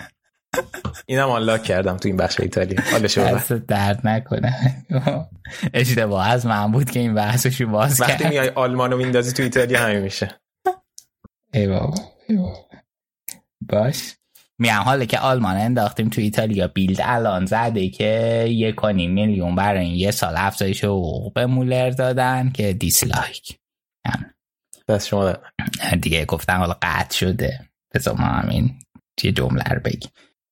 اینم آنلاک کردم تو این بخش ایتالیا. حالا شو دست درد نکنه. اشتباه از من بود که این بحثشو باز کرد. وقتی میای آلمانو میندازی تو ایتالیا همین میشه. ای بابا ای بابا. باش میام حالا که آلمان انداختیم تو ایتالیا، بیلد الان زده که یک و نیم میلیون برای این یه سال افزایش حقوق به مولر دادن که دیسلایک. بس شما دادن دیگه گفتن حالا قطع شده. بذار ما همین یه جمله رو بگیم.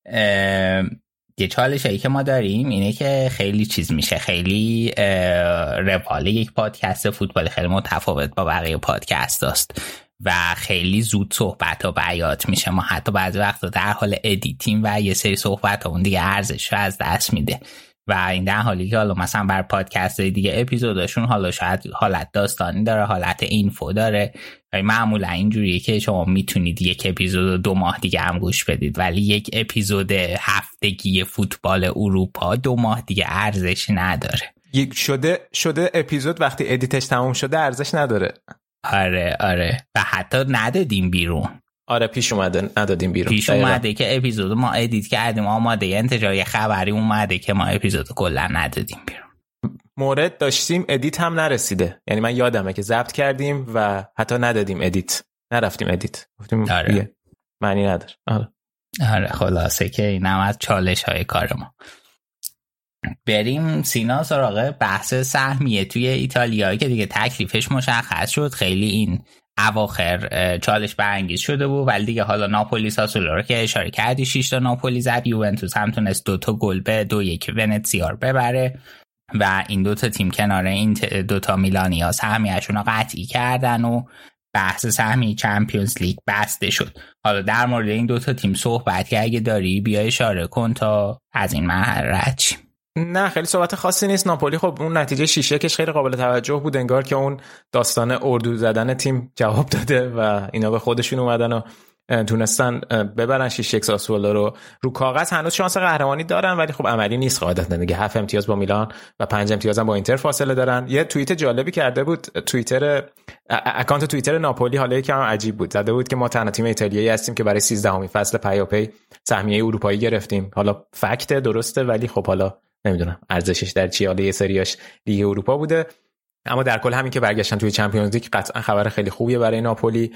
یه چالش هایی که ما داریم اینه که خیلی چیز میشه، خیلی روال یک پادکست فوتبال خیلی متفاوت با بقیه پادکست است و خیلی زود صحبت ها بیات میشه. ما حتی بعضی وقتا در حال ادیتیم و یه سری صحبت ها اون دیگه ارزش رو از دست میده و این در حالی که حالا مثلا بر پادکست دیگه اپیزوداشون حالا شاید حالت داستانی داره، حالت اینفو داره و معمولا اینجوریه که شما میتونید یک اپیزود دو ماه دیگه هم گوش بدید، ولی یک اپیزود هفتگی فوتبال اروپا دو ماه دیگه ارزش نداره. یک شده شده اپیزود وقتی ادیتش تموم شده ارزش نداره. آره آره و حتی ندادیم بیرون. آره پیش اومده ندادیم بیرون. پیش اومده که اپیزود ما ادیت کردیم آماده انتشار خبری اومده که ما اپیزود کلا ندادیم بیرون. مورد داشتیم ادیت هم نرسیده، یعنی من یادمه که ضبط کردیم و حتی ندادیم ادیت، نرفتیم ادیت، گفتیم آره. معنی نداره. آره آره خلاصه که اینم از چالش های کار ما. بریم سینا سراغ بحث سهمیه توی ایتالیا که دیگه تکلیفش مشخص شد. خیلی این اواخر چالش برانگیز شده بود ولی دیگه حالا ناپولی ساسولو رو که اشاره کردی شش تا ناپولی زد، یوونتوس هم تونست دو تا گل به دو یک ونتسیا رو ببره و این دو تا تیم کنار این دو تا میلانیا سهمیه‌شون رو قطعی کردن و بحث سهمی چمپیونز لیگ بسته شد. حالا در مورد این دو تا تیم صحبت که اگه داری بیا اشاره کن تا از این مرحله رد شیم. نه خیلی صحبت خاصی نیست. ناپولی خب اون نتیجه شش یکش خیلی قابل توجه بود، انگار که اون داستان اردو زدن تیم جواب داده و اینا به خودشون اومدن و تونستن ببرن شش یک ساسولو رو. رو کاغذ هنوز شانس قهرمانی دارن ولی خب عملی نیست قاعدتا دیگه. هفت امتیاز با میلان و پنج امتیاز هم با اینتر فاصله دارن. یه توییت جالبی کرده بود توییتر اکانت توییتر ناپولی، حالا یکم عجیب بود، زده بود که ما تنها تیم ایتالیایی هستیم که برای سیزدهمین فصل پیاپی سهمیه اروپایی گرفتیم. حالا فکت درسته ولی خب حالا نمیدونم ارزشش در چی، حالا یه سریاش لیگ اروپا بوده. اما در کل همین که برگشتن توی چمپیونز لیگ قطعا خبر خیلی خوبیه برای ناپولی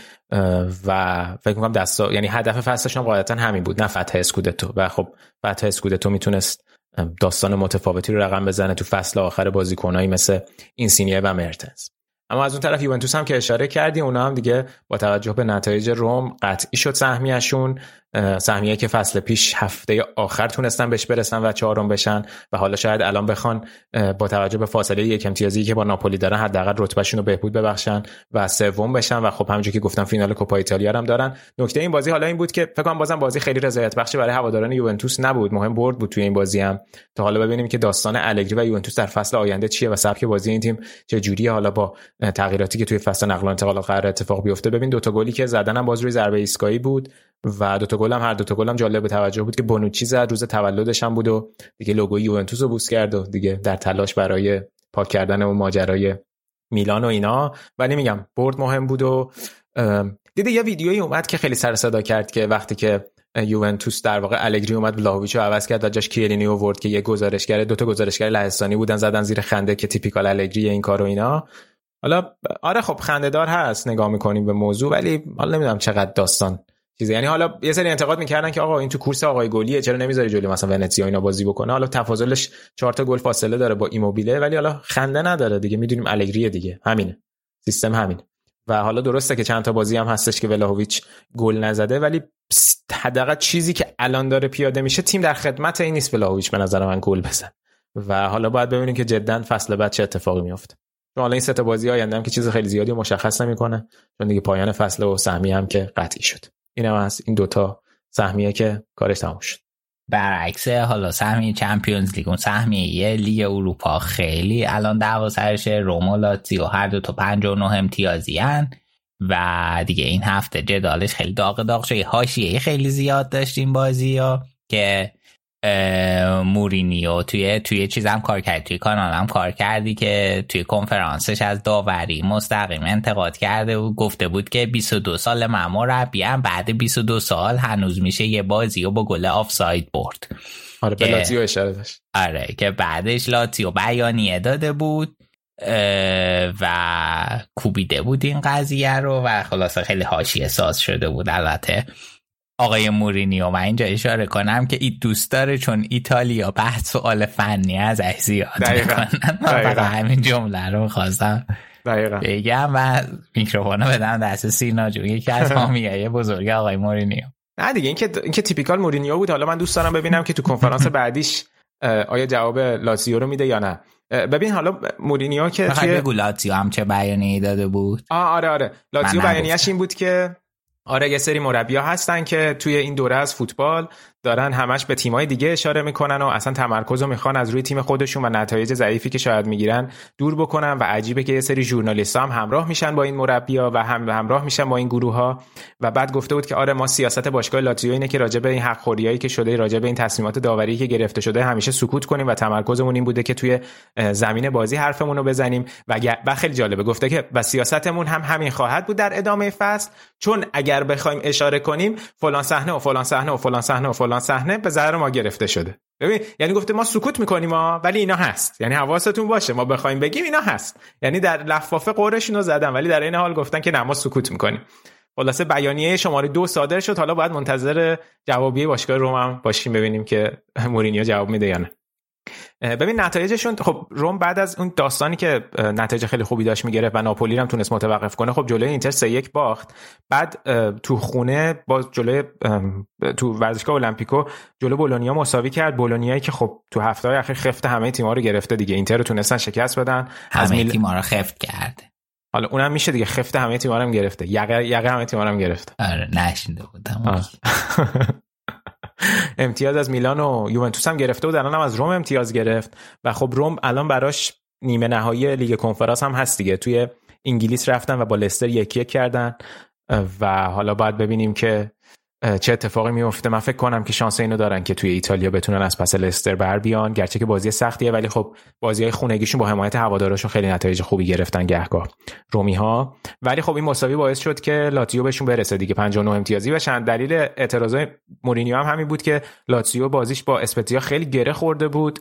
و فکر می‌کنم دستا یعنی هدف فصلشون قاعدتا همین بود، نه فتح اسکودتو. و خب فتح اسکودتو میتونست داستان متفاوتی رو رقم بزنه تو فصل آخر بازیکنایی مثل اینسینیه و مرتنز. اما از اون طرف یوونتوس هم که اشاره کردی اونا هم دیگه با توجه به نتایج روم قطعی شد سهمیه‌شون، سهمیه که فصل پیش هفته آخر تونستن بهش برسن و چهارم بشن و حالا شاید الان بخوان با توجه به فاصله یک امتیازی که با ناپولی دارن حداقل رتبهشون رو بهبود ببخشن و سوم بشن و خب همونجوری که گفتم فینال کوپا ایتالیا هم دارن. نکته این بازی حالا این بود که فکر کنم بازم بازی خیلی رضایت بخشی برای هواداران یوونتوس نبود، مهم برد بود توی این بازی هم. تا حالا ببینیم که داستان الگری و یوونتوس در فصل آینده چیه و سبک بازی این تیم چه جوریه، حالا با تغییراتی که توی فصل نقل و انتقالات قرار اتفاق بیفته. ببین دو تا گلی که زدن هم باز روی ضربه ایستگاهی بود و دو تا گل هم هر دو تا گل هم جالب به توجه بود که بونوچی زد، روز تولدش هم بود و دیگه لوگوی یوونتوس رو بوس کرد و دیگه در تلاش برای پاک کردن اون ماجرای میلان و اینا. ولی میگم برد مهم بود و دیدی یه ویدیویی اومد که خیلی سر صدا کرد که وقتی که یوونتوس در واقع الگری اومد ولاهویچ رو عوض کرد و جاش کیلینی آورد که یه گزارشگر دو تا گزارشگر لهستانی بودن زدن زیر خنده که تیپیکال الگری این کارو اینا. حالا آره خب خنده‌دار هست نگاه می‌کنیم به موضوع ولی حالا نمیدونم چقدر داستان چیزه. یعنی حالا یه سری انتقاد می‌کردن که آقا این تو کورس آقای گلیه چرا نمیذاری جلوی مثلا ونتسیا اینا بازی بکنه، حالا تفاضلش چهار تا گل فاصله داره با ایموبیله ولی حالا خنده نداره دیگه، میدونیم الگری دیگه همینه، سیستم همین. و حالا درسته که چند تا بازی هم هستش که ولاهویچ گل نزده ولی حداقل چیزی که الان داره پیاده میشه تیم در خدمت این نیست ولاهویچ به نظر من گل بزنه و حالا باید ببینیم که جدا فصل بعد چه اتفاقی میفته. حالا این سه تا بازی آینده هم که چیز خیلی زیادی مشخص نمیکنه چون دیگه پایان فصل و سهمیه هم که قطعی شد. اینم از این دوتا سهمیه که کارش تموم شد. برعکس حالا سهمیه چمپیونز لیگ اون سهمیه لیگ اروپا خیلی الان دعوا سرش، روم و لاتزیو هر دو تا پنجاه و نه امتیازی ان و دیگه این هفته جدالش خیلی داغ داغ شد. حاشیه خیلی زیاد داشتیم بازی‌ها که مورینیو توی توی چیزام کار کرد، توی کانالم کار کردی که توی کنفرانسش از داوری مستقیم انتقاد کرده و گفته بود که بیست و دو سال من مربیم، بعد بیست و دو سال هنوز میشه یه بازی و با گل آفساید برد. آره به لاتزیو اشاره داشت. آره که بعدش لاتزیو بیانیه داده بود و کوبیده بود این قضیه رو و خلاصه خیلی حاشیه ساز شده بود. البته آقای مورینیو من اینجا اشاره کنم که این دوست داره چون ایتالیا بحث سوال فنی ازش زیاد میکنن. من همین جمله رو میخواستم بگم و میکروفونو بدم دست سینا جون، یکی از حامیای بزرگ آقای مورینیو. نه دیگه این که این که تیپیکال مورینیو بود. حالا من دوست دارم ببینم که تو کنفرانس بعدیش آیا جواب لاتزیو رو میده یا نه. ببین حالا مورینیو که توی بگو لاتزیو هم چه بیانیه‌ای داده بود. آه آره آره لاتزیو بیانیه‌اش این بود که آره یه سری مربی‌ها هستن که توی این دوره از فوتبال دارن همش به تیم‌های دیگه اشاره میکنن و اصلا تمرکز رو میخوان از روی تیم خودشون و نتایج ضعیفی که شاید میگیرن دور بکنن و عجیبه که یه سری ژورنالیست‌ها هم همراه میشن با این مربی‌ها و هم همراه میشن با این گروه‌ها. و بعد گفته بود که آره ما سیاست باشگاه لاتزیو اینه که راجع به این حق‌خوریایی که شده، راجع به این تصمیمات داوری که گرفته شده همیشه سکوت کنیم و تمرکزمون این بوده که توی زمین بازی حرفمون رو بزنیم و و خیلی جالبه گفته که و سیاستمون هم همین خواهد بود در ادامه فصل، چون اگر بخوایم اشاره کنیم فلان صحنه و فلان صحنه و فلان صحنه و فلان صحنه به ضرر ما گرفته شده. ببین یعنی گفته ما سکوت میکنیم ها ولی اینا هست، یعنی حواستون باشه ما بخوایم بگیم اینا هست، یعنی در لفافه قورشون رو زدن ولی در این حال گفتن که نه ما سکوت میکنیم. خلاصه بیانیه شماره دو صادر شد. حالا باید منتظر جوابیه باشگاه روم هم باشیم ببینیم که مورینیو جواب میده یا نه. ببین نتایجشون، خب روم بعد از اون داستانی که نتایج خیلی خوبی داشت میگرفت و ناپولی هم تونست متوقف کنه، خب جلوی اینتر سه یک باخت. بعد تو خونه با جلوی تو ورزشگاه المپیکو جلو بولونیا مساوی کرد. بولونیایی که خب تو هفته‌های اخیر خفت همه تیم‌ها رو گرفته دیگه، اینتر رو تونستن شکست بدن، از همه میل... تیم‌ها رو خفت کرد. حالا اونم میشه دیگه، خفت همه تیم‌ها رو هم گرفته، یقه یقه همه تیم‌ها رو هم گرفته. آره نشینده بودم. امتیاز از میلان و یوونتوس هم گرفته بود، الان هم از روم امتیاز گرفت و خب روم الان براش نیمه نهایی لیگ کنفرانس هم هست دیگه. توی انگلیس رفتن و با لستر یکی یک کردن و حالا باید ببینیم که چه اتفاقی میفته. من فکر کنم که شانس اینو دارن که توی ایتالیا بتونن از پس لستر بر بیان، گرچه که بازی سختیه ولی خب بازی‌های خونگیشون با حمایت هواداراشون خیلی نتایج خوبی گرفتن گهگاه رومی‌ها. ولی خب این مساوی باعث شد که لاتزیو بهشون برسه دیگه، پنجاه و نه امتیازی بشن. دلیل اعتراضای مورینیو هم همین بود که لاتزیو بازیش با اسپتزیا خیلی گره خورده بود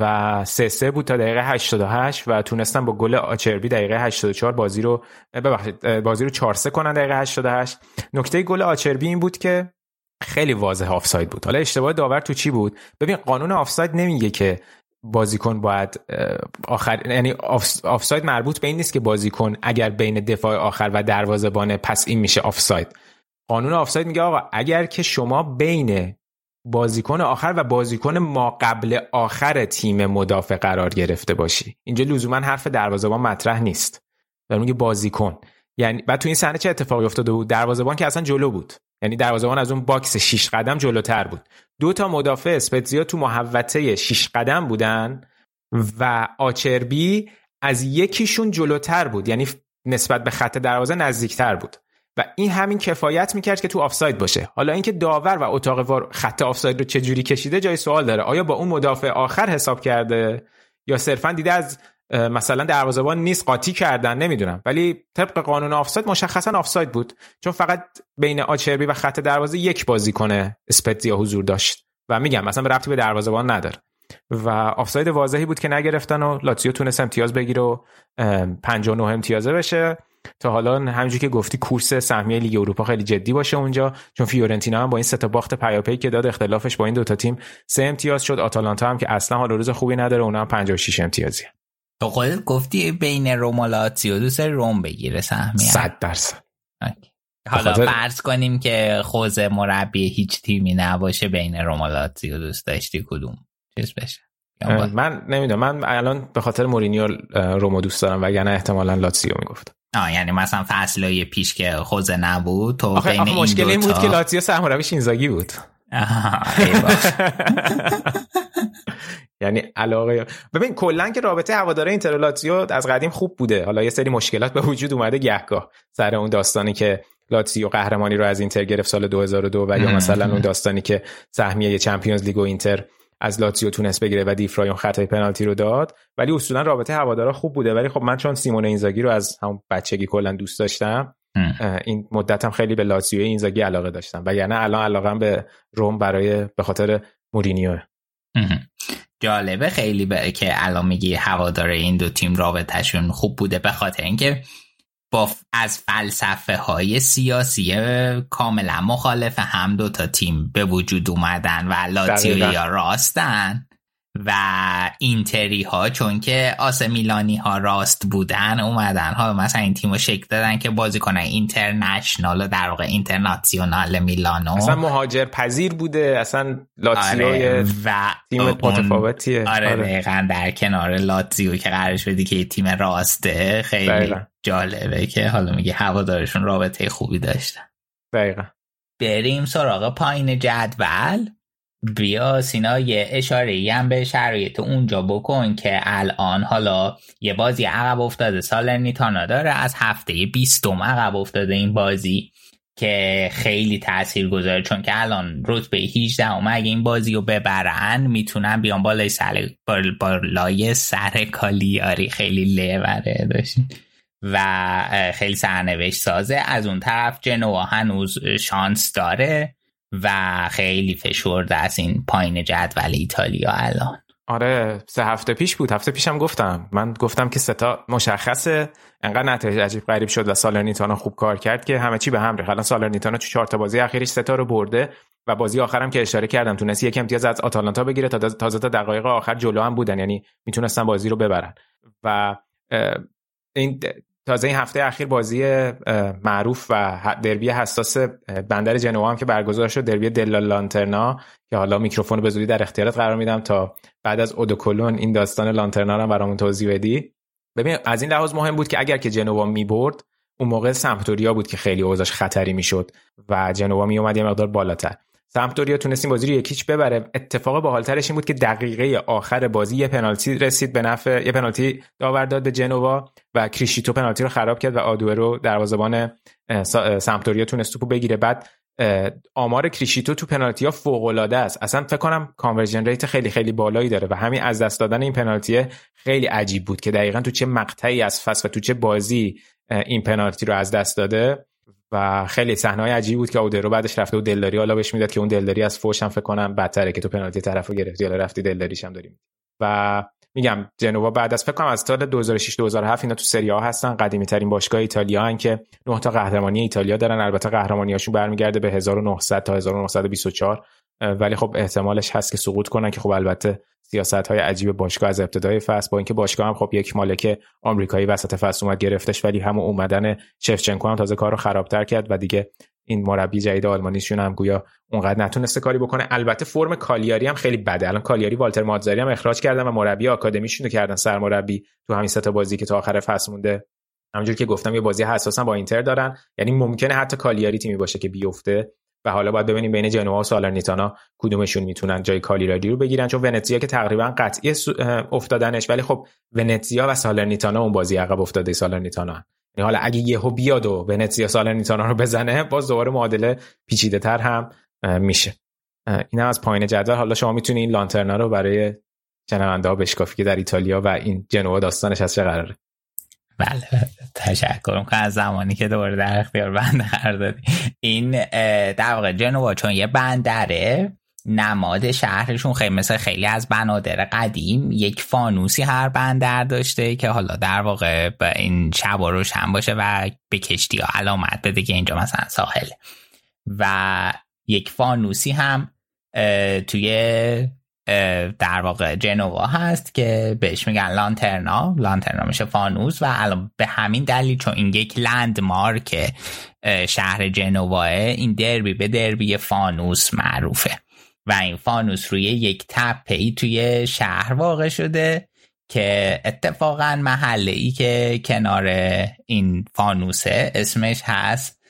و سه سه بود تا دقیقه هشتاد و هشت و تونستن با گل آچربی دقیقه هشتاد و چهار بازی رو ببخشید بازی رو چهار سه کنن دقیقه هشتاد و هشت. نکته گل آچربی این بود که خیلی واضح آفساید بود. حالا اشتباه داور تو چی بود؟ ببین قانون آفساید نمیگه که بازیکن باید آخر، یعنی آفساید مربوط به این نیست که بازیکن اگر بین دفاع آخر و دروازه‌بان پس این میشه آفساید. قانون آفساید میگه آقا اگر که شما بین بازیکن آخر و بازیکن ما قبل آخر تیم مدافع قرار گرفته باشی، اینجا لزوما حرف دروازه‌بان مطرح نیست، دارم میگه بازیکن. یعنی بعد تو این صحنه چه اتفاقی افتاده بود؟ دروازه‌بان که اصلا جلو بود، یعنی دروازه‌بان از اون باکس شش قدم جلوتر بود. دو تا مدافع اسپتزیا تو محوطه شش قدم بودن و آچربی از یکیشون جلوتر بود، یعنی نسبت به خط دروازه نزدیکتر بود و این همین کفایت میکرد که تو آفساید باشه. حالا اینکه داور و اتاق وار خط آفساید رو چه جوری کشیده جای سوال داره. آیا با اون مدافع آخر حساب کرده یا صرفا دیده از مثلا دروازه‌بان نیست قاطی کردن، نمیدونم، ولی طبق قانون آفساید مشخصا آفساید بود چون فقط بین آچربی و خط دروازه یک بازیکن اسپتزیا حضور داشت و میگم مثلا به ربطی به دروازه‌بان نداره و آفساید واضحی بود که نگرفتن و لاتزیو تونست امتیاز بگیره و پنجاه و نه امتیازه بشه. تا حالا همونجوری که گفتی کورس سهمیه لیگ اروپا خیلی جدی باشه اونجا، چون فیورنتینا هم با این سه تا باخت پیاپی که داد اختلافش با این دو تا تیم سه امتیاز شد. آتالانتا هم که اصلا حال روز خوبی نداره، اونها هم پنجاه و شش امتیازی. تو خودت گفتی بین روم و لاتزیو دوست روم بگیره سهمیه صد درصد. حالا فرض کنیم که خوزه مربی هیچ تیمی نباشه، بین روم و لاتزیو دوست داشتی کدوم چیز بشه؟ من نمیدونم، من الان به خاطر مورینیو رومو دوست دارم وگرنه احتمالاً لاتزیو میگفتم. آه یعنی مثلا فصلای پیش که خوزه نبود تو آخه بین آخه این مشکل این دو بود تا... که لاتزیو سرمربیش اینزاگی بود. یعنی علاقه ببین کلا که رابطه هواداره اینتر و لاتزیو از قدیم خوب بوده، حالا یه سری مشکلات به وجود اومده گهگاه سر اون داستانی که لاتزیو قهرمانی رو از اینتر گرفت سال دو هزار و دو و یا مثلا اون داستانی که سهمیه چمپیونز لیگ و اینتر از لاتزیو تونست بگیره و دیفرای اون خطای پنالتی رو داد. ولی اصولا رابطه هوادارا خوب بوده. ولی خب من چون سیمون اینزاگی رو از همون بچگی کلا دوست داشتم، این مدتم خیلی به لاتزیو اینزاگی علاقه داشتم، وگرنه الان علاقم به روم برای به خاطر مورینیو. جالبه خیلی به که الان میگی هوادار این دو تیم رابطهشون خوب بوده، به خاطر اینکه با از فلسفه های سیاسی کاملا مخالف هم دو تا تیم به وجود اومدن و لاتزیو یا راستن و اینتری ها چون که آسه میلانی ها راست بودن اومدن ها مثلا این تیمو شکل دادن که بازی کنن اینترنشنال و در واقع اینترناسیونال میلانو اصلا مهاجر پذیر بوده. اصلا لاتزیو آره و تیم متفاوتیه. آره دقیقاً در کنار لاتزیو که قرارش بدی که تیم راسته خیلی دقیقا. جالبه که حالا میگه هوادارشون رابطه خوبی داشتن. دقیقاً. بریم سراغ پایین جدول. بیا سینا یه اشاره‌ای هم به شرایط اونجا بکن که الان حالا یه بازی عقب افتاده سالرنیتانا داره، از هفته بیستم عقب افتاده این بازی که خیلی تأثیر گذاره چون که الان رتبه هجدهم اگه این بازی رو ببرن میتونن بیان بالای سر بالای سر کالیاری. خیلی لهوره داشتین و خیلی سرنوشت سازه. از اون طرف جنوا هنوز شانس داره و خیلی فشرده از این پایین جدول ایتالیا الان. آره سه هفته پیش بود، هفته پیشم گفتم من گفتم که سه تا مشخصه، انقدر نتایج عجیب غریب شد و سالرنیتانا خوب کار کرد که همه چی به هم ریخت. الان سالرنیتانا تو چهار تا بازی اخیرش سه تا رو برده و بازی آخرم که اشاره کردم تونست یک امتیاز از آتالانتا بگیره، تا تازه تا دقایق آخر جلو هم بودن، یعنی میتونستن بازی رو ببرن. و این تازه این هفته اخیر بازی معروف و دربی حساس بندر جنوا هم که برگزار شد، دربی دلا لانترنا، که حالا میکروفون به زودی در اختیارت قرار میدم تا بعد از اودوکولون این داستان لانترنا رو برامون توضیح بدی. ببین از این لحاظ مهم بود که اگر که جنوا میبرد اون موقع سمپدوریا بود که خیلی اوضاعش خطری میشد و جنوا میومد یه مقدار بالاتر. سمپدوریا تونست این بازی رو یکیچ ببره. اتفاق باحالترش این بود که دقیقه آخر بازی یه پنالتی رسید به نفع، یه پنالتی داور داد به جنوا و کریشیتو پنالتی رو خراب کرد و آدورو دروازه‌بان سمپدوریا تونست توپو بگیره. بعد آمار کریشیتو تو پنالتی‌ها فوق‌العاده است، اصلا فکر کنم کانورژن ریت خیلی خیلی بالایی داره و همین از دست دادن این پنالتی خیلی عجیب بود که دقیقاً تو چه مقطعی از فصل و تو چه بازی این پنالتی رو از دست داده و خیلی صحنه‌های عجیبی بود که اودرو بعدش رفته و دلداری حالا بهش میداد که اون دلداری از فوش هم فکر کنم بدتره که تو پنالتی طرفو گرفتی، حالا رفتی دلداریش هم داریم. و میگم جنوا بعد از فکر کنم از سال دو هزار و شش دو هزار و هفت اینا تو سری آ هستن، قدیمی ترین باشگاه ایتالیا ان که نه تا قهرمانی ایتالیا دارن. البته قهرمانیاشون برمیگرده به هزار و نهصد تا هزار و نهصد و بیست و چهار، ولی خب احتمالش هست که سقوط کنن که خب البته سیاست‌های عجیب باشگاه از ابتدای فصل، با اینکه باشگاه هم خب یک مالک آمریکایی وسط فصل اومد گرفتش، ولی همون اومدن شفچنکو هم تازه کارو خرابتر کرد و دیگه این مربی جدید آلمانیشون هم گویا اونقدر نتونسته کاری بکنه. البته فرم کالیاری هم خیلی بده. الان کالیاری والتر ماتزاری هم اخراج کردن و مربی آکادمیشون رو کردن سرمربی تو همین سه تا بازی که تا آخر فصل مونده. همونجوری که گفتم یه بازی حساسا با اینتر دارن، یعنی ممکنه حتی کالیاری تیمی باشه که بیفته و حالا باید ببینیم بین جنوا و سالرنیتانا کدومشون میتونن جای کالیاری رو بگیرن، چون ونتزیا که تقریبا قطعی افتادنش، ولی خب ونتزیا و سالرنیتانا اون بازی عقب افتاده سالرنیتانا، یعنی حالا اگه یهو بیاد و ونتزیا سالرنیتانا رو بزنه باز دوباره معادله پیچیده‌تر هم میشه. این هم از پایین جدول. حالا شما میتونید این لانترنا رو برای شنونده‌ها بشکافی که در ایتالیا و این جنوا داستانش از چه قراره. بله تشکر میکنم از زمانی که دوباره در اختیار بنده قرار دادی. این در واقع جنوا چون یه بندره، نماد شهرشون خیلی مثل خیلی از بنادر قدیم یک فانوسی هر بندر داشته که حالا در واقع به این شب و روش هم باشه و به کشتی ها علامت بده که اینجا مثلا ساحله، و یک فانوسی هم توی در واقع جنوا هست که بهش میگن لانترنا. لانترنا میشه فانوس و الان به همین دلیل چون این یک لندمارک شهر جنواه، این دربی به دربی فانوس معروفه و این فانوس روی یک تپه‌ای توی شهر واقع شده که اتفاقا محله ای که کنار این فانوسه اسمش هست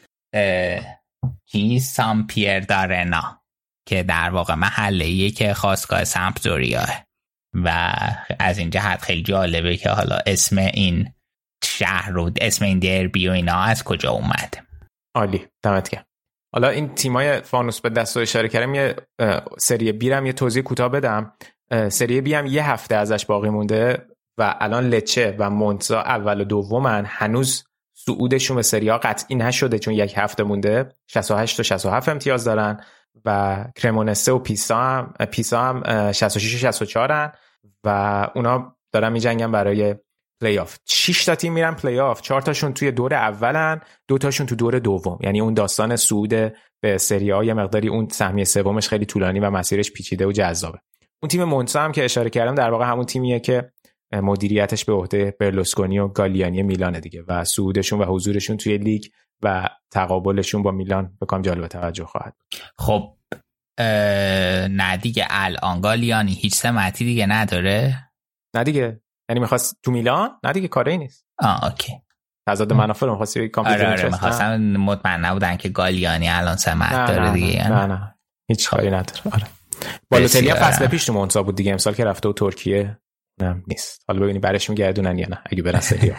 کی سان پیر دارنا که در واقع محله‌ایه که خاصگاه سمپدوریاه و از این جهت خیلی جالبه که حالا اسم این شهر رو، اسم این دربی و اینا از کجا اومد. عالی، دمت گرم. حالا این تیمای فانوس به دست اشاره کردم، یه سری بی هم یه توضیح کوتاه بدم. سری بی هم یه هفته ازش باقی مونده و الان لچه و مونزا اول و دومن. هنوز صعودشون به سری ها قطعی نشده چون یک هفته مونده. شصت و هشت تا شصت و هفت امتیاز دارن و کرمونسه و پیسا هم پیسا هم شصت و شش و شصت و چهار و اونا دارن میجنگن برای پلی آف. شش تا تیم میرن پلی آف، چهار تاشون توی دور اولن، دو تاشون تو دور دوم. یعنی اون داستان صعود به سری آ یه مقداری اون سهمیه سومش خیلی طولانی و مسیرش پیچیده و جذابه. اون تیم مونزا هم که اشاره کردم در واقع همون تیمیه که مدیریتش به عهده برلوسکونی و گالیانی میلان دیگه و صعودشون و حضورشون توی لیگ و تقابلشون با میلان بکنم جالب توجه خواهد. خب نه دیگه الان گالیانی هیچ سمتی دیگه نداره؟ نه دیگه، یعنی میخواست تو میلان؟ نه دیگه کاری نیست. آه اوکی. تضاد منافع رو میخواست یه کامپیوتر آره آره میخواستم مطمئن نبودن که گالیانی الان سمت نه داره نه دیگه. نه نه, نه. هیچ کاری نداره. آره بالوتلی هم فصل پیش تو مونزا بود دیگه، امسال که رفته و ترکیه نه نیست. حالا ببینیم برش میگردونن یا نه اگه برن سری.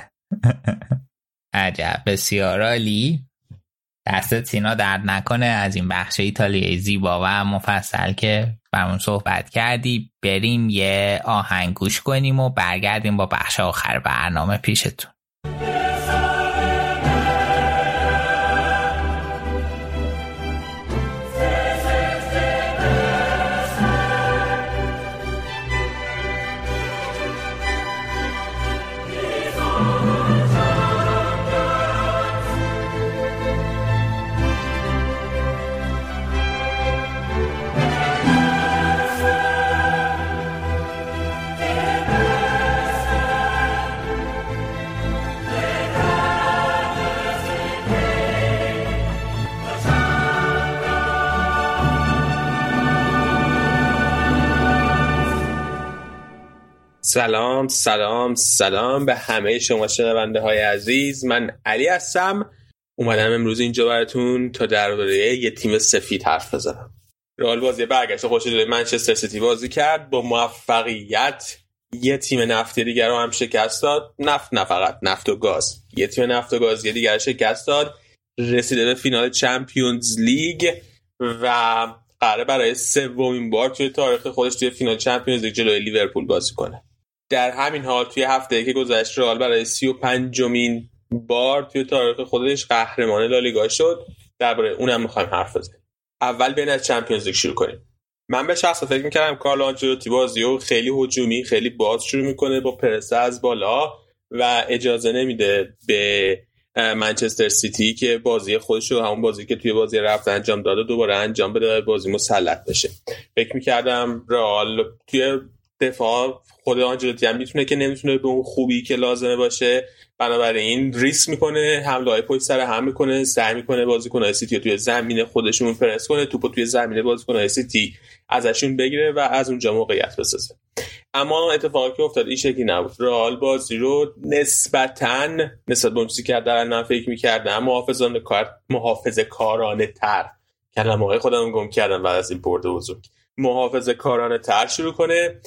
عجب، بسیار عالی. دست سینا درد نکنه از این بخش ایتالیایی زیبا و مفصل که برامون صحبت کردی. بریم یه آهنگ گوش کنیم و برگردیم با بخش آخر برنامه پیشتون. سلام سلام سلام به همه شما شنونده های عزیز. من علی هستم، اومدم امروز اینجا براتون تا درباره یه تیم سفید حرف بزنم. رئال بازی برگشت خوش جلوی منچستر سیتی بازی کرد، با موفقیت یه تیم نفتی دیگر رو هم شکست داد. نفت نه فقط نفت و گاز، یه تیم نفت و گازی دیگر رو شکست داد، رسیده به فینال چمپیونز لیگ و قراره برای سومین بار توی تاریخ خودش توی فینال چمپیونز لیگ جلوی لیورپول بازی کنه. در همین حال توی هفته که گذشت رئال برای سی و پنجمین بار توی تاریخ خودش قهرمان لالیگا شد. درباره اونم می‌خوایم حرف بزنیم. اول بین از چمپیونز لیگ شروع کنیم. من به شخصه فکر می‌کردم کارلو آنچلوتی بازیو خیلی هجومی، خیلی باز شروع می‌کنه با پرس از بالا و اجازه نمیده به منچستر سیتی که بازی خودش رو همون بازی که توی بازی رفت انجام داده دوباره انجام بده، بازی مسلط بشه. فکر می‌کردم رئال توی دفاع خود آنجلوتی هم میتونه که نمیتونه به اون خوبی که لازمه باشه، بنابراین ریسک میکنه، حمله‌های پشت سر هم میکنه، سعی میکنه بازیکن‌های سیتی رو توی زمین خودشون پرس کنه، توپو توی زمین بازیکن‌های سیتی ازشون بگیره و از اونجا موقعیت بسازه. اما اتفاقی که افتاد این شکلی نبود. رئال بازی رو نسبتاً نسبت به چیزی که در من فکر می‌کردم محافظانه کار محافظه کارانه تر، کلمه‌های خودم گم کردم بعد از این برد بزرگ، محافظه کارانه تر شروع کنه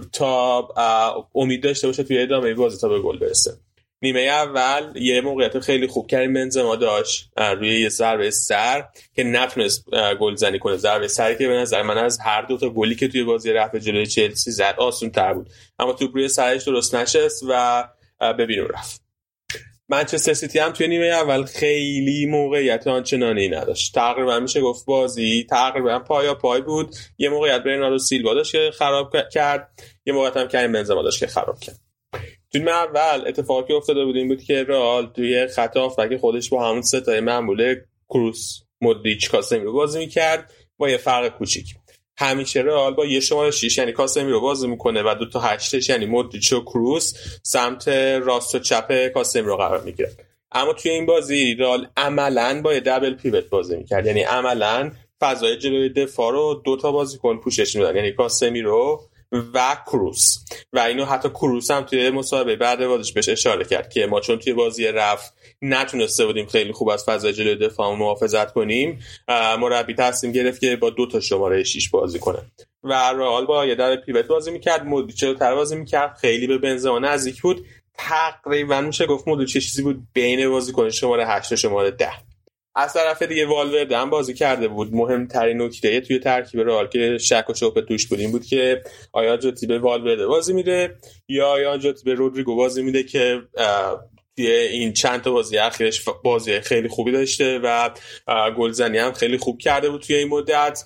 تا امید داشته باشه توی ادامه بازی تا به گل برسه. نیمه اول یه موقعیت خیلی خوب کریم بنزما داشت روی یه ضربه سر که نتونست گل زنی کنه. ضربه سری که به نظر من از هر دو تا گلی که توی بازی رفت جلوی چلسی زد آسون تر بود، اما توپ روی سرش درست نشست و به بیرون رفت. منچستر سیتی هم توی نیمه اول خیلی موقعیت آنچنانی نداشت، تقریبا میشه گفت بازی تقریبا پایا پای بود. یه موقعیت برناردو سیلوا داشت که خراب کرد، یه موقعیت هم کریم بنزما داشت که خراب کرد. توی نیمه اول اتفاقی افتاده بود این بود که رئال توی خط هافبک خودش با همون ستای معمول کروس، مودریچ، کاسمیرو بازی می‌کرد با یه فرق کوچیک. همیشه رئال با یه شماره شش یعنی کاسمیرو بازی میکنه و دو تا هشتش یعنی مودریچ و کروس سمت راست و چپ کاسمیرو قرار میگیره. اما توی این بازی رئال عملاً با یه دبل پیوت بازی میکرد، یعنی عملاً فضای جلوی دفاع رو دو تا بازیکن پوشش میدن، یعنی کاسمیرو و کروس. و اینو حتی کروس هم توی مصاحبه بعد بازیش بهش اشاره کرد که ما چون توی بازی رفت نتونسته بودیم خیلی خوب از فضای جلوی دفاع محافظت کنیم، مربی تصمیم گرفت که با دو تا شماره شش بازی کنه و رئال با یه در پیوت بازی میکرد، مودریچ رو تر بازی میکرد، خیلی به بنزما نزدیک بود. تقریبا میشه گفت مودریچ چیزی بود بین بازیکن شماره هشت و شماره ده. از طرف دیگه والورده هم بازی کرده بود. مهمترین نکته توی ترکیب رئال که شک و شبهه توش بود این بود که آیا جوتی به والورده بازی میده یا آیا جوتی به رودریگو بازی میده که توی این چند تا بازی اخیرش بازی خیلی خوبی داشته و گلزنی هم خیلی خوب کرده بود توی این مدت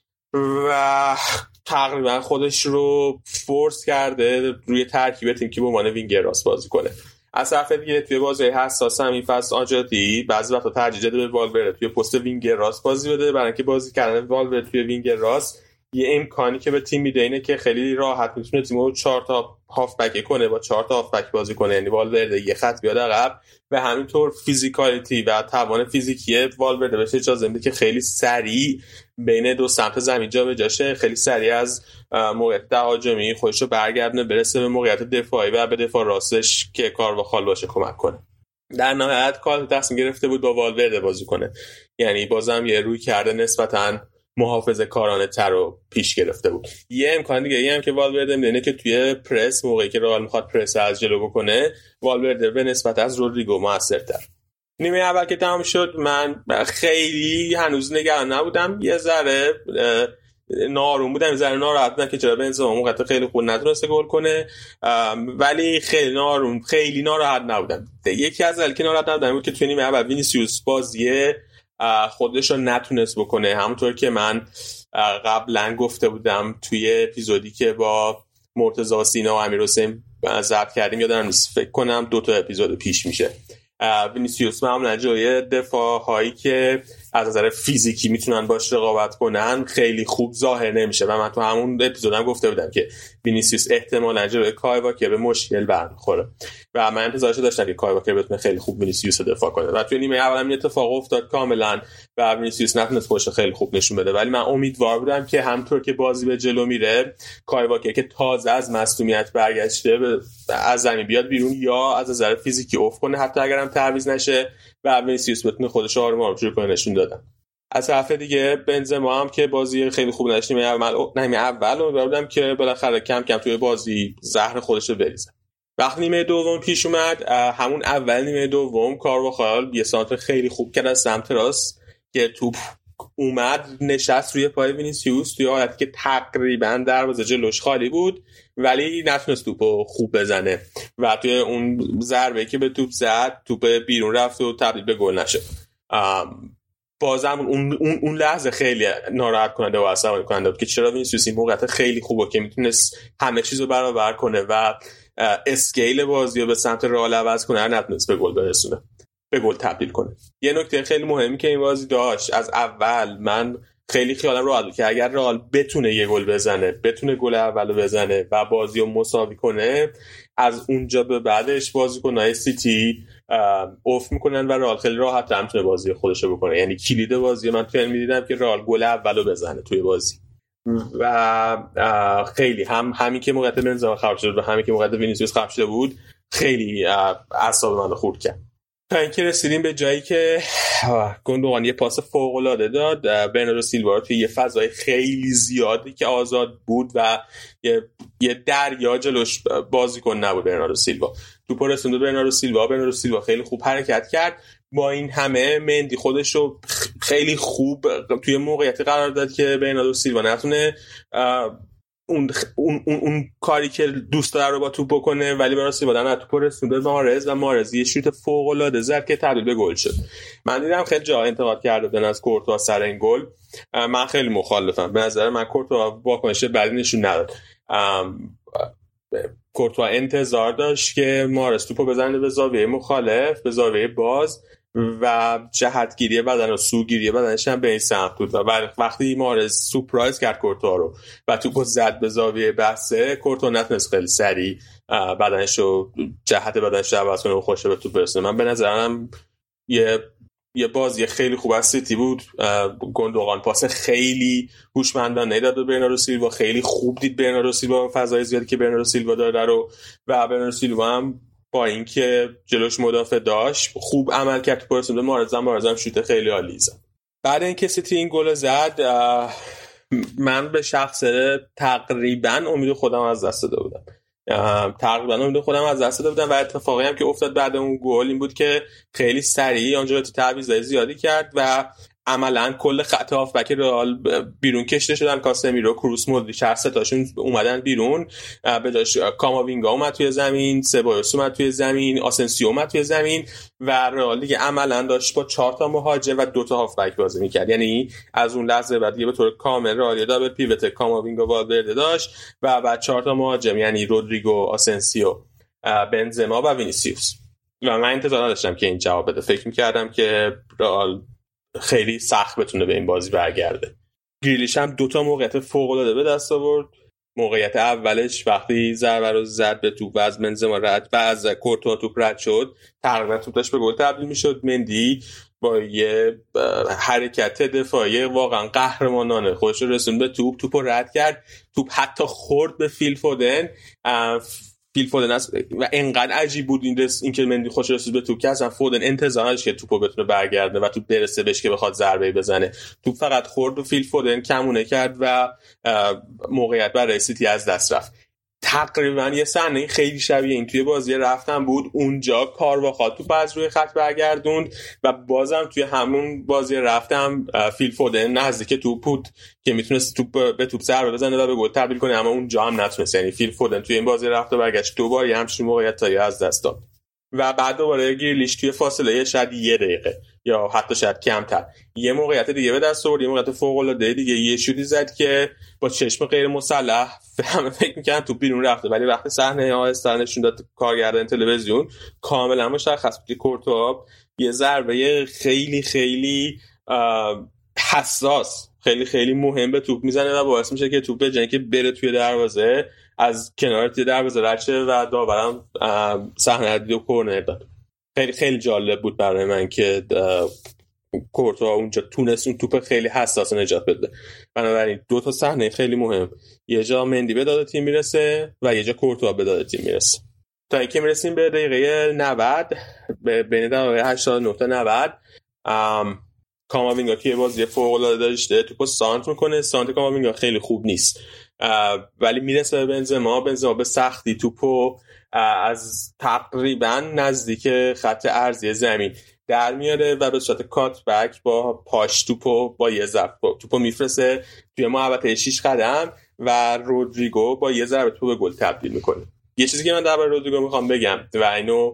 و تقریبا خودش رو فورس کرده روی ترکیب تیم که به عنوان وینگر راست بازی کنه. از طرف دیگه توی بازی حساس هم این فصل آنجاتی بعضی وقتا ترجیح داده به والورده توی پست وینگر راست بازی بده، برای اینکه بازی کردن والورده توی وینگر راست یه امکانی که به تیم میده اینه که خیلی راحت میتونه تیمو چهار تا هافبک کنه، با چهار تا هافبک بازی کنه، یعنی والورده یه خط بیاد عقب و همینطور فیزیکالیتی و توان فیزیکی والورده بهش اجازه میده که خیلی سریع بین دو سمت زمین جابجا شه، خیلی سریع از موقعیت تهاجمی خودش رو برگردونه برسه به موقعیت دفاعی و به دفاع راستش که کارواخال باشه کمک کنه. در نهایت کار تصمیم گرفته بود با والورده بازی کنه، یعنی بازم یه روی کرده نسبتاً محافظه کارانه تر رو پیش گرفته بود. یه امکان دیگه ای هم که والورده میدونه که توی پرس موقعی که رئال میخواد پرس از جلو بکنه والورده به نسبت از رودریگو موثرتر. نیمه اول که تمام شد من خیلی هنوز نگران نبودم، یه ذره ناراحت بودم، یه ذره ناراحت بودم که چرا بنزما موقعیت خیلی خوب نتونسته گل کنه، ولی خیلی ناراحت خیلی ناراحت نبودم. یکی از دلایلی که ناراحت نبودم بود که توی نیمه اول وینیسیوس بازی خودش رو نتونست بکنه، همونطور که من قبلا گفته بودم توی اپیزودی که با مرتضی سینا و امیر حسین ضبط کردیم، یادم نیست فکر کنم دو تا اپیزود پیش میشه. وینیسیوس معمولا جای دفاع هایی که از نظر فیزیکی میتونن باش رقابت کنن خیلی خوب ظاهر نمیشه و من تو همون اپیزودم گفته بودم که وینیسیوس احتمالاً جلوی کای واکر به مشکل برمیخوره و من انتظارش داشتم که کای واکر بتونه خیلی خوب وینیسیوس رو دفاع کنه و توی نیمه اول این اتفاق افتاد کاملا و وینیسیوس نتونست خودش خیلی خوب نشون بده، ولی من امیدوار بودم که همونطور که بازی به جلو میره کای واکر که تازه از مصدومیت برگشته از زمین بیاد بیرون یا از نظر فیزیکی افت کنه، حتی اگرم تعویض نشه و وینیسیوس بتونه خودش رو آروم آروم شروع کنه نشون دادن. از طرف دیگه بنزما هم که بازی خیلی خوب نداشت نیمه اول نیمه اول امیدوار بودم که بالاخره کم کم توی بازی زهر خودش رو بریزه. وقتی نیمه دوم پیش اومد، همون اول نیمه دوم کارواخال یه سانتر خیلی خوب کرد از سمت راست که توپ اومد نشست روی پای وینیسیوس توی حالتی که تقریبا دروازه جلوش خالی بود ولی نتونست توپو خوب بزنه و توی اون ضربه‌ای که به توپ زد توپ بیرون رفت و تبدیل به گل نشد. بازم اون اون اون لحظه خیلی ناراحت کننده و عصبانی کننده بود که چرا وینیسیوس این موقعیت خیلی خوبه که میتونست همه چیزو برابر کنه و اسکیل بازی رو به سمت رئال عوض کنه نتونست به گل برسونه، به گل تبدیل کنه. یه نکته خیلی مهمی که این بازی داشت، از اول من خیلی خیالم راحت بود که اگر رئال بتونه یه گل بزنه، بتونه گل اولو بزنه و بازی رو مساوی کنه، از اونجا به بعدش بازیکن‌های سیتی اوف میکنن و رئال خیلی راحت هم میتونه بازی خودش رو بکنه. یعنی کلید بازی من تو می‌دیدم که رئال گل اولو بزنه توی بازی و خیلی هم همین که موقعیت بنزما خراب شد و همین که موقعیت وینیسیوس خراب شده بود خیلی اعصاب منو خورد کرد. تا اینکه رسیدیم به جایی که گوندوغان یه پاس فوق‌العاده داد، برناردو سیلوا رو توی یه فضای خیلی زیادی که آزاد بود و یه یه دریا جلوش بازیکن نبود برناردو سیلوا، توپ رسوند برناردو سیلوا برناردو سیلوا خیلی خوب حرکت کرد. با این همه مندی خودش رو خیلی خوب توی موقعیتی قرار داد که برناردو سیلوا نتونه اون اون اون, اون کاری که دوست داره رو با توپ بکنه، ولی برای سیوادن از توپ رسوند به مارز و مارز یه شوت فوق العاده زد که تبدیل به گل شد. من دیدم خیلی جا انتقاد کرده بودن از کورتوا سر این گل، من خیلی مخالفم. به نظر من کورتوا واکنش بدی نشون نداد. کورتوا انتظار داشت که مارز توپو بزنه به زاویه مخالف، به زاویه باز و جهتگیری بدن و سوگیری بدنش هم به این سمت بود و وقتی مارز سورپرایز کرد کورتوا رو و توپو زد به زاویه بسته، کورتوا نتونست خیلی سریع بدنش رو جهت بدنش رو عوض کنه و خوشه به توپ برسونه. من به نظرم یه یه بازی خیلی خوب از سیتی بود. گوندوغان پاس خیلی هوشمندانه داد به برناردو سیلوا، خیلی خوب دید برناردو سیلوا فضای زیادی که برناردو سیلوا داره رو و برناردو سیلوا هم با اینکه جلوش مدافع داشت خوب عمل کرد، تو رسوند مارز هم مارز هم شوت خیلی عالی زد. بعد اینکه سیتی این گل زد من به شخصه تقریبا امید خودم از دست داده بودم. تقریبا امید خودم از دست داده بودم و اتفاقی هم که افتاد بعد اون گل این بود که خیلی سریع آنجا تو تعویضای زیادی کرد و عملاً کل خط هافبک رئال بیرون کشیده شدن. کاسمیرو، کروس، مودریچ هر سه تاشون اومدن بیرون، به جاش کاماوینگا اومد توی زمین، سبایوس اومد توی زمین، آسنسیو اومد توی زمین و رئال دیگه عملاً داشت با چهار تا مهاجم و دو تا هافبک بازی می‌کرد. یعنی از اون لحظه بعد دیگه به طور کامل رئال دابل پیوت کاماوینگا والورده داشت و بعد چهار تا مهاجم یعنی رودریگو، آسنسیو، بنزما و وینیسیوس. و من انتظار نداشتم که این جواب بده. فکر می‌کردم که رئال خیلی سخت بتونه به این بازی برگرده. گریلیش هم دوتا موقعیت فوق‌العاده به دست آورد. موقعیت اولش وقتی ضربه رو زد به توپ و از بنزما رد و از کورتوا توپ رد شد، تقریبا توپش به گل تبدیل میشد. مندی با یه حرکت دفاعی واقعا قهرمانانه خودش رو رسوند به توپ، توپ رو رد کرد. توپ حتی خورد به فیل فودن. فیل فودن است و انقدر عجیب بود این دست این که مندی خوش رسید به توپ که اصلا فودن انتظارش که توپو بتونه برگردونه و توپ برسه بهش که بخواد ضربه بزنه. توپ فقط خورد و فیل فودن کمونه کرد و موقعیت برای سیتی از دست رفت. تقریبا یه صحنه خیلی شبیه این توی بازی رفتن بود. اونجا کارواخال توپ از روی خط برگردوند و بازم توی همون بازی رفتم فیل فودن نزدیک توپ بود که میتونست توپ به توپ ضربه بزنه و به گل تبدیل کنه، اما اونجا هم نتونست. یعنی فیل فودن توی این بازی رفت و برگشت دوبار یه همچین موقعیتایی از دست داد و بعد دوباره گریلیش توی فاصله شاید یه دقیقه یا حتی شاید کمتر یه موقعیت دیگه به دست آورد، یه موقعیت فوق‌العاده دیگه، یه شوتی زد که با چشم غیر مسلح همه فکر می‌کردن توپ بیرون رفته، ولی وقتی صحنه آهسته نشون داد کارگردان تلویزیون کاملا مشخص بود که کورتوا یه ضربه خیلی خیلی حساس، خیلی خیلی مهم به توپ میزنه و باعث میشه که توپ جنگی که بره توی دروازه از کنار توی دروازه رد شه و داورم صحنه رو کورنر داد. خیلی خیلی جالب بود برای من که کورتوا اونجا تونست اون توپ خیلی حساس نجات بده. بنابراین دو تا صحنه خیلی مهم، یه جا مندی به داد تیم میرسه و یه جا کورتوا به داد تیم میرسه. تا اینکه میرسیم به دقیقه نود، به بین دقیقه هشتاد و نه تا نود، کاماوینگا که بازی فوق‌العاده داشته توپو سانت میکنه. سانت کاماوینگا خیلی خوب نیست ولی میرسه به بنزما. بنزما به سختی توپو از تقریبا نزدیک خط ارضی زمین در میاره و به صورت کات بک با پاش توپو با یه ضربه توپو میفرسه توی محوطه شش قدم و رودریگو با یه ضربه توپ به گل تبدیل میکنه. یه چیزی که من درباره رودریگو میخوام بگم و اینو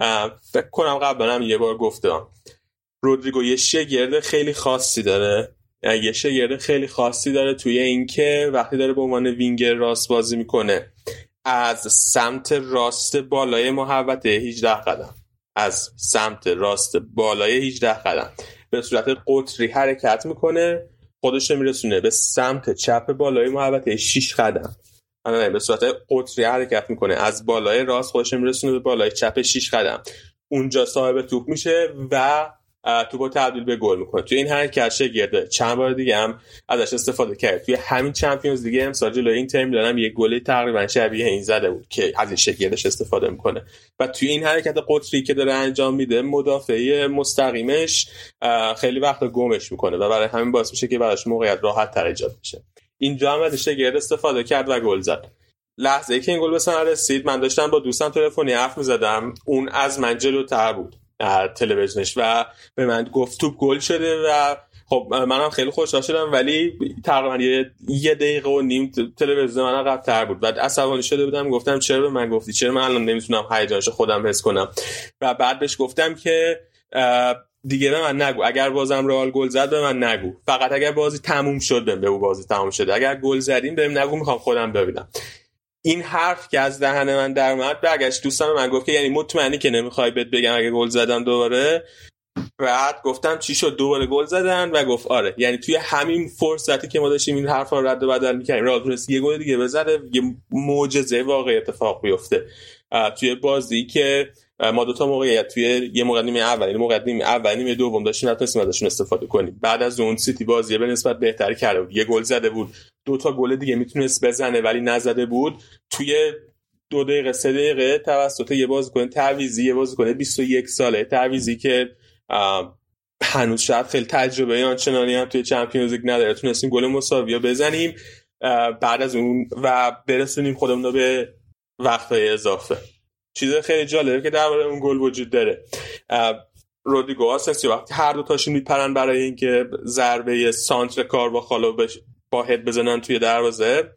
فکر کنم قبلا هم یه بار گفتم، رودریگو یه شگرد خیلی خاصی داره یه شگرد خیلی خاصی داره توی اینکه وقتی داره به عنوان وینگر راست بازی میکنه از سمت راست بالای محوطه هجده قدم از سمت راست بالای هجده قدم به صورت قطری حرکت میکنه، خودش رو میرسونه به سمت چپ بالای محوطه شش قدم، نه به صورت قطری حرکت میکنه از بالای راست خودش رو میرسونه به بالای چپ شش قدم، اونجا صاحب توپ میشه و توپو تبدیل به گل میکنه. توی این حرکت شگرده چند بار دیگه هم ازش استفاده کرد. توی همین چمپیونز لیگ امسال جلوی این تیم دارم یه گل تقریبا شبیه این زده بود که از این شگردش استفاده میکنه و توی این حرکت قطری که داره انجام میده مدافع مستقیمش خیلی وقت گمش میکنه و برای همین باعث میشه که براش موقعیت راحت تر ایجاد بشه. اینجا هم از شگرد استفاده کرد و گل زد. لحظه ای که این گل به ثمر رسید من داشتم با دوستم تلفنی حرف میزدم، اون از من جلوتر بود تلویزیونش و به من گفت توپ گل شده و خب منم خیلی خوشحال شدم، ولی تقریبا یه, یه دقیقه و نیم تلویزیون من عقب‌تر بود. بعد عصبانی شده بودم، گفتم چرا به من گفتی، چرا من الان نمیتونم هیجانشو خودم حس کنم و بعد بهش گفتم که دیگه به من نگو، اگر بازم رئال گل زد به من نگو، فقط اگر بازی تموم شد بهم بگو بازی تموم شده، اگر گل زدیم بهم نگو میخوام خودم ببینم. این حرف که از دهن من در اومد برگشت دوستم من گفت که یعنی مطمئنی که نمیخوای بهت بگم اگه گل زدم دوباره؟ بعد گفتم چی شد دوباره گل زدن و گفت آره. یعنی توی همین فرصتی که ما داشتیم این حرفا رو رد و بدل می‌کردیم رئال تونست یه گل دیگه بزنه، یه معجزه واقعی اتفاق بیفته توی بازی که ما دو تا موقعیت توی یه موقع نیمه اول یه موقع نیمه اول نیمه دوم داشتیم نتونستیم ازشون استفاده کنیم. بعد از اون سیتی بازی به نسبت بهتر کرده بود، یه گل زده بود، دو تا گل دیگه میتونست بزنه ولی نزده بود. توی دو دقیقه سه دقیقه توسط یه بازیکن تعویضی، یه بازیکن بیست و یک ساله تعویضی که هنوز شاید خیلی تجربه آنچنانی هم توی چمپیونز لیگ نداره، تونستیم گل مساوی رو بزنیم بعد از اون و برسونیم خودمون رو به وقتای اضافه. چیز خیلی جالبه که درباره اون گل وجود داره. رودریگو آسنسیو وقتی هر دو تاشون میپرن برای اینکه ضربه سانتر کارواخالو با هد بزنن توی دروازه،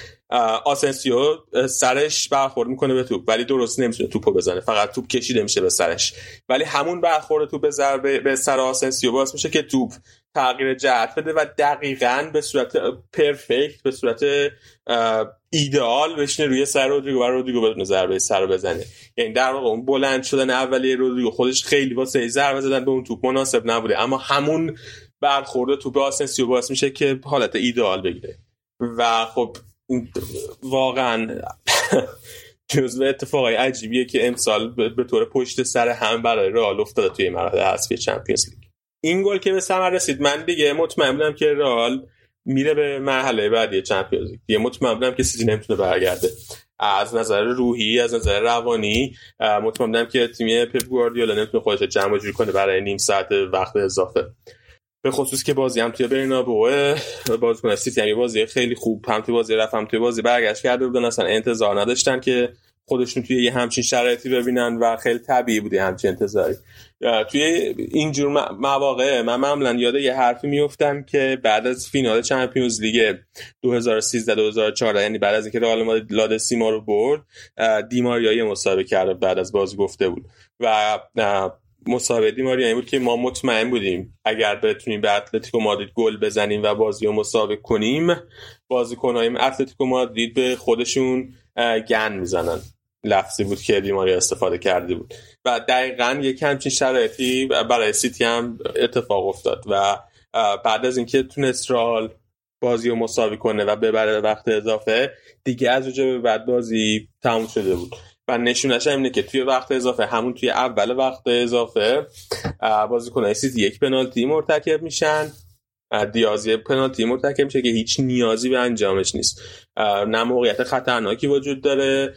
آسنسیو سرش برخورد میکنه به توپ ولی درست نمیتونه توپو بزنه، فقط توپ کشیده میشه به سرش، ولی همون برخورد توپ به ضربه به سر آسنسیو باعث میشه که توپ تغییر جهت بده و دقیقاً به صورت پرفکت، به صورت ایدئال بشینه روی سر رودریگو و رودریگو بدون ضربه سر رو بزنه. یعنی در واقع اون بلند شدن اولیه رودریگو خودش خیلی واسه ضربه زدن به اون توپ مناسب نبوده، اما همون برخورد توپ آسنسیو باعث میشه که حالت ایدئال بگیره و خب واقعا جزو اتفاقای عجیبیه که امسال به طور پشت سر هم برای رئال افتاده توی مرحله حذفی چمپیونز لیگ. این گل که به ثمر رسید من دیگه مطمئن بودم که رئال میره به مرحله بعدی چمپیونز لیگ. دیگه مطمئن بودم که سیتی نمیتونه برگرده. از نظر روحی، از نظر روانی مطمئن بودم که تیم پپ گواردیولا نمیتونه خودش جمع جور کنه برای نیم ساعت وقت اضافه. به خصوص که بازی هم توی برنابئو، بازیکن سیتی هم یه بازی خیلی خوب هم توی بازی رفت هم توی بازی برگشت کرده بودن، اصلا انتظار نداشتن که خودشون توی یه همچین شرایطی ببینن و خیلی طبیعی بوده همچین انتظاری. توی اینجور مواقع من معمولا یاد یه حرفی میافتم که بعد از فینال چمپیونز لیگ دو هزار و سیزده دو هزار و چهارده، یعنی بعد از اینکه رئال مادرید لادسیما رو برد، دیماریا مصاحبه کرده بعد از بازی گفته بود و مصاحبه دیماریا این بود که ما مطمئن بودیم اگر بتونیم به اتلتیکو مادرید گل بزنیم و بازی رو مساوی کنیم، بازیکن‌های اتلتیکو مادرید به خودشون گن میزنن. لفظی بود که دیماریا استفاده کرده بود و دقیقاً یک همچین شرایطی برای سیتی هم اتفاق افتاد و بعد از اینکه تونست رئال بازی رو مساوی کنه و ببره وقت اضافه، دیگه از اونجا به بعد بازی تموم شده بود و نشونش اینه که توی وقت اضافه، همون توی اول وقت اضافه، بازیکن‌های سیتی یک پنالتی مرتکب میشن. دیازی پنالتی مرتکب میشه که هیچ نیازی به انجامش نیست، نه موقعیت خطرناکی وجود داره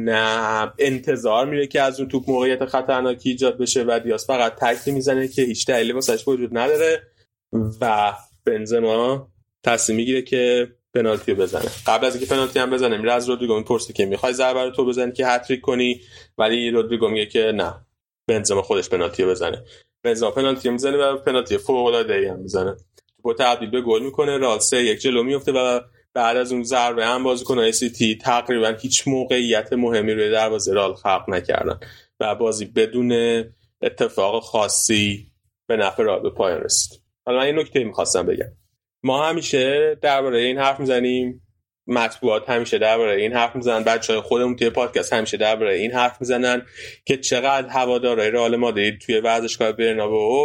نه انتظار میره که از اون توپ موقعیت خطرناکی ایجاد بشه و دیاز فقط تکلی میزنه که هیچ دلیلی واسش وجود نداره و بنزما تصمیم میگیره که پنالتی بزنه. قبل از اینکه پنالتی هم بزنه میره از رودریگو میپرسه که میخوای ضربه رو تو بزنی که هتریک کنی، ولی رودریگو میگه که نه، بنزما خودش پنالتی بزنه. بنزما پنالتی میزنه و پنالتی فوق العاده ای هم میزنه، با تبدیل به گل میکنه. رئال سه یک جلو میفته و بعد از اون ضربه هم بازیکن‌های سیتی تقریبا هیچ موقعیت مهمی روی دروازه رئال خلق نکردن و بازی بدون اتفاق خاصی به نفع رئال به پایان رسید. حالا من این نکته می‌خواستم بگم، ما همیشه درباره این حرف میزنیم، مطبوعات همیشه درباره این حرف میزنن، بچه‌های خودمون توی پادکست همیشه درباره این حرف میزنن که چقدر هوادارهای رئال مادرید توی ورزشگاه برنابئو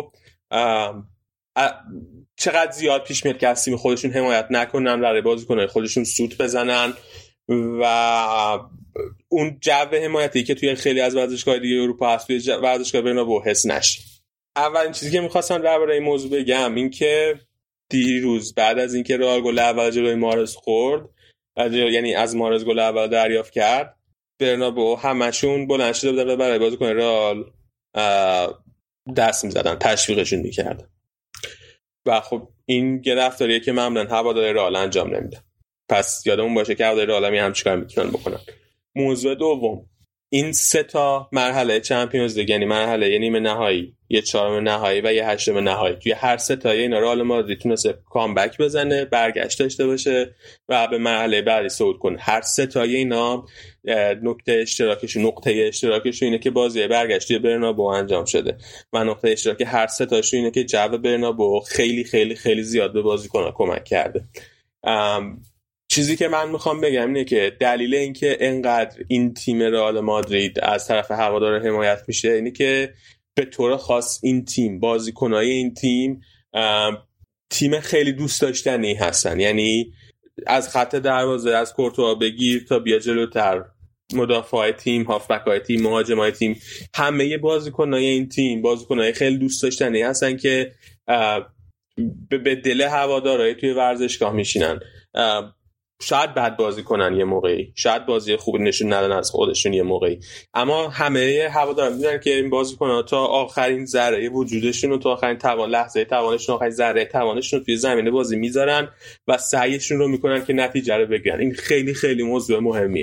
چقدر زیاد پیش میاد که از تیم خودشون حمایت نکنن، برای بازیکن‌های خودشون سوت بزنن و اون جو حمایتی که توی خیلی از ورزشگاه‌های دیگه اروپا هست توی ورزشگاه برنابئو حس نشه. اولین چیزی که می‌خواستم درباره این موضوع بگم این که دیروز بعد از اینکه رئال گل اول جلوی مارز خورد، یعنی از مارز گل اول دریافت کرد، برنابئو همشون بلند شده بودن و برای بازیکن رئال دست می‌زدن، تشویقشون می‌کردن و خب این یه رفتاریه که معمولاً هوادار رئال انجام نمیدن. پس یادمون باشه که هوادار رئال هم همین کار میتونن بکنن. موضوع دوم، این سه تا مرحله چمپیونز لیگ، یعنی مرحله یه نیمه نهایی، یه چهارم نهایی و یه هشتم نهایی، توی هر سه تا اینا رئال مادرید تونسته کامبک بزنه، برگشت داشته باشه و به مرحله بعدی صعود کنه. هر سه تا اینا نقطه اشتراکشون نقطه اشتراکشون اینه که بازی برگشتی برنابئو انجام شده و نقطه اشتراک هر سه تاشون اینه که جو برنابئو خیلی خیلی خیلی زیاد به بازیکن‌ها کمک کرده. چیزی که من میخوام بگم اینه که دلیل اینکه انقدر این تیم رئال مادرید از طرف هوادار حمایت میشه اینه که به طور خاص این تیم، بازیکن‌های این تیم تیم خیلی دوست داشتنی هستن. یعنی از خط دروازه، از کورتوا بگیر تا بیا جلوتر، مدافع تیم، هافبک‌های تیم، مهاجمای تیم، همه بازیکن‌های این تیم بازیکن‌های خیلی دوست داشتنی هستن که به دل هوادارهای توی ورزشگاه میشینن. شاید بد بازی کنن یه موقعی، شاید بازی خوبی نشون ندن از خودشون یه موقعی، اما همه هوادارا میدونن که این بازیکن‌ها تا آخرین ذره وجودشون و تا آخرین توان لحظه توانشون، آخرین ذره توانشون رو توی زمین بازی میذارن و سعیشون رو میکنن که نتیجه رو بگیرن. این خیلی خیلی موضوع مهمیه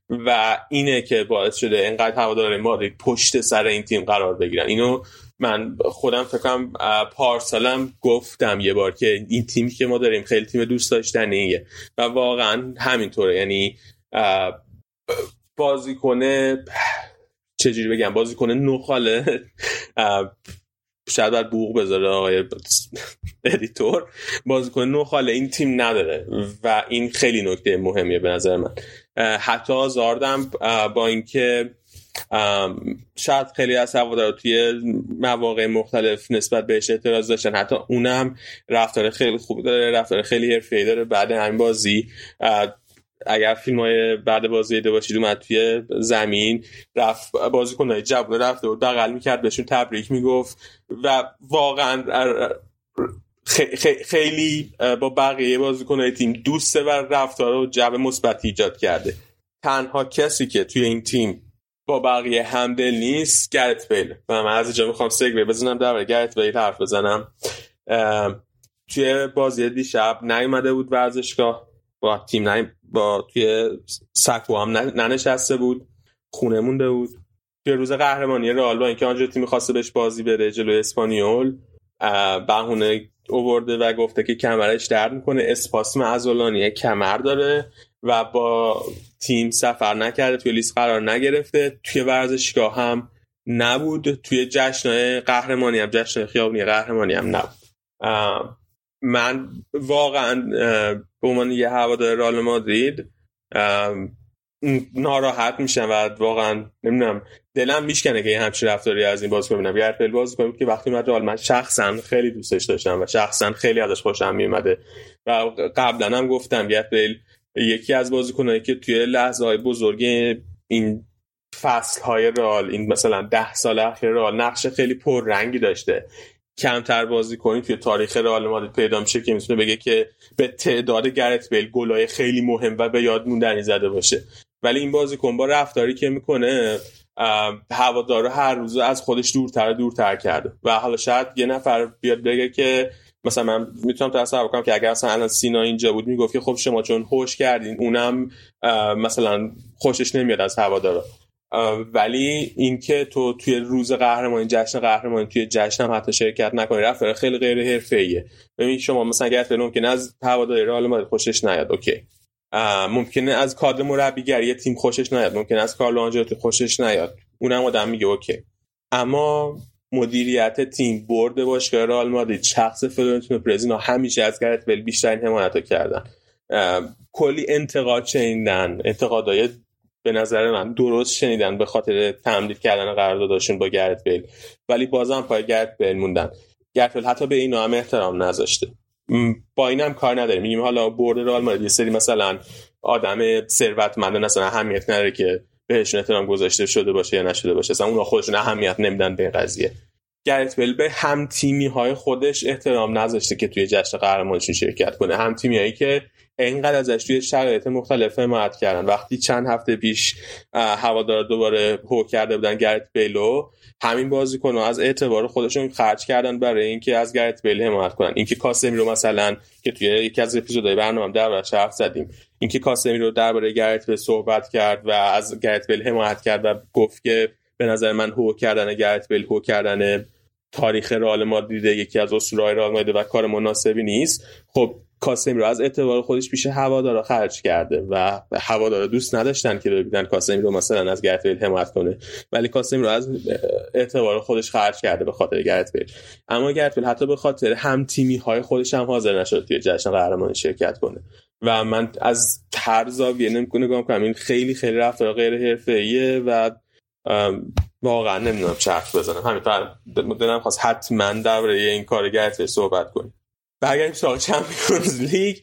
و اینه که باعث شده اینقدر هوادار مادرید پشت سر این تیم قرار بگیرن. اینو من خودم فکر کنم پارسالم گفتم یه بار که این تیمی که ما داریم خیلی تیم دوست داشتنیه و واقعا همینطوره. یعنی بازیکن چجوری بگم بازیکن نخاله، شاید باید بوق بذاره آقای ادیتور، بازیکن نخاله این تیم نداره و این خیلی نکته مهمیه به نظر من. حتی زاردم با اینکه شاید خیلی از هوادارا توی مواقع مختلف نسبت بهش اعتراض داشتن، حتی اونم رفتار خیلی خوب داره، رفتار خیلی حرفه‌ای داره. بعد همین بازی اگر فیلم‌های بعد بازی دیده باشید اومد توی زمین رفت بازیکن‌های جوون رفته و بغل می‌کرد بهشون تبریک میگفت و واقعا خیلی با بقیه بازیکن‌های تیم دوسته و رفتار و جو مثبت ایجاد کرده. تنها کسی که توی این تیم با بقیه همدل نیست گرت بیل و من از اینجا میخوام سگوی بزنم درباره گرت بیل حرف بزنم. توی بازی دیشب نیومده بود ورزشگاه، با تیم نیم با توی سکو هم ننشسته بود، خونه مونده بود. توی روز قهرمانی رئال با اینکه آنجا تیم خواسته بهش بازی بده جلوی اسپانیول بهونه آورده و گفته که کمرش درد میکنه، اسپاسم عضلانی کمر داره و با تیم سفر نکرده، توی لیست قرار نگرفته، توی ورزشگاه هم نبود، توی جشن‌های قهرمانی هم جشن خیابانی قهرمانی هم نبود. من واقعا به عنوان یه هوادار رئال مادرید ناراحت میشم و واقعا نمیدونم دلم میشکنه که همچین رفتاری از این بازیکن ببینم. گرت بیل بازیکنی بود که وقتی من رئال من شخصا خیلی دوستش داشتم و شخصا خیلی ازش خوشم میومده و قبلا هم گفتم گرت بیل یکی از بازیکنایی که توی لحظه‌های بزرگ این فصل‌های رئال، این مثلا ده سال اخیر رئال نقش خیلی پررنگی داشته. کمتر بازیکنی توی تاریخ رئال مادرید پیدا میشه که میتونه بگه که به تعداد گرت بیل گلای خیلی مهم و به یاد موندنی زده باشه، ولی این بازیکن با رفتاری که میکنه هوادارا هر روز از خودش دورتر دورتر کرده و حالا شاید یه نفر بیاد بگه که مثلا من میتونم تصور کنم که اگر مثلا الان سینا اینجا بود میگفت که خب شما چون هوش کردین اونم مثلا خوشش نمیاد از هوادارا، ولی اینکه تو توی روز قهرمانی جشن قهرمانی توی جشن هم حتی شرکت نکنی رفتار خیلی غیر حرفه‌ایه. ببین شما مثلا اگه فعلا ممکنه از هواداری رئال مادرید خوشش نیاد، اوکی، ممکنه از کادر مربیگری تیم خوشش نیاد، ممکنه از کارلو آنجلوتی خوشش نیاد، اونم آدم میگه اوکی، اما مدیریت تیم برد باشگاه رئال مادرید شخص فلورنتینو پرز اینا همیشه از گرت بیل بیشترین حمایت کردن، کلی انتقاد شنیدن، انتقادای به نظر من درست شنیدن به خاطر تمدید کردن قراردادشون با گرت بیل، ولی بازم پای گرت بیل موندن. گرت بیل حتی به اینا هم احترام نذاشته. با اینم کار نداره، میگیم حالا برد رئال مادرید یه سری مثلا آدم ثروتمند مثلا اهمیت نداره که بهشون احترام گذاشته شده باشه یا نشده باشه، مثلا اونا خودشون اهمیت نمیدن به این قضیه. گرت بیل به هم تیمی های خودش احترام نذاشته که توی جشن قهرمانیشون شرکت کنه، هم تیمیایی که اینقدر ازش توی شرایط مختلف حمایت کردن. وقتی چند هفته پیش هوادارا دوباره هو کرده بودن گرت بیلو، همین بازیکن‌ها از اعتبار خودشون خرج کردن برای اینکه از گرت بیل حمایت کنن. اینکه کاسمیرو مثلا که توی یکی از اپیزودهای برنامه‌ام درباره‌اش حرف زدیم، اینکه کاسمیرو درباره گرت بیل صحبت کرد و از گرت بیل حمایت کرد و گفت که به نظر من هو کردن گرت بیل هو کردن تاریخ رئال مادرید، یکی از اسطوره‌های رئال مادرید و کار مناسبی نیست. خب کاسمیرو از اعتبار خودش پیش هوادارا خرج کرده و هوادارا دوست نداشتن که ببینن کاسمیرو مثلا از گرت بیل حمایت کنه، ولی کاسمیرو از اعتبار خودش خرج کرده به خاطر گرت بیل. اما گرت بیل حتی به خاطر هم تیمی های خودش هم حاضر نشد توی جشن قهرمانی شرکت کنه و من از هر زاویه نگاه می‌کنم این خیلی خیلی رفتار غیر حرفه‌ایه و واقعا نمیدونم چه حرف بزنم. همین دلم خواست حتما درباره این کار گرت بیل صحبت کنیم. برگردیم سراغ چمپیونز لیگ.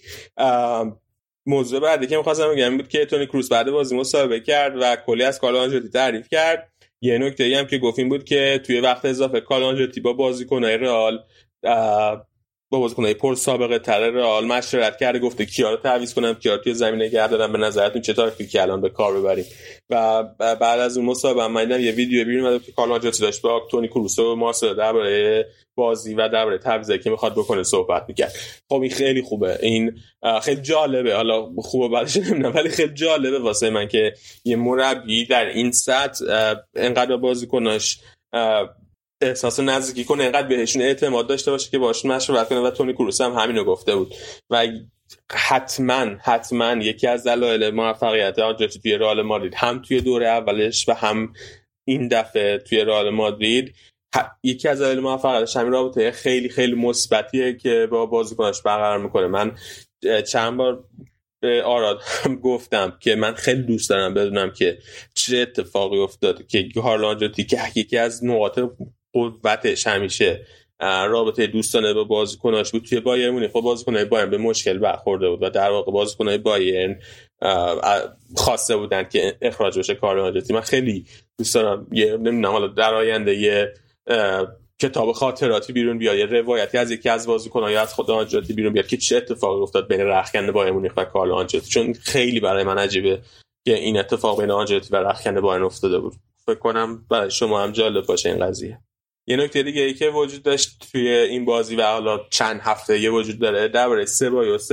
موضوع بعدی که می‌خواستم بگم بود که تونی کروس بعد بازی مصاحبه کرد و کلی از کارلو آنجلوتی تعریف کرد. یه نکته‌ای هم که گفتیم بود که توی وقت اضافه کارلو آنجلوتی با بازیکن‌های رئال با بازیکنای پر سابقه تر رئال مشورت کرده، گفته کیا رو تعویض کنم، کیا رو توی زمین نگه دارم، به نظرتون چه تاکتیکی الان به کار ببریم. و بعد از اون مسابقه من دیدم یه ویدیو بیرون اومد که کارلو آنجلوتی داشت با تونی کروس و مارسلو درباره بازی و درباره تعویضی که میخواد بکنه صحبت میکرد. خب این خیلی خوبه، این خیلی جالبه، حالا خوبه بعدش نمیدونم ولی خیلی جالبه واسه من که یه مربی در این سطح انقدر بازیکناش احساس نزدیکی کنه، انقدر بهشون اعتماد داشته باشه که باشون مشورت کنه و تونی کروس هم همینو گفته بود و حتما حتما یکی از دلایل موفقیت آنجلوتی توی رئال مادرید هم توی دوره اولش و هم این دفعه توی رئال مادرید یکی از دلایل موفقیتش همین رابطه خیلی خیلی مثبتیه که با بازیکناش برقرار میکنه. من چند بار به آراد هم گفتم که من خیلی دوست دارم بدونم که چه اتفاقی افتاد که کارلو آنجلوتی که یکی از نقاط قوتش همیشه رابطه دوستانه با بازیکناش بود توی بایرن مونیخ، خب بازیکنای بایرن به مشکل برخورده بود و در واقع بازیکنای بایرن خواسته بودن که اخراج بشه کارلو آنجلوتی. من خیلی دوست دارم یه نمیدونم حالا در آینده یه کتاب خاطراتی بیرون بیاد، یه روایتی از یکی از بازیکن‌های از خود آنجلوتی بیرون بیاد که چه اتفاقی افتاد بین رختکن بایرن مونیخ و کارلو آنجلوتی، چون خیلی برای من عجیبه که این اتفاق بین آنجلوتی و رختکن بایرن افتاده بود. فکر کنم برای شما هم جالب باشه این قضیه. یه نکته دیگه ای که وجود داشت توی این بازی و حالا چند هفته یه وجود داره درباره سبایوس.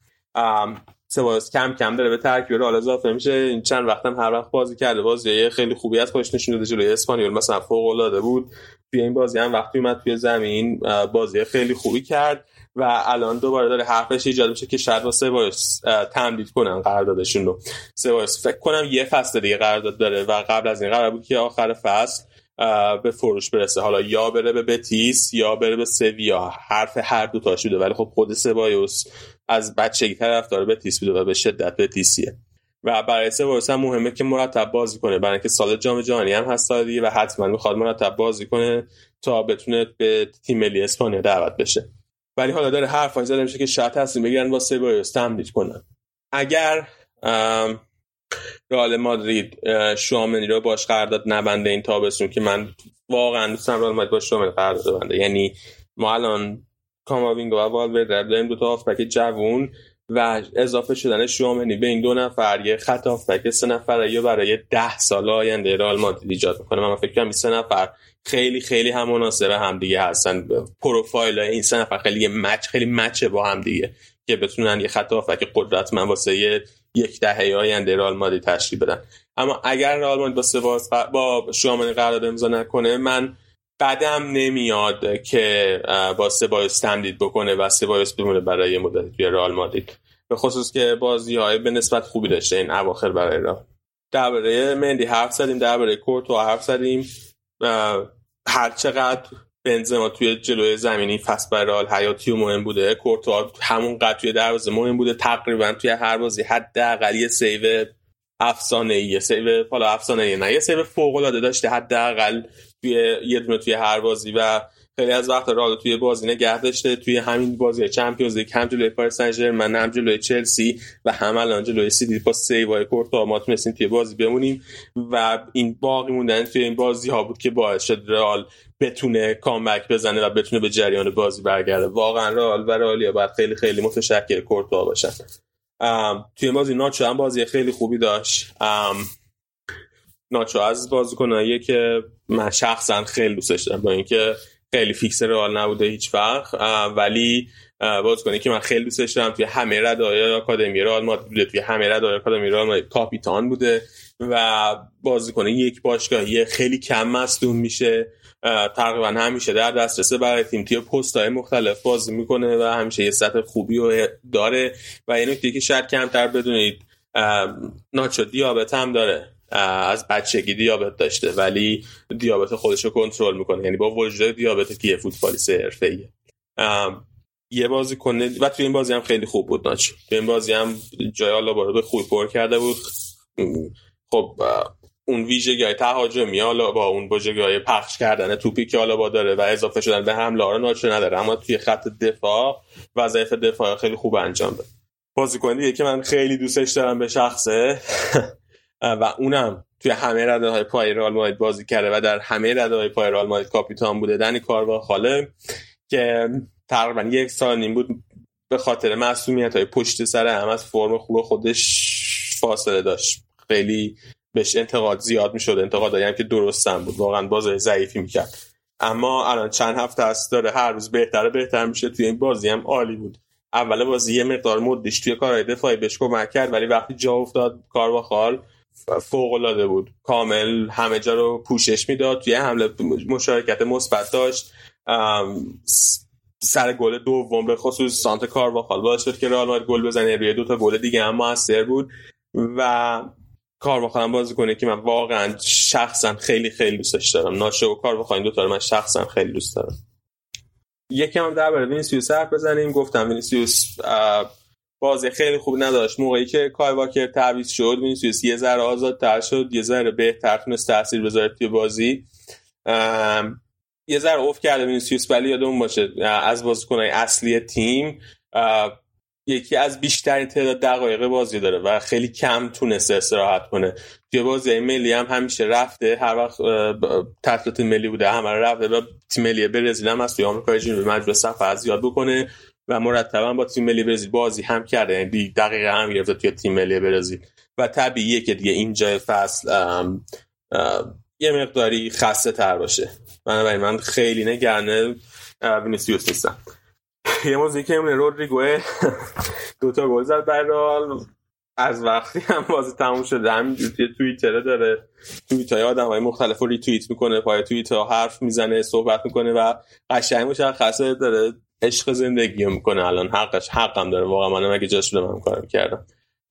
سبایوس کم کم داره به ترکیب رئال اضافه میشه. این چند وقت هم هر وقت بازی کرده بازی خیلی خوبی از خودش نشون داده، جلوی اسپانیول مثلا فوق العاده بود. توی این بازی هم وقتی اومد توی زمین بازی خیلی خوبی کرد و الان دوباره داره حرفش ایجاد میشه که شاید با سبایوس تمدید کنن قراردادشون رو. سبایوس فکر کنم یه فصل دیگه قرارداد داره و قبل از این قرار بود که آخر فصل به فروش برسه، حالا یا بره به بتیس یا بره به سویا، حرف هر دو تا شده، ولی خب خود سبایوس از بچگی طرفدار بتیس بوده و به شدت بتیسیه و برای سبایوس هم مهمه که مرتب بازی کنه، برای اینکه سال جام جهانی هم هست سال دیگه و حتما میخواد مرتب بازی کنه تا بتونه به تیم ملی اسپانیا دعوت بشه. ولی حالا داره حرفایی زده میشه که شاید تصمیم بگیرن با سبایوس تمدید کنن. اگر رئال مادرید شوامنی رو باش قرارداد نبنده این تابستون، که من واقعا دوست دارم رئال مادرید باش شوامنی قرارداد ببنده، یعنی ما الان کاماوینگا و والورده داریم دو تا هافبک جوون و اضافه شدن شوامنی به این دو نفر یه خط هافبک سه نفره یا برای ده سال آینده رئال مادرید ایجاد میکنه. من فکر کنم این سه نفر خیلی خیلی هم مناسب هم دیگه هستن، پروفایل این سه نفر خیلی مچ خیلی مچه با هم دیگه که بتونن یه خط هافبک قدرتمند واسه یک دهه آینده رئال مادرید تشکیل بدن. اما اگر رئال مادرید با سبایوس با شوامنی قرارداد امضا نکنه، من قدم نمیاد که با سبایوس تمدید بکنه و سبایوس بمونه برای مدت توی رئال مادرید، به خصوص که بازی‌های به نسبت خوبی داشته این اواخر برای رئال. درباره مندی حرف زدیم، درباره کورتوا حرف زدیم. هر چقدر بنزما توی جلوی زمینی فصل برای رئال حیاتی و مهم بوده، کورتوا همون قد توی دروازه مهم بوده. تقریبا توی هر بازی حداقل یه سیو افسانه‌ای، سیو حالا افسانه‌ای نه، یه سیو فوق‌العاده داشته حداقل توی یه دونه توی هر بازی و خیلی از وقت رئال توی بازی نگه داشته. توی همین بازی چمپیونز لیگ هم جلوی پاریس سن ژرمن هم جلوی چلسی و هم الان جلوی سیتی با سیوای کورتوا ما تونستیم توی بازی بمونیم و این باقی موندن توی این بازی ها بود که باعث شد رئال بتونه کامبک بزنه و بتونه به جریان بازی برگرده. واقعا رئال و رئالیا باید خیلی خیلی متشکر کورتوا باشن. توی این بازی ناچو هم بازی خیلی خوبی داشت. ناچو از بازیکناییه که من شخصا خیلی دوستش دارم، با اینکه خیلی فیکس رئال نبوده هیچ وقت، ولی بازیکنی که من خیلی دوستش دارم. توی همه ردای آکادمی رئال مادرید بوده، توی همه ردای آکادمی رئال مادرید کاپیتان بوده و بازیکن یک باشگاهی خیلی کم مصدوم میشه، تقریبا همیشه در دسترس برای تیم توی پست‌های مختلف بازی میکنه و همیشه یه سطح خوبی رو داره. و یه نکته که شاید کمتر بدونید، ناچو دیابت هم داره، از بچگی دیابت داشته ولی دیابت خودش رو کنترل میکنه، یعنی با وجود دیابت که فوتبالیست حرفه‌ایه. یه بازی کنه و توی این بازی هم خیلی خوب بود ناچو. توی این بازی هم جای آلابا رو خوب پر کرده بود. خب اون ویژگی‌های تهاجمی حالا با اون ویژگی‌های پخش کردن توپی که حالا با داره و اضافه شدن به حمله ها رو ناچو نداره، اما توی خط دفاع وظایف دفاعی خیلی خوب انجام داد. بازیکن دیگه که من خیلی دوستش دارم به شخصه و اونم توی همه رده‌های پای رئال مادرید بازی کرده و در همه رده‌های پای رئال مادرید کاپیتان بوده، دنی کارواخاله که تقریبا یک سال نیم بود به خاطر معصومیت‌های پشت سر هم از فرم خوب خودش فاصله داشت. خیلی بهش انتقاد زیاد می‌شد، انتقادایی هم که درستن بود، واقعا بازی ضعیفی می‌کرد. اما الان چند هفته است داره هر روز بهتره بهتر میشه. توی این بازی هم عالی بود. اول بازی یه مقدار مدش توی کارهای دفاعی بهش کمک کرد، ولی وقتی جا افتاد کارواخال فوق‌العاده بود. کامل همه جا رو پوشش میداد، توی حمله مشارکت مثبت داشت. سر گل دوم به خصوص سانت کارواخال باعث شد که رئال مادرید گل بزنه. روی دو تا گل دیگه هم موثر بود و کارواخال هم بازی کنه که من واقعا شخصا خیلی خیلی دوستش دارم. ناشه و کارواخال این دو تا رو من شخصا خیلی دوست دارم. یکم هم درباره وینیسیوس حرف بزنیم. گفتم وینیسیوس بازی خیلی خوب نداشت. موقعی که کای واکر تعویض شد وینیسیوس یه ذره آزادتر شد، یه ذره بهتر تونست تاثیر بذاره توی بازی. یه ذره اوف کرده وینیسیوس، ولی یادمون باشه از بازیکن‌های اصلی تیم یکی از بیشترین تعداد دقایق بازی داره و خیلی کم تونسته استراحت کنه. توی بازی ملی هم همیشه رفته، هر وقت تعطیلات ملی بوده همه رفته و تیم ملی برزیل هم از توی آمریکای جنوبی مجبور سفر زیاد بکنه و مرتبا با تیم ملی برزیل بازی هم کرده، یعنی دقیقه هم گرفته توی تیم ملی برزیل و طبیعیه که دیگه اینجا فصل ام ام یه مقداری خسته تر باشه. بنابراین من خیلی نگران وینیسیوس نیستم. یه موضوعی که امونه رودریگو دوتا گل زد برای رئال از وقتی هم بازی تموم شده همینجوری توییتر داره، توییتای آدمای مختلف رو ریتوییت میکنه، پای توییت ها حرف میزنه، صحبت میکنه و قشنگ مشخصه داره عشق زندگی میکنه. الان حقش حقم داره واقعا، منم اگه جاش بودم همین کارو میکردم.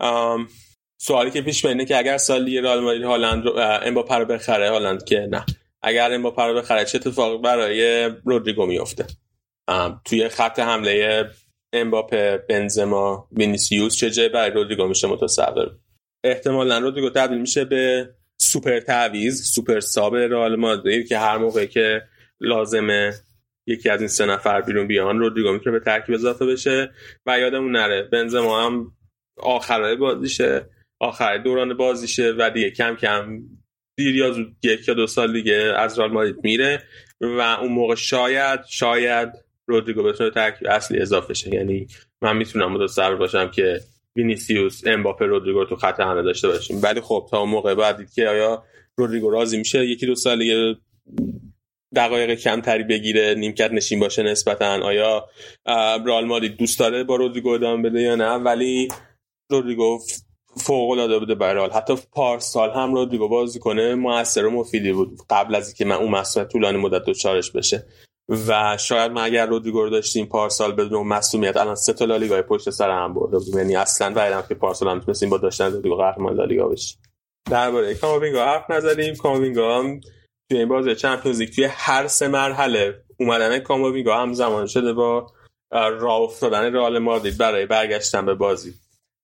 سوالی که پیش میاد که اگر سالی رئال مادرید هالند رو امباپه رو بخره، هالند که نه، اگر امباپه رو بخره چه اتفاقی برای رودریگو میفته؟ توی خط حمله امباپه، بنزما، وینیسیوس چه جای برای رودریگو میشه متصور؟ احتمالاً رودریگو تبدیل میشه به سوپر تعویض، سوپر ساب رئال مادرید که هر موقع که لازمه یکی از این سه نفر بیرون بیان رودریگو میتونه به ترکیب اضافه بشه. و یادمون نره بنزما هم آخرای بازیشه، آخر دوران بازیشه و دیگه کم کم دیر یا زود یک یا دو سال دیگه از رئال مادرید میره و اون موقع شاید شاید رودریگو بتونه ترکیب اصلی اضافه شه. یعنی من میتونم متصور باشم که وینیسیوس، امباپه، رودریگو تو خط حمله داشته باشیم، ولی خب تا اون موقع بعد دید که آیا رودریگو راضی میشه یکی دو سال دیگه دقایق کمتری بگیره، نیمکت نشین باشه نسبتاً، آیا رئال مادرید دوست داره با رودریگو ادامه بده یا نه. ولی رودریگو فوق‌العاده بوده برای رئال، حتی پارسال هم رودریگو بازی کنه موثر و مفیدی بود قبل از اینکه من اون مسئولیت طولانی مدت دوچارش بشه. و شاید ما اگر رودریگو رو داشتیم پارسال بدون مسئولیت الان سه تا لالیگا پشت سر هم برده بودیم، یعنی اصلا بعیدم که پارسال هم تونستیم با داشتن رودریگو قهرمان لالیگا بشیم. درباره کاماوینگا حرف نزدیم. کاماوینگا توی این بازی چمپیونز لیگ توی هر سه مرحله اومدن کاماوینگا هم زمان شده با راه افتادن رئال مادرید برای برگشتن به بازی.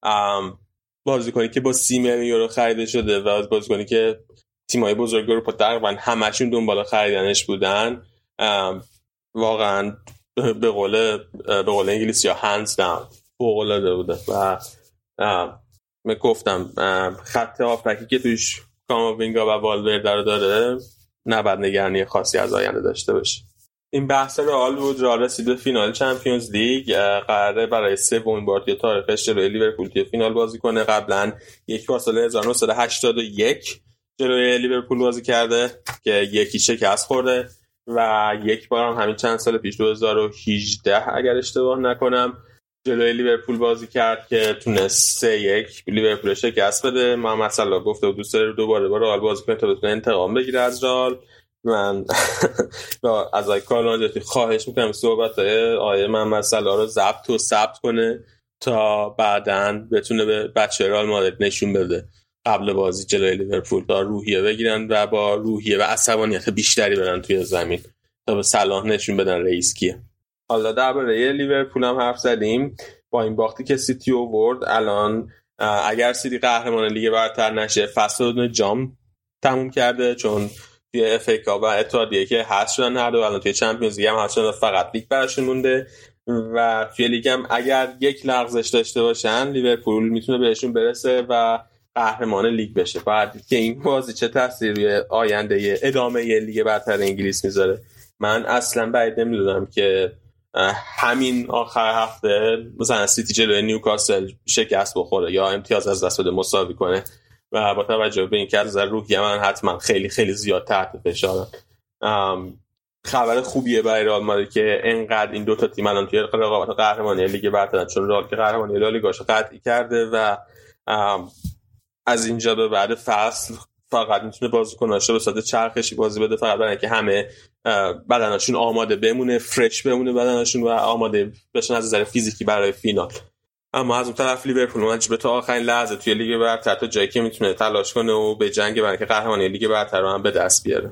بازیکنی که با سی میلیون یورو خریده شده و بازیکنی که تیم‌های بزرگ اروپا تقریبا همشون دنبال خریدنش بودن، واقعا به قول به قول انگلیسی ها هندز داون فوق‌العاده بوده و من گفتم خط هافبکی که توش کاماوینگا و والورده رو داره نباید نگرانی خاصی از آینده داشته باشه. این بحث رئال بود. رئال رسید به فینال چمپیونز لیگ، قراره برای سومین بار توی تاریخش جلوی لیورپول توی فینال بازی کنه. قبلا یک بار سال هزار و نهصد و هشتاد و یک جلوی لیورپول بازی کرده که یکی شکست خورده و یک بار هم همین چند سال پیش دو هزار و هجده اگر اشتباه نکنم جلوی لیورپول بازی کرد که تونست سه یک لیورپول شکست بده. محمد صلاح گفته دوست داره دوباره با رئال بازی کنه تا بتونه انتقام بگیره از رئال. من از آقای کارلانجاتی خواهش میکنم صحبت‌های آقای محمد صلاح رو ضبط و ثبت کنه تا بعداً بتونه به بچه رئال مادرید نشون بده قبل بازی جلوی لیورپول تا روحیه بگیرن و با روحیه و عصبانیت بیشتری برن توی زمین تا به صلاح نشون بدن رئیس کیه. حالا درباره لیورپول هم حرف زدیم. با این باختی که سیتی آورد الان اگر سیتی قهرمان لیگ برتر نشه فصل جام تموم کرده، چون توی اف ای کاپ و اتحادیه که حذف شدن هر دو، الان توی چمپیونز لیگ هم حذف شدن، فقط لیگ براشون مونده و توی لیگ هم اگر یک لغزش داشته باشن لیورپول میتونه بهشون برسه و قهرمان لیگ بشه. باید دید که این بازی چه تأثیری روی آینده ادامه لیگ برتر انگلیس میذاره. من اصلا بعید نمیدونم که همین آخر هفته مثلا سیتی جلوی نیوکاسل شکست بخوره یا امتیاز از دست بده مساوی کنه و با توجه به این که از روحیه من حتما خیلی خیلی زیاد تحت فشارم. خبر خوبیه برای رئال مادرید که انقدر این دوتا تیم الان توی رقابت قهرمانی لیگ برترن، چون رئال که قهرمانی لالیگاشو قطعی کرده و از اینجا به بعد فصل فقط میتونه بازیکناشو به صورت چرخشی بازی بده، فقط برای اینکه همه بدنشون آماده بمونه، فرش بمونه بدنشون و آماده بشن از نظر فیزیکی برای فینال. اما از اون طرف لیورپول اونجا به تا آخرین لحظه توی لیگ برتر تا جایی که میتونه تلاش کنه و به جنگ برای اینکه قهرمانی لیگ برتر رو هم به دست بیاره.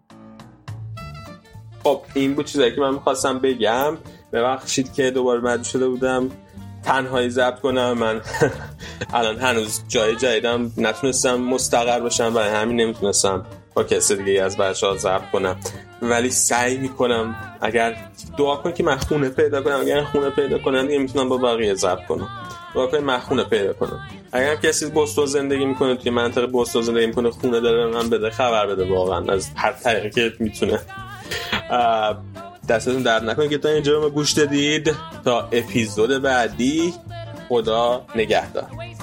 خب این بود چیزایی که من می‌خواستم بگم. ببخشید که دوباره مجبور شده بودم تنهایی ضبط کنم. من الان هنوز جای جدیدم نتونستم مستقر بشم، برای همین نمیتونستم با کسی دیگه از بچه‌ها ضبط کنم، ولی سعی میکنم. اگر دعا کنید که من خونه پیدا کنم، اگر خونه پیدا کنم دیگه میتونم با بقیه ضبط کنم. دعا کنید من خونه پیدا کنم. اگر کسی بوستون زندگی میکنه توی منطقه بوستون زندگی میکنه، خونه داره، من بده خبر بده، واقعا از هر طریقی که میتونه. دستتون درد نکنه که تا اینجا ما گوش دادید. تا اپیزود بعدی، خدا نگهدار.